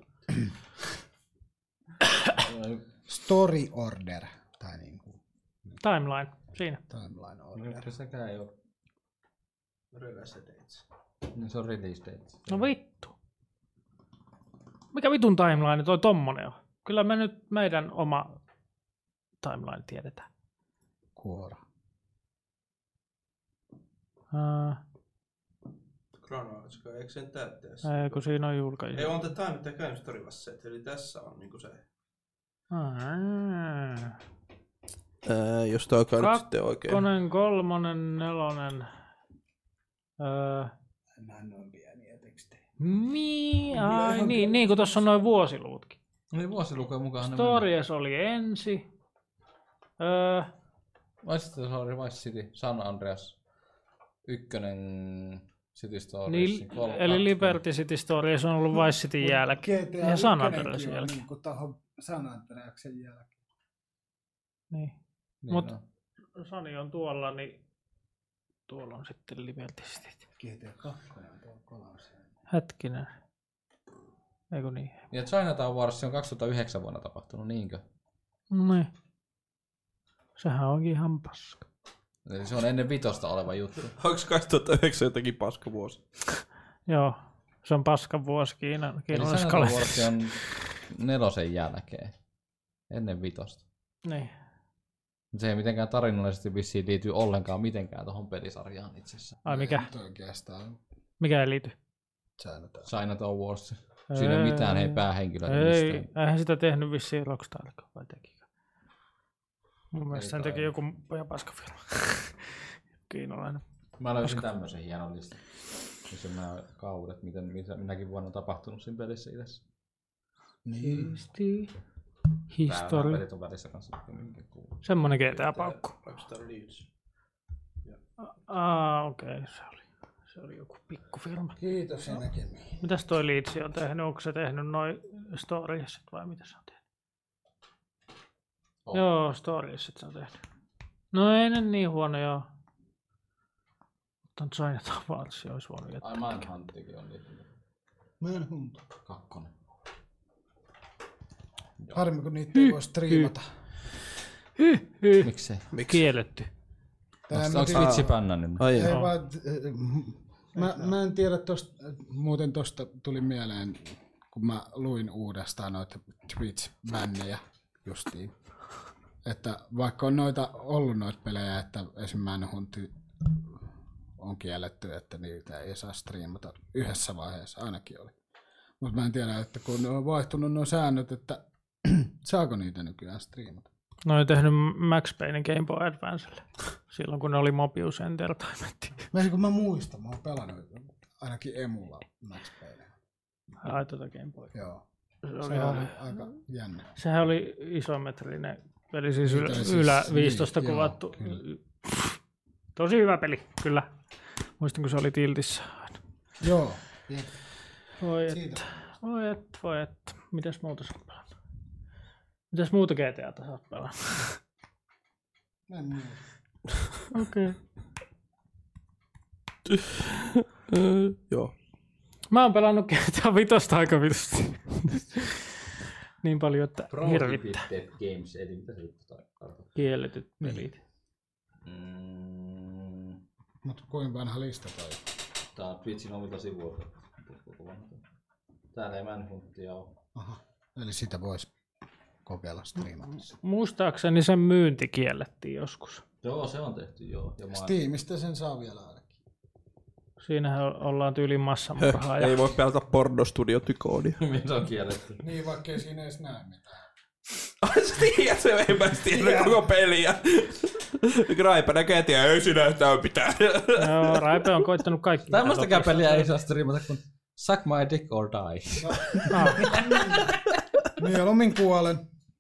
Story order tai niin kuin
Timeline. Siinä.
timeline order.
Mutta sekään ei ole.
Release dates.
Niin se on release date.
No vittu. Mikä vitun timeline toi tommonen on? Kyllä me nyt meidän oma timeline tiedetään.
Kuora.
Uh,
Chronological, eikö sen täyttää?
ei, kun siinä on julkaisu.
Ei, on the time the game story was set, eli tässä on niinku se.
Ah.
Ää, jos toi on nyt sitten oikein.
Kakkonen, kolmonen, nelonen. Öö,
Mä en noin pieniä tekstejä.
niin, ai, niin, niin kuin tuossa on noin vuosiluutkin.
Niin vuosilukujen mukaan ne
Stories oli ensi. Öö,
Vai sitten se oli Vice City, San Andreas, ykkönen, City Stories,
niin,
kolme,
eli
kakkonen.
Liberty City Stories on ollut Vice Cityn jälkeen.
G T A
Ja San
ykkönen
Andreasin
on
jälkeen.
niin kuin tohon San Andreasen jälkeen.
Niin.
Niin,
mut-
no.
Sani on tuolla, niin tuolla on sitten live-testit.
G T A kaksi on tuolla kolmas.
Hetkinen. Eiku niin?
Ja Chinatown Wars on kaksituhattayhdeksän vuonna tapahtunut, niinkö?
Niin. Sehän onkin ihan paska.
Eli se on ennen vitosta oleva juttu.
Onko kaksituhattayhdeksän jotenkin paska vuosi?
Joo, se on paskan vuosi Kiinan,
Eli
kiinalaisessa
Chinatown Wars
kalenterissa.
on nelosen jälkeen. Ennen vitosta.
Niin.
Se ei mitenkään tarinallisesti vissiin liity ollenkaan mitenkään tuohon pelisarjaan itsessään.
Ai mikä?
Nyt oikeastaan
Mikä ei liity?
säännötään.
Chinatown Wars. Siinä ei mitään hei päähenkilöitä
Ei,
mistään.
eihän sitä tehnyt vissiin Rockstar, vai tekikö? Mun mielestä sen
kai.
teki joku ihan paskafirma. Kiinalainen.
Mä löysin tämmöisen hienon listan. Missä on nämä kaudet, miten mitä minäkin vuonna on tapahtunut siinä pelissä itse.
Niin.
History.
Nämä
History.
pelit on välissä kanssa. Minkä kuuluu.
Semmonen G T A-paukku.
Rockstar Leeds.
Aa, okei, okay, se oli. Se oli joku pikkufirma.
Kiitos ja näkemiin.
Mitäs toi Leeds on tehnyt? Onko se tehnyt noin storiesit vai mitä se on tehnyt?
On.
Joo, storiesit se on tehnyt. No ei ne niin huono, joo. Mutta on Chinatown Wars, olisi voinut jättää.
Ai Manhunttikin on liittynyt.
Manhunt.
Kakkonen.
Harmi kun niitä ei voi striimata.
Hyh, hyh.
Miksei?
Kielletty.
Tää
Onko
mä tiedän-
Twitchi bännännyt?
Ai
Ei
joo.
vaan, äh, mä, mä en tiedä tosta, muuten tosta tuli mieleen, kun mä luin uudestaan noita Twitch-bännejä justiin. Että vaikka on noita ollut noita pelejä, että esimerkiksi Manhuntti on kielletty, että niitä ei saa striimata yhdessä vaiheessa, ainakin oli. Mutta mä en tiedä, että kun ne on vaihtunut nuo säännöt, että saako niitä nykyään striimata.
Ne oli tehnyt Max Paynein Game Boy Advancelle. Silloin kun ne oli Mobius Entertainment.
Mä, kun mä muistan, mä oon pelannut ainakin emulla Max Payne.
Ai tota Game Boy.
Joo.
Se oli
Se
ihan-
oli aika jännä.
Sehän oli isometrinen peli, siis ylä,
Mitä siis-
ylä
niin,
viisitoista
joo,
kuvattu.
kyllä.
Tosi hyvä peli, kyllä. Muistan, kun se oli tiltissä.
Joo.
Voi et,
Siitä.
voi et, voi et. Mitäs muuta sä oot pelannut? Mitäs muuta G T A:ta sä oot pelannut?
Mä en muista.
Okei.
Joo.
Mä oon pelannut G T A viisi aika vitusti. Niin paljon, että hirvittää.
Prohibited Games, eli mitä se juttu tarkoittaa?
Kielletyt pelit.
Mm,
Mut kuinka vanha lista toi?
tää on Twitchin omilta sivuilta. Täällä ei Manhunttia ole.
Aha. Eli sitä vois kokeilla striimatissa.
Muistaakseni sen myynti kiellettiin joskus.
Joo, se on tehty, joo. Ja mä...
Steamista sen saa vielä ainakin.
Siinähän ollaan tyylin massamurhaa. Ja
Ei voi pelata pornostudiotykodia.
Mitä on kielletty?
Niin, vaikka ei siinä edes näe mitään.
Ai sä tiedät, se ei mä tiedä koko peliä. Raipa näkee, että ei sinä näy mitään.
Joo, Raipe on koittanut kaikki. mitä
Tämmöstäkään
toki.
peliä ei saa striimata kuin Suck My Dick or Die.
Ah,
Mieluummin kuolen.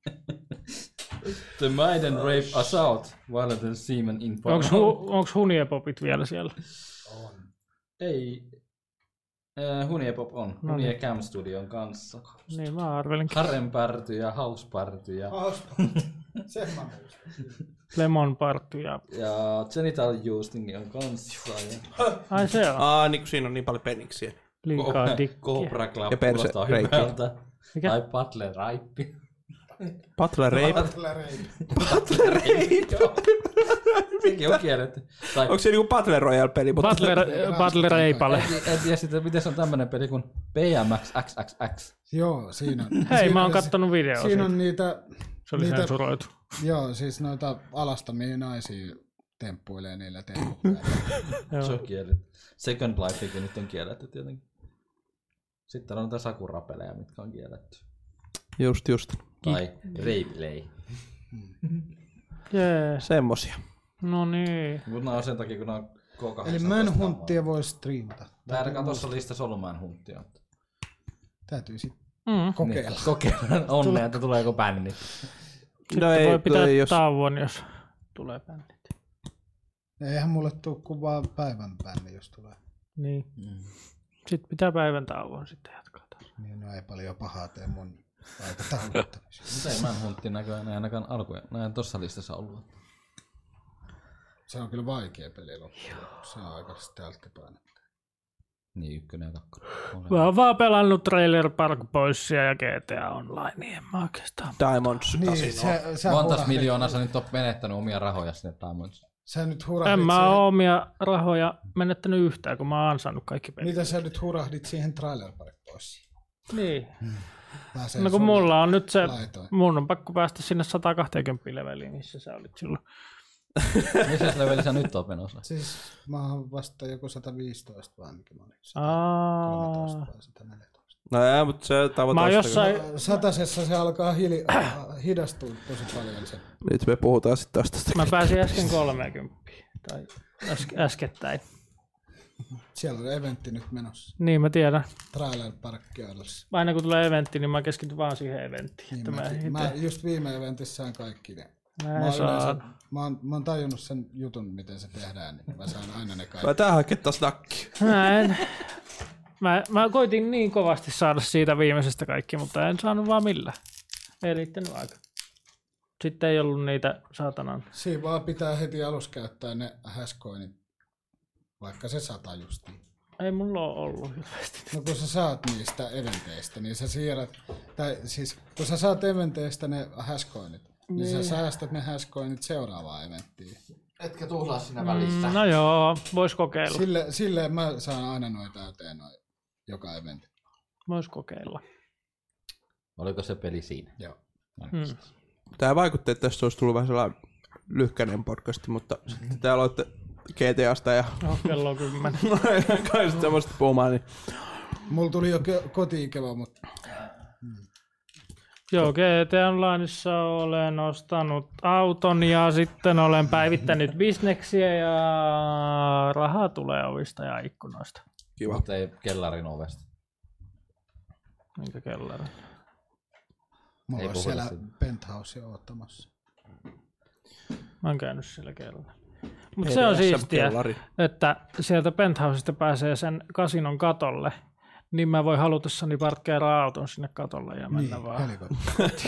The Maiden Rape Assault. Violent and Semen Info.
onks, hu, onks Huniepopit vielä siellä?
Ei. Äh, Huniepop on.
No
Hunie
niin.
Cam Studion kanssa.
Niin mä arvelin.
Harem Party ja House Party ja,
Hauspa. Sen mä muistan.
Lemon Party ja...
ja Genital Using on kanssa. Ja
Ai se on.
Aa, niin kun siinä on niin paljon peniksiä.
Liikaa dikkiä.
Cobra Club
Ja perse-
kuulostaa
reikiä.
hyvältä.
Mikä?
Tai Battle Raippi.
Battle Rape.
Battle Rape.
Sekin on kielletty. Tai
Onko se niinku Battle Royale-peli? Mutta
Butler, Butler Reipale.
en tiedä sitten, miten se on tämmönen peli kuin B M X X X X.
Joo, siinä on.
Hei,
siinä,
mä oon kattonut videoa
Siinä
siitä.
on niitä,
Se oli
niitä
sensuroitu.
joo, siis noita alastomia naisia temppuilee niillä temppuilla.
Joo.
Se on kielletty. Second Lifekin nyt on kielletty tietenkin. Sitten on noita Sakura-pelejä, mitkä on kielletty.
Just, just.
Tai Rayplay.
Jee.
Semmosia.
No niin.
Mutta nämä on sen takia, kun nämä on K kahdeksantoista.
Eli Manhunttia voi striimata.
Tää ainakaan tuossa listassa ollut Manhunttia.
Täytyy sitten
Mm.
kokeilla.
Kokeillaan onnea, että tulee joku bänni.
Sitten voi
ei,
pitää
ei, jos-
tauon, jos tulee bändit.
Eihän mulle tuu kuin vaan päivän bänni, jos tulee.
Niin.
Mm.
Sitten pitää päivän tauon sitten jatkaa taas.
Niin no ei paljon pahaa tee mun aikatauluttamisessa.
Mutta ei Manhuntti näköjään ei ainakaan alkuja. Näin tossa listassa ollut.
Se on kyllä vaikea peli loppuun. Se on aika stealth-painetta.
Niin, ykkönen ja kakkonen.
Mä oon vaan pelannut Trailer Park Boysia ja G T A Online, niin en mä oikeastaan.
Diamonds
Niin,
Casino.
sä, sä
Montas
hurahdit-
miljoonaa sä nyt oot menettänyt omia rahoja sinne Diamonds?
Sä nyt hurahdit
En mä
siihen,
oo omia rahoja menettänyt yhtään, kun mä oon ansainnut kaikki pelit.
mitä sä nyt hurahdit siihen Trailer Park Boysiin?
Niin.
Mä sen
No kun
sulle
mulla on nyt se,
laitoin.
mun on pakko päästä sinne sata kaksikymmentä leveliin, missä sä olit silloin.
Missä leveli sä nyt oot menossa?
Siis mä oon vasta joku sata viisitoista vai mikä mä olin.
Aa.
kolmetoista vai sata neljätoista.
No ei, mutta se tavoite
Mä oon
on
jossain,
Satasessa se alkaa hili, äh, hidastua tosi paljon se.
Nyt me puhutaan sitten taas tästä.
mä pääsin äsken kolmekymmentä, tai äs- äskettäin.
Siellä on eventti nyt menossa.
Niin mä tiedän.
Trailer Park Girls.
Aina kun tulee eventti, niin mä keskityn vaan siihen eventtiin.
Niin,
Että
mä,
mä,
mä,
ite,
mä just viime eventissä sain kaikki ne. Mä,
mä,
oon
saan.
yleensä, mä, oon, mä oon tajunnut sen jutun, miten se tehdään, niin mä saan aina ne kaikki.
Mä tää hakettaa snakki.
Mä, en, mä, mä koitin niin kovasti saada siitä viimeisestä kaikki, mutta en saanut vaan millään. Ei riittänyt aika. Sitten ei ollut niitä saatanan.
Siinä vaan pitää heti alussa käyttää ne hashcoinit, vaikka se sata justiin.
Ei mulla ole ollut hirveästi.
No kun sä saat niistä eventeistä, niin sä siirrät, tai siis kun sä saat eventeistä ne hashcoinit, niin, niin sä säästät ne hashcoinit seuraavaan eventtiin.
Etkä tuhlaa siinä
Mm, no joo, vois kokeilla.
Sille, silleen mä saan aina noita täyteen noin joka eventti.
Vois kokeilla.
Oliko se peli siinä?
Joo.
Hmm.
Tää vaikutti, että tästä olisi tullut vähän sellainen lyhkäinen podcasti, mutta sitten te aloitte G T A:sta ja
No, kello on kymmenen.
kai sitten semmoista puhumaan, niin
Mulla tuli jo ke- koti-ikävä, mutta
Joo, G T Onlineissa olen ostanut auton ja sitten olen päivittänyt bisneksiä ja rahaa tulee ovista ja ikkunoista.
kiva.
Mutta ei kellarin ovesta.
Minkä kellari?
mulla
Ei
on
puhuta
siellä
siitä.
penthouse odottamassa.
Mä oon käynyt siellä kellari. Mutta
G T
se on
S
siistiä,
kellari.
että sieltä penthousesta pääsee sen kasinon katolle, niin mä voin halutessani parkkeeraa auton sinne katolle ja mennä
Niin,
vaan.
helikopteri.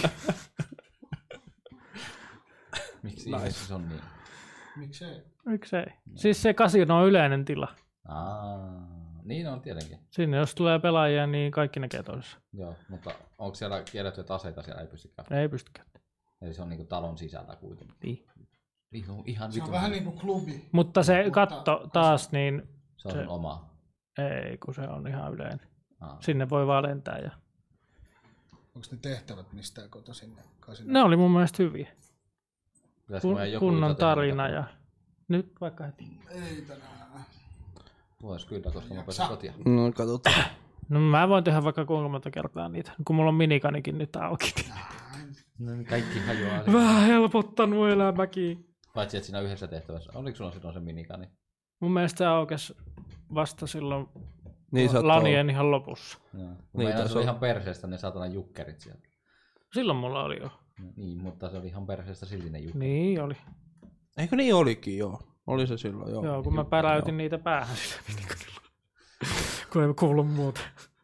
Miksi ihmeessä se on niin?
Miksei?
Miksei? Siis se kasino on yleinen tila.
Aa, niin on tietenkin.
Sinne jos tulee pelaajia, niin kaikki näkee toisessa.
Joo, mutta onko siellä kielletty, että aseita siellä ei pysty käyttämään?
Ei pysty käyttämään.
Eli se on niinku talon sisällä kuitenkin.
Niin.
Ihan, ihan
Se on
vitun-
vähän niin kuin klubi.
Mutta se
Mutta-
katto taas, niin
Se on
se-
sun oma.
ei, kun se on ihan yleinen.
Aa.
Sinne voi vaan lentää. Ja...
Onko ne tehtävät mistään kotoisin?
Ne oli mun mielestä hyviä.
Pitäisikö
Kun,
meidän joku
kunnon
ilta tehdä
tarina
jotain?
ja nyt vaikka heti.
Ei tänään.
Vois kyllä, koska mä pääsen kotia.
No katsotaan.
No mä voin tehdä vaikka kuinka monta kertaa niitä, kun mulla on minikanikin nyt auki.
No, niin kaikki hajoaa.
Vähän helpottanut elämäkin.
Paitsi, että siinä yhdessä tehtävässä. Oliko sulla silloin se minikani?
Mun mielestä se aukesi vasta silloin
Niin saattaa
lanien ihan lopussa.
Joo. Kun
Niin,
niin,
taisi
se oli
olla.
ihan perseestä ne saatana jukkerit siellä.
Silloin mulla oli jo.
No, niin, mutta se oli ihan perseestä silti ne jukkerit.
Niin oli.
Eikö niin olikin, joo. Oli se silloin, joo.
Joo, kun mä päräytin niitä päähän sillä minikanilla. Kun ei kuulu muuta.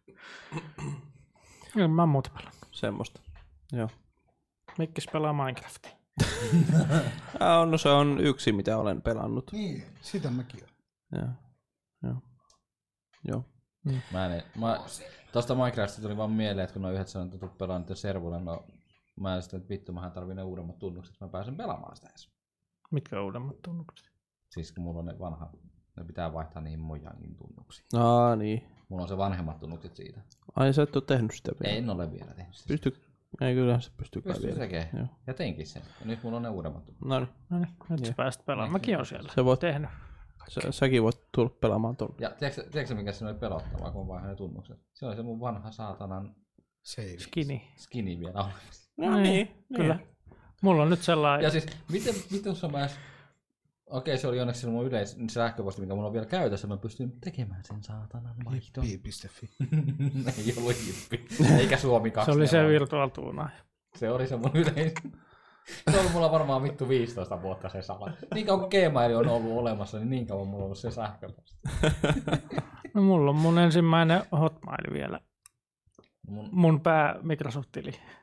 En mä muuta pelannut.
Semmoista. Joo.
Mikkis pelaa Minecraftia.
Ah, no se on yksi, mitä olen pelannut.
Niin, sitä mäkin olen.
Joo. Joo. Joo.
Mä en, mä, tosta Minecraftista tuli vaan mieleen, että kun on yhdessä sanottu, että pelaan nyt servuilla, no mä en sitten, että vittu, mähän tarvii ne uudemmat tunnukset, että mä pääsen pelaamaan sitä edes.
Mitkä uudemmat tunnukset?
Siis kun mulla on ne vanha, ne pitää vaihtaa niihin Mojangin tunnuksiin.
Aa, niin.
Mulla on se vanhemmat tunnukset siitä.
Ai sä et ole tehnyt sitä vielä.
En ole vielä tehnyt sitä.
Pysty... Ei kyllähän se pystyy kai
Pystyy
vielä.
tekemään.
Joo.
Ja teinkin sen. Ja nyt mulla on ne uudemmat tunnukset.
No niin.
No niin, nyt sä pääset pelaamaan. Mäkin on siellä
Se voit,
tehnyt.
sä, säkin voit tulla pelaamaan tuolla.
Ja tiedätkö, tiedätkö mikä siinä oli pelottavaa, kun vaihdoin ne tunnukset? Se oli se mun vanha saatanan
Save.
Skinny.
skini vielä olemassa.
No niin.
Kyllä. Mulla on nyt sellainen.
Ja siis, miten, miten se mä edes... Okei, se oli onneksi se mun yleis se sähköposti, mikä mulla on vielä käytössä. Mä pystyn tekemään sen saatanan vaihdon.
Hippi piste fi.
Ei ollut hippi. Eikä Suomi kaksi.
Se oli se virtual tuuna.
Se oli se mun yleis. Se on ollut mulla varmaan vittu viisitoista vuotta se sama. Niin kauan kuin Gmail on ollut olemassa, niin niin kauan mulla on ollut se sähköposti.
No, mulla on mun ensimmäinen Hotmail vielä.
Mun,
Mun pää Microsoft-tili.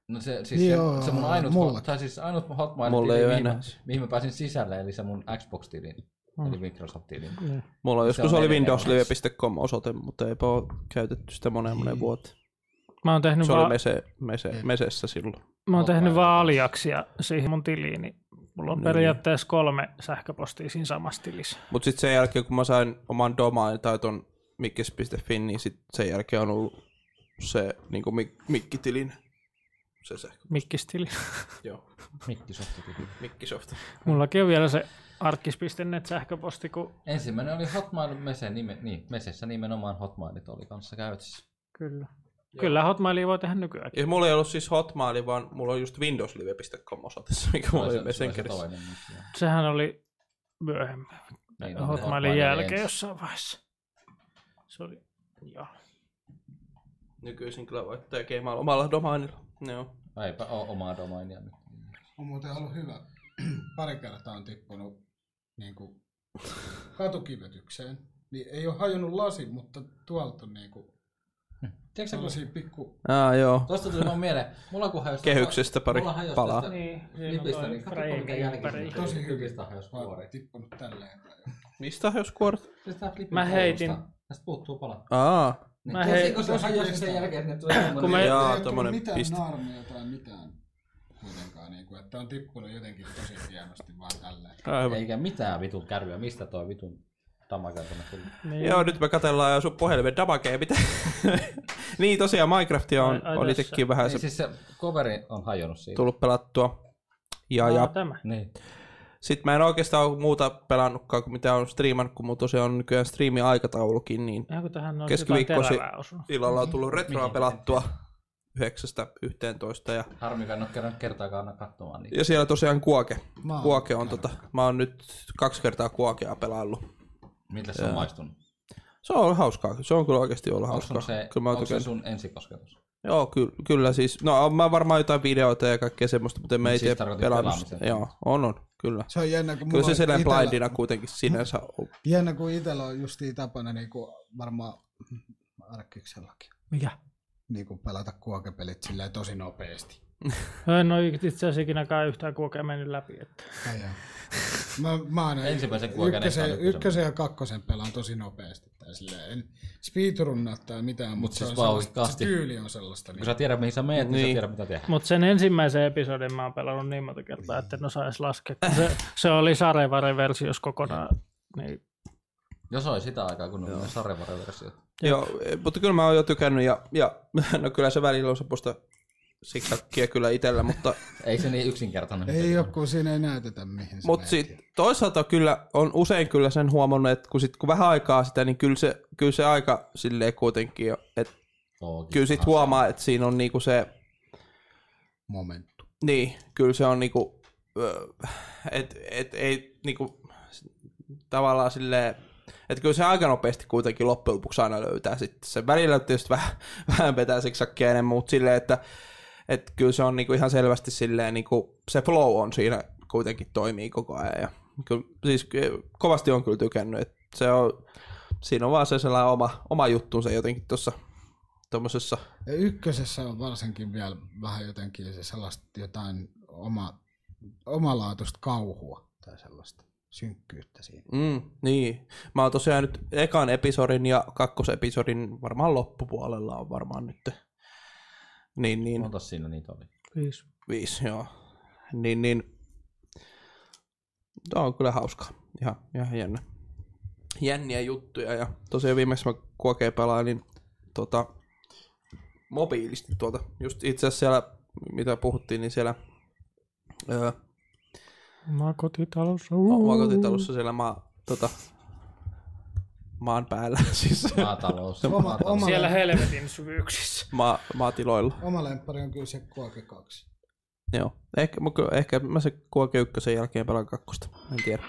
No se, siis
Joo,
se, se mun ainut,
mulla.
tai siis ainut
Mulla
Hotmail-tili,
ei oo
mihin,
enää.
mä- mihin mä pääsin sisälle, eli se mun Xbox-tilin, mm. eli Microsoft-tilin.
Mm.
Mulla joskus
on
oli
edelleen
windowslive piste com osoite, mutta eipä ole käytetty sitä moneen moneen vuoteen.
Mä oon tehnyt,
Se oli
vaan,
mese, mese, mesessä silloin.
mä oon tehnyt
Hotmail.
vaan aliaksia siihen mun tiliin, niin mulla on
Niin.
periaatteessa kolme sähköpostia siinä samassa tilissä.
Mutta sitten sen jälkeen, kun mä sain oman domain tai ton mikkis piste fi, niin sit sen jälkeen on ollut se niinku mik- mikkitilin. Se sähkö.
Mikkistili.
Joo,
Microsoft-tili.
Mikkisoft.
Mullakin on vielä se arkkis piste net sähköposti, kun
Ensimmäinen oli Hotmail Mese, nime, niin, Mesessä nimenomaan Hotmailit oli kanssa käytössä.
kyllä. Kyllä Hotmailia voi tehdä nykyäänkin.
Ja mulla ei ollut siis Hotmail, vaan mulla on just windowslive piste com osoitessa, mikä mulla
Se-
oli
se oli se
Messengerissä.
toinen, mutta joo.
Sehän oli myöhemmin.
Niin, no,
Hotmailin
Hotmailin
jälkeen
ensin.
jossain vaiheessa. Se oli, joo.
Nykyisin kyllä vaihtaa Gmail omalla domainilla. Joo.
Eipä ole omaa domainia.
On muuten ollut hyvä. Pari kertaa on tippunut niin kuin, katukivetykseen. Niin ei ole hajonnut lasi, mutta tuolta on niin kuin,
Tiedätkö sä, kun
sellaisia pikku...
Ah, joo.
Tuosta tuli vaan mieleen, mulla kun hajosi...
Kehyksestä pari
mulla hajosi
palaa.
tästä
Niin, siinä on
Lipistä,
toi
niin katso
freimi
mikä jälki.
ympärillä.
Tosi hyvin.
Lipistä hajosi
Mä
kuori.
oon tippunut tälleen.
Mistä jos kuoret?
Siis tää flipin
Mä heitin-
koulusta. Tästä puuttuu pala.
Aa,
Niin,
Mä
se-
hei-
kun se
tosi
hajosi sen
kestävä.
jälkeen, sinne tuli
Kun
semmonen...
me-
Jaa,
ei ole
tommonen
tullut mitään
piste.
naarmia tai mitään kuitenkaan. Niin kuin, että on tippunut jotenkin tosi hienosti vaan tälleen.
ah, hyvä.
Eikä mitään vitun kärryä. Mistä toi vitun damakertona tuli?
Niin.
Joo, nyt me katsellaan jo sun puhelimen damagea, mitä. Niin tosiaan Minecraft on,
Ai- ai
on
tässä.
itsekin vähän
Niin,
se
siis se coveri on hajonnut siitä.
tullut pelattua. Ja,
Aa,
ja
tämä.
Niin.
sit mä en oikeastaan ole muuta pelannutkaan kuin mitä on striimannut, kun mulla tosiaan on nykyään striimin aikataulukin, niin
Ihan tähän on
Keskiviikkosi-
jotain terävää osunut.
illalla on tullut retroa
Mihin?
pelattua yhdeksästä yhteentoista ja,
Harmi, en ole kerran kertaakaan aina katsomaan niitä.
ja siellä tosiaan Kuoke.
Mä oon
Kuoke on
käynyt.
tota, mä oon nyt kaksi kertaa Kuokea pelaillut.
Miltä se on maistunut?
Se on ollut hauskaa, se on kyllä oikeasti ollut
Onko
hauskaa.
se,
Kyllä mä oon
onko se
tykännyt.
sun ensikosketus?
Joo, ky- kyllä siis. No on mä varmaan jotain videoita ja kaikkea semmoista, mutta en mä
Siis
itse
tarkoitit
pelannut
pelaamisen.
sitä. Joo, on on, kyllä.
Se on jännä, kun
Kyllä
mulla
se
on
silleen
itellä-
blindina kuitenkin sinänsä on.
Jännä, kun itsellä on justiin tapana niin kuin varmaan Arkiksellakin.
Mikä?
Niin kuin pelata kuokepelit silleen tosi nopeasti.
En ole itse asiassa ikinäkään yhtään kuokea mennyt läpi. Että.
Ai jaa. Mä, mä aina
Ensimmäisen kuoken
ykkösen,
eka ykkösen.
ykkösen ja kakkosen pelaan tosi nopeasti. Tai silleen, en speedrunnaa tai mitään, mutta
siis
se, on
vauhdikkaasti.
sellaista- se tyyli on sellaista.
Kun
Niin.
sä tiedät mihin sä meet, niin, niin sä
Niin.
tiedät mitä tehdä.
Mutta sen ensimmäisen episodin mä oon pelannut niin monta kertaa, että en osaa edes laskea. kun Se, se oli Sarevare-versiossa kokonaan. Niin,
Jos oli sitä aikaa, kun on sarjavare-versio.
Joo, mutta kyllä mä oon jo tykännyt ja, ja no kyllä se välillä on semmoista siksakkia kyllä itsellä, mutta,
Ei se niin yksinkertainen.
Ei ole, kun siinä ei näytetä mihin se
mutta
menee.
sit toisaalta kyllä on usein kyllä sen huomannut, että kun, sit, kun vähän aikaa sitä, niin kyllä se, kyllä se aika silleen kuitenkin jo, että
Ookin
kyllä sit
paha.
huomaa, että siinä on niinku se,
Momentu.
niin, kyllä se on niinku, että et, ei niinku tavallaan silleen, että kyllä se aika nopeasti kuitenkin loppujen lopuksi aina löytää sitten. Se välillä tietysti vähän, vähän petää siksakkia enemmän, mutta silleen, että et kyllä se on niinku ihan selvästi silleen, niinku, se flow on siinä kuitenkin toimii koko ajan. Ja kyllä, siis kovasti on kyllä tykännyt, että se on, siinä on vaan se sellainen oma, oma juttunsa jotenkin tuossa tuommoisessa.
Ja ykkösessä on varsinkin vielä vähän jotenkin se sellaista jotain oma, omalaatuista kauhua tai sellaista synkkyyttä siinä.
Mm, niin. Mä oon tosiaan nyt ekan episodin ja kakkosepisodin varmaan loppupuolella on varmaan nyt. Niin, niin.
Monta siinä niitä oli?
viisi.
Viisi, joo. Niin, niin. Tämä on kyllä hauskaa. Ihan, ihan jännä. Jänniä juttuja. Ja tosiaan viimeksi mä Kuokea pelailin tota, mobiilisti tuolta. Just itse asiassa siellä, mitä puhuttiin, niin siellä öö,
Oma kotitalossa.
oma kotitalossa siellä maa, tota, maan päällä, siis
Maatalous.
Oma-
maatalous.
oma-
Siellä helvetin syvyyksissä.
maa, maatiloilla.
Oma lemppari on kyllä se Kuoke kaksi.
Joo. Ehkä, mä, kyllä- ehkä mä se Kuokea ykkösen jälkeen pelaan kakkosta. En tiedä.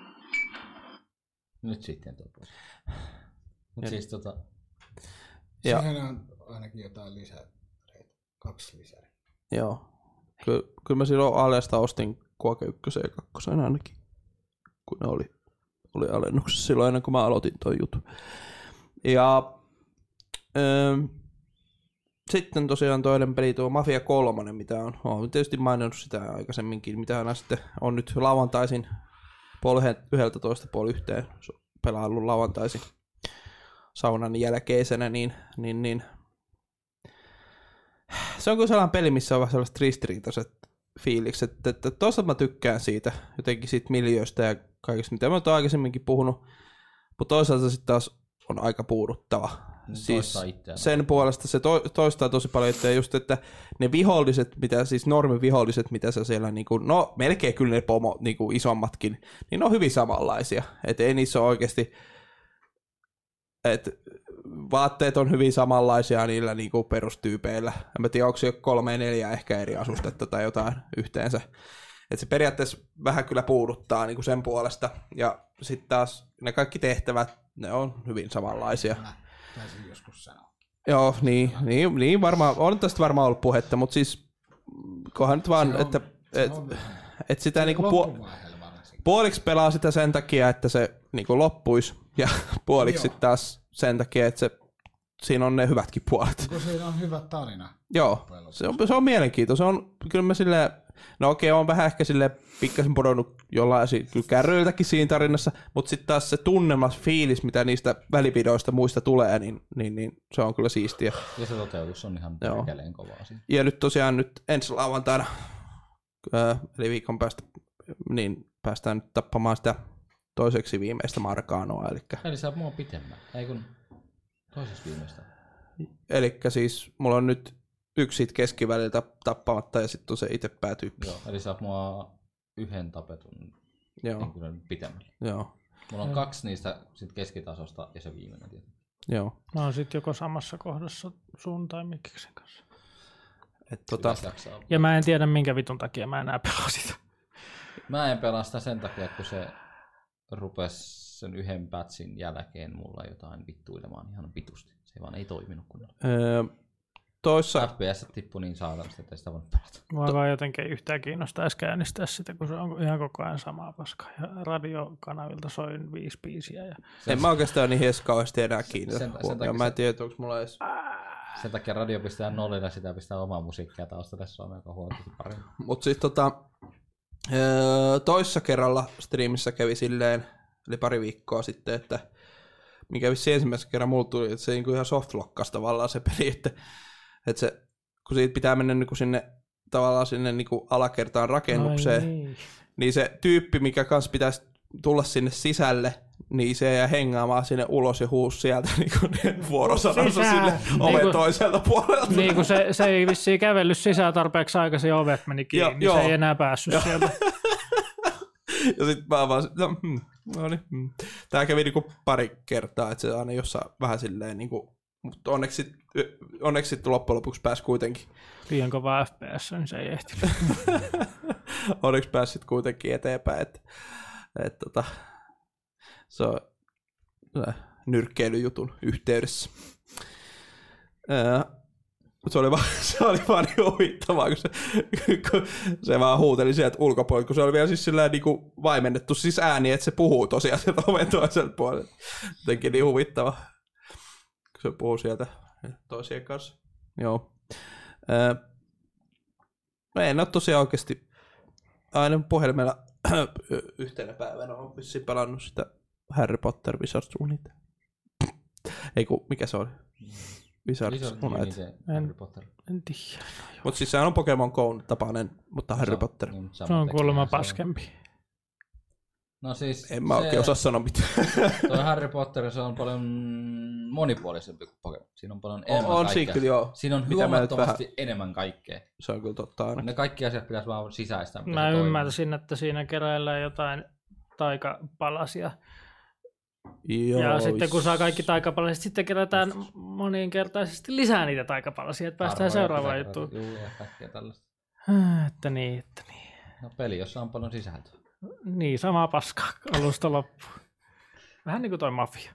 Nyt sitten tuo pois. Mut
Ja-
siis tota...
Ja-
Sehän on ainakin jotain lisää. Kaksi lisää.
Joo. Ky- kyllä mä silloin Alesta ostin Kuoke ykkösen ja kakkosen ainakin, kun ne oli, oli alennuksessa silloin ennen kuin mä aloitin toi jutun. Ja öö, sitten tosiaan toinen peli tuo Mafia kolme, mitä on, on tietysti maininnut sitä aikaisemminkin, mitä on sitten on nyt lauantaisin puoli yhdeltätoista puoli yhteen pelaillut lauantaisin saunan jälkeisenä, niin, niin, niin se on kyllä sellainen peli, missä on vähän sellaiset ristiriitaiset fiilikset, että, että toisaalta mä tykkään siitä, jotenkin siitä miljöistä ja kaikista, mitä mä oon aikaisemminkin puhunut, mutta toisaalta sitten taas on aika puuduttava. Siis sen puolesta se to, toistaa tosi paljon, että just, että ne viholliset, mitä siis normiviholliset, mitä sä siellä, niin kuin, no melkein kyllä ne pomo, niin kuin isommatkin, niin ne on hyvin samanlaisia. Että ei niissä ole oikeasti, että vaatteet on hyvin samanlaisia niillä niin kuin perustyypeillä. En mä tiedä, onko se kolme neljä ehkä eri asustetta tai jotain yhteensä. Että se periaatteessa vähän kyllä puuduttaa niin kuin sen puolesta. Ja sitten taas ne kaikki tehtävät, ne on hyvin samanlaisia.
Taisin joskus sanoa.
Joo, niin, niin, niin varmaan, on tästä varmaan ollut puhetta, mutta siis kohan nyt vaan,
on,
että et, et sitä niinku puo,
varsin.
puoliksi pelaa sitä sen takia, että se niinku loppuisi, ja puoliksi sitten taas sen takia, että se, siinä on ne hyvätkin puolet.
Kun siinä on hyvä tarina.
Joo, se on, se on mielenkiintoista. Se on kyllä mä silleen, no okei, on vähän ehkä silleen pikkasen pudonnut jollain kyllä kärryiltäkin siinä tarinassa, mutta sitten taas se tunnelma, fiilis, mitä niistä välivideoista muista tulee, niin, niin, niin se on kyllä siistiä.
Ja se toteutus on ihan perkeleen kovaa siinä.
Ja nyt tosiaan nyt ensi lauantaina, ää, eli viikon päästä, niin päästään nyt tappamaan sitä toiseksi viimeistä Markaanoa. Elikkä,
eli sä oot mua pitemmän, ei kun toiseksi viimeistä.
Elikkä siis mulla on nyt yksi siitä keskiväliltä tappamatta ja sitten on se itse päätyyppi.
Joo, eli sä oot mua yhden tapetun henkilön pitemmällä.
Joo.
Mulla on Joo. kaksi niistä sit keskitasosta ja se viimeinen tietysti.
Joo.
Mä oon sit joko samassa kohdassa sun tai Mikkiksen kanssa.
Et tota...
Ja mä en tiedä minkä vitun takia mä enää pelaa sitä.
Mä en pelaa sitä sen takia, kun se rupesi sen yhden patchin jälkeen mulla jotain vittuilemaan ihan vitusti. Se vaan ei toiminut kunnolla.
Öö, toissa...
F P S tippui niin saatanasti, että ei sitä voinut pelata.
Mua vaan jotenkin yhtään kiinnostaisi käynnistää sitä, kun se on ihan koko ajan samaa paskaa. Ja radiokanavilta soin viisi biisiä. Ja...
En mä oikeastaan niin edes kauheasti enää kiinnitä huomioon. Mä en tiedä, onko mulla edes...
Sen takia radio pistää nollilla, sitä pistää omaa musiikkia taustalle, se on aika huomattavasti paremmin.
Mut siis tota... Öö, toissa kerralla streamissä kävi silleen, eli pari viikkoa sitten, että mikä vissi ensimmäisen kerran mulla tuli, että se niinku ihan softlockas tavallaan se peli, että, että se, kun siitä pitää mennä niinku sinne tavallaan sinne niinku alakertaan rakennukseen, Ai niin. niin se tyyppi, mikä kanssa pitäisi tulla sinne sisälle, niin se jää hengaamaan sinne ulos ja huusi sieltä niinku vuorosanansa sinne oven niin toiselta puolelta.
Niin kuin se, se ei vissiin kävellyt sisään tarpeeksi aikaisin ja ovet meni kiinni, jo, niin jo. Se ei enää päässyt jo. Sieltä.
Ja sitten mä vaan, no, hmm, no niin, hmm. Tää kävi niinku pari kertaa, että se aina jossain vähän silleen niinku, mutta onneksi, onneksi loppujen lopuksi pääsi kuitenkin.
Liian kova F P S, niin se ei ehtinyt.
Onneksi pääsit kuitenkin eteenpäin, että et, tota, se on nyrkkeilyjutun yhteydessä. Ää, se oli vaan, se oli vaan niin huvittavaa, kun se, kun se vaan huuteli sieltä ulkopuolelta, kun se oli vielä siis sillä niin kuin vaimennettu siis ääni, että se puhuu tosiaan sieltä oven toisella puolella. Jotenkin niin huvittava, kun se puhuu sieltä toisien kanssa. Joo. Ää, en ole tosiaan oikeasti aina puhelimella yhtenä päivänä on vissiin pelannut sitä Harry Potter Wizards Unite. Ei kun, mikä se oli? Wizards Unite.
En, en tiedä.
Mutta siis sehän on Pokemon Go tapainen, mutta Harry Potter.
Niin, se on kuulemma paskempi.
No siis
en mä se, oikein osaa sanoa mitään.
Tuo Harry Potter, se on paljon monipuolisempi kuin Pokemon. Siinä on paljon enemmän
on, on
kaikkea.
Siinä, joo.
Siinä on huomattavasti enemmän kaikkea.
Se on kyllä totta aina.
Ne kaikki asiat pitäisi vaan sisäistää.
Mä ymmärsin, että siinä keräillään jotain taikapalasia.
Joo,
ja sitten kun saa kaikki taikapalaset, sitten kerätään moninkertaisesti lisää niitä taikapalasia, että päästään seuraavaan juttuun.
Joo, ja kaikkea tällaista.
Että niin, että niin.
No peli, jossa on paljon sisältöä.
Niin, sama paska alusta loppuun. Vähän niin kuin toi Mafia.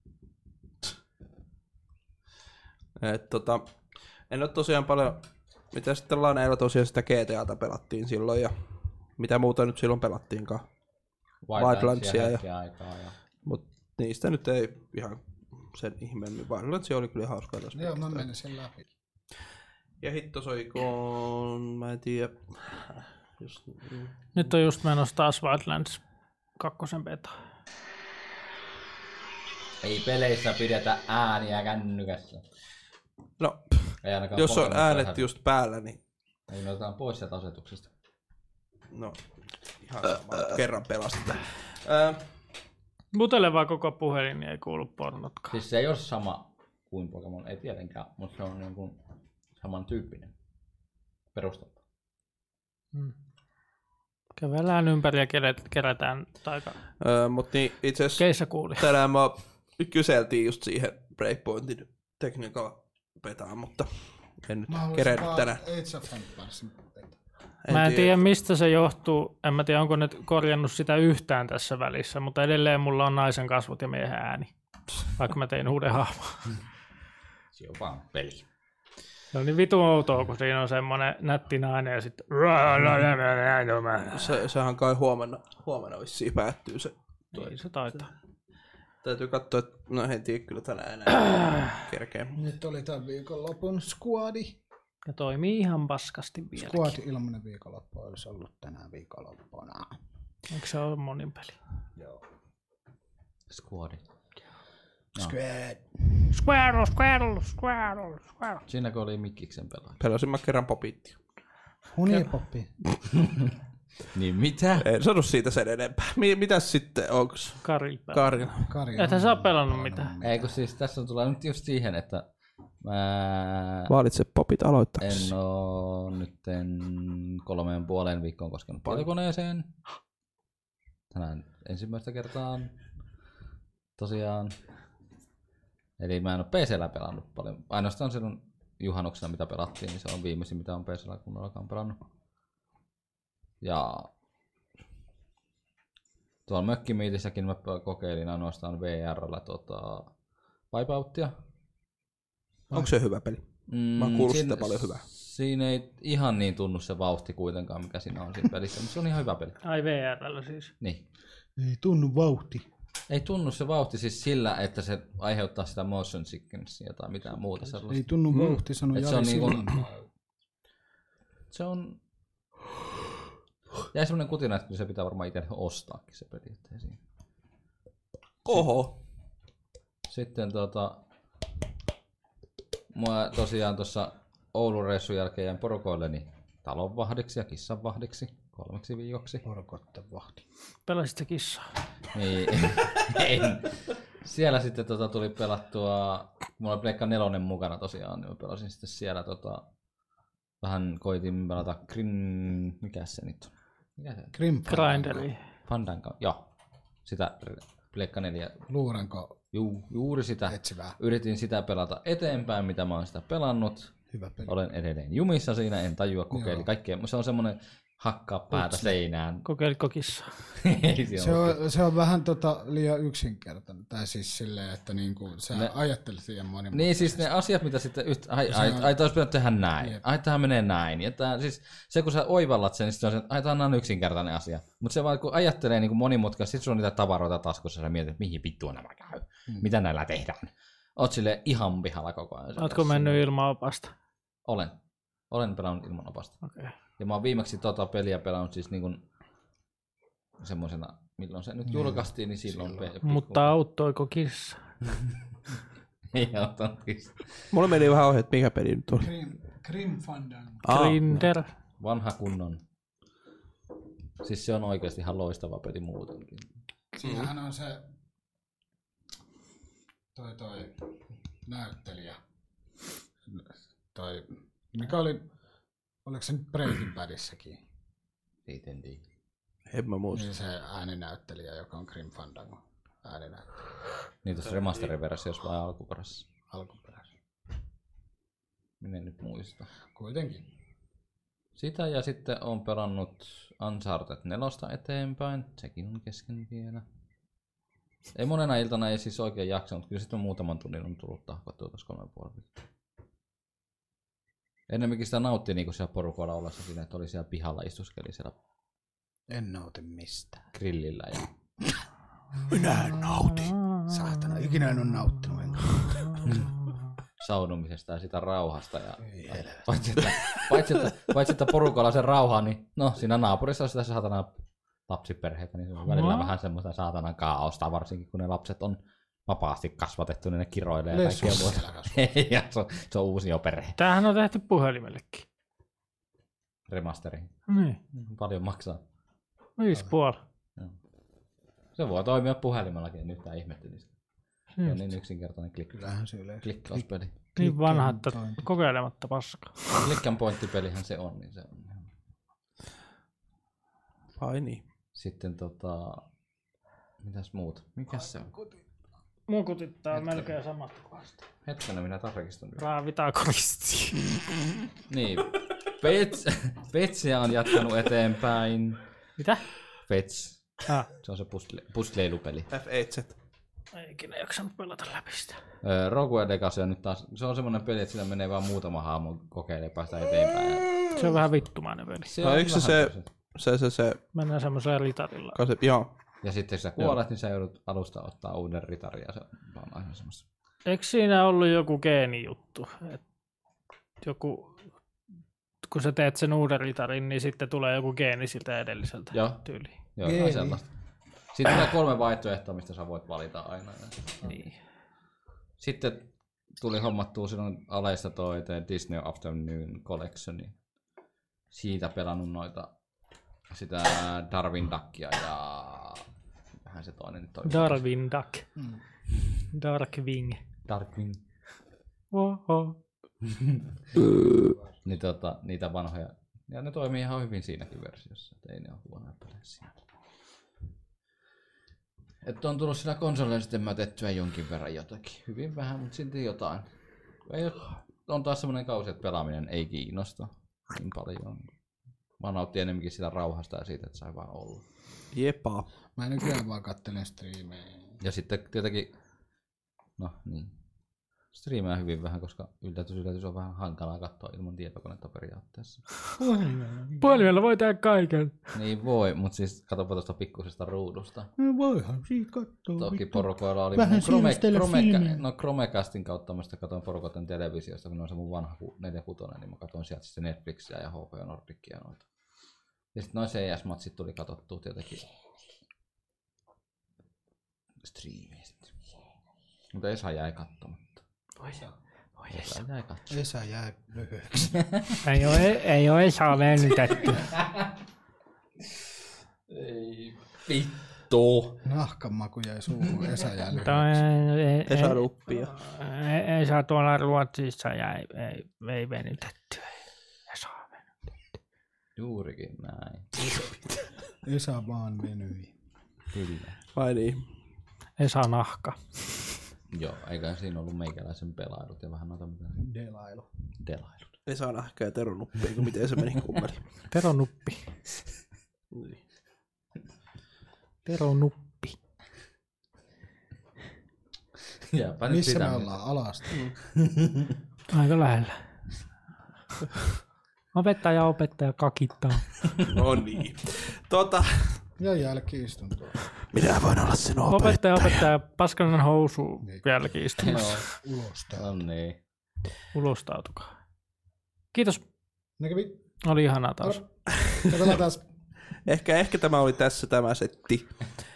Et, tota, en ole tosiaan paljon, mitä sitten Laneilla tosiaan sitä G T A:ta pelattiin silloin ja mitä muuta nyt silloin pelattiinkaan. Wildlandsia ja,
aikaa ja...
Mut niistä nyt ei ihan sen ihmeemmin. Wildlandsia oli kyllä hauskaa taas.
Joo, mä menin sen läpi.
Ja hitto soikoon, mä en tiedä. Just, mm.
Nyt on just menossa taas Wildlands kakkosen beta.
Ei peleissä pidetä ääniä kännykässä.
No,
Ei ainakaan
jos on
Pokemonissa
äänet
vähän.
just päällä, niin
Ei me otetaan pois sieltä asetuksesta.
no, ihan sama. Kerran pelastetaan. Öö,
Mutele vaan koko puhelin, niin ei kuulu pornotkaan.
Siis se ei ole sama kuin Pokemon, ei tietenkään, mutta se on niin kuin samantyyppinen perustelta.
Hmm. Kävellään ympäri ja kerätään taika.
öö, mut niin itse asiassa
Keissä kuuli.
tänään mä kyseltiin just siihen Breakpointin technical betaan, mutta en nyt
Mä haluaisin
kerennyt
vaan
tänään.
Age of Empiresin beta.
Mä en tiedä mistä se johtuu. En mä tiedä onko ne korjannut sitä yhtään tässä välissä, mutta edelleen mulla on naisen kasvot ja miehen ääni. Vaikka mä tein uuden hahmon.
Se on vaan peli.
Se on niin vitu outoa, kun siinä on semmonen nätti nainen ja sitten...
Se, sehän kai huomenna, huomenna vissiin päättyy se.
Niin se taitaa.
Täytyy katsoa, että no en tiedä kyllä tänään enää kerkeä.
Nyt oli tämän viikonlopun squadi.
Ja toimii ihan paskasti vieläkin.
Squad ilmanen viikonloppu olisi ollut tänään viikonloppuna.
Eikö se ole monin peli?
Joo.
Squadi.
Squad.
Squirrel, squirrel, squirrel, squirrel.
Siinäkö oli Mikkiksen pelaaja?
Pelasin mä kerran popittia.
Hunipoppi.
Niin mitä?
En sano siitä sen enempää. Mi- mitäs sitten, onks
Karil pelaa.
Karina?
Kari.
Ethän sä oo pelannut mitään.
Ei kun siis tässä on tullut nyt just siihen, että mä
Valitse popit aloittaksi.
en oo nytten kolmeen puoleen viikkoon koskenut tietokoneeseen. Tänään ensimmäistä kertaa tosiaan. Eli mä en oo P C:llä pelannut paljon. Ainoastaan silloin juhannuksena mitä pelattiin, niin se on viimeisin mitä on P C:llä kunnollakaan pelannut. Ja tuolla mökkimiitissäkin mä kokeilin ainoastaan V R:llä tota Wipeouttia.
Onko se hyvä peli? Mä oon kuullut sitä paljon hyvää.
Siinä ei ihan niin tunnu se vauhti kuitenkaan, mikä siinä on siinä pelissä, mutta se on ihan hyvä peli.
Ai V R:llä siis.
Niin.
Ei tunnu vauhti.
Ei tunnu se vauhti siis sillä, että se aiheuttaa sitä motion sicknessia tai mitään muuta sellaista.
Ei tunnu vauhti, sanoi
Et se on
Jari
niinku-
Sillanpää.
Se on... Jäi semmonen kutina, että se pitää varmaan itse ostaakin se peli. Ettei siinä.
Oho.
Sitten tota... Mua tosiaan tuossa Oulun reissun jälkeen jäin porukoilleni talonvahdiksi ja kissanvahdiksi kolmeksi viikoksi.
Porkotta vahti.
Pelasit sä kissaa?
Niin, en. Siellä sitten tota, tuli pelattua, mulla oli Pleikka nelonen mukana tosiaan, niin mä pelasin sitten siellä tota, vähän koitin pelata Grim, mikä se nyt on? Mikä se on?
Grim
Grinderi.
Fandango, joo. Sitä Pleikka neljä,
Luuranko
juu, juuri sitä.
etsivää.
Yritin sitä pelata eteenpäin, mitä mä oon sitä pelannut.
Hyvä peli.
Olen edelleen jumissa siinä, en tajua kokeili
Joo.
kaikkea. Se on semmonen hakkaa päätä seinään.
Kokeilitko kissaa?
Ei siinä
Se
ole.
on, se on vähän tota liian yksinkertainen. Tai siis silleen, että niinku, sä
Ne-
ajattelet liian monimutkaisesti.
Niin siis ne asiat, mitä sitten yhtä, ai,
Se
ai,
on-
ai, toi olisi pitänyt tehdä näin,
Jep.
ai tämä menee näin. Ja tää, siis se kun sä oivallat sen, niin sitten on se, ai tämä on yksinkertainen asia. Mutta se vaan kun ajattelee niin monimutkaisesti, sitten sulla on niitä tavaroita taskussa, ja sä mietit, että mihin vittua nämä käy,
Hmm.
mitä näillä tehdään. Oot silleen ihan pihalla koko ajan.
Ootko mennyt ilman opasta?
Olen. Olen pelannut ilman opasta.
Okei. Okay.
Ja mä oon viimeksi tota peliä pelannut siis niin kuin semmosena, milloin se nyt julkaistiin, niin silloin.
silloin.
Pe-
Mutta auttoiko kissa?
Ei auttanut kissa.
Mulla meni vähän ohi, että mikä peli nyt oli.
Grim, Grim Fandango.
Grinder.
Vanha kunnon. Siis se on oikeasti ihan loistava peli muutenkin.
Siinähän on se toi toi näyttelijä. Toi, mikä oli, oliko se nyt Breaking Badissäkin?
Siitä en tiedä.
En mä muista.
Niin se ääninäyttelijä, joka on Grim Fandango ääninäyttelijä
Niin tuossa remaster-versiossa vai alkuperäisessä?
alkuperäisessä.
Minä en nyt muista.
Kuitenkin.
Sitä ja sitten on pelannut Uncharted neljä eteenpäin. Sekin on kesken vielä. Ei monena iltana ei siis oikein jaksanut. Kyllä sitten muutaman tunnin on tullut tahkottua tuossa kolmen puolen viikkoa. Ennemminkin sitä nautti niinku siellä porukoilla ollessa siinä, että oli siellä pihalla istuskeli siellä
En nauti mistään.
grillillä. Ja...
Minä en nauti. Saatana, ikinä en ole nauttinut. Enkä.
saunomisesta ja sitä rauhasta. Ja, paitsi, että, paitsi, että, paitsi että porukalla se rauha, niin no siinä naapurissa on sitä saatana lapsiperheitä, niin se on välillä no. vähän semmoista saatana kaaosta, varsinkin kun ne lapset on vapaasti kasvatettu, niin ne kiroilee ja kaikkea muuta. Ja se on, se on uusi jo perhe.
Tämähän on tehty puhelimellekin.
Remasteri.
Niin.
Paljon maksaa.
Viisi puoli.
Se voi toimia puhelimellakin, en yhtään ihmettelisi. Se on niin yksinkertainen klik-
Kyllähän se yleensä.
klikkauspeli.
Niin vanha, että kokeilematta paskaa.
Click and point-pelihän se on, niin se on.
Ai niin.
Sitten tota... Mitäs muut? Mikäs se on?
Mun kutittaa melkein samat kuvasta.
Hetkinen, minä tarkistan.
Raavitaan koristi.
Niin. Pets, Petsiä on jatkanut eteenpäin.
Mitä?
Pets.
Ah.
Se on se pusle, pusleilupeli.
F eight Z.
Ei ikinä jaksanut pelata läpi sitä.
Rogue Legacy on nyt taas, se on semmoinen peli, että sillä menee vaan muutama haamu kokeilemaan ja päästä eteenpäin. Ja...
Se on vähän vittumainen peli.
Se
no,
on
eikö se se, se, se, se...
Mennään semmoisella ritarilla.
Se, joo.
Ja sitten jos sä kuolet, niin sä joudut alusta ottaa uuden ritarin ja se on aina semmoista.
Eikö siinä ollut joku geenijuttu? Et joku, kun sä teet sen uuden ritarin, niin sitten tulee joku geeni siltä edelliseltä
Joo.
tyyliin.
Joo, on sellaista. Sitten tulee kolme vaihtoehtoa, mistä sä voit valita aina.
Niin.
Sitten tuli hommattua silloin Aleista toi Disney Afternoon Collection. Siitä pelannut noita sitä Darwin Duckia ja vähän se toinen nyt on.
Darwin Duck. Mm. Darkwing.
Darkwing.
Oho.
niin tota, niitä vanhoja. Ja ne toimii ihan hyvin siinäkin versiossa. Ei ne ole huonoja pelejä siinä. Että on tullut sillä konsolilla sitten mätettyä jonkin verran jotakin. Hyvin vähän, mutta silti jotain. Ei ole, on taas semmoinen kausi, että pelaaminen ei kiinnosta niin paljon. Mä nautin enemmänkin sitä rauhasta ja siitä, että sai vaan olla.
Jepa.
Mä nykyään vaan kattelen striimejä.
Ja sitten tietenkin, no niin, striimaa hyvin vähän, koska yllätys yllätys on vähän hankalaa katsoa ilman tietokonetta periaatteessa.
Puhelimella voi tehdä kaiken.
Niin voi, mutta siis katsopa tuosta pikkusesta ruudusta.
No voihan siitä katsoa.
Toki porukoilla oli
vähän
Chrome, Chrome,
filmiä.
no Chromecastin kautta mä sitä katsoin porukoiden televisiosta, kun on se mun vanha neljäkuusi, niin mä katsoin sieltä sitten Netflixiä ja H B O Nordicia noita. Ja sitten noin C S-matsit tuli katsottua tietenkin striimistä. Mutta Esa jäi katsomatta.
Voi, voi
Esa jäi katsomatta.
Esa jää lyhyeksi.
ei ole, ei ole Esaa venytetty.
Ei vittu.
Nahkanmaku jäi suuhun, Esa jää lyhyeksi.
Ei,
Esa ruppia.
Ei, Esa tuolla Ruotsissa jäi, ei, ei venytetty. Esa venytetty.
Juurikin näin.
Esa vaan venyi.
Kyllä.
Vai niin.
Esa nahka.
Joo, eikä siinä ollut meikäläisen pelailut ja vähän noita mitä.
Delailu.
Delailut.
Esa nahka ja Tero nuppi, kun miten se meni kummeli.
Tero nuppi. Tero nuppi.
Jääpä nyt
Missä
sitä
me ollaan? Alasta.
Aika lähellä. Opettaja opettaja kakittaa.
No niin. Tota,
Ja jälki-istuntoa.
minä voin olla sinun opettaja.
Opettaja opettaja paskanen housu vieläkin istumassa.
Ulosta.
No niin.
Ulostautukaa. Kiitos.
Näkevi.
Oli ihanaa taas.
Katsotaan taas.
Ehkä, ehkä tämä oli tässä tämä setti.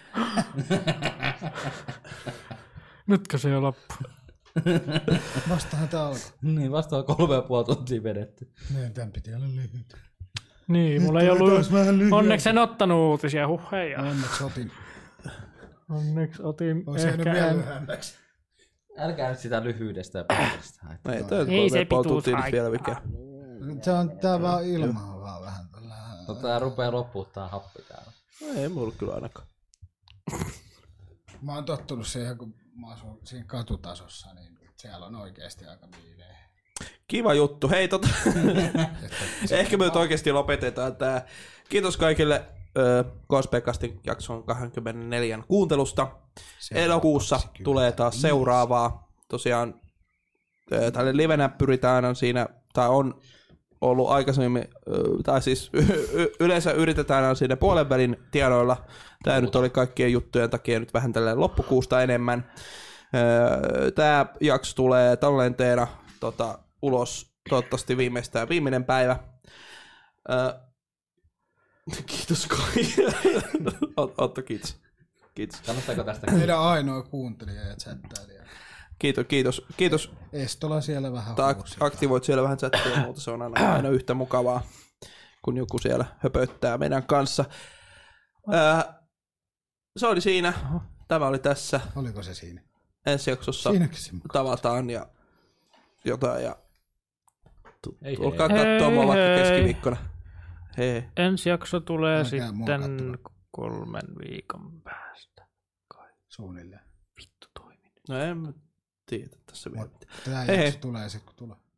Nytkö se jo loppu?
Vastahan tää alkoi.
Niin, vasta on kolme ja puoli tuntia vedetty.
Niin, tän piti olla lyhyt.
Niin, mulla ei ollut... Onneksi en ottanut uutisia, huh hei.
Onneksi otin.
Onneksi otin
Olisi jäänyt
ehkä
vielä
en...
lyhyemmäksi.
Älkää nyt sitä lyhyydestä ja pitkästä haittaa.
Ei, toi
Ei se
puoli
pituus
tuntia nyt vielä
haittaa.
mikään.
Se on tää vaan ilmaa vaan vähän tällä.
No tää rupee loppuuttaa happi täällä.
No, ei mulla kyllä ainakaan.
Mä oon tottunut siihen, kun mä asun siinä katutasossa, niin siellä on oikeesti aika viileä.
Kiva juttu. Hei, tota... Ehkä me nyt oikeasti lopetetaan tää. Kiitos kaikille K S P-castin jakson kaksikymmentäneljä kuuntelusta. Elokuussa tulee taas seuraavaa. Tosiaan ö, tälle livenä pyritään aina siinä, tai on ollut aikaisemmin, ö, tai siis y- y- yleensä yritetään aina siinä puolen välin tienoilla. Tää nyt oli kaikkien juttujen takia nyt vähän tälleen loppukuusta enemmän. Tämä jakso tulee tallenteena tota, ulos toivottavasti viimeistään viimeinen päivä. Öö, kiitos kaikille. Otto, kiitos. Kiitos.
Kannattaako tästä?
Meidän ainoa kuuntelija ja chattailija.
Kiitos, kiitos. Kiitos.
Estola siellä vähän
Ak- aktivoit siellä vähän chattia ja muuta. Se on aina, aina yhtä mukavaa, kun joku siellä höpöttää meidän kanssa. Öö, se oli siinä. Tämä oli tässä.
Oliko se siinä?
Ensi jaksossa tavataan ja jotain ja tulkaa katsoa mua vaikka keskiviikkona. Hei.
Ensi jakso tulee
Älkää
sitten
mua
kolmen viikon päästä. Kai.
Suunnilleen.
Vittu toimin.
No en tiedä tässä vielä.
Tämä
Hei,
jakso
hei.
tulee sitten kun tulee.